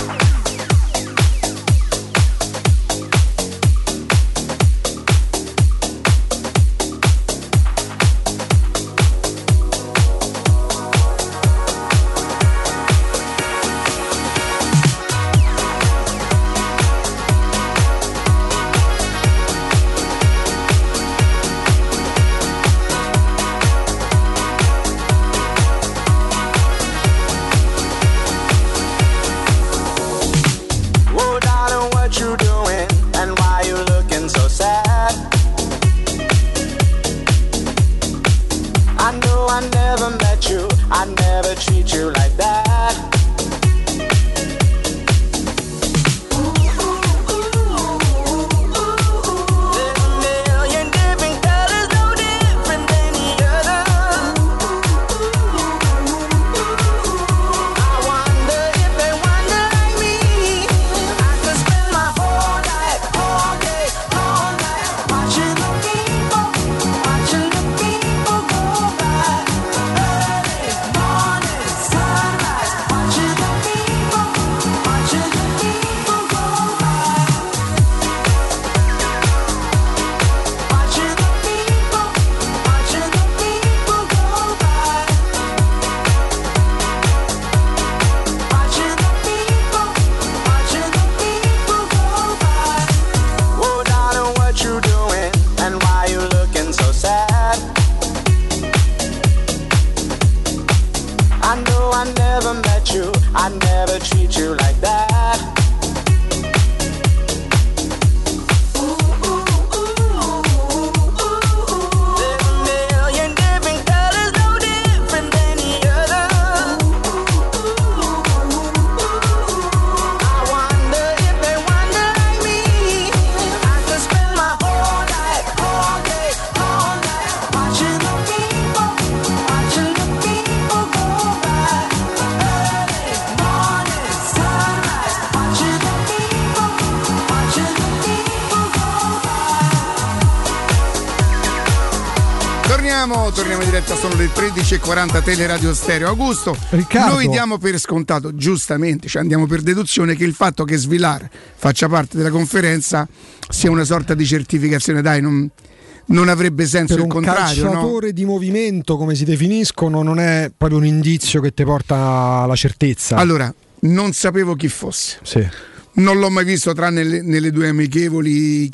treat you like that. There's a million different colors, no different than the other. I wonder if they wonder like me. I could spend my whole life, all day, all night, watching the people go by. Early morning sunrise, watching the people go by. Torniamo in diretta, sono le 13:40, Teleradio Stereo. Augusto, Riccardo. noi diamo per scontato, giustamente, cioè andiamo per deduzione, che il fatto che Svilar faccia parte della conferenza sia una sorta di certificazione. Dai, non avrebbe senso Per il un contrario, no? calciatore di movimento, come si definiscono, non è proprio un indizio che ti porta alla certezza. Allora, non sapevo chi fosse. Sì. Non l'ho mai visto tranne nelle due amichevoli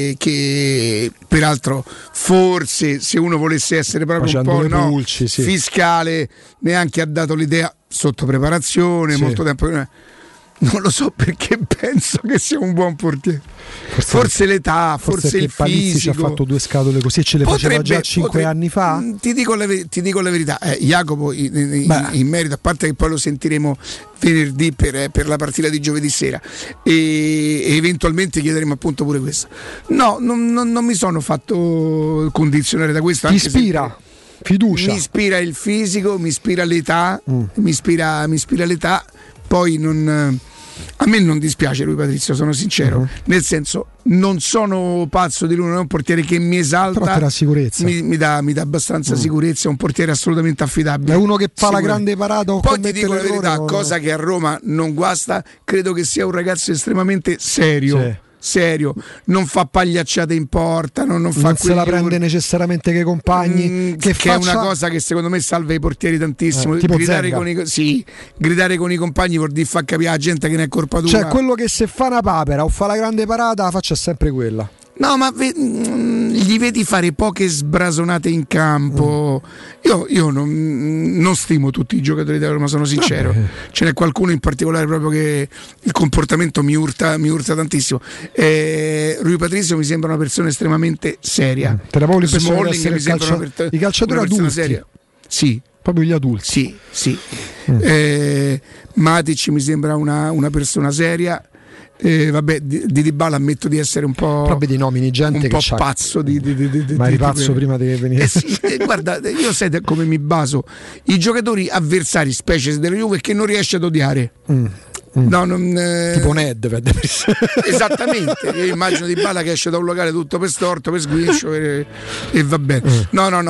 che peraltro forse, se uno volesse essere proprio Facendo un po' le pulci, sì. fiscale, neanche ha dato l'idea sotto preparazione, Sì. molto tempo. Non lo so perché penso che sia un buon portiere. Forse l'età, forse il Palizzi ci ha fisico. fatto due scatole così e ce le faceva già 5 anni fa. Ti dico la verità, Jacopo in merito, a parte che poi lo sentiremo venerdì per la partita di giovedì sera e eventualmente chiederemo appunto pure questo. No, non mi sono fatto condizionare da questo. Ti ispira fiducia. Mi ispira il fisico, mi ispira l'età, mi ispira l'età. Poi a me non dispiace lui, Patrizio, sono sincero, nel senso non sono pazzo di lui, non è un portiere che mi esalta, però te dà sicurezza, mi dà abbastanza sicurezza, è un portiere assolutamente affidabile, è uno che fa la grande parata o poi ti dico la verità, cosa che a Roma non guasta, credo che sia un ragazzo estremamente serio. Serio, non fa pagliacciate in porta, non fa se la prende necessariamente che i compagni, che è una cosa che secondo me salva i portieri tantissimo. Gridare con i compagni vuol dire far capire alla gente che non è colpa tua. Cioè quello che se fa una papera o fa la grande parata la faccia sempre quella. No, ma gli vedi fare poche sbrasonate in campo. Io non stimo tutti i giocatori della Roma, sono sincero. Ce n'è qualcuno in particolare proprio che il comportamento mi urta tantissimo. Rui Patrizio mi sembra una persona estremamente seria. Te la proprio l'impressione Smalling mi sembra i calciatori adulti. Seria. Sì. Proprio gli adulti. Sì. Matic mi sembra una persona seria. Vabbè, di Dybala ammetto di essere un po'. Però vedi nomini gente un che po' pazzo ma eri pazzo prima di venire. Guarda, io sai come mi baso i giocatori avversari, specie della Juve, che non riesce ad odiare. No, tipo Nedved. Esattamente, io immagino Dybala che esce da un locale tutto per storto, per sguincio e va bene. No, a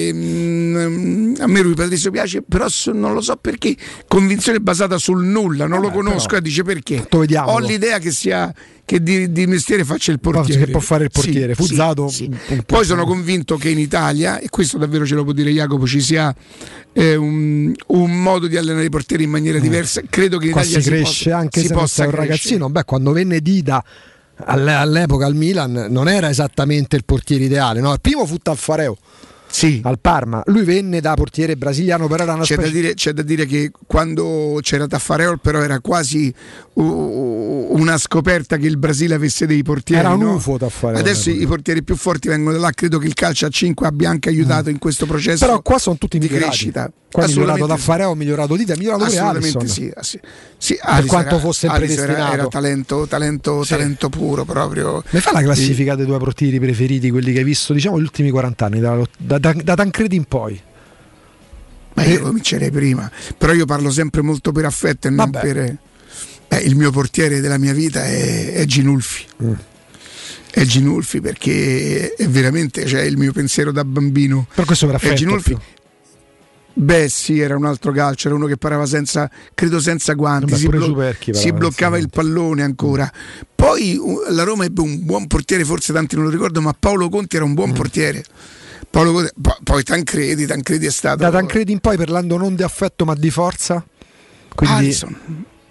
me Rui Patrizio piace, però non lo so perché, convinzione basata sul nulla, non lo conosco, però, dice perché. Ho l'idea che sia che di mestiere faccia il portiere, che può fare il portiere, Fuzzato. Poi sono convinto che in Italia, e questo davvero ce lo può dire Jacopo, ci sia un modo di allenare i portieri in maniera diversa. Credo che in Italia si cresce anche se non sei un ragazzino. Beh, quando venne Dida all'epoca al Milan non era esattamente il portiere ideale, no? Il primo fu Taffareo. Sì. Al Parma, lui venne da portiere brasiliano, però era una c'è da dire che quando c'era Taffareo però era quasi una scoperta che il Brasile avesse dei portieri, era un UFO Taffareo. Adesso i portieri più forti vengono da là, credo che il calcio a 5 abbia anche aiutato in questo processo, però qua sono tutti di migliorati. Crescita. Qua ha migliorato Taffareo, ha migliorato Dita, ha migliorato pure Alisson. Sì, per quanto fosse predestinato, era talento puro proprio. Mi fa la classifica dei tuoi portieri preferiti, quelli che hai visto, diciamo, gli ultimi 40 anni, da Tancredi in poi? Ma io comincerei prima, però io parlo sempre molto per affetto e non per. Il mio portiere della mia vita è Ginulfi. È Ginulfi perché è veramente, cioè, il mio pensiero da bambino. Per questo per affetto. È Ginulfi. Beh sì, era un altro calcio, era uno che parava senza guanti, si bloccava il pallone ancora. Poi la Roma ebbe un buon portiere, forse tanti non lo ricordo, ma Paolo Conti era un buon portiere. Paolo Conti, poi Tancredi è stato. Da Tancredi in poi, parlando non di affetto ma di forza, quindi Alisson.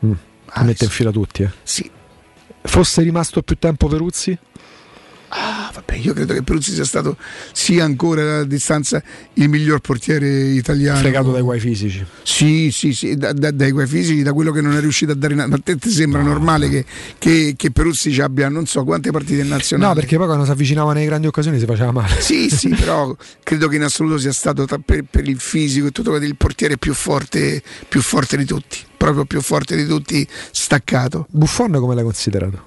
Mette in fila tutti. Sì. Fosse rimasto più tempo Peruzzi? vabbè, io credo che Peruzzi sia ancora a distanza il miglior portiere italiano. Fregato dai guai fisici. Sì, dai guai fisici, da quello che non è riuscito a dare. Ma a te sembra normale che Peruzzi abbia non so quante partite nazionali? No, perché poi quando si avvicinava nelle grandi occasioni si faceva male. Sì, però credo che in assoluto sia stato per il fisico e tutto il portiere più forte di tutti, proprio più forte di tutti, staccato. Buffon come l'hai considerato?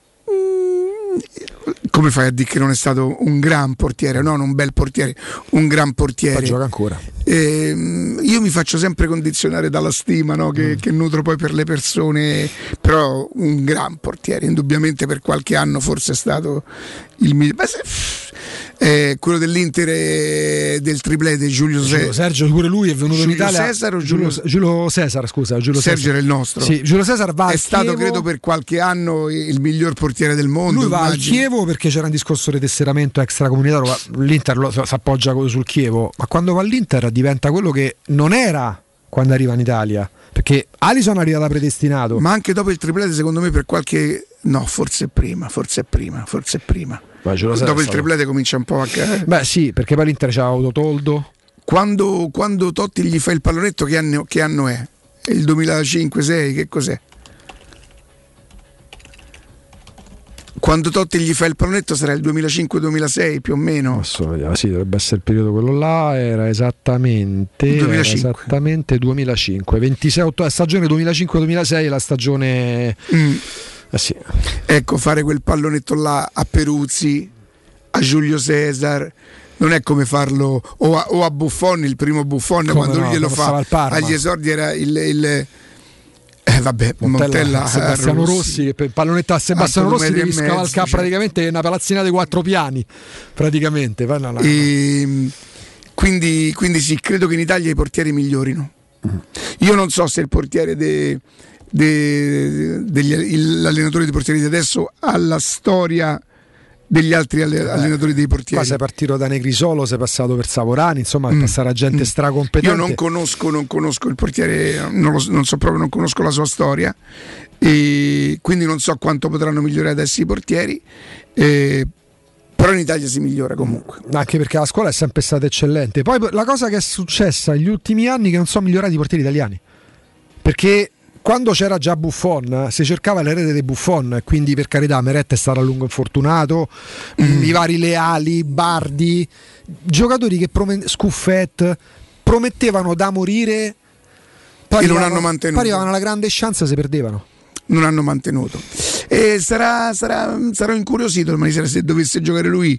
Come fai a dire che non è stato un gran portiere? No, non un bel portiere, un gran portiere. Poi gioca ancora. Io mi faccio sempre condizionare dalla stima, no, che nutro poi per le persone, però un gran portiere, indubbiamente per qualche anno forse è stato il migliore. Quello dell'Inter del triplete, Giulio Sergio, pure lui è venuto in Italia. Giulio Cesar, scusa. Sergio era il nostro. Sì, Giulio Cesar va è stato Chievo. Credo per qualche anno il miglior portiere del mondo. Lui va al Chievo perché c'era un discorso di tesseramento extracomunitario, l'Inter si appoggia sul Chievo, ma quando va all'Inter diventa quello che non era quando arriva in Italia, perché Alisson arriva da predestinato. Ma anche dopo il triplete secondo me per qualche... No, forse prima. Dopo il triplete comincia un po' a... Beh sì, perché poi l'Inter c'ha avuto Toldo. Quando Totti gli fa il pallonetto, che anno è? È il 2005-6, che cos'è? Quando Totti gli fa il pallonetto sarà il 2005-2006 più o meno. Sì, dovrebbe essere il periodo quello là, era esattamente 2005, 26 stagione 2005-2006 la stagione... Sì. Ecco, fare quel pallonetto là a Peruzzi, a Giulio Cesar, non è come farlo o a Buffon, il primo Buffon, come quando lui glielo fa agli esordi era il Montella Sebastiano Rossi, che per pallonetto a Sebastiano Rossi devi scavalcare praticamente una palazzina di 4 piani praticamente. Quindi sì, credo che in Italia i portieri migliorino. Io non so se il portiere l'allenatore dei portieri di adesso ha la storia degli altri allenatori dei portieri. Qua sei partito da Negrisolo, sei passato per Savorani, insomma passare a gente stracompetente. Io non conosco il portiere, non conosco la sua storia, e quindi non so quanto potranno migliorare adesso i portieri, però in Italia si migliora comunque, anche perché la scuola è sempre stata eccellente. Poi la cosa che è successa negli ultimi anni è che non sono migliorati i portieri italiani, perché quando c'era già Buffon si cercava l'erede dei Buffon, quindi per carità Meret è stato a lungo infortunato, i vari Leali, Bardi, giocatori che Scuffet promettevano da morire, poi non hanno mantenuto, poi arrivavano alla grande chance e si perdevano. Non hanno mantenuto, e sarò incuriosito domani sera se dovesse giocare lui.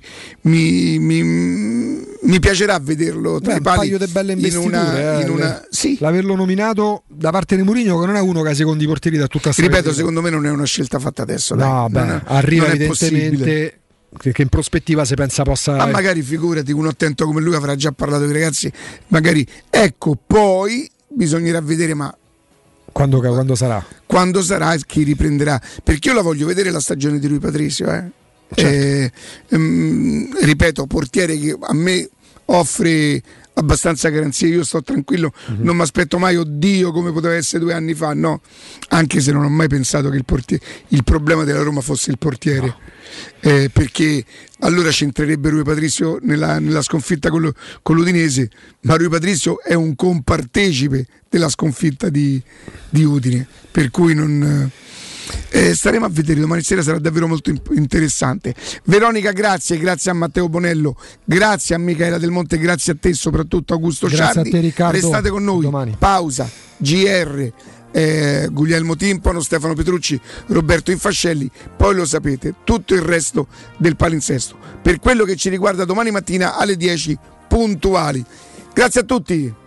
Mi piacerà vederlo tra i pali. Un paio di belle investiture, sì. L'averlo nominato da parte di Mourinho, che non è uno che ha secondi portieri da tutta la storia. Ripeto, secondo me non è una scelta fatta adesso. No, arriva evidentemente che in prospettiva si pensa possa. Ma magari figurati, uno attento come lui avrà già parlato con i ragazzi. Magari poi bisognerà vedere, ma quando sarà? Quando sarà e chi riprenderà? Perché io la voglio vedere la stagione di Rui Patricio. Certo. Ripeto, portiere che a me offre abbastanza garanzie, io sto tranquillo, non mi aspetto mai, oddio come poteva essere 2 anni fa, no, anche se non ho mai pensato che il problema della Roma fosse il portiere, no. Perché allora c'entrerebbe Rui Patricio nella sconfitta con l'Udinese, ma Rui Patricio è un compartecipe della sconfitta di Udine, per cui non... staremo a vedere, domani sera sarà davvero molto interessante. Veronica, grazie a Matteo Bonello, grazie a Michaela Del Monte, grazie a te, soprattutto Augusto Ciardi. A te, Riccardo. Restate con noi, domani. Pausa, GR, Guglielmo Timpano, Stefano Petrucci, Roberto Infascelli, poi lo sapete, tutto il resto del palinsesto per quello che ci riguarda domani mattina alle 10 puntuali. Grazie a tutti.